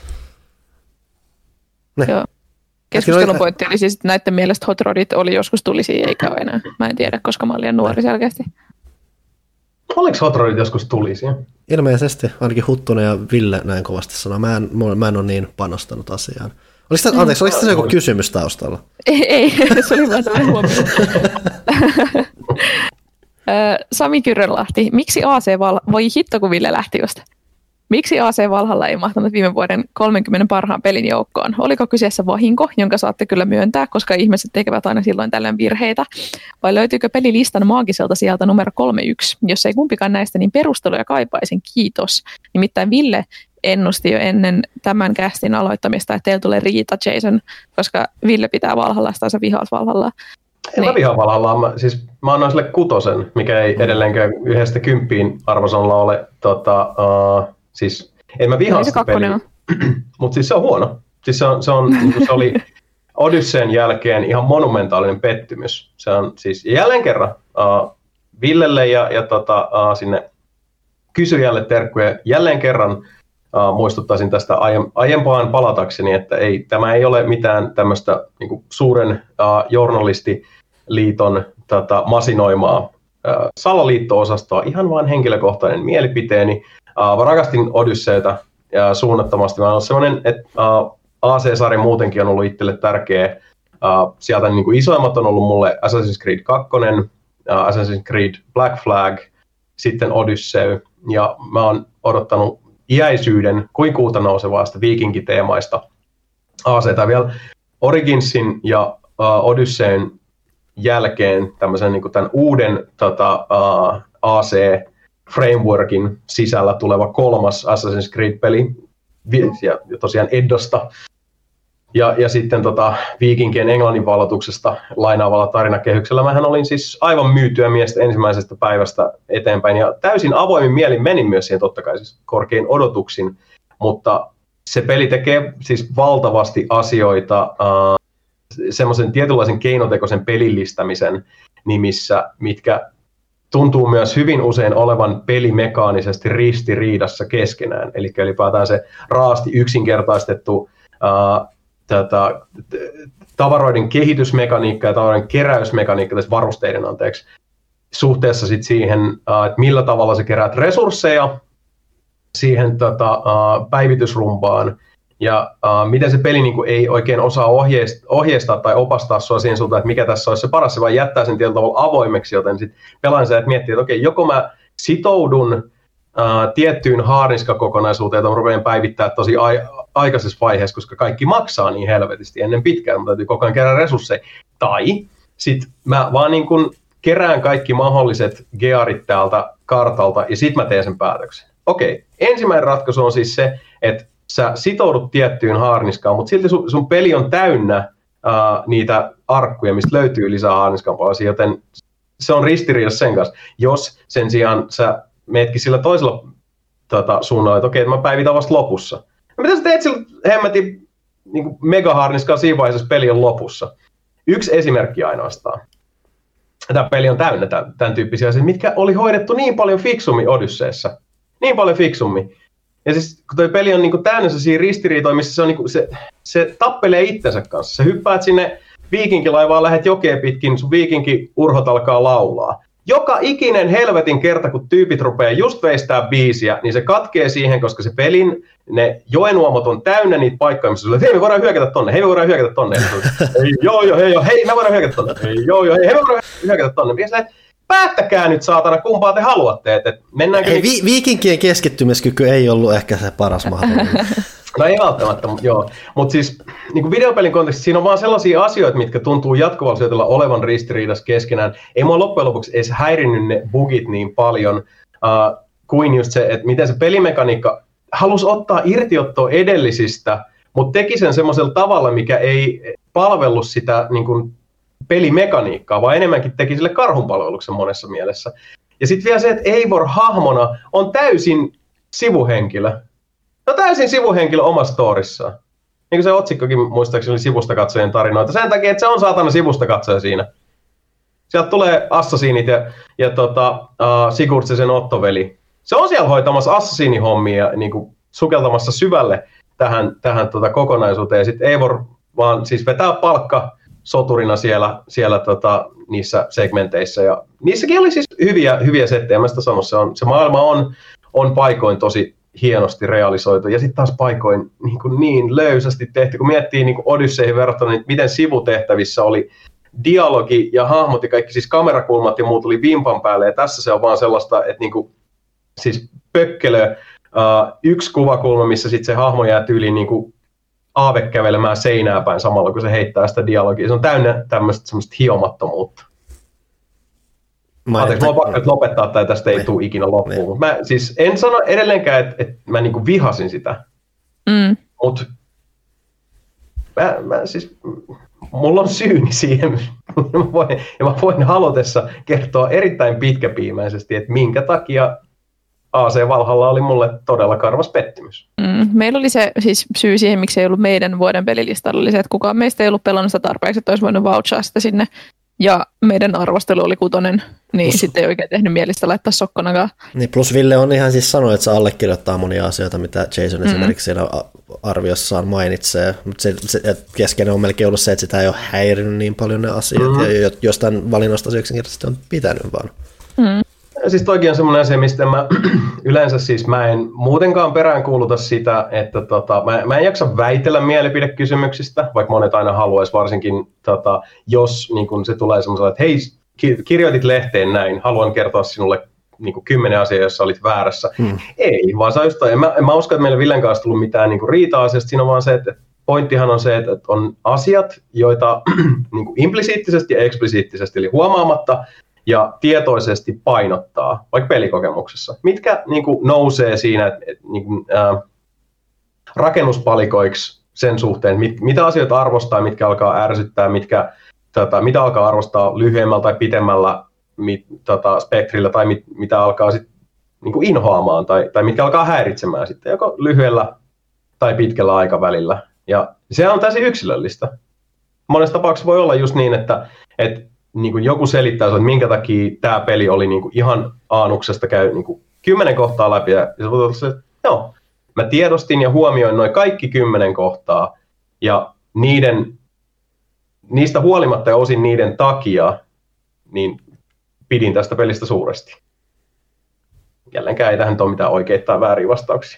Ne. Joo. Keskustelun pointti oli siis, että näiden mielestä hot rodit oli joskus tulisia, eikä ole enää. Mä en tiedä, koska mä olin liian nuori selkeästi. Oliko hot rodit joskus tulisia? Ilmeisesti, ainakin Huttunen ja Ville näin kovasti sanoo. Mä en, mä en ole niin panostanut asiaan. Oliko sitä, anteeksi, oliko tässä joku kysymys taustalla? Ei, ei se oli vaan tämmöinen huomio. Sami Kyrönlahti, miksi A C Valhalla, voi hitto kun Ville lähti josta. Miksi A C Valhalla ei mahtanut viime vuoden kolmenkymmenen parhaan pelin joukkoon? Oliko kyseessä vahinko, jonka saatte kyllä myöntää, koska ihmiset tekevät aina silloin tällöin virheitä? Vai löytyykö pelilistan maagiselta sieltä numero kolme yksi? Jos ei kumpikaan näistä, niin perusteluja kaipaisin. Kiitos. Nimittäin Ville ennusti jo ennen tämän kästin aloittamista, että teillä tulee riita, Jason, koska Ville pitää Valhallasta tai sä vihaat Valhallaa. En niin. Mä vihaan Valhallaa. Mä, siis, mä annoin sille kutosen, mikä ei edelleenkään yhdestä kymppiin arvosanolla ole tota, uh, siis, en mä vihaa sitä peliä, mutta siis se on huono. Siis se, on, se, on, niin se oli Odysseen jälkeen ihan monumentaalinen pettymys. Se on siis jälleen kerran uh, Villelle ja, ja tota, uh, sinne kysyjälle terkkuja. Jälleen kerran uh, muistuttaisin tästä aie, aiempaan palatakseni, että ei, tämä ei ole mitään tämmöistä niin kuin suuren uh, journalistiliiton tota, masinoimaa uh, salaliitto-osastoa, ihan vaan henkilökohtainen mielipiteeni. Uh, rakastin Odysseita ja suunnattomasti. Mä olen sellainen, että uh, A C-sarja muutenkin on ollut itselle tärkeä. Uh, sieltä niin kuin isoimmat on ollut mulle Assassin's Creed kaksi, uh, Assassin's Creed Black Flag, sitten Odyssey. Ja mä oon odottanut iäisyyden kuikuuta nousevaa sitä viikinkiteemaista A C-tä vielä Originsin ja uh, Odysseyn jälkeen tämmöisen niin kuin tämän uuden tota, uh, A C frameworkin sisällä tuleva kolmas Assassin's Creed-peli, ja tosiaan Eddosta, ja, ja sitten tota, viikinkien Englannin valloituksesta lainaavalla tarinakehyksellä. Mähän olin siis aivan myytyä miestä ensimmäisestä päivästä eteenpäin, ja täysin avoimin mielin menin myös siihen totta kai siis korkein odotuksin, mutta se peli tekee siis valtavasti asioita uh, semmoisen tietynlaisen keinotekoisen pelillistämisen nimissä, mitkä tuntuu myös hyvin usein olevan pelimekaanisesti ristiriidassa keskenään. Eli ylipäätään se raasti yksinkertaistettu ää, tätä, tavaroiden kehitysmekaniikka ja tavaroiden keräysmekaniikka, tässä varusteiden anteeksi, suhteessa sit siihen, ää, että millä tavalla sä keräät resursseja siihen tota, ää, päivitysrumbaan, ja uh, miten se peli niin kuin, ei oikein osaa ohjeistaa, ohjeistaa tai opastaa sua siihen suuntaan, että mikä tässä olisi se paras, se vaan jättää sen tietyllä tavalla avoimeksi, joten sitten pelaan sä, että miettii, että okei, joko mä sitoudun uh, tiettyyn haarniskakokonaisuuteen, jota mä rupean päivittää tosi ai- aikaisessa vaiheessa, koska kaikki maksaa niin helvetisti ennen pitkään, mutta täytyy koko ajan kerää resursseja, tai sitten mä vaan niin kuin kerään kaikki mahdolliset gearit täältä kartalta, ja sitten mä teen sen päätöksen. Okei, ensimmäinen ratkaisu on siis se, että sä sitoudut tiettyyn haarniskaan, mutta silti sun, sun peli on täynnä uh, niitä arkkuja, mistä löytyy lisää haarniskan palasia, joten se on ristiriidassa sen kanssa. Jos sen sijaan sä meetkin sillä toisella tota, suunnalla, että okei, että mä päivitän vasta lopussa. No, mitä sä teet sillä hemmetin niin megahaarniskaan siinä vaiheessa, peli on lopussa? Yksi esimerkki ainoastaan. tämä peli on täynnä tämän, tämän tyyppisiä asioita, mitkä oli hoidettu niin paljon fiksummin Odysseessa. Niin paljon fiksummin. Ja siis kun toi peli on niinku täynnä sellaisia ristiriitoja, missä se, on niinku, se, se tappelee itsensä kanssa. Sä hyppäät sinne viikinkilaivaan, lähet jokeen pitkin, sun viikinki-urhot alkaa laulaa. Joka ikinen helvetin kerta, kun tyypit rupeaa just veistää biisiä, niin se katkee siihen, koska se pelin, ne joenuomot on täynnä niitä paikkoja, missä sulle, hei me voidaan hyökätä tonne, hei me voidaan hyökätä tonne. Hei joo joo, hei joo, hei me voidaan hyökätä tonne, hei joo joo, hei me voidaan hyökätä tonne. Ja sillä, päättäkää nyt saatana, kumpaa te haluatte. Et, et mennäänkö ei, niin... vi- viikinkien keskittymiskyky ei ollut ehkä se paras mahdollinen. No ei välttämättä, joo. Mutta siis niin videopelin kontekstissa siinä on vaan sellaisia asioita, mitkä tuntuu jatkuvalla syötöllä olevan ristiriidassa keskenään. Ei mua loppujen lopuksi edes häirinnyt ne bugit niin paljon uh, kuin just se, että miten se pelimekaniikka halusi ottaa irtiottoa edellisistä, mutta teki sen semmoisella tavalla, mikä ei palvellut sitä niin kuin pelimekaniikkaa, vaan enemmänkin teki sille karhunpalveluksen monessa mielessä. Ja sitten vielä se, että Eivor hahmona on täysin sivuhenkilö. No täysin sivuhenkilö omassa storissaan. Niin kuin se otsikkokin muistaakseni oli sivusta katsojien tarinoita. Sen takia, että se on saatana sivusta katsoja siinä. Sieltä tulee assasiinit ja, ja tota, uh, Sigurd sen Otto-veli. Se on siellä hoitamassa assasiinihommia ja niin kuin sukeltamassa syvälle tähän, tähän tota kokonaisuuteen. Ja sitten Eivor vaan siis vetää palkka soturina siellä, siellä tota, niissä segmenteissä. Ja niissäkin oli siis hyviä, hyviä settejä. Mä sitä sanon, se, on, se maailma on, on paikoin tosi hienosti realisoitu, ja sitten taas paikoin niin, kuin niin löysästi tehty, kun miettii niin Odysseihin verrattuna, niin miten sivutehtävissä oli dialogi ja hahmot ja kaikki, siis kamerakulmat ja muut oli vimpan päälle, ja tässä se on vaan sellaista, että niin kuin, siis pökkelö, uh, yksi kuvakulma, missä sitten se hahmo jää tyyliin niin kuin aave kävelemään seinää päin samalla, kun se heittää sitä dialogia. Se on täynnä tämmöistä semmoista hiomattomuutta. Anteeksi, mä oon pakko lopettaa, tai tästä ei tule ikinä loppuun. Mä siis en sano edelleenkään, että, että mä niinku vihasin sitä, mm. mutta mä, mä siis, mulla on syyni siihen, mä voin, ja mä voin halutessa kertoa erittäin pitkäpiimäisesti, että minkä takia A C Valhalla oli mulle todella karvas pettymys. Mm. Meillä oli se siis syy siihen, miksi ei ollut meidän vuoden pelilistalla, oli se, että kukaan meistä ei ollut pelannut sitä tarpeeksi, että olisi voinut vouchaa sitä sinne. Ja meidän arvostelu oli kutonen, niin plus, sitten ei oikein tehnyt mielistä laittaa sokkonakaan. Niin plus Ville on ihan siis sanonut, että se allekirjoittaa monia asioita, mitä Jason mm. esimerkiksi siinä arviossaan mainitsee. Mutta se, se, keskeinen on melkein ollut se, että sitä ei ole häirinyt niin paljon ne asiat, mm. ja jostain valinnosta se yksinkertaisesti on pitänyt vaan. Mm. Siis toikin on semmoinen asia, mistä mä yleensä siis mä en muutenkaan peräänkuuluta sitä, että tota, mä, mä en jaksa väitellä mielipidekysymyksistä, vaikka monet aina haluaisi, varsinkin tota, jos niin kun se tulee semmoisella, että hei, kirjoitit lehteen näin, haluan kertoa sinulle niin kuin kymmenen asiaa, jossa olit väärässä. Hmm. Ei, vaan sä just, en mä, en mä usko, että meillä Villen kanssa tullut mitään niin kuin riita-asiasta, siinä on vaan se, että pointtihan on se, että on asiat, joita niin kuin implisiittisesti ja eksplisiittisesti, eli huomaamatta, ja tietoisesti painottaa, vaikka pelikokemuksessa. Mitkä niin kuin, nousee siinä että, että, niin kuin, ää, rakennuspalikoiksi sen suhteen, mit, mitä asioita arvostaa, mitkä alkaa ärsyttää, mitkä, tota, mitä alkaa arvostaa lyhyemmällä tai pitemmällä mit, tota, spektrillä, tai mit, mitä alkaa sit, niin kuin inhoamaan, tai, tai mitkä alkaa häiritsemään sitten, joko lyhyellä tai pitkällä aikavälillä. Ja se on täysin yksilöllistä. Monessa tapauksessa voi olla just niin, että, että niin kuin joku selittää, että minkä takia tämä peli oli niin kuin ihan aanuksesta käy niin kuin kymmenen kohtaa läpi. Ja se voi olla se, että joo, mä tiedostin ja huomioin noin kaikki kymmenen kohtaa. Ja niiden, niistä huolimatta ja osin niiden takia, niin pidin tästä pelistä suuresti. Jälleenkään ei tähän ole mitään oikeita tai vääriä vastauksia.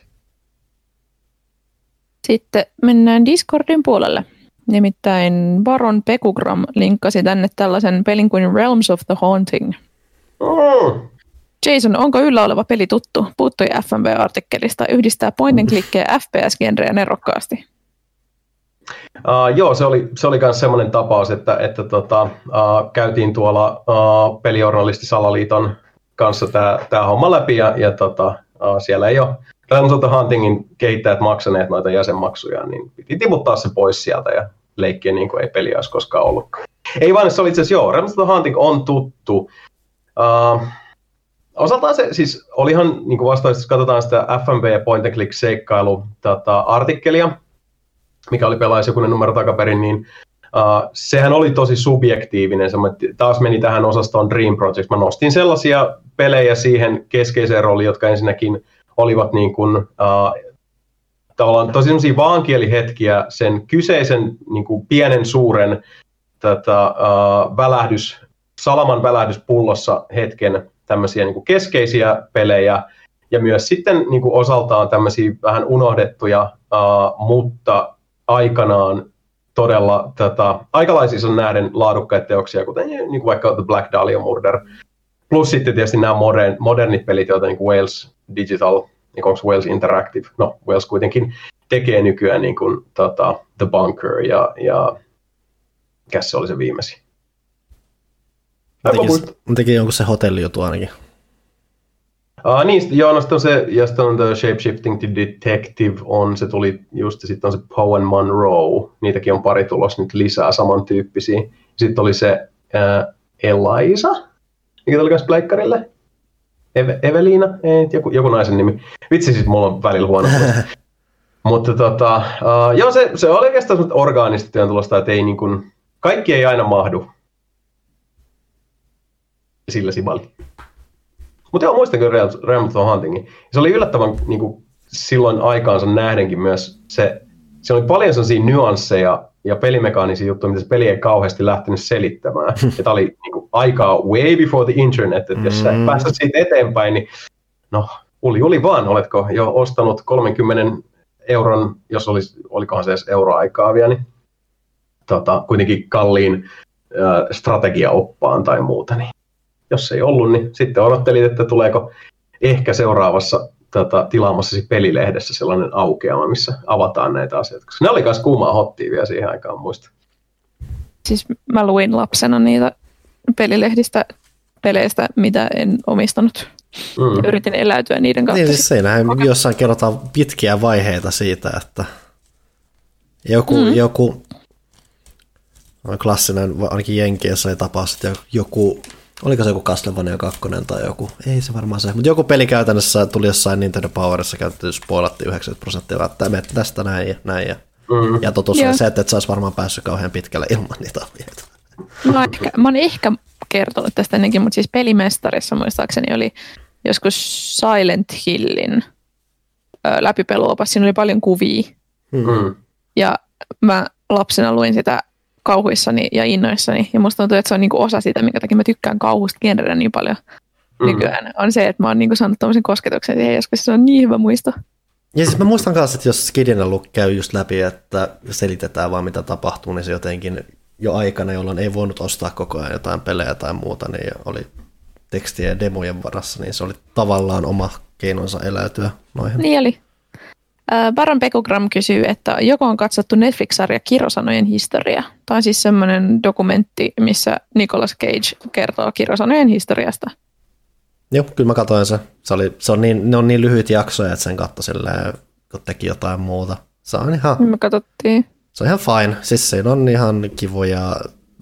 Sitten mennään Discordin puolelle. Nimittäin Baron Pekugram linkkasi tänne tällaisen pelin kuin Realms of the Haunting. Mm. Jason, onko yllä oleva peli tuttu? Puuttui F M V-artikkelista, yhdistää point and clickia F P S-genreä nerokkaasti. Uh, joo, se oli, se oli myös semmoinen tapaus, että, että tota, uh, käytiin tuolla uh, Pelijournalisti Salaliiton kanssa tämä homma läpi, ja, ja tota, uh, siellä ei ole Realms of the Huntingin kehittäjät maksaneet noita jäsenmaksuja, niin piti tiputtaa se pois sieltä ja leikkiä niin kuin ei peliä olisi koskaan ollutkaan. Ei vaan, se oli itse asiassa joo, Realms of the Hunting on tuttu. Uh, osaltaan se, siis olihan niin kuin vastaavasti, jos katsotaan sitä F M V point and click seikkailu tota, artikkelia, mikä oli pelaajassa jokunen numero takaperin, niin uh, sehän oli tosi subjektiivinen. Se taas meni tähän osastoon Dream Project. Mä nostin sellaisia pelejä siihen keskeiseen rooliin, jotka ensinnäkin olivat niin kuin, uh, tavallaan tosi sellaisia vaankielihetkiä sen kyseisen niin kuin pienen suuren tätä, uh, välähdys, salaman välähdyspullossa hetken tämmöisiä niin kuin keskeisiä pelejä ja myös sitten niin kuin osaltaan tämmöisiä vähän unohdettuja, uh, mutta aikanaan todella tätä, aikalaisissa on nähden laadukkaita teoksia, kuten niin kuin vaikka The Black Dahlia Murder, plus sitten tietysti nämä modern, modernit pelit, joita niin kuin Wales Digital, niin onko Wales Interactive, no Wales kuitenkin tekee nykyään niin kuin, tota, The Bunker ja, ja mikäs se oli se viimeisin? Mä tekin jonkun se hotellijutu ainakin. Uh, niin, joo, no sitten on se, ja sitten on The Shapeshifting Detective on, se tuli just, ja sitten on se Poe and Monroe, niitäkin on pari tulos nyt lisää samantyyppisiä. Sitten oli se uh, Eliza, mikä tuli kanssa pleikkarille. Eve- Eveliina, ei, joku, joku naisen nimi. Vitsi, siis mulla on välillä huono. Mutta tota, uh, joo, se, se oli oikeastaan semmoista orgaanista työn tulosta, että ei niin kuin, kaikki ei aina mahdu. Sillä sivali. Mutta joo, muistan kyllä Realm of Huntingin. Se oli yllättävän niin kuin, silloin aikaansa nähdenkin myös se, se oli paljon sellaisia nyansseja ja pelimekaanisia juttuja, mitä se peli ei kauheasti lähtenyt selittämään. Ja tämä oli niin kuin, aikaa way before the internet, että jos sä et päästä siitä eteenpäin, niin no, uli uli vaan, oletko jo ostanut kolmenkymmenen euron, jos olisi, olikohan se edes euroaikaa vielä, niin tota, kuitenkin kalliin äh, strategiaoppaan tai muuta, niin jos ei ollut, niin sitten odottelit, että tuleeko ehkä seuraavassa tota, tilaamassasi pelilehdessä sellainen aukeama, missä avataan näitä asioita. Koska ne oli myös kuumaa hottia vielä siihen aikaan, muista. Siis mä luin lapsena niitä pelilehdistä peleistä, mitä en omistanut. Mm. Ja yritin eläytyä niiden kautta. Niin siis siinähän okay. Jossain kerrotaan pitkiä vaiheita siitä, että joku, mm. joku klassinen, ainakin Jenkeissä oli tapaus, että joku, oliko se joku Castlevania kaksi tai joku, ei se varmaan se, mutta joku peli käytännössä tuli jossain Nintendo Powerissa käytetty, spoilattiin yhdeksänkymmentä prosenttia, että menet tästä näin ja näin. Ja, mm. ja totuus oli se, että et sä olisi varmaan päässyt kauhean pitkälle ilman niitä ohjeita. Mä, ehkä, mä oon ehkä kertonut tästä ennenkin, mutta siis Pelimestarissa muistaakseni oli joskus Silent Hillin ö, läpipeluopas, siinä oli paljon kuvia. Mm. Ja mä lapsena luin sitä kauhuissani ja innoissani, ja musta tuntuu, että se on niinku osa sitä, minkä takia mä tykkään kauhusta genrenä niin paljon mm. nykyään, on se, että mä oon niinku saanut tommosen kosketuksen siihen, koska se on niin hyvä muisto. Ja siis mä muistan kanssa, että jos Skidinä käy just läpi, että selitetään vaan mitä tapahtuu, niin se jotenkin jo aikana, jolloin ei voinut ostaa koko ajan jotain pelejä tai muuta, niin oli tekstiä ja demojen varassa, niin se oli tavallaan oma keinonsa eläytyä noihin. Niin oli. Baron Pekugram kysyy, että joko on katsottu Netflix-sarja Kirosanojen historia. Tämä on siis semmoinen dokumentti, missä Nicolas Cage kertoo kirosanojen historiasta. Joo, kyllä mä katsoin se. Se, oli, se on niin, ne on niin lyhyt jaksoja, että sen katsoi silleen, kun teki jotain muuta. Se on ihan... Me katsottiin. Se on ihan fine. Siis siinä on ihan kivoja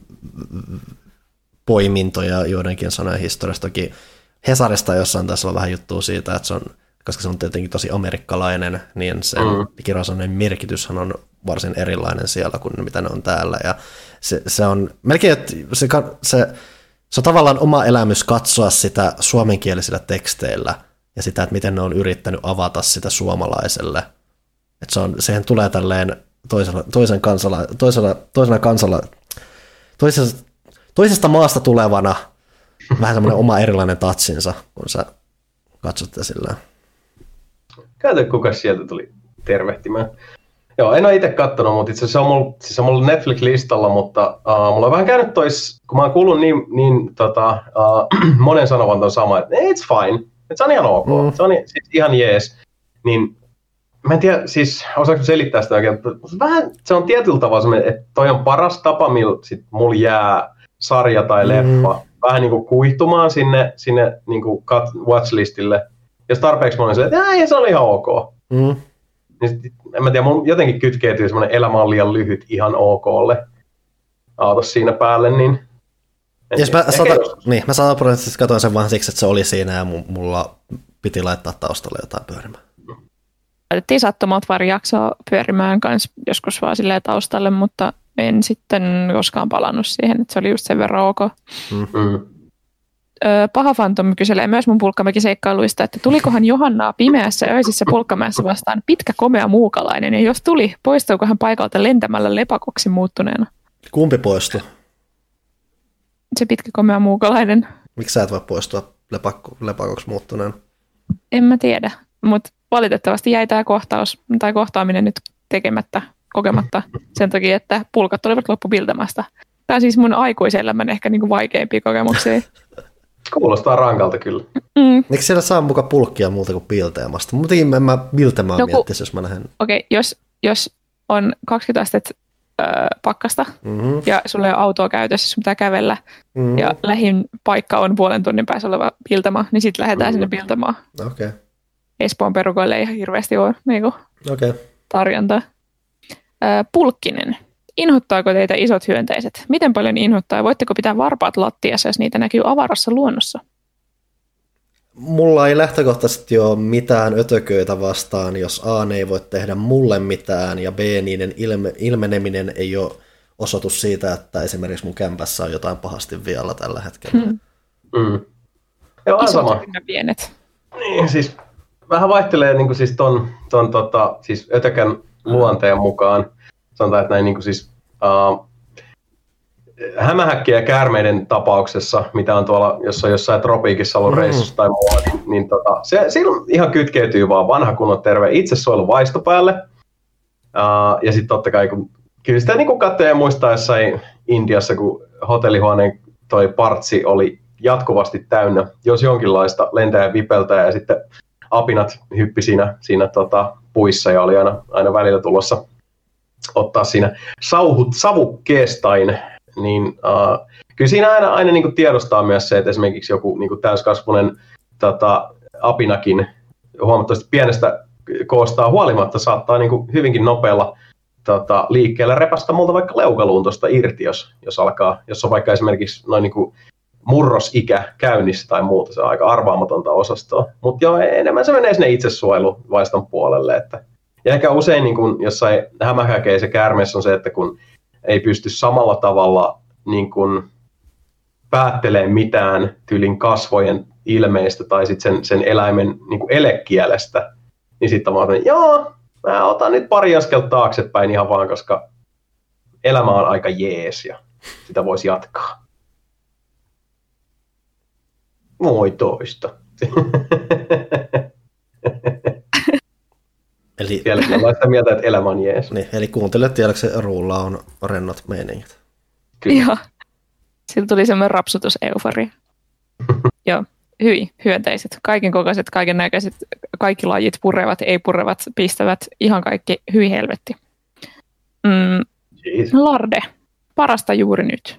poimintoja joidenkin sanojen historiasta. Toki Hesarista jossain tässä on vähän juttua siitä, että se on, koska se on tietenkin tosi amerikkalainen, niin sen mm. kirosanojen merkityshän on varsin erilainen siellä kuin mitä ne on täällä. Ja se, se on melkein, että se, se, se on tavallaan oma elämys katsoa sitä suomenkielisillä teksteillä ja sitä, että miten ne on yrittänyt avata sitä suomalaiselle. Että se on, sehän tulee tälleen toisella, toisen kansala, toisella, toisena kansala, toisesta, toisesta maasta tulevana vähän semmoinen oma erilainen tatsinsa, kun sä katsot sillä. Käytä, kuka sieltä tuli tervehtimään. Joo, en ole itse katsonut, mutta itse asiassa on mulla, siis on mulla Netflix-listalla, mutta uh, mulla on vähän käynyt tois, kun mä oon kuullut niin, niin tota, uh, monen sanovan ton sama, että it's fine, että se on ihan ok, mm. se on siis ihan jees, niin mä en tiedä, siis osaanko selittää sitä oikein, vähän se on tietyllä tavalla semmoinen, että toi on paras tapa, millä sit mulla jää sarja tai leffa mm. vähän niin kuin kuihtumaan sinne, sinne niin kuin watchlistille. Jos tarpeeksi mä olin se, että ei, se oli ihan ok. Mm. Niin sit, en mä tiedä, mun jotenkin kytkeytyy semmoinen elämä on liian lyhyt ihan okolle. Aatos siinä päälle, niin... Jos mä sata, niin, mä sata prosenttisesti katsoin sen vaan siksi, että se oli siinä ja mulla piti laittaa taustalle jotain pyörimään. Laitettiin sattumalta pari jaksoa pyörimään kanssa joskus vaan silleen taustalle, mutta en sitten koskaan palannut siihen, että se oli just sen verran ok. Mm. Öö, Paha Fantomi kyselee myös mun pulkkamäkiseikkailuista, että tulikohan Johannaa pimeässä öisissä pulkkamäessä vastaan pitkä komea muukalainen, ja jos tuli, poistuuko hän paikalta lentämällä lepakoksi muuttuneena? Kumpi poistui? Se pitkä komea muukalainen. Miksi sä et voi poistua lepakko, lepakoksi muuttuneena? En mä tiedä, mutta valitettavasti jäi tämä kohtaus tai kohtaaminen nyt tekemättä, kokematta sen takia, että pulkat olivat loppupiltämästä. Tämä on siis mun aikuiselämän ehkä niinku vaikeimpia kokemuksia. Kuulostaa rankalta kyllä. Mm. Eikö siellä saa mukaan pulkkia muuta kuin pilteämästä? Muutenkin en mä piltemään no, miettisi, jos mä lähden. Okei, okay, jos, jos on kaksikymmentä astetta öö, pakkasta Mm-hmm. ja sulla ei ole autoa käytössä, sun pitää kävellä Mm-hmm. ja lähin paikka on puolen tunnin päässä oleva Piltama, niin sitten lähdetään mm-hmm. sinne Piltamaan. Okei. Okay. Espoon perukoille ei ihan hirveästi ole niin okay. tarjontaa. Öö, Pulkkinen. Inhottaako teitä isot hyönteiset? Miten paljon inhottaa? Voitteko pitää varpaat lattiassa, jos niitä näkyy avarassa luonnossa? Mulla ei lähtökohtaisesti ole mitään ötököitä vastaan, jos A ne ei voi tehdä mulle mitään ja B niiden ilme- ilmeneminen ei ole osoitus siitä, että esimerkiksi mun kämpässä on jotain pahasti vielä tällä hetkellä. Hmm. Mm. Joo, Isot sama. ja pienet. Niin, siis vähän vaihtelee niin kuin siis ton, ton tota, siis ötökän luonteen mukaan. Sanotaan, että näin niin kuin siis uh, hämähäkkien ja käärmeiden tapauksessa, mitä on tuolla, jos on jossain tropiikissa ollut mm. reissussa tai muualla, niin, niin tota, se silloin ihan kytkeytyy vaan vanha kunnon terve itsesuojelu vaisto päälle. Uh, ja sitten totta kai, kun kyllä sitä niin kuin katsoo ja muistaa jossain Intiassa, kun hotellihuoneen toi partsi oli jatkuvasti täynnä, jos jonkinlaista lentää ja vipeltää, ja sitten apinat hyppi siinä, siinä tota, puissa ja oli aina, aina välillä tulossa ottaa siinä sauhut, savukkeestain, niin uh, kyllä siinä aina, aina niin kuin tiedostaa myös se, että esimerkiksi joku niin kuin täyskasvunen tota, apinakin huomattavasti pienestä koostaa huolimatta saattaa niin kuin hyvinkin nopealla tota, liikkeellä repästä multa vaikka leukaluun tuosta irti, jos, jos alkaa, jos on vaikka esimerkiksi noin niin kuin murrosikä käynnissä tai muuta, se on aika arvaamatonta osastoa. Mutta joo, enemmän se menee sinne itsesuojeluvaiston puolelle. Että. Ja ehkä usein niin kun jossain hämähäkeissä käärmeessä on se, että kun ei pysty samalla tavalla niin kun päättelemään mitään tyylin kasvojen ilmeistä tai sit sen, sen eläimen niin kun elekielestä, niin sitten mä otan, joo, mä otan nyt pari askelta taaksepäin ihan vaan, koska elämä on aika jees ja sitä voisi jatkaa. Moi toista. Eli, Vieläkin ollaan sitä mieltä, että elämä on jees. niin, eli kuuntelijat tiedätkö, ruulla on rennot meiningit. Kyllä. Joo. Sillä tuli semmoinen rapsutuseuforia. Joo, hyi, hyönteiset. Kaiken kokoiset, kaiken näköiset, kaikki lajit, purevat, ei purevat, pistävät, ihan kaikki, hyi helvetti. Mm, Larde, parasta juuri nyt.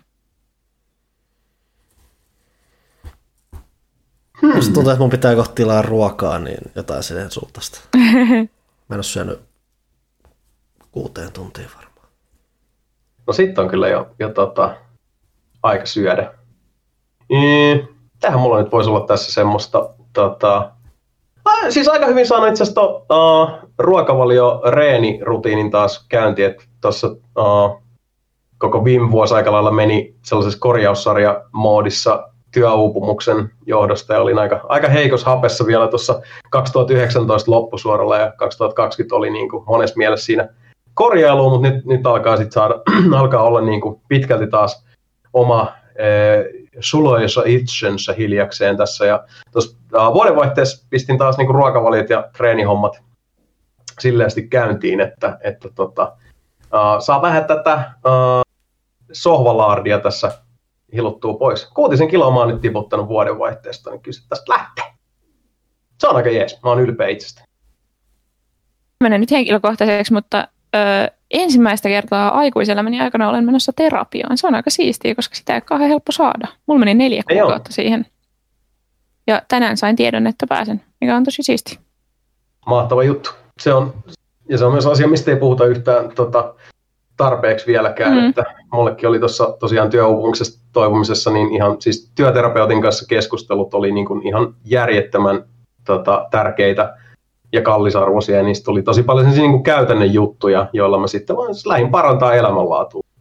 Hmm. Jos tuntuu, että mun pitää kohta tilaa ruokaa, niin jotain sen suuntaista. Mä en ole syönyt kuuteen tuntiin varmaan. No sit on kyllä jo, jo tota, aika syödä. Mm, tähän mulla nyt voisi olla tässä semmoista, tota, äh, siis aika hyvin saanut itse asiassa uh, ruokavalio-reeni-rutiinin taas käynti, että tuossa uh, koko viime vuosi aika lailla meni sellaisessa korjaussarja-moodissa työuupumuksen johdosta ja olin aika, aika heikossa hapessa vielä tuossa kaksituhattayhdeksäntoista loppusuoralla ja kaksituhattakaksikymmentä oli niin kuin monessa mielessä siinä korjailuun, mutta nyt, nyt alkaa sit saada, alkaa olla niin kuin pitkälti taas oma eh, suloisa itsensä hiljakseen tässä ja tuossa äh, vuodenvaihteessa pistin taas niin kuin ruokavaliot ja treenihommat silleesti käyntiin, että, että tota, äh, saa vähän tätä äh, sohvalaardia tässä hiluttuu pois. Kuutisen kiloa mä oon nyt tiputtanut vuodenvaihteesta, niin kyllä tästä lähtee. Se on aika jees. Mä oon ylpeä itsestä. Menen nyt henkilökohtaiseksi, mutta ö, ensimmäistä kertaa aikuiselämäni aikana olen menossa terapiaan. Se on aika siistiä, koska sitä ei ole kauhean helppo saada. Mulla meni neljä kuukautta siihen. Ja tänään sain tiedon, että pääsen, mikä on tosi siisti. Mahtava juttu. Se on, ja se on myös asia, mistä ei puhuta yhtään tota, tarpeeksi vieläkään, mm. että mullekin oli tuossa tosiaan työuupumuksesta toipumisessa, niin ihan siis työterapeutin kanssa keskustelut oli niin kuin ihan järjettömän tota, tärkeitä ja kallisarvoisia, ja niistä tuli tosi paljon niin kuin käytännön juttuja, joilla mä sitten vaan lähdin parantaa elämänlaatua.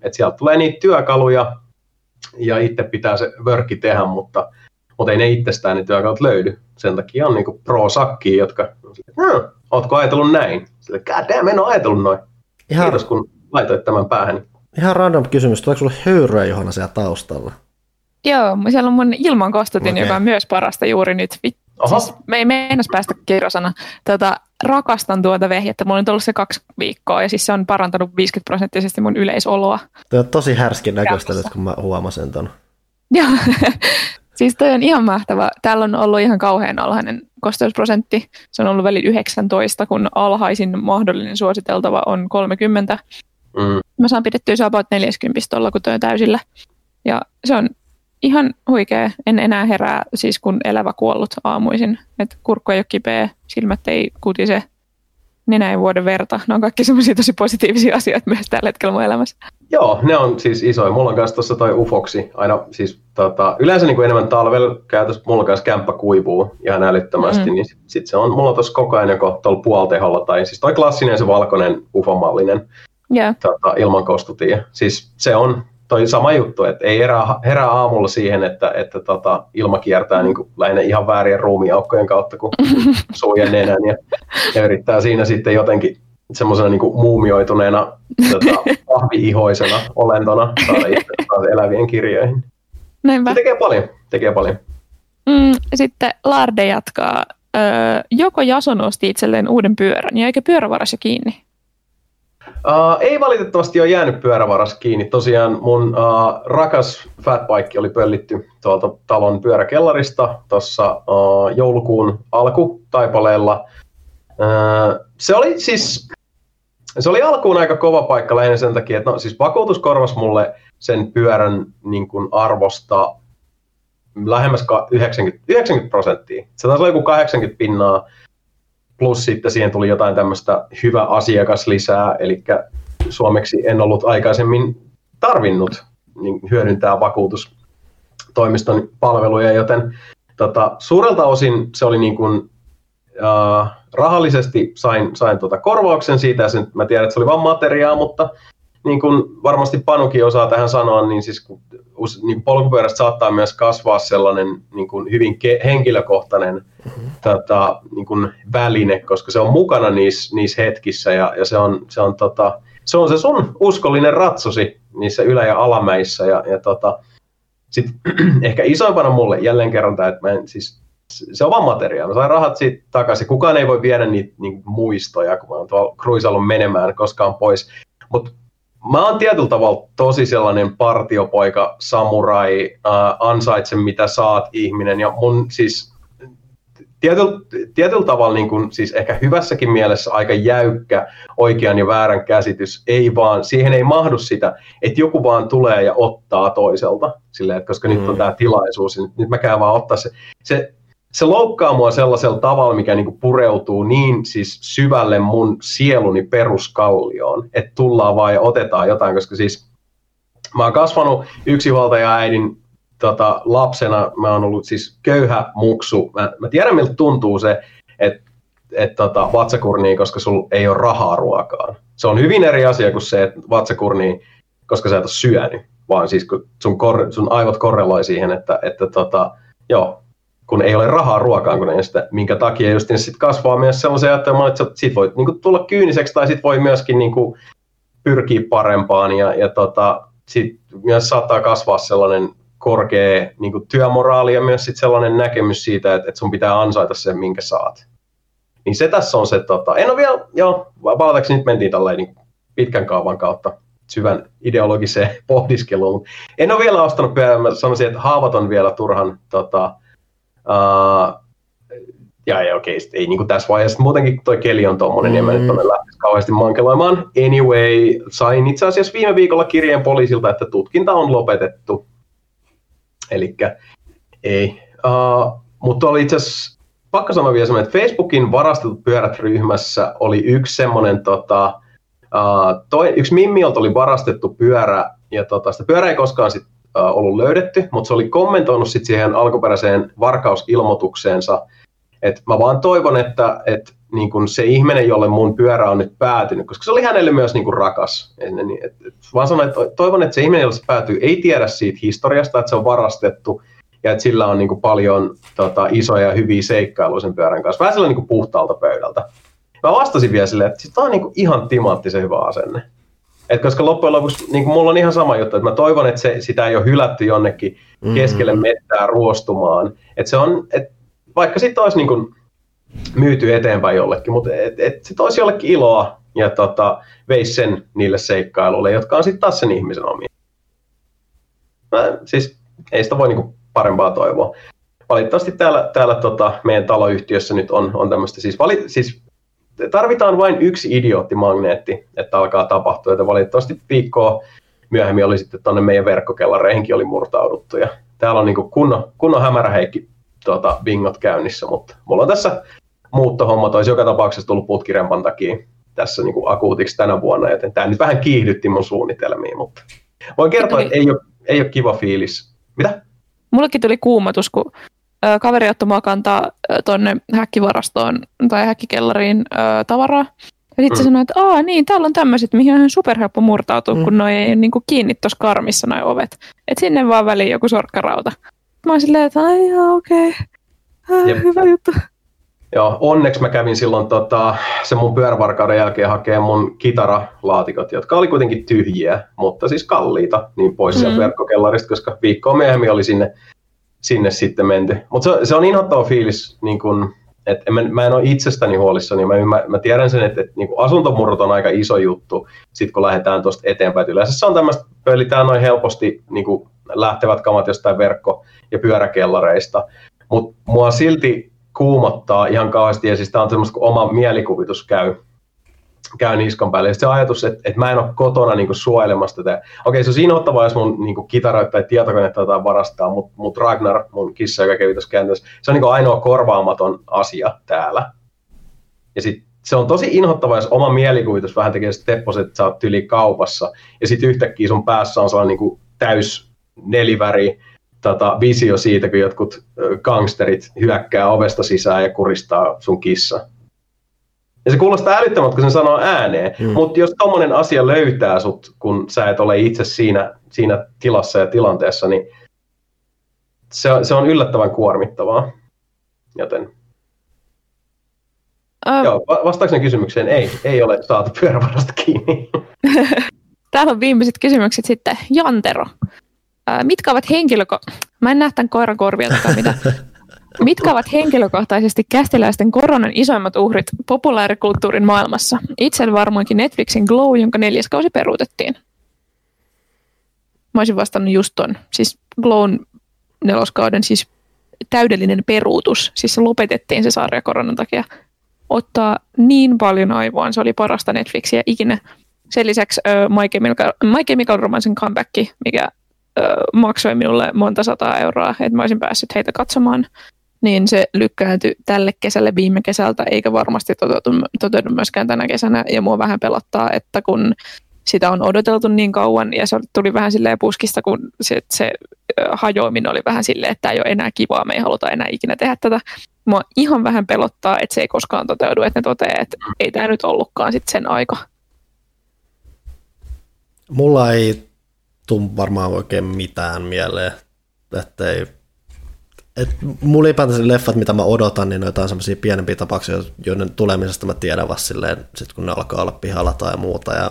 että sieltä tulee niitä työkaluja ja itse pitää se vörkki tehdä, mutta, mutta ei ne itsestään ne työkalut löydy. Sen takia on niinku pro-sakkia, jotka hm, ootko ajatellut näin? Sille, god damn, en ole ajatellut noin. Ihan, kiitos kun laitoit tämän päähän. Ihan random kysymys, tuleeko sulle höyryä Johanna siellä taustalla? Joo, siellä on mun ilmankostutin, okay. joka on myös parasta juuri nyt. Siis me ei meinas päästä kirjosana. Tota, rakastan tuota vehjettä. Mulla on ollut se kaksi viikkoa ja siis se on parantanut viisikymmentä prosenttisesti mun yleisoloa. Tuo on tosi härskin näköistä nyt, kun mä huomasin ton. Joo, siis toi on ihan mahtava. Täällä on ollut ihan kauhean alhainen kosteusprosentti. Se on ollut välillä yhdeksäntoista, kun alhaisin mahdollinen suositeltava on kolmekymmentä. Mm. Mä saan pidettyä se about neljäkymmentä tuolla, kun toi on täysillä. Ja se on ihan huikea. En enää herää, siis kun elävä kuollut aamuisin. Et kurkku ei ole kipeä, silmät ei kutise, nenä ei vuoden verta. Ne on kaikki semmoisia tosi positiivisia asioita myös tällä hetkellä mun elämässä. Joo, ne on siis isoja. Mulla on kanssa tuossa toi ufoksi. Aina siis tota, yleensä niin kuin enemmän talvella käytössä, mulla on kanssa kämppä kuivuu ihan älyttömästi, mm. niin sit, sit se on, mulla on tuossa koko ajan joko tuolla puolteholla, tai siis toi klassinen se valkoinen ufomallinen yeah. tota, ilmankostutin. Siis se on toi sama juttu, että ei herää, herää aamulla siihen, että, että tota, ilma kiertää niin kuin lähinnä ihan väärien ruumiaukkojen kautta kuin suu ja nenän ja, ja yrittää siinä sitten jotenkin semmoisena niin kuin muumioituneena tota, vahvi-ihoisena olentona saada itse taas elävien kirjoihin. Näinpä. Se tekee paljon, tekee paljon. Mm, sitten Larde jatkaa. Öö, joko Jason osti itselleen uuden pyörän ja eikä pyörävaras jo kiinni? Uh, ei valitettavasti ole jäänyt pyörävaras kiinni. Tosiaan mun uh, rakas fatbike oli pöllitty tuolta talon pyöräkellarista tuossa uh, joulukuun alkutaipaleella. Uh, se oli siis se oli alkuun aika kova paikka lähinnä sen takia, että no, siis vakuutus korvasi mulle sen pyörän niin kuin arvosta lähemmäs yhdeksänkymmentä prosenttia. Se taisi olla joku kahdeksankymmentä pinnaa. Plus sitten siihen tuli jotain tämmöistä hyvä asiakas lisää, eli suomeksi en ollut aikaisemmin tarvinnut niin hyödyntää vakuutustoimiston palveluja, joten tota, suurelta osin se oli niin kuin, äh, rahallisesti sain, sain tota korvauksen siitä, ja sen, mä tiedän, että se oli vain materiaa, mutta niin kuin varmasti Panukin osaa tähän sanoa, niin siis kun, niin polkupyörästä saattaa myös kasvaa sellainen niin kuin hyvin ke- henkilökohtainen mm-hmm. tota, niin kuin väline, koska se on mukana niissä, niissä hetkissä ja, ja se, on, se, on, tota, se on se sun uskollinen ratsusi niissä ylä- ja alamäissä. Ja, ja tota, sit, ehkä isoimpana mulle jälleen kerran tämä, että mä en, siis, se on vaan materiaa. Mä sain rahat siitä takaisin. Kukaan ei voi viedä niitä niin muistoja, kun mä oon tuolla kruisalla menemään koskaan pois. Mut mä oon tietyllä tavalla tosi sellainen partiopoika, samurai, äh, ansaitse mitä saat ihminen ja mun siis tietyllä, tietyllä tavalla niin kun, siis ehkä hyvässäkin mielessä aika jäykkä oikean ja väärän käsitys, ei vaan, siihen ei mahdu sitä, että joku vaan tulee ja ottaa toiselta, silleen, että koska mm. nyt on tää tilaisuus, niin nyt mä käyn vaan ottaa se, se Se loukkaa mua sellaisella tavalla, mikä niinku pureutuu niin siis syvälle mun sieluni peruskallioon, että tullaan vaan ja otetaan jotain, koska siis mä oon kasvanut yksinhuoltaja-äidin tota, lapsena, mä oon ollut siis köyhä muksu. Mä, mä tiedän, miltä tuntuu se, että et, tota, vatsakurnii, koska sulla ei ole rahaa ruokaan. Se on hyvin eri asia kuin se, että vatsakurnii, koska sä et ole syönyt, vaan siis kun sun, kor- sun aivot korreloi siihen, että, että tota, joo, kun ei ole rahaa ruokaan, kun ei sitä, minkä takia just niin sit kasvaa myös sellaisia ajattelua, että sit voi niin kuin, tulla kyyniseksi tai sit voi myöskin niin kuin, pyrkiä parempaan ja, ja tota, sit myös saattaa kasvaa sellainen korkea niin kuin, työmoraali ja myös sit sellainen näkemys siitä, että, että sun pitää ansaita sen, minkä saat. Niin se tässä on se, tota, en ole vielä, joo, palataanko nyt mentiin tällainen niin pitkän kaavan kautta syvän ideologiseen pohdiskeluun, mutta en ole vielä ostanut pyörää, mä sanoisin, että haavat on vielä turhan tota, Uh, ja ei okei, okay, ei niin tässä vaiheessa, muutenkin toi keli on tommonen, mm. niin mä nyt tonne lähtisi kauheasti mankeloimaan. Anyway, sain itse asiassa viime viikolla kirjeen poliisilta, että tutkinta on lopetettu. Elikkä ei. Uh, mutta oli itse asiassa, pakko sanoa vielä semmoinen, että Facebookin varastetut pyörät ryhmässä oli yksi semmoinen, tota, uh, toi, yksi Mimmiolta oli varastettu pyörä, ja tota, sitä pyörää ei koskaan sit ollut löydetty, mutta se oli kommentoinut sit siihen alkuperäiseen varkausilmoitukseensa, Et mä vaan toivon, että et, niin kun se ihminen, jolle mun pyörä on nyt päätynyt, koska se oli hänelle myös niin kun rakas. Et, et, et, vaan sanon, että toivon, että se ihminen, jolle se päätyy, ei tiedä siitä historiasta, että se on varastettu ja että sillä on niin kun paljon tota, isoja ja hyviä seikkailuja sen pyörän kanssa. Vähän sillä niin kun puhtaalta pöydältä. Mä vastasin vielä silleen, että tämä on niin kun ihan timanttisen hyvä asenne. Et koska loppujen lopuksi niin mulla on ihan sama juttu, että mä toivon, että se, sitä ei ole hylätty jonnekin keskelle mettää ruostumaan. Että se on, et, vaikka sitten olisi niin kuin myyty eteenpäin jollekin, mutta et, et sit olisi jollekin iloa ja tota, veisi sen niille seikkailuille, jotka on sitten taas sen ihmisen omia. Mä, siis ei sitä voi niin kuin parempaa toivoa. Valitettavasti täällä, täällä tota, meidän taloyhtiössä nyt on, on tämmöistä, siis, vali, siis tarvitaan vain yksi idioottimagneetti, että alkaa tapahtua, että valitettavasti viikkoa myöhemmin oli sitten tuonne meidän verkkokellareihinkin oli murtauduttu, ja täällä on niin kuin kunnon, kunnon hämäräheikki tuota, bingot käynnissä, mutta mulla on tässä muuttohommat, olisi joka tapauksessa tullut putkirempan takia tässä niin kuin akuutiksi tänä vuonna, joten tämä nyt vähän kiihdytti mun suunnitelmiin, mutta voin kertoa, että ei ole, ei ole kiva fiilis. Mitä? Mullekin tuli kuumotus, kun ö, kaveri otti mua kantaa tuonne häkkivarastoon tai häkkikellariin ö, tavaraa. Ja sitten mm. se sanoi, että aa niin, täällä on tämmöiset, mihin on ihan superhelppo murtautua, mm. kun noi ei niin kuin kiinni tuossa karmissa noi ovet. Että sinne vaan väliin joku sorkkarauta. Mä oon silleen, että ai jaa, okei, okay. Hyvä juttu. Joo, onneksi mä kävin silloin tota, sen mun pyörävarkauden jälkeen hakemaan mun kitaralaatikot, jotka oli kuitenkin tyhjiä, mutta siis kalliita, niin pois mm. sieltä verkkokellarista, koska viikkoa myöhemmin oli sinne, sinne sitten menty. Mutta se, se on inhottava fiilis, niin kun, että mä, mä en ole itsestäni huolissani, mä, mä, mä tiedän sen, että, että niin kun asuntomurrot on aika iso juttu, sit kun lähdetään tuosta eteenpäin. Yleensä se on tämmöistä, pöylitään noin helposti niin kun lähtevät kamat jostain verkko- ja pyöräkellareista, mutta mua silti kuumottaa ihan kauheasti, ja siis tämä on semmoista, kun oma mielikuvitus käy, käy niskan päälle. Ja se ajatus, että, että mä en ole kotona niin kuin suojelemassa tätä. Okei, se on inhottavaa, jos mun niin kuin kitaroita tai tietokoneita jotain varastaa, mutta mut Ragnar, mun kissa, joka kävi tuossa kääntössä, se on niin kuin ainoa korvaamaton asia täällä. Ja sit se on tosi inhottavaa, jos oma mielikuvitus vähän tekee se tepposet, että sä oot tyli kaupassa, ja sitten yhtäkkiä sun päässä on sellainen niin kuin täys neliväri, Tota, visio siitä, kun jotkut gangsterit hyökkää ovesta sisään ja kuristaa sun kissa. Ja se kuulostaa älyttömältä, kun sen sanoo ääneen, mm. mutta jos tommonen asia löytää sut, kun sä et ole itse siinä, siinä tilassa ja tilanteessa, niin se, se on yllättävän kuormittavaa. Joten... Um. Joo, vastaakseni kysymykseen, ei, ei ole saatu pyörävarasta kiinni. Täällä on viimeiset kysymykset sitten. Jantero. Mitkä ovat henkilöko... Mä en näe tämän koiran korvia takaa mitä. Mitkä ovat henkilökohtaisesti kästiläisten koronan isoimmat uhrit populaarikulttuurin maailmassa? Itse varmaankin Netflixin Glow, jonka neljäs kausi peruutettiin. Mä olisin vastannut just ton. Siis Glown neloskauden siis täydellinen peruutus. Siis se lopetettiin se sarja koronan takia. Ottaa niin paljon aivoaan. Se oli parasta Netflixiä ikinä. Sen lisäksi uh, My Chemical, My Chemical Romancen comeback, mikä maksoi minulle monta sataa euroa, että mä olisin päässyt heitä katsomaan, niin se lykkääntyi tälle kesälle viime kesältä, eikä varmasti toteudu, toteudu myöskään tänä kesänä, ja mua vähän pelottaa, että kun sitä on odoteltu niin kauan, ja se tuli vähän silleen puskista, kun se, se hajoaminen oli vähän silleen, että tämä ei ole enää kivaa, me ei haluta enää ikinä tehdä tätä. Mua ihan vähän pelottaa, että se ei koskaan toteudu, että ne toteaa, että ei tämä nyt ollutkaan sit sen aika. Mulla ei tuu varmaan oikein mitään mieleen, että ei, et mulla ylipäätään leffat, mitä mä odotan, niin ne on jotain semmoisia pienempiä tapauksia, joiden tulemisesta mä tiedän vasta silleen, sit kun ne alkaa olla pihalla tai muuta, ja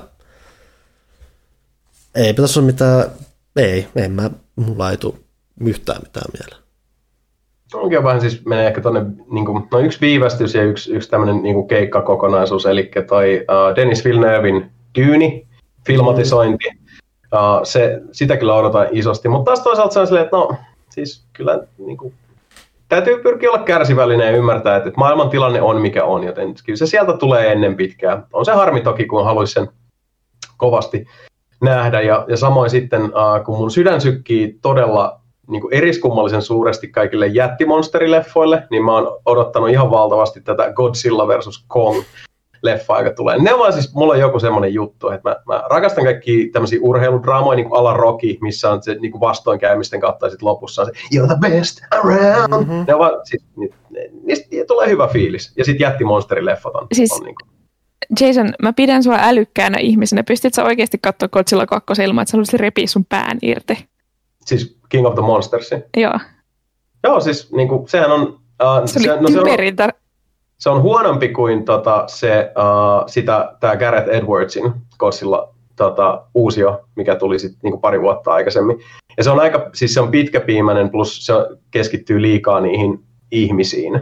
ei pitäisi olla mitään, ei, en mä, mulla ei tule yhtään mitään mieleen. Onkin vähän siis menee ehkä tuonne, niin kuin, no yksi viivästys ja yksi, yksi tämmöinen niin kuin keikkakokonaisuus, eli toi uh, Denis Villeneuven Dune filmatisointi. Uh, se, sitä kyllä odotan isosti, mutta taas toisaalta se on silleen, että no, siis kyllä niin kuin, täytyy pyrkiä olla kärsivällinen ja ymmärtää, että, että maailman tilanne on mikä on, joten kyllä se sieltä tulee ennen pitkään. On se harmi toki, kun haluaisi sen kovasti nähdä, ja, ja samoin sitten, uh, kun mun sydän sykkii todella niin kuin eriskummallisen suuresti kaikille jättimonsterileffoille, niin mä oon odottanut ihan valtavasti tätä Godzilla versus Kong leffa, joka tulee. Ne on vaan siis, mulla on joku semmoinen juttu, että mä, mä rakastan kaikkia tämmöisiä urheiludraamoja, niin kuin Ala Rocky, missä on se niin kuin vastoinkäymisten kautta ja sitten lopussa on se You're the best around. Mm-hmm. Ne on vaan, siis, niistä tulee hyvä fiilis. Ja sitten Jättimonsterileffat on. Siis, on niin kuin. Jason, mä pidän sua älykkäänä ihmisenä. Pystyt sä oikeasti katsoa Godzilla kaksi ilman, että sä haluaisit repiä sun pään irti? Siis King of the Monsters? Joo. Joo, siis niin kuin, sehän on... Uh, se oli se, no, typerintä. Se on huonompi kuin tota, se, uh, sitä, tämä Gareth Edwardsin Godzilla tota, uusio, mikä tuli sit, niin kuin pari vuotta aikaisemmin. Ja se on aika, siis se on pitkäpiimäinen, plus se keskittyy liikaa niihin ihmisiin.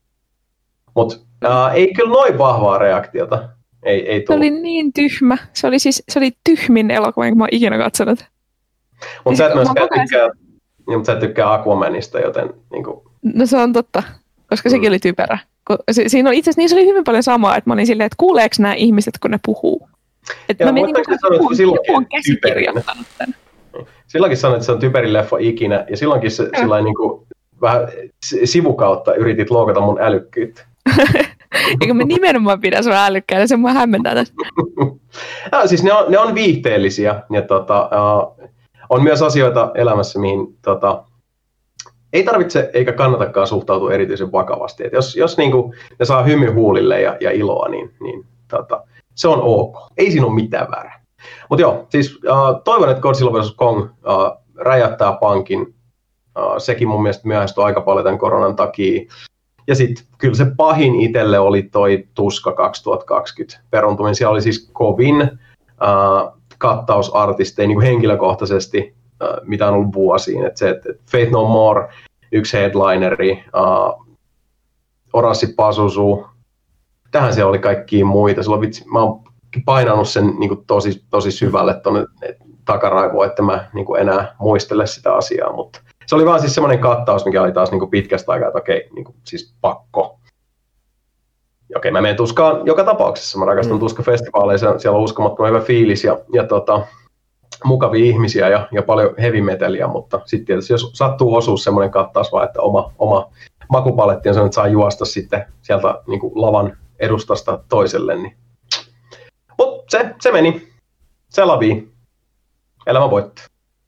Mutta uh, ei kyllä noin vahvaa reaktiota. Ei, ei se oli niin tyhmä. Se oli siis se oli tyhmin elokuva, jonka mä oon ikinä katsonut. Mutta sä et myöskään tykkää, niin, sä et tykkää Aquamanista, joten... Niin kuin... No se on totta, koska sekin mm. oli typerä. Si- siinä oli itse asiassa niin se oli hyvin paljon samaa, että mä olin silleen, että kuuleeko nämä ihmiset, kun ne puhuu. Että Joo, mä menin, että joku, joku on käsikirjoittanut tämän. Silloinkin sanoit, että se on typerin leffa ikinä, ja silloinkin se sillain, niin kuin, vähän sivukautta yritit loukata mun älykkyyttä. Eikö me nimenomaan pidä sua älykkäänä, se mua hämmentää tästä. ja, siis ne on, ne on viihteellisiä, ja tota, uh, on myös asioita elämässä, mihin tota, ei tarvitse eikä kannatakaan suhtautua erityisen vakavasti. Et jos jos niin kuin, ne saa hymy huulille ja, ja iloa, niin, niin tota, se on ok. Ei siinä ole mitään väärää. Mutta joo, siis uh, toivon, että Godzilla versus. Kong uh, räjäyttää pankin. Uh, sekin mun mielestä myöhästyi aika paljon tämän koronan takia. Ja sitten kyllä se pahin itselle oli toi Tuska kaksituhattakaksikymmentä peruntuminen. Siellä oli siis kovin uh, kattausartisteja niin kuin henkilökohtaisesti, uh, mitä on ollut vuosiin. Et se, et, et Faith No More, yksi headlineri, uh, Orassi Pazuzu, tähän se oli kaikkia muita. Silloin vitsi, mä oon painanut sen niin kuin tosi, tosi syvälle tuonne takaraivoon, että mä niin kuin enää muistele sitä asiaa, mutta se oli vaan siis semmoinen kattaus, mikä oli taas niin kuin pitkästä aikaa, että okei, niin kuin, siis pakko. Okei, mä menen Tuskaan joka tapauksessa. Mä rakastan mm. Tuska-festivaaleja, siellä on uskomattoman hyvä fiilis ja, ja tota, mukavia ihmisiä ja, ja paljon heavy metalia, mutta sitten tietysti jos sattuu osuus semmoinen kattaus vaan, että oma, oma makupaletti on semmoinen, että saa juosta sitten sieltä niin kuin lavan edustasta toiselle, niin mutta se, se meni. Se lavii. Elämä voitti.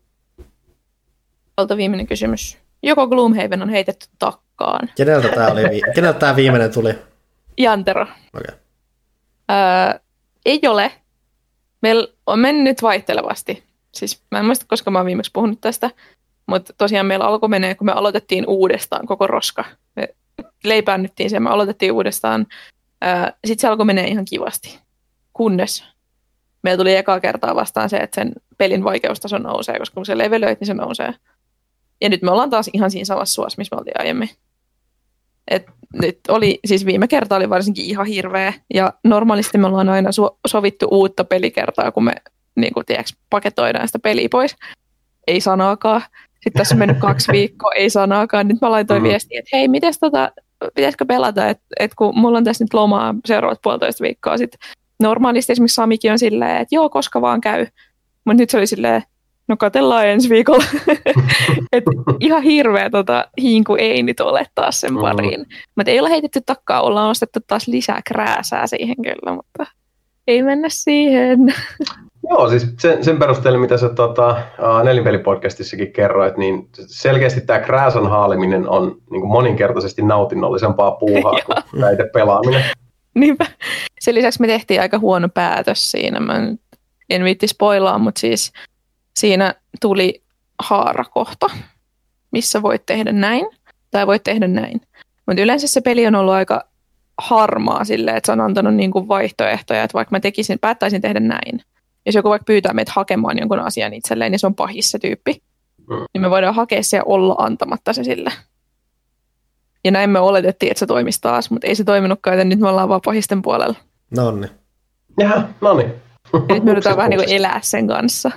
Alta viimeinen kysymys. Joko Gloomhaven on heitetty takkaan? Keneltä tämä oli? Vi- Keneltä tämä viimeinen tuli? Jantero. Okay. Öö, ei ole. Meillä on mennyt vaihtelevasti. Siis mä en muista, koska mä oon viimeksi puhunut tästä. Mutta tosiaan meillä alkoi menee, kun me aloitettiin uudestaan koko roska. Me leipäännyttiin sen, me aloitettiin uudestaan. Öö, Sitten se alkoi menee ihan kivasti. Kunnes meillä tuli ekaa kertaa vastaan se, että sen pelin vaikeustaso nousee, koska kun se levelöit, niin se nousee. Ja nyt me ollaan taas ihan siinä samassa suossa, missä me oltiin aiemmin. Et nyt oli, siis viime kerta oli varsinkin ihan hirveä, ja normaalisti me ollaan aina so- sovittu uutta pelikertaa, kun me niin kun, tiedätkö, paketoidaan sitä peliä pois. Ei sanaakaan. Sitten tässä on mennyt kaksi viikkoa, ei sanaakaan. Nyt mä laitoin mm-hmm. viestiä, että hei, mites tota, pitäisikö pelata, että et kun mulla on tässä nyt lomaa seuraavat puolitoista viikkoa sitten. Normaalisti esimerkiksi Samikin on silleen, että joo, koska vaan käy. Mutta nyt se oli silleen, no katsellaan ensi viikolla. Että ihan hirveä tota, hinku ei nyt ole taas sen pariin. Mm-hmm. Mutta ei olla heitetty takkaa, ollaan ostettu taas lisää krääsää siihen kyllä, mutta ei mennä siihen. Joo, siis sen, sen perusteella, mitä sä tota, uh, Nelinpeli-podcastissakin kerroit, niin selkeästi tämä krääsän haaliminen on niin kuin moninkertaisesti nautinnollisempaa puuhaa kuin tämä itse pelaaminen. Niinpä. Sen lisäksi me tehtiin aika huono päätös siinä. Mä en viitti spoilaa, mutta siis siinä tuli haarakohta, missä voit tehdä näin tai voit tehdä näin. Mutta yleensä se peli on ollut aika harmaa silleen, että se on antanut niinku vaihtoehtoja, että vaikka mä tekisin, päättäisin tehdä näin. Jos joku vaikka pyytää meitä hakemaan jonkun asian itselleen, niin se on pahis se tyyppi. Mm. Niin me voidaan hakea se ja olla antamatta se sille. Ja näin me oletettiin, että se toimisi taas, mutta ei se toiminutkaan, joten nyt me ollaan vaan pahisten puolella. Nonni. Jaha, nonni. Ja nyt me yritetään vähän niin kuin elää sen kanssa.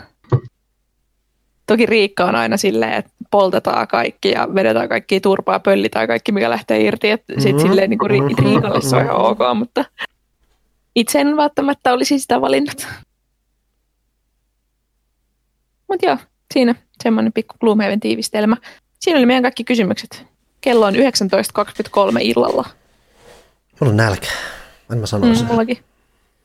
Toki Riikka on aina silleen, että poltetaan kaikki ja vedetään kaikki turpaa ja pöllitään kaikki, mikä lähtee irti. Että sitten mm-hmm. silleen niin kuin Riikalle se on ihan ok, mutta itse en välttämättä olisi sitä valinnut. Mutta joo, siinä semmoinen pikku Gloomhaven tiivistelmä. Siinä oli meidän kaikki kysymykset. Kello on yhdeksäntoista kaksikymmentäkolme illalla. Mulla on nälkä. En mä sanoisi. Mm, mullakin.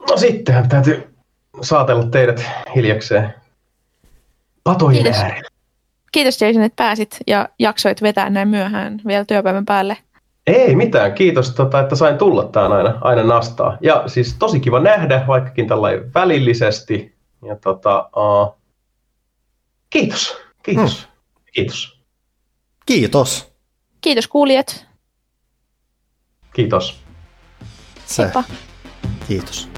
No sitten täytyy saatella teidät hiljakseen patojen Kiitos. äärelle. Kiitos Jason, että pääsit ja jaksoit vetää näin myöhään vielä työpäivän päälle. Ei mitään, kiitos, tota, että sain tulla tähän aina, aina nastaa. Ja siis tosi kiva nähdä, vaikkakin tällainen välillisesti. Ja tota, uh, kiitos, kiitos, hmm. kiitos. Kiitos. Kiitos kuulijat. Kiitos. Se. Heippa. Kiitos.